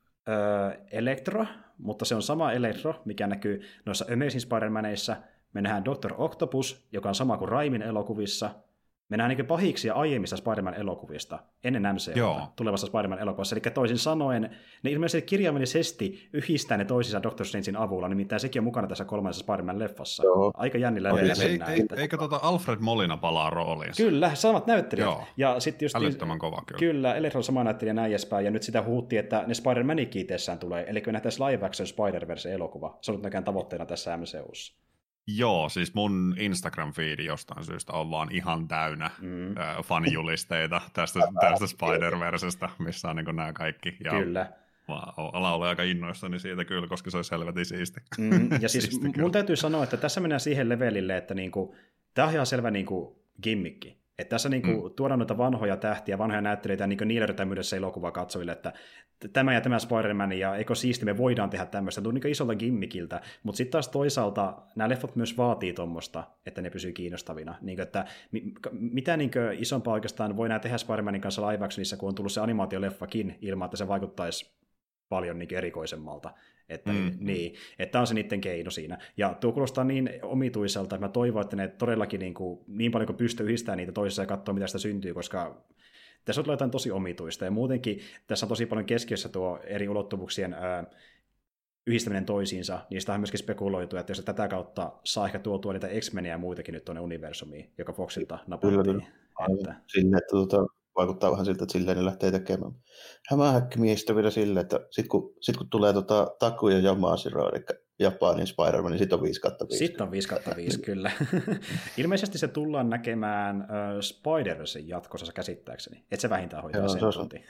äh, Electro, mutta se on sama Electro, mikä näkyy noissa Amazing Spider-Maneissa. Me nähdään Doctor Octopus, joka on sama kuin Raimin elokuvissa. Me nähdään niin pahiksia aiemmista Spider-Man-elokuvista, ennen M C U:ta, tulevassa Spider-Man-elokuvassa. Eli toisin sanoen, ne ilmeisesti kirjaimellisesti yhdistää ne toisiinsa Doctor Strangein avulla, nimittäin sekin on mukana tässä kolmannessa Spider-Man-leffassa. Joo. Aika jännillä leveillä mennään. Ei, ei, eikö tota Alfred Molina palaa rooliin? Kyllä, samat näyttelijät. Joo, ja sit just älyttömän kova kyllä. Kyllä, Electro on sama näyttelijä näin edespäin, ja nyt sitä huuttiin, että ne Spider-Manikki itsessään tulee, eli me nähtäisiin live action Spider-Verse-elokuva. Se on nyt näkään tavoitteena tässä M C U:ssa. Joo, siis mun Instagram-feedi jostain syystä on vaan ihan täynnä mm. äh, fanijulisteita tästä, tästä Spider-Versesta, missä on niin nämä kaikki. Ja kyllä. Ala oli aika innoissani siitä kyllä, koska se olisi helvetin siisti. Mm, ja siis mun täytyy sanoa, että tässä mennään siihen levelille, että niinku, tämä on ihan selvä niinku gimmikki. Että tässä niinku mm. tuodaan noita vanhoja tähtiä, vanhoja näyttelijöitä, niin niillä yritetään myydä se elokuva katsojille, että tämä ja tämä Spider-Man, ja eikö siisti, me voidaan tehdä tämmöistä, tuntuu niin isolta gimmikiltä, mutta sitten taas toisaalta nämä leffot myös vaatii tuommoista, että ne pysyy kiinnostavina. Niin kuin, että mitä niin kuin isompaa oikeastaan voi nämä tehdä Spider-Manin kanssa live actionissa, kun on tullut se animaatioleffakin, ilman että se vaikuttaisi paljon niin erikoisemmalta. Että, mm. niin, että on se niiden keino siinä. Ja tuo kuulostaa niin omituiselta, että mä toivon, että ne todellakin niin, kuin, niin paljon kuin pystyy yhdistämään niitä toisissa ja katsoa, mitä sitä syntyy, koska tässä on jotain tosi omituista. Ja muutenkin tässä on tosi paljon keskiössä tuo eri ulottuvuuksien ää, yhdistäminen toisiinsa. Niistä on myöskin spekuloitu, että jos tätä kautta saa ehkä tuotua niitä X-Meniä ja muitakin nyt tuonne universumiin, joka Foxilta napattiin. Että... Sinne, että tuota, vaikuttaa vähän siltä, että silleen ne lähtee tekemään. Hämähäkkimiehistä vielä silleen, että sitten kun, sit kun tulee tota Taku ja Yamashiro, eli Japanin Spider-Man, niin sitten on viisi kautta viisi. Sitten on viisi kautta viisi, kyllä. Ilmeisesti se tullaan näkemään äh, Spider-Versen jatkossa käsittääkseni. Et se vähintään hoitaa joo, sen se tunti.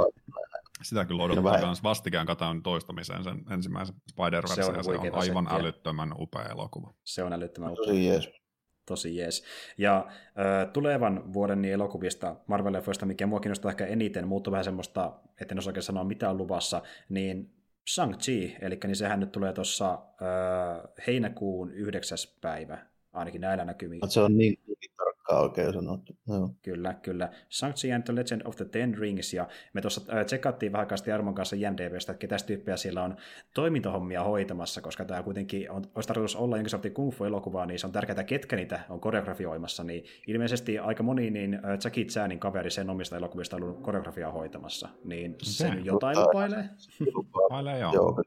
Sitä kyllä odottaa myös. Vastikään katoin toistamiseen sen ensimmäisen Spider-Versen, se on, se on aivan settiä. Älyttömän upea elokuva. Se on älyttömän upea. Tosi jees. Tosi jees. Ja äh, tulevan vuoden niin elokuvista, Marvel-leffoista, mikä mua kiinnostaa ehkä eniten, muuttuu vähän semmoista, että en osaa oikein sanoa mitä on luvassa, niin Shang-Chi, eli niin sehän nyt tulee tuossa äh, heinäkuun yhdeksäs päivä, ainakin näillä näkymiin. Se on niin tarkkaan oikein sanottu. No. Kyllä, kyllä. Shang-Chi and the Legend of the Ten Rings, ja me tuossa äh, tsekattiin vähän aikaa Jarmon kanssa I M D B:stä, että ketäs tyyppejä siellä on toimintahommia hoitamassa, koska tämä kuitenkin on, olisi tarkoitus olla jonkin sortin kung fu-elokuvaa, niin se on tärkeää, ketkä niitä on koreografioimassa, niin ilmeisesti aika moni niin äh, Jackie Chanin kaveri sen omista elokuvista on ollut koreografiaa hoitamassa, niin se okay. jotain lupailee. Lupailee, joo. joo.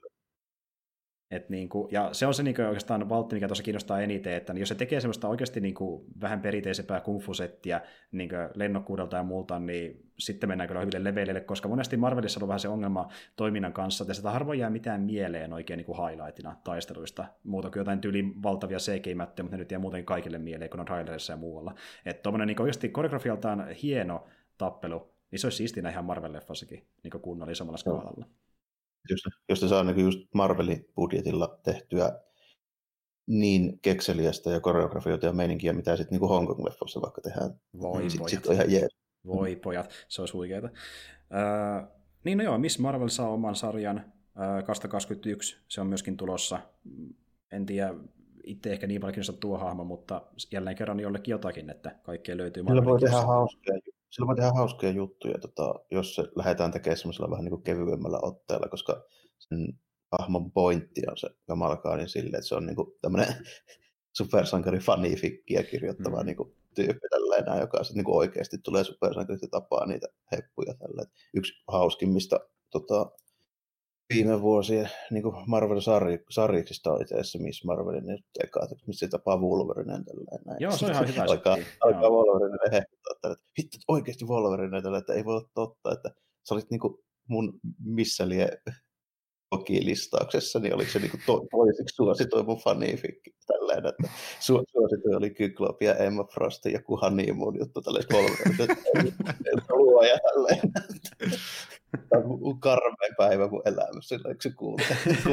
Et niinku, ja se on se niinku oikeastaan valtti, mikä tuossa kiinnostaa eniten, että jos se tekee semmoista oikeasti niinku vähän perinteisempää kung fu-settiä niinku lennokkuudelta ja muulta, niin sitten mennään kyllä hyville leveille, koska monesti Marvelissa on ollut vähän se ongelma toiminnan kanssa, että sitä harvoin jää mitään mieleen oikein niinku highlightina taisteluista. Muuta kuin jotain tyyliin valtavia C G-mättöjä, mutta ne nyt jää muuten kaikille mieleen, kun on trailerissa ja muualla. Että tuommoinen niinku oikeasti koreografialtaan hieno tappelu, niin se olisi siistinä ihan Marvel-leffassakin niinku kunnolla isommalla skaalalla. Jos, jos se saa niin just Marvelin budjetilla tehtyä niin kekseliästä ja koreografioita ja meininkiä, mitä sitten niin Hongkong-leffossa vaikka tehdään, voi niin pojat. Sit on ihan jees. Voi pojat, se olisi huikeeta. Öö, niin no joo, Miss Marvel saa oman sarjan öö, kaksituhattakaksikymmentäyksi, se on myöskin tulossa. En tiedä, itse ehkä niin paljon kiinnostaa tuo hahmo, mutta jälleen kerran jollekin jotakin, että kaikkea löytyy Marvelin. Kyllä voi tehdä hauskaa sillä on ihan hauskoja juttuja, tota, jos se lähdetään tekemään semmoisella vähän niin kuin kevyemmällä otteella, koska sen hahmon pointti on se Kamala Khanin silleen, että se on niin kuin tämmöinen supersankari-fanifikkiä kirjoittava mm. niin kuin tyyppi tällainen, joka sitten niin oikeasti tulee supersankarista tapaa niitä heppuja tällä. Yksi hauskimmista tota, viime vuosien niin Marvel-sarjiksista on itse asiassa Miss Marvelin niin eka, missä se tapaa Wolverinen tällainen. Joo, se on ihan hyvä. Alkaa, alkaa Wolverine hehkuttaa tällä, että hitto, oikeasti Wolverine tällä, että ei voi olla totta, että sä olit niin kuin mun missä lie listauksessa, niin oliko se niin to, toisiksi suosituin mun fanifikki tällainen, että su, suosituin oli Kyklop ja Emma Frost ja joku Honeymoon juttu tällainen Wolverine, että luoja tällainen. Tämä on karmein päivä mun elämässä, eikö se kuule?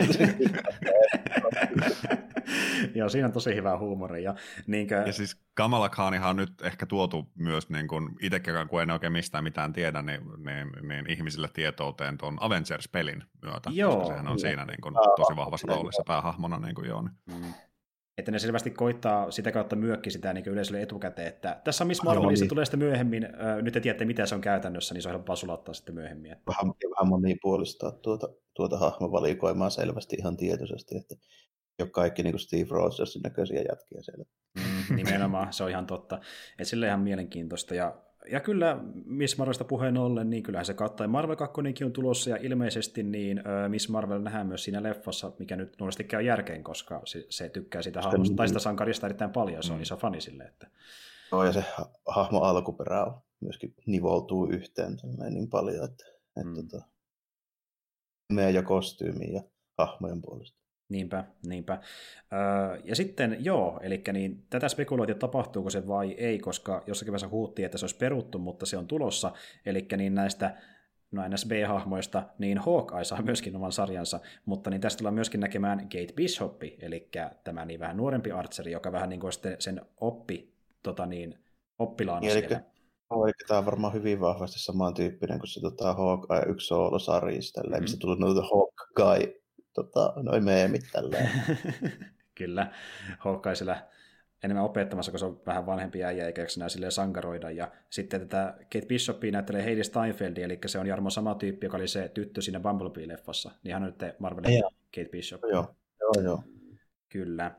Joo, siinä on tosi hyvä huumori. Ja, niinkö... ja siis Kamala Khanihan on nyt ehkä tuotu myös, niin kun itsekään kun en oikein mistään mitään tiedä, niin, niin, niin ihmisille tietouteen tuon Avengers-pelin myötä, joo, koska sehän on joo. siinä niin kun, tosi vahvassa roolissa päähahmona. Niin kuin joo, niin. Mm. Että ne selvästi koittaa sitä kautta myökki sitä niin yleisölle etukäteen, että tässä on Miss Marvel, niin se tulee sitten myöhemmin, äh, nyt te tiedätte mitä se on käytännössä, niin se on helppoa sulattaa sitten myöhemmin. Että... Vähän, vähän monipuolistaa tuota, tuota hahmovalikoimaa selvästi ihan tietoisesti, että ei ole kaikki niin kuin Steve Rogersin näköisiä jätkiä siellä. Mm, nimenomaan, se on ihan totta. Että sille ihan mielenkiintoista. Ja, ja kyllä Miss Marvelista puheen ollen, niin kyllähän se kattaa. Marvel kaksi on tulossa, ja ilmeisesti niin uh, Miss Marvel nähdään myös siinä leffassa, mikä nyt nuolesti käy järkeen, koska se, se tykkää sitä hahmosta, tai sitä sankarista erittäin paljon, se on mm. iso fani sille. Että... Joo, ja se ha- hahmo alkuperä on myöskin nivoutuu yhteen niin paljon, että, että mm. tota, meidän ja kostyymiin ja hahmojen puolesta. Niinpä, niinpä. Öö, ja sitten joo, eli niin, tätä spekuloitiin, että tapahtuuko se vai ei, koska jossakin vaiheessa huuttiin, että se olisi peruttu, mutta se on tulossa. Eli niin näistä no N S B-hahmoista, niin Hawkeye saa myöskin oman sarjansa, mutta niin tästä tullaan myöskin näkemään Kate Bishop, eli tämä niin vähän nuorempi archeri, joka vähän niin kuin sen oppi, tota niin, oppilaana eli, siellä. Eli tämä on varmaan hyvin vahvasti samantyyppinen kuin se tota, Hawkeye yksi soolosarjista, mm-hmm. missä tuli noita Hawkeye Tota, noin meemit tälleen. Kyllä, Hawkeye siellä enemmän opettamassa, kun se on vähän vanhempi äijä, eikä enää silleen sankaroida. Ja sitten tätä Kate Bishopia näyttelee Hailee Steinfeldia, eli se on Jarmo sama tyyppi, joka oli se tyttö siinä Bumblebee-leffassa. Niin hän on nyt Marvelin ja. Kate Bishop. Joo, joo, joo. Kyllä.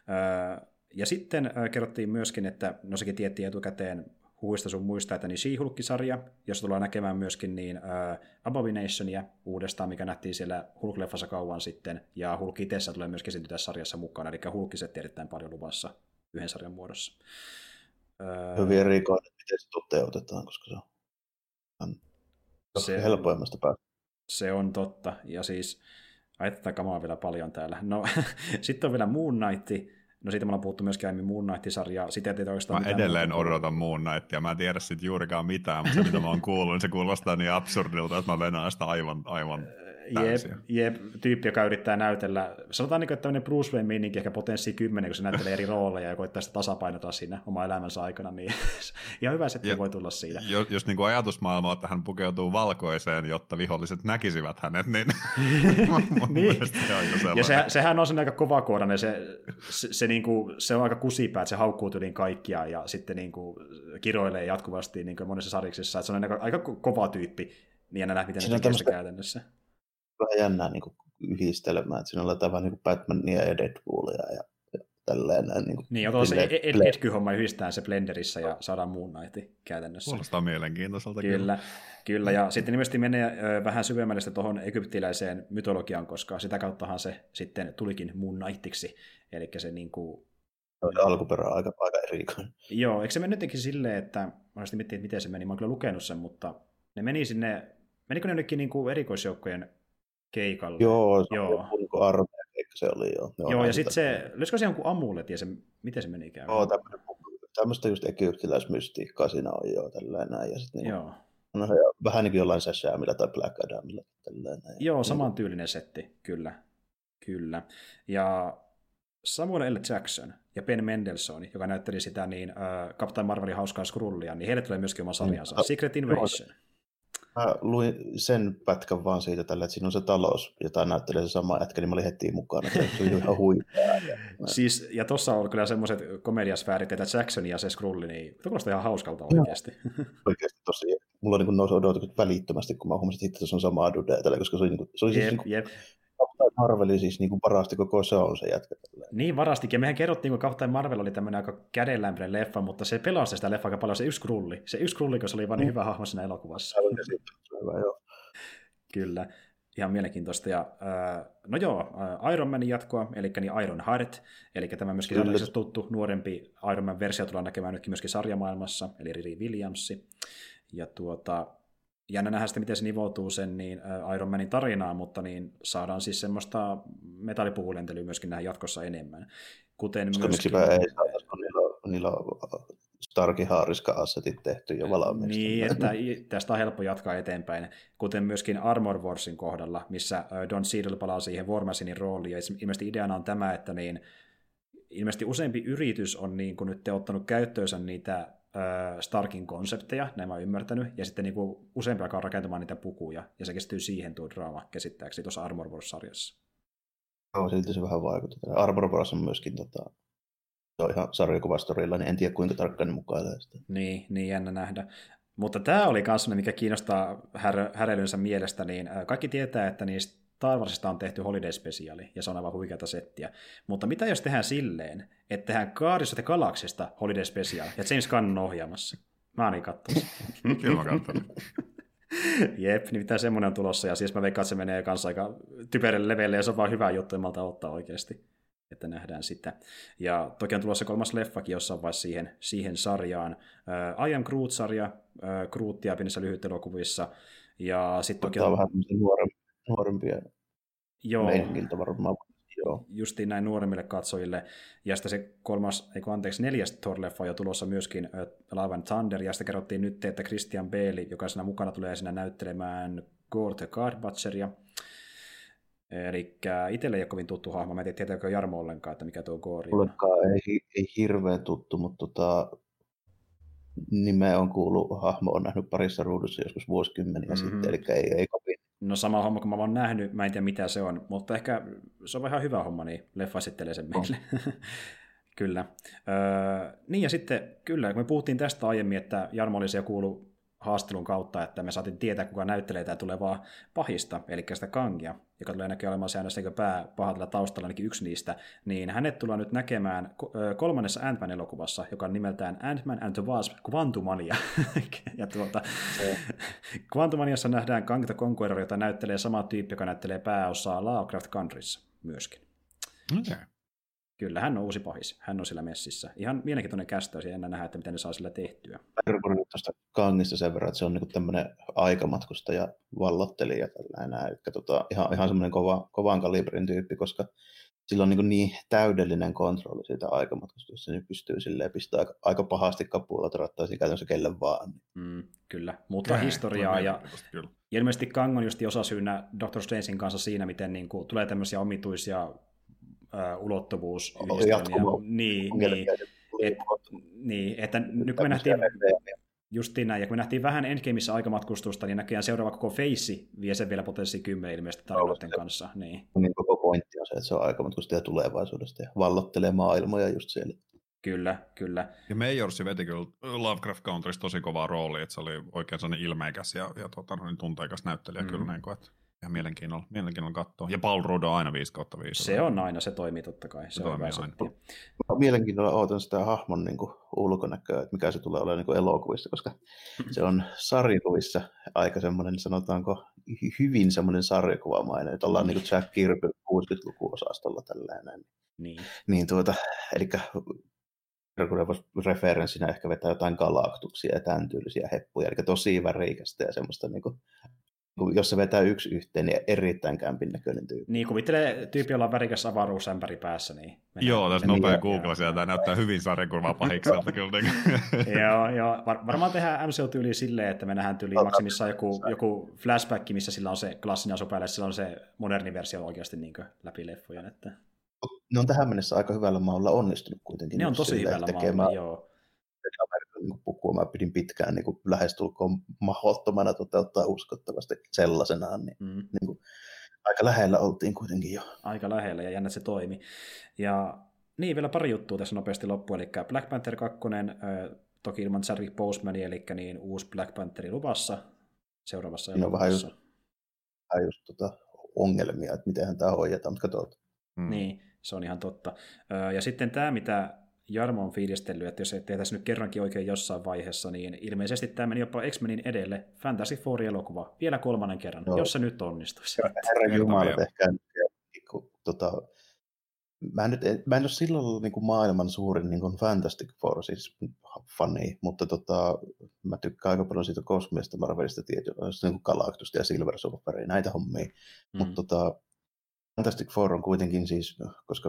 Ja sitten kerrottiin myöskin, että no sekin tiettiin etukäteen huhuista sun muista, että niin She-Hulk-sarja, jossa tullaan näkemään myöskin niin uh, Abominationia uudestaan, mikä nähtiin siellä Hulk-leffassa kauan sitten, ja Hulk itsessä tulee myöskin esiintyä tässä sarjassa mukana, eli Hulkiset erittäin paljon luvassa yhden sarjan muodossa. Uh, Hyvin erikoinen, miten se toteutetaan, koska se on se, helpoimmasta päästä. Se on totta, ja siis ajattetaan kamaa vielä paljon täällä. No, sitten on vielä Moon Knight. No siitä me ollaan puhuttu myöskin aiemmin Moon Knight-sarjaa. Sitä ei oikeastaan mä edelleen muuta. Odotan Moon Knightia. Mä en tiedä siitä juurikaan mitään, mutta se mitä mä oon kuullut, niin se kuulostaa niin absurdilta, että mä venään sitä aivan, aivan täysiä. Jep, jep, tyyppi, joka yrittää näytellä. Sanotaan niin, että tämmöinen Bruce Wayne-meininki ehkä potenssi kymmenen, kun se näyttelee eri rooleja ja koittaa sitä tasapainota siinä oma elämänsä aikana, niin ihan hyvä setti voi tulla siitä. Jos, jos niin kuin ajatusmaailma, että hän pukeutuu valkoiseen, jotta viholliset näkisivät hänet, niin, niin. Se ja se, sehän on sen aika kovakourainen, se, se, se, niin kuin, se on aika kusipää, että se haukkuu tyliin kaikkia ja sitten niin kuin, kiroilee jatkuvasti niin kuin monessa sarjiksessa, että se on aika, aika kova tyyppi, niin ja nähdään, miten ne tekee sitä käytännössä. Vähän jännää niin kuin yhdistelmää, että siinä on vähän niin kuin Batmania ja Deadpoolia ja, ja tälleen näin. Niin, niin on se Edky-homma yhdistetään se Blenderissä ja saadaan Moon Knight käytännössä. Kuulostaa mielenkiintoiselta. Kyllä, kyllä. kyllä. Ja sitten nimesti menee vähän syvemmälle tuohon egyptiläiseen mytologiaan, koska sitä kauttahan se sitten tulikin Moon Knightiksi. Eli se niin kuin... alkuperä on aika, aika erikoinen. Joo, eikö se mennyt jotenkin silleen, että mä olisin miettinyt, miten se meni, mä oon kyllä lukenut sen, mutta ne meni sinne, menikö ne jonnekin niin kuin erikoisjoukkojen keikalle? Joo, se joo. on niin armeija keikka se oli. Joo, joo ja sitten se, olisiko se jonkun amulet ja se, miten se meni käy? Joo, tämmöistä just egyptiläismystiikkaa siinä on joo, tällainen näin. Ja sit niin, joo. No, vähän niin kuin jollain Shazamilla tai Black Adamilla. Tällainen, joo, niin, samantyylinen setti, kyllä. kyllä. Ja Samuel L. Jackson ja Ben Mendelsohn, joka näytteli sitä niin äh, Captain Marvelin hauskaa Skrullia, niin heille tulee myöskin oma sarjansa, mm. Secret Invasion. Mä luin sen pätkän vaan siitä tällä, että siinä on se talous, jota näyttelee se sama jätkä, niin mä olin heti mukana. Se oli ihan huipea. Siis, ja tossa on kyllä semmoiset komediasfäärit, että Jackson ja se Skrulli, niin kuulostaa ihan hauskalta oikeasti. Oikeasti tosi. Mulla niin nousi odotukset välittömästi, kun mä huomasin, että se on samaa dudeetelle, koska se oli, niin, se oli jep, siis niin jep. Marvelin siis niin varasti koko se on se jätkä. Niin varastikin, ja mehän kerrottiin, kun Captain Marvel oli tämmöinen aika kädenlämpöinen leffa, mutta se pelasti sitä leffaa aika paljon, se yksi Skrulli. Se yksi Skrulli, kun se oli vaan niin hyvä hahmo siinä elokuvassa. Hyvä, joo. Kyllä, ihan mielenkiintoista. Ja, äh, no joo, äh, Iron Manin jatkoa, eli niin Iron Heart, eli tämä myöskin sarjassa tuttu nuorempi Iron Man-versio tullaan näkemään nytkin myöskin sarjamaailmassa, eli Riri Williams. Ja tuota, jännä nähdä sitten, miten se nivoutuu sen niin äh, Iron Manin tarinaan, mutta niin saadaan siis semmoista metallipukulentelyä myöskin nähdä jatkossa enemmän. Kuten koska myöskin... miksipä ei saataisi, kun niillä on, niillä on Starkin haariska-assetit tehty jo valmiiksi. Niin, että tästä on helppo jatkaa eteenpäin, kuten myöskin Armor Warsin kohdalla, missä Don Cheadle palaa siihen War Machinein rooliin, ja ilmeisesti ideana on tämä, että niin, ilmeisesti useampi yritys on niin kuin nyt ottanut käyttöönsä niitä äh, Starkin konsepteja, näin mä oon ymmärtänyt, ja sitten niin kuin useampi alkaa rakentamaan niitä pukuja, ja se kestyy siihen tuo draama käsittääkseni tuossa Armor Wars-sarjassa. Joo, silti se vähän vaikuttaa. Armor Wars on myöskin tota... Se on ihan sarjakuvastorilla, niin en tiedä kuinka tarkkaan ne mukailee sitä. Niin, niin jännä nähdä. Mutta tämä oli myös mikä kiinnostaa här- häreilynsä mielestä, niin kaikki tietää, että niistä Star Warsista on tehty Holiday Speciali, ja se on aivan huikeata settiä. Mutta mitä jos tehdään silleen, että tehdään Guardians of the Galaxysta Holiday Special, ja James Gunn on ohjaamassa? Mä oon niin katsonut. Kyllä mä katson. Jep, nimittäin semmoinen on tulossa, ja siis mä veikkaan, että se menee kanssa aika typerelle leveelle, ja se on vaan hyvä juttu, malta ottaa oikeasti, että nähdään sitä. Ja toki on tulossa kolmas leffakin jossain vaiheessa siihen, siihen sarjaan. Uh, I Am Groot-sarja, uh, Grootia pienissä lyhytelokuvissa, ja sitten toki on... on... vähän nuorempia, nuorempia Joo. meidänkiltä varmaan. Joo. Justiin näin nuoremmille katsojille. Ja sitten se kolmas, ei kun anteeksi, neljäs Thor-leffa on jo tulossa myöskin uh, Love and Thunder, ja sitten kerrottiin nyt, että Christian Bale, joka siinä mukana tulee siinä näyttelemään Gore the God Butcheria. Eli itselle ei ole kovin tuttu hahmo. Mä en tiedä, tietääkö Jarmo ollenkaan, että mikä tuo Gore on. Ollenkaan ei, ei hirveän tuttu, mutta tota, nimeä on kuullut, hahmo on nähnyt parissa ruudussa joskus vuosikymmeniä mm-hmm. sitten, eli ei, ei kovin. No sama homma, kun mä oon nähnyt, mä en tiedä mitä se on, mutta ehkä se on vähän hyvä homma, niin leffa esittelee sen meille. Kyllä. Öö, niin ja sitten, kyllä, kun me puhuttiin tästä aiemmin, että Jarmo olisi jo kuullut haastelun kautta, että me saatiin tietää, kuka näyttelee tämä tulevaa pahista, eli sitä Kangia, joka tulee näkemään olemaan säännössä pää pahatella taustalla ainakin yksi niistä, niin hänet tullaan nyt näkemään kolmannessa Ant-Man-elokuvassa, joka on nimeltään Ant-Man and the Wasp Quantumania. ja tuota, Quantumaniassa nähdään Kang the Conqueror, jota näyttelee sama tyyppi, joka näyttelee pääosaa Lovecraft Countryssa myöskin. Okay. Kyllä, hän on uusi pahis. Hän on siellä messissä. Ihan mielenkiintoinen kästöys ja ennä nähdä, että miten ne saa sillä tehtyä. Mä nyt tuosta Kangista sen verran, että se on niinku tämmöinen aikamatkustaja, vallottelija tällainen. Eli tota, ihan, ihan semmoinen kova, kovan kalibrin tyyppi, koska sillä on niin, niin täydellinen kontrolli siitä aikamatkustusta, niin pystyy silleen pistää aika, aika pahasti kapulat rattaisiin käytännössä kelle vaan. Mm, kyllä, muuttaa historiaa ja, ja ilmeisesti Kang on just osasyynä Doctor Strangein kanssa siinä, miten niin kuin, tulee tämmöisiä omituisia Uh, ulottuvuus Jatkumo. Niin, niin, et, niin, että nyt kun me nähtiin, justiin näin, ja kun me nähtiin vähän Endgameissa aikamatkustusta, niin näköjään seuraava koko feissi vie sen vielä potenssi kymmenen ilmeisesti tarinoiden kanssa. Niin. niin koko pointti on se, että se on aikamatkustaja tulevaisuudesta ja vallottelee maailmoja just siellä. Kyllä, kyllä. Ja Majorsi veti kyllä Lovecraft Countryssa tosi kovaa roolia, että se oli oikein sellainen ilmeikäs ja, ja tota, niin tunteikas näyttelijä mm. kyllä. Niin kuin, että ihan mielenkiinnolla, mielenkiinnolla katsoa. Ja Paul Rudd on aina viisi kautta viisi. Se on aina, se toimii totta kai. Se, se on aina. Mielenkiinnolla odotan sitä hahmon niin kuin, ulkonäköä, että mikä se tulee olemaan niin kuin elokuvissa, koska se on sarjakuvissa aika semmoinen, sanotaanko, hyvin semmoinen sarjakuvamainen, että ollaan mm. niin kuin Jack Kirby kuusikymmentäluku-osastolla tällainen. Niin. niin tuota, eli referenssinä ehkä vetää jotain galaktuksia ja tämän tyylisiä heppuja, eli tosi värikästä ja semmoista niin kuin, jos se vetää yksi yhteen, niin erittäin kämpin näköinen tyyppi. Niin, kuvittelee tyyppi, jolla on värikäs avaruusämpäri päässä. Niin joo, tässä nopea Google sieltä, tämä näyttää hyvin sarjakuvaa pahikselta kyllä. joo, joo, Var- varmaan tehdään M C U-tyyliin silleen, että me nähdään tyyliin maksimissaan joku, joku flashback, missä sillä on se klassinen asu päällä, sillä on se moderni versio oikeasti niin läpi leffojen. Että... Ne on tähän mennessä aika hyvällä maalla onnistunut kuitenkin. Ne on tosi hyvällä maalla, joo. niin pukua mä pidin pitkään niin lähestulkoon mahdottomana toteuttaa uskottavasti sellaisenaan, niin, mm. niin kuin, aika lähellä oltiin kuitenkin jo. Aika lähellä, ja jännä se toimi. Ja niin, vielä pari juttua tässä nopeasti loppuun, eli Black Panther kaksi, toki ilman Chadwick Bosemania, eli niin uusi Black Pantheri luvassa seuraavassa elokuvassa. No vähän just, vähän just tota ongelmia, että miten tämä hoidetaan, mutta katsotaan. Hmm. Niin, se on ihan totta. Ja sitten tämä, mitä Jarmo on fiilistellyt, että jos ei tehtäisi nyt kerrankin oikein jossain vaiheessa, niin ilmeisesti tämä meni jopa X-Menin edelle Fantastic Four-elokuva vielä kolmannen kerran, no, jos se nyt onnistuisi. Herran Jumala, ehkä kun, tota, mä, en nyt, mä en ole silloin ollut niin kuin maailman suurin niin kuin Fantastic Four siis fani, mutta tota, mä tykkään aika paljon siitä kosmista Marvelista tietysti, niin kuin Galactusta ja Silver Surferia, näitä hommia, mm. mutta tota, Fantastic Four on kuitenkin siis, koska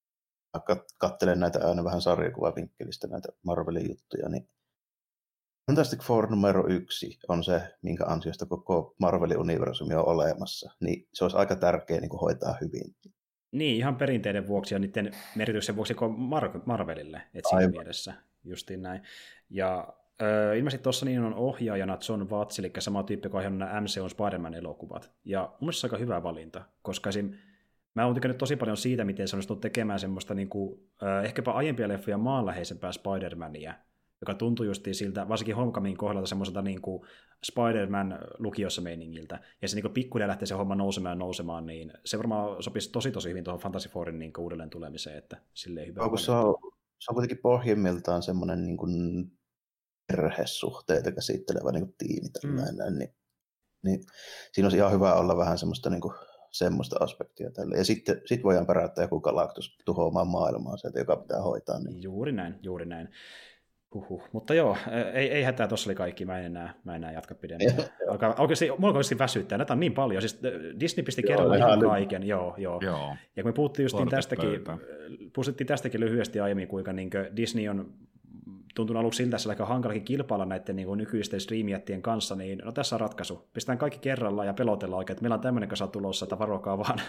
katselen näitä aina vähän sarjakuvavinkkelistä, näitä Marvelin juttuja, niin Fantastic Four numero yksi on se, minkä ansiosta koko Marvelin universumi on olemassa, niin se olisi aika tärkeä niin kuin hoitaa hyvin. Niin, ihan perinteiden vuoksi ja niiden merkityksen vuoksi Mar- Marvelille, että siinä mielessä justiin näin. Ja ö, ilmeisesti tuossa niin on ohjaajana John Watts, eli sama tyyppi, joka on ohjannut nämä M C U:n Spider-Man-elokuvat. Ja mun mielestä se on aika hyvä valinta, koska esim. Mä oon tykännyt tosi paljon siitä, miten se on onnistunut tekemään semmoista niin kuin, äh, ehkäpä aiempia leffoja maanläheisempää Spider-Mania, joka tuntuu justiin siltä, varsinkin Homecomin kohdalta semmoiselta niin kuin Spider-Man lukiossa meiningiltä, ja se niin kuin pikkuhiljaa lähtee se homma nousemaan ja nousemaan, niin se varmaan sopisi tosi tosi hyvin tuohon Fantastic Fourin niin uudelleen tulemiseen, että silleen hyvä. No, se, on, se on kuitenkin pohjimmiltaan semmoinen niin kuin perhesuhteita käsittelevä niin kuin tiimi tällainen, mm. niin, niin siinä olisi ihan hyvä olla vähän semmoista niin kuin semmoista aspektia tälle. Ja sitten sit voidaan päräyttää joku Galactus tuhoamaan maailmaa sieltä, joka pitää hoitaa. Niin. Juuri näin, juuri näin. Huhhuh. Mutta joo, ei, ei hätää, tuossa oli kaikki, mä en enää, mä en enää jatka pidemmän. Alkaa, oikeasti, mulla oikeasti väsyttää, näitä on niin paljon. Siis Disney pisti kerralla ihan kaiken, joo, joo. joo. Ja kun me puhuttiin justiin tästäkin, puhuttiin tästäkin lyhyesti aiemmin, kuinka niin kuin Disney on tuntunut aluksi siltä, että se on aika hankalakin kilpailla näiden niin kuin nykyisten streamijättien kanssa, niin no tässä on ratkaisu. Pistetään kaikki kerralla ja pelotellaan oikein, että meillä on tämmöinen kasa tulossa, että varokaa vaan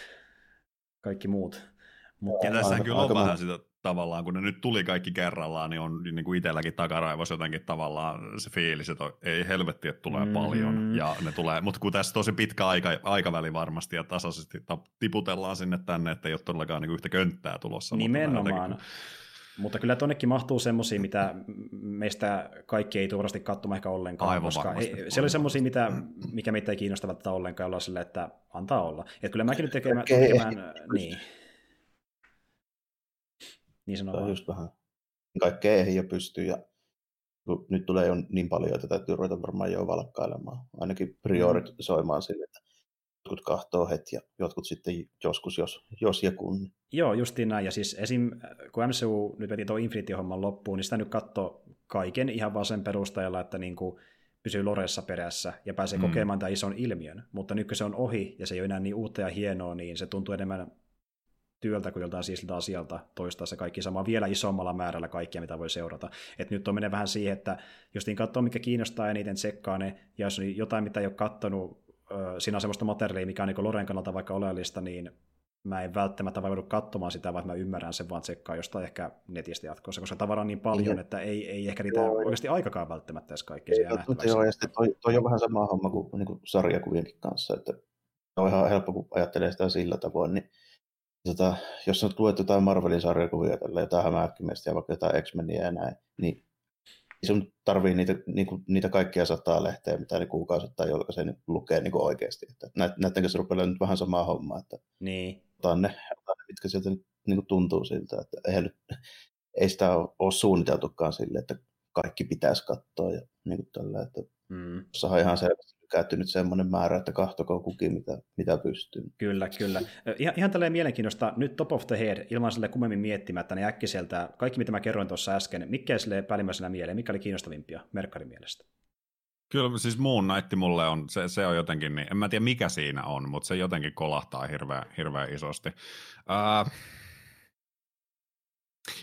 kaikki muut. Mutta ja tässä kyllä on vähän sitä tavallaan, kun ne nyt tuli kaikki kerrallaan, niin on niin kuin itselläkin takaraivossa jotenkin tavallaan se fiilis, että ei helvetti, että tulee mm. paljon. Ja ne tulee, mutta kun tässä tosi pitkä aika, aikaväli varmasti ja tasaisesti tiputellaan sinne tänne, että ei ole todellakaan niin kuin yhtä könttää tulossa. Nimenomaan. Mutta, mutta kyllä tonnekin mahtuu semmosia, mitä meistä kaikki ei tuurasti katsomaan ehkä ollenkaan. Aivan koska ei, se oli semmosia, mitä, mikä meitä ei kiinnosta välttämättä ollenkaan, olla silleen, että antaa olla. Että kyllä mäkin nyt tekemään, tekemään niin. Niin sanotaan. Just vähän. Kaikkea ei jo pysty ja nyt tulee jo niin paljon, että täytyy ruveta varmaan jo valkkailemaan. Ainakin prioritisoimaan sille, että jotkut kahtoo heti ja jotkut sitten joskus, jos, jos ja kun. Joo, justiin näin. Ja siis esim. Kun M C U nyt veti tuo Infinity-homman loppuun, niin sitä nyt katsoo kaiken ihan vaan sen perusteella, että niin kuin pysyy Loressa perässä ja pääsee mm. kokemaan tämän ison ilmiön. Mutta nyt kun se on ohi ja se ei ole enää niin uutta ja hienoa, niin se tuntuu enemmän työltä kuin joltain siisltä asialta toistaa se kaikki sama vielä isommalla määrällä kaikkia, mitä voi seurata. Et nyt on menee vähän siihen, että jos niin katsoo, mikä kiinnostaa eniten, tsekkaa ne, ja jos on jotain, mitä ei ole katsonut, siinä on semmoista materiaalia, mikä on niin Loren kannalta vaikka oleellista, niin mä en välttämättä vaivaudu katsomaan sitä, vaan mä ymmärrän sen, vaan tsekkaa jostain ehkä netistä jatkossa, koska tavaraa on niin paljon, ja että ei, ei ehkä niitä joo, oikeasti aikakaan välttämättä edes kaikkea siellä nähtäväksi. Joo, ja sitten toi, toi on vähän sama homma kuin, niin kuin sarjakuvienkin kanssa, että on ihan helppo, kun ajattelee sitä sillä tavoin, niin Tota, jos on luet jotain Marvelin sarjakuvia, tällä jotain Hämähäkkimiestä ja vaikka jotain X-Meniä ja näin, niin sun tarvii niitä, niinku, niitä kaikkia sataa lehteä, mitä ne kuukausittain julkaisee, niin lukee niinku oikeasti. Näiden kanssa rupeaa nyt vähän samaa hommaa, että niin. otan ne, otan ne, mitkä sieltä nyt niinku tuntuu siltä, että eihän nyt, ei sitä ole suunniteltukaan sille, että kaikki pitäisi katsoa ja niinku tällä, että mm. tuossa ihan selvästi käyttynyt semmoinen määrä, että kahtokoon kukin, mitä, mitä pystyy. Kyllä, kyllä. Ihan, ihan tälleen mielenkiinnosta, nyt top of the head, ilman sille kummemmin miettimättä, niin äkkiseltä, kaikki mitä mä kerroin tuossa äsken, mikä ei sille päällimmäisenä mieleen, mikä oli kiinnostavimpia Merkkarin mielestä? Kyllä siis Moon Knight mulle on, se, se on jotenkin, niin, en mä tiedä mikä siinä on, mutta se jotenkin kolahtaa hirveän, hirveän isosti. Uh,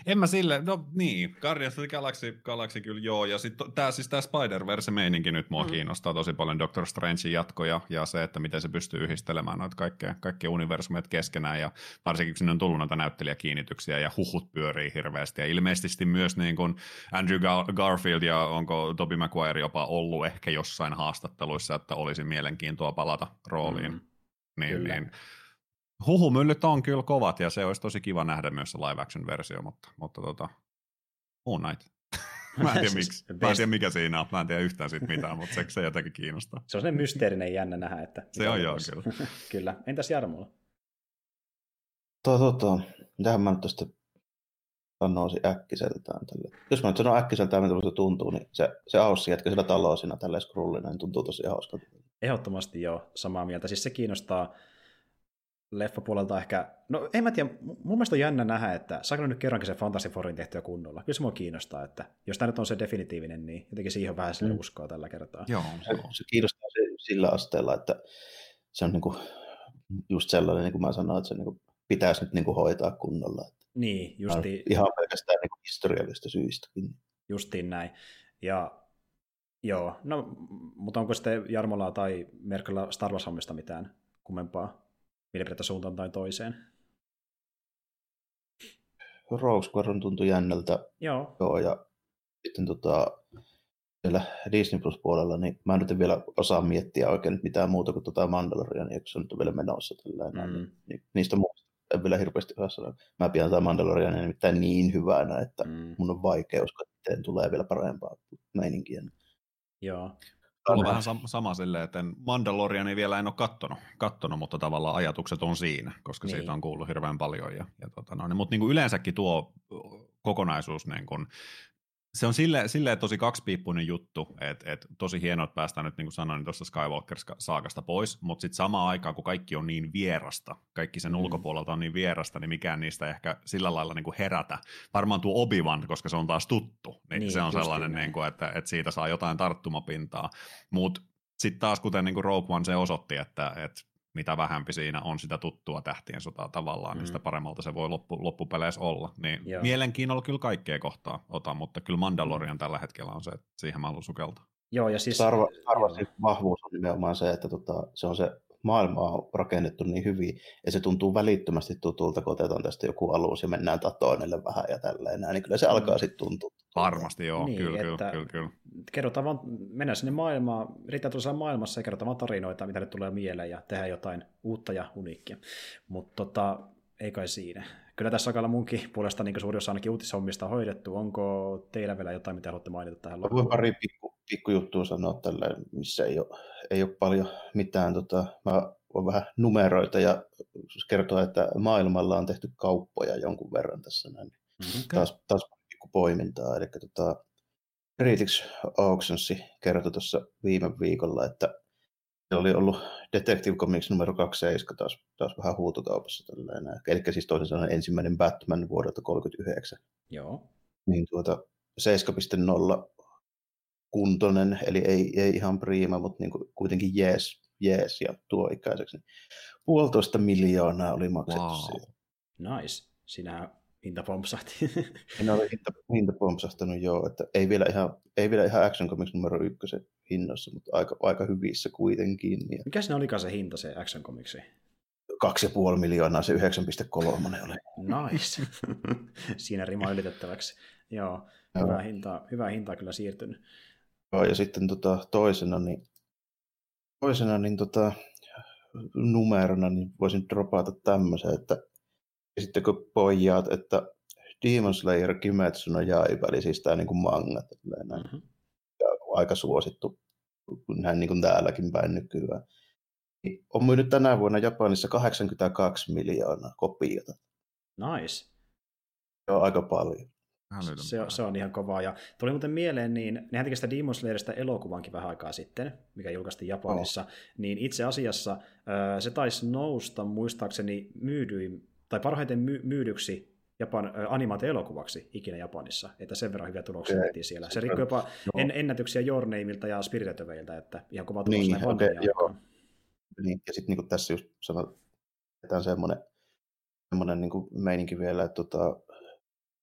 En mä sille, no niin, Guardians of the Galaxy, Galaxy kyllä joo, ja sitten tää, siis tää Spider-Verse-meininki nyt mua mm. kiinnostaa tosi paljon, Doctor Strangein jatkoja, ja se, että miten se pystyy yhdistelemään noita kaikkea, kaikkia universumit keskenään, ja varsinkin kun sinne on tullut noita näyttelijäkiinnityksiä, ja huhut pyörii hirveästi, ja ilmeisesti myös niin kuin Andrew Gar- Garfield, ja onko Tobey Maguire jopa ollut ehkä jossain haastatteluissa, että olisi mielenkiintoa palata rooliin, mm. niin, niin huhumyllyt on kyllä kovat, ja se olisi tosi kiva nähdä myös se live action versio, mutta, mutta tota, Moon Knight. Mä en tiedä miksi. Mä en tiedä mikä siinä on. Mä en tiedä yhtään siitä mitään, mutta se, se jotenkin kiinnostaa. Se on sellainen mysteerinen jännä nähdä, että... Se on joo, kyllä. Kyllä. Entäs Jarmolla? Tota, mitähän mä nyt tästä sanoisin äkkiseltään tälle. Jos mä nyt sanon äkkiseltään, mitä se tuntuu, niin se, se Aussi jätkä sillä taloa siinä tälleen skrullina, niin tuntuu tosi hauskalta. Ehdottomasti joo, samaa mieltä. Siis se kiinnostaa leffapuolelta ehkä, no en mä tiedä, mun mielestä on jännä nähdä, että saako nyt kerrankin se Fantasy Fourin tehtyä kunnolla. Kyllä se mua kiinnostaa, että jos tämä nyt on se definitiivinen, niin jotenkin siihen on vähän sille mm. uskoa tällä kertaa. Joo, se, se kiinnostaa sillä asteella, että se on niinku just sellainen, niin kuin mä sanoin, että se niinku pitäisi nyt niinku hoitaa kunnolla. Niin, justiin. Ihan pelkästään niinku historiallisista syistäkin. Justiin näin. Ja joo, no, mutta onko sitten Jarmolla tai Merkellä Star Wars-hommista mitään kummempaa mielipidettä suuntaan tai toiseen? Rogue Squadron tuntui jännältä. Joo. Joo, ja sitten tota, siellä Disney Plus puolella, niin mä en nyt vielä osaa miettiä oikein mitään muuta kuin tota Mandaloriania, kun se on nyt vielä menossa. Tällainen, mm. niin, niistä muista en vielä hirveästi osaa sanoa. Mä pidän tätä Mandaloriania nimittäin niin hyvänä, että mm. mun on vaikea uskoa, että tulee vielä parempaa meininkiä. Joo. Mulla on vähän sama silleen, että Mandaloriania vielä en ole kattonut, kattonut, mutta tavallaan ajatukset on siinä, koska niin. siitä on kuullut hirveän paljon. Ja, ja tota, no, niin, mutta niin kuin yleensäkin tuo kokonaisuus, niin kuin, se on silleen, silleen tosi kaksipiippuinen juttu, että et tosi hienoa, että päästään nyt niin kuin sanoin tuosta Skywalker-saakasta pois, mutta sitten samaan aikaan, kun kaikki on niin vierasta, kaikki sen mm. ulkopuolelta on niin vierasta, niin mikään niistä ehkä sillä lailla niin kuin herätä. Varmaan tuo Obi-Wan, koska se on taas tuttu, niin, niin se on sellainen, niin kuin, että, että siitä saa jotain tarttumapintaa. Mutta sitten taas, kuten niin kuin Rogue One se osoitti, että, että mitä vähempi siinä on sitä tuttua tähtien sotaa tavallaan, mm. niin sitä paremmalta se voi loppu, loppupeleissä olla. Niin mielenkiinnolla kyllä kaikkea kohtaa otan, mutta kyllä Mandalorian tällä hetkellä on se, että siihen mä haluan sukeltaa. Joo, ja siis... Star Warsin vahvuus on nimenomaan se, että tota, se on se maailma on rakennettu niin hyvin, ja se tuntuu välittömästi tutulta, kun otetaan tästä joku alus ja mennään tatoinelle vähän ja tälleen, niin kyllä se alkaa sitten tuntua. Varmasti joo, niin, kyllä, kyllä, kyllä, kyllä. Kerrotaan vaan, mennään sinne maailmaan, riittää tuossa maailmassa ja kerrotaan vaan tarinoita, mitä nyt tulee mieleen ja tehdään jotain uutta ja uniikkia. Mutta tota, ei kai siinä. Kyllä tässä alkaa munkin puolesta niin suuri osa ainakin uutishommista hoidettu. Onko teillä vielä jotain, mitä haluatte mainita tähän loppuun? Voin pari pikku, pikku juttua sanoa tälleen, missä ei ole, ei ole paljon mitään. Tota, mä voin vähän numeroita ja kertoa, että maailmalla on tehty kauppoja jonkun verran tässä näin. Mm-hmm. Taas, taas pikku poimintaa. Eli tota, Critics Auctions kertoi tuossa viime viikolla, että se oli ollut Detective Comics numero kaksikymmentäseitsemän taas, taas vähän huutokaupassa. Tällainen. Eli siis toisin sanoen ensimmäinen Batman vuodelta kolmekymmentäyhdeksän. Joo. Niin tuota seitsemän piste nolla kuntoinen, eli ei, ei ihan priima, mutta niin kuin kuitenkin jees, jees ja tuo ikäiseksi. Puolitoista miljoonaa oli maksettu wow. siitä. Nice. Sinä hinta pompsahti. Siinä oli hinta, hinta pompsahtanut, joo, että ei vielä ihan, ei vielä ihan Action Comics numero ykkösen hinnassa, mutta aika, aika hyvissä kuitenkin. Ja mikä siinä olikaan se hinta, se Action Comicsi? Kaksi ja puoli miljoonaa, se yhdeksän pilkku kolme oli. Nice. Siinä rima ylitettäväksi. Joo, hyvää hintaa, hyvää hintaa kyllä siirtynyt. Joo, ja sitten tota, toisena, niin, toisena niin, tota, numerona niin voisin dropata tämmöisen, että esittekö pojat, että Demon Slayer Kimetsu no Yaiba, eli siis tämä niin kuin manga, mm-hmm. aika suosittu, näin niin kuin täälläkin päin nykyään. On myynyt tänä vuonna Japanissa kahdeksankymmentäkaksi miljoonaa kopiota. Nice. Se on aika paljon. Se, se on ihan kovaa. Ja tuli muuten mieleen, niin nehän teki sitä Demon Slayerista elokuvankin vähän aikaa sitten, mikä julkaistiin Japanissa. Oh. Niin itse asiassa se taisi nousta muistaakseni myydyin, tai parhaiten my- myydyksi Japan animaatio-elokuvaksi ikinä Japanissa, että sen verran hyviä tuloksia okay. siellä. Se rikkoi jopa no. en, ennätyksiä Your Nameilta ja Spirited Awayilta, että ihan kova tulos niin, näin okay, vanhoja. Niin, ja sitten niin tässä just sanotaan semmoinen, semmoinen niin meininki vielä, että tota,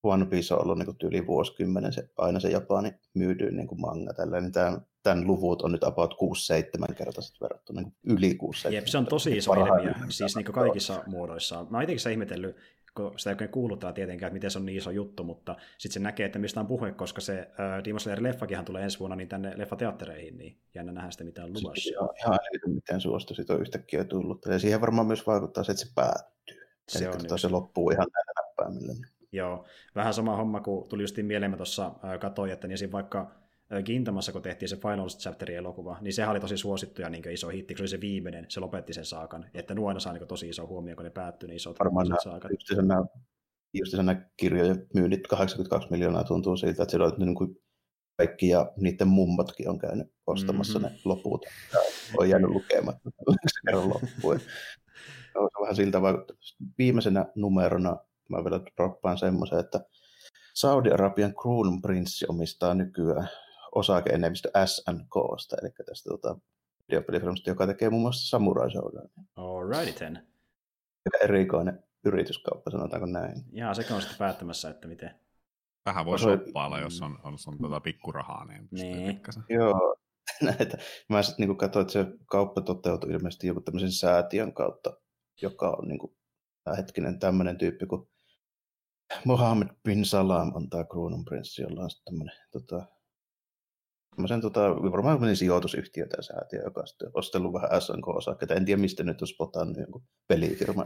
One Piece on ollut niin kuin yli vuosikymmenen se, aina se Japani myydyin niin kuin manga tällä, niin tämän, tämän luvut on nyt about kuusi seitsemän kertaiset verrattuna niin yli kuusi seitsemän. Jep, se on tosi iso ilmiö, siis niin kuin kaikissa muodoissaan. Mä oon itsekin ihmetellyt, kun sitä ei oikein kuuluttaa tietenkään, että miten se on niin iso juttu, mutta sitten se näkee, että mistä on puhe, koska se äh, Demon Slayer-leffakinhan tulee ensi vuonna niin tänne leffateattereihin, niin jännä nähdä sitä, mitä on luvassa. Se on ihan älytön, miten suostu siitä on yhtäkkiä tullut. Ja siihen varmaan myös vaikuttaa se, että se päättyy. Se, Eli on se loppuu ihan näillä näppäimillä. Joo, vähän sama homma, kun tuli justiin mieleen, mä tuossa äh, katsoin, että niin siinä vaikka Gintamassa, kun tehtiin se Final Chapterin elokuva, niin sehän oli tosi suosittu ja niin iso hitti, se oli se viimeinen, se lopetti sen saakan, että nuo aina saa niin tosi iso huomio, kun ne päättyi, niin isot saakat. Just nämä kirjojen myynnit kahdeksankymmentäkaksi miljoonaa tuntuu siltä, että siellä on niin kuin kaikki ja niiden mummotkin on käynyt ostamassa mm-hmm. ne loput. On jäänyt lukematta kerran loppuun. Se on vähän siltä vaikuttaa. Viimeisenä numerona mä vielä droppaan semmoisen, että Saudi-Arabian Crown Prince omistaa nykyään osake-enemmistö S N K:sta, eli tästä tota, videopelifirmasta, joka tekee muun muassa Samurai Showdown. Alrighty then. Erikoinen yrityskauppa, sanotaanko näin. Jaa, sekä on sitten päättämässä, että miten. Vähän voi shoppailla, jos on, on, on tuota pikkurahaa, niin niin. Joo, näitä. Mä sitten niin katsoin, että se kauppa toteutui ilmeisesti joku tämmöisen säätiön kautta, joka on niin kuin, hetkinen tämmöinen tyyppi kuin Mohammed bin Salam on tämä Kruununprinssi, jolla on sitten tämmöinen tota, tota, varmaan tämmöinen sijoitusyhtiö tämä säätiö, joka on sitten ostellut vähän S N K-osakkeita. En tiedä, mistä nyt olisi potannut jonkun pelifirma.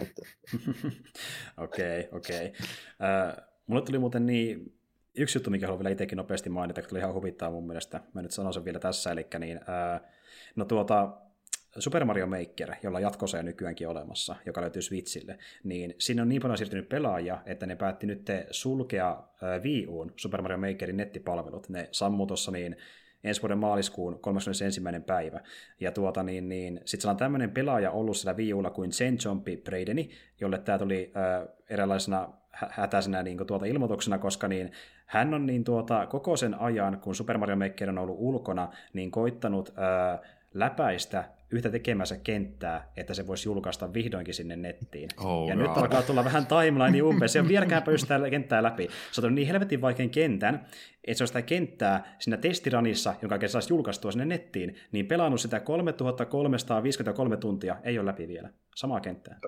Okei, okei. Mulle tuli muuten niin yksi juttu, mikä haluan vielä itsekin nopeasti mainita, kun tuli ihan huvittaa mun mielestä. Mä nyt sanon sen vielä tässä, eli niin, ää, no tuota, Super Mario Maker, jolla jatko-osa nykyäänkin olemassa, joka löytyy Switchille, niin sinne on niin paljon siirtynyt pelaajia, että ne päätti nyt sulkea Wii U:n Super Mario Makerin nettipalvelut. Ne sammuu tuossa niin ensi vuoden maaliskuun kolmaskymmenesensimmäinen päivä. Ja tuota niin, niin sitten siellä on tämmöinen pelaaja ollut siellä Wii U:lla kuin Saint Jompi Braideni, jolle tämä tuli äh, eräänlaisena hätäisenä niin tuota ilmoituksena, koska niin hän on niin tuota, koko sen ajan, kun Super Mario Maker on ollut ulkona, niin koittanut äh, läpäistä yhtä tekemänsä kenttää, että se voisi julkaista vihdoinkin sinne nettiin. Oh, ja God. nyt alkaa tulla vähän timeline umpeen. Se on vieläkään pöystää kenttää läpi. Se on niin helvetin vaikean kentän, että se on sitä kenttää siinä testiranissa, jonka oikein saisi julkaistua sinne nettiin, niin pelannut sitä kolmetuhattakolmesataaviisikymmentäkolme tuntia, ei ole läpi vielä. Samaa kenttää.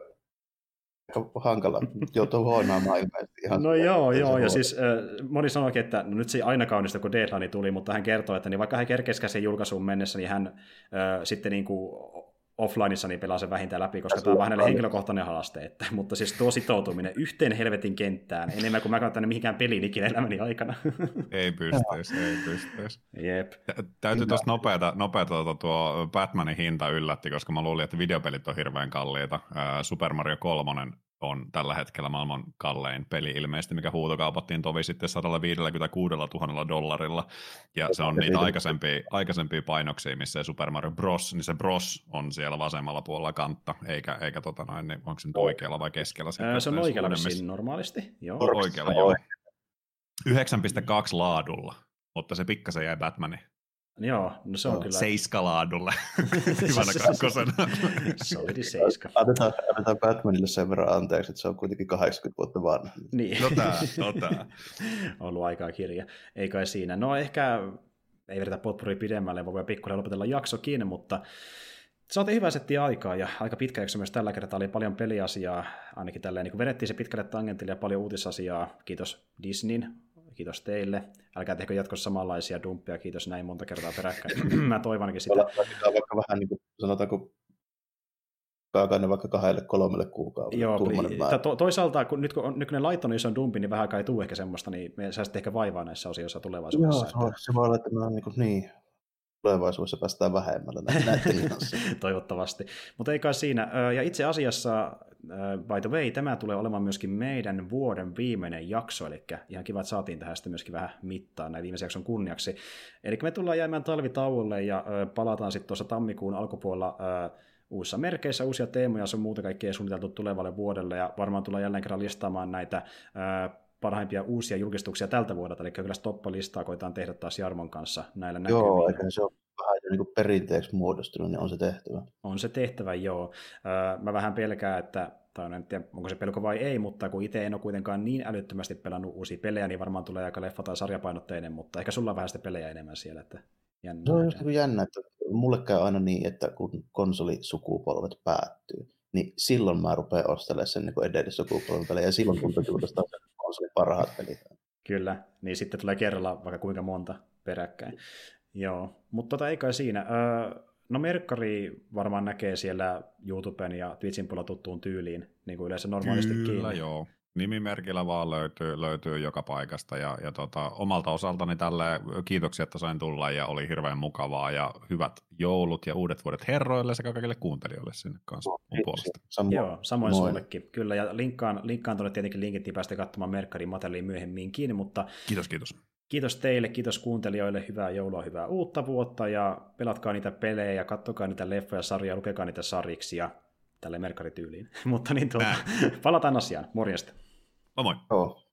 Hankala. Joutuu huonaamaan ilmeisesti. Ihan no joo, joo. Ja siis äh, moni sanoikin, että no nyt se ei aina kaunista, kun deadline tuli, mutta hän kertoi, että niin vaikka hän kerkeskään sen julkaisuun mennessä, niin hän äh, sitten niin kuin offlineissa niin pelaa sen vähintään läpi, koska tämä on vähän henkilökohtainen haaste. Että, mutta siis tuo sitoutuminen yhteen helvetin kenttään, enemmän kuin mä katson mihinkään peliin ikinä elämäni aikana. Ei pystyisi, ei pystyisi. Jep. Täytyy tuosta nopeata, nopeata tuo Batmanin hinta yllätti, koska mä luulin, että videopelit on hirveän kalliita. Super Mario kolme on tällä hetkellä maailman kallein peli ilmeisesti, mikä huutokaupattiin tovi sitten sata viisikymmentäkuusituhatta dollarilla. Ja se on niitä aikaisempia, aikaisempia painoksia, missä Super Mario Bros, niin se Bros on siellä vasemmalla puolella kantta, eikä, eikä tota noin, niin onko se nyt oikealla vai keskellä? Ää, se on oikealla missä normaalisti. Joo. Oikealla, joo. yhdeksän pilkku kaksi laadulla, mutta se pikkasen jäi Batmanin. Joo, no se on no, kyllä. Seiska-laadulle. Hyvänä kakkosena. Solidi seiska. Annetaan, annetaan Batmanille sen verran anteeksi, että se on kuitenkin kahdeksankymmentä vuotta vanha. Niin. No tää, no tää. On ollut aikaa kirja. Ei kai siinä. No ehkä ei vedetä potpuria pidemmälle, voi pikkuinen lopetella jaksokin, mutta saatiin hyvä setti aikaa ja aika pitkä jakso myös tällä kertaa. Oli paljon peliasiaa, ainakin tälleen niin vedettiin se pitkälle tangentille ja paljon uutisasiaa. Kiitos Disneyn. Kiitos teille. Älkää tehkö jatkossa samanlaisia dumppeja. Kiitos näin monta kertaa peräkkäin. Mä toivonkin sitä. Pitää vaikka vähän niin kuin sanotaanko kaakainen vaikka kahdelle kolmelle kuukaudelle. Joo, to- toisaalta kun nyt kun on nykyinen laittanut ison dumpin, niin vähän aikaa ei tule ehkä semmoista, niin me säästät ehkä vaivaa näissä osioissa tulevaisuudessa. Joo, se voi, se voi olla, että me on niin, kuin, niin tulevaisuudessa päästään vähemmällä näiden kanssa. Toivottavasti. Mutta ei kai siinä. Ja itse asiassa, by the way, tämä tulee olemaan myöskin meidän vuoden viimeinen jakso, eli ihan kiva, että saatiin tähän sitten myöskin vähän mittaa näin viimeisen jakson kunniaksi. Eli me tullaan jäämään talvitauolle ja palataan sitten tuossa tammikuun alkupuolella uusissa merkeissä, uusia teemoja, se on muuta kaikkea suunniteltu tulevalle vuodelle, ja varmaan tullaan jälleen kerran listaamaan näitä parhaimpia uusia julkistuksia tältä vuodelta, eli kyllä stoppa-listaa koetaan tehdä taas Jarmon kanssa näillä näkymiin. Joo, eikä se ole vähän jo niin perinteeksi muodostunut, niin on se tehtävä. On se tehtävä, joo. Öö, mä vähän pelkään, että, tai en tiedä, onko se pelko vai ei, mutta kun itse en ole kuitenkaan niin älyttömästi pelannut uusia pelejä, niin varmaan tulee aika leffa- tai sarjapainotteinen, mutta ehkä sulla on vähän sitä pelejä enemmän siellä. Että jännä. Se on just niin jännä, että mulle käy aina niin, että kun konsolisukupolvet päättyy, niin silloin mä rupean ostelemaan sen niin edellissukupolven pelejä, ja silloin tuntuu uudestaan konsolin parhaat pelit. Kyllä, niin sitten tulee kerralla vaikka kuinka monta peräkkäin. Joo, mutta tota ei kai siinä. Öö, no Merkkari varmaan näkee siellä YouTuben ja Twitchin puolella tuttuun tyyliin, niin kuin yleensä normaalistikin. Kyllä, joo. Nimimerkillä vaan löytyy, löytyy joka paikasta ja, ja tota, omalta osaltani tälle kiitoksia, että sain tulla ja oli hirveän mukavaa ja hyvät joulut ja uudet vuodet herroille sekä kaikille kuuntelijoille sinne kanssa mun puolesta. Samoin. Joo, samoin Moi. Sullekin. Kyllä, ja linkkaan, linkkaan tuonne tietenkin linkit, niin päästä katsomaan Merkkarin materiaalia myöhemmin kiinni, mutta kiitos, kiitos. Kiitos teille, kiitos kuuntelijoille, hyvää joulua, hyvää uutta vuotta ja pelatkaa niitä pelejä ja kattokaa niitä leffoja, sarjaa, lukekaa niitä sarjiksi ja tälle Merkkarityyliin. Mutta niin tuota, palataan asiaan. Morjesta. Moi moi. Oh.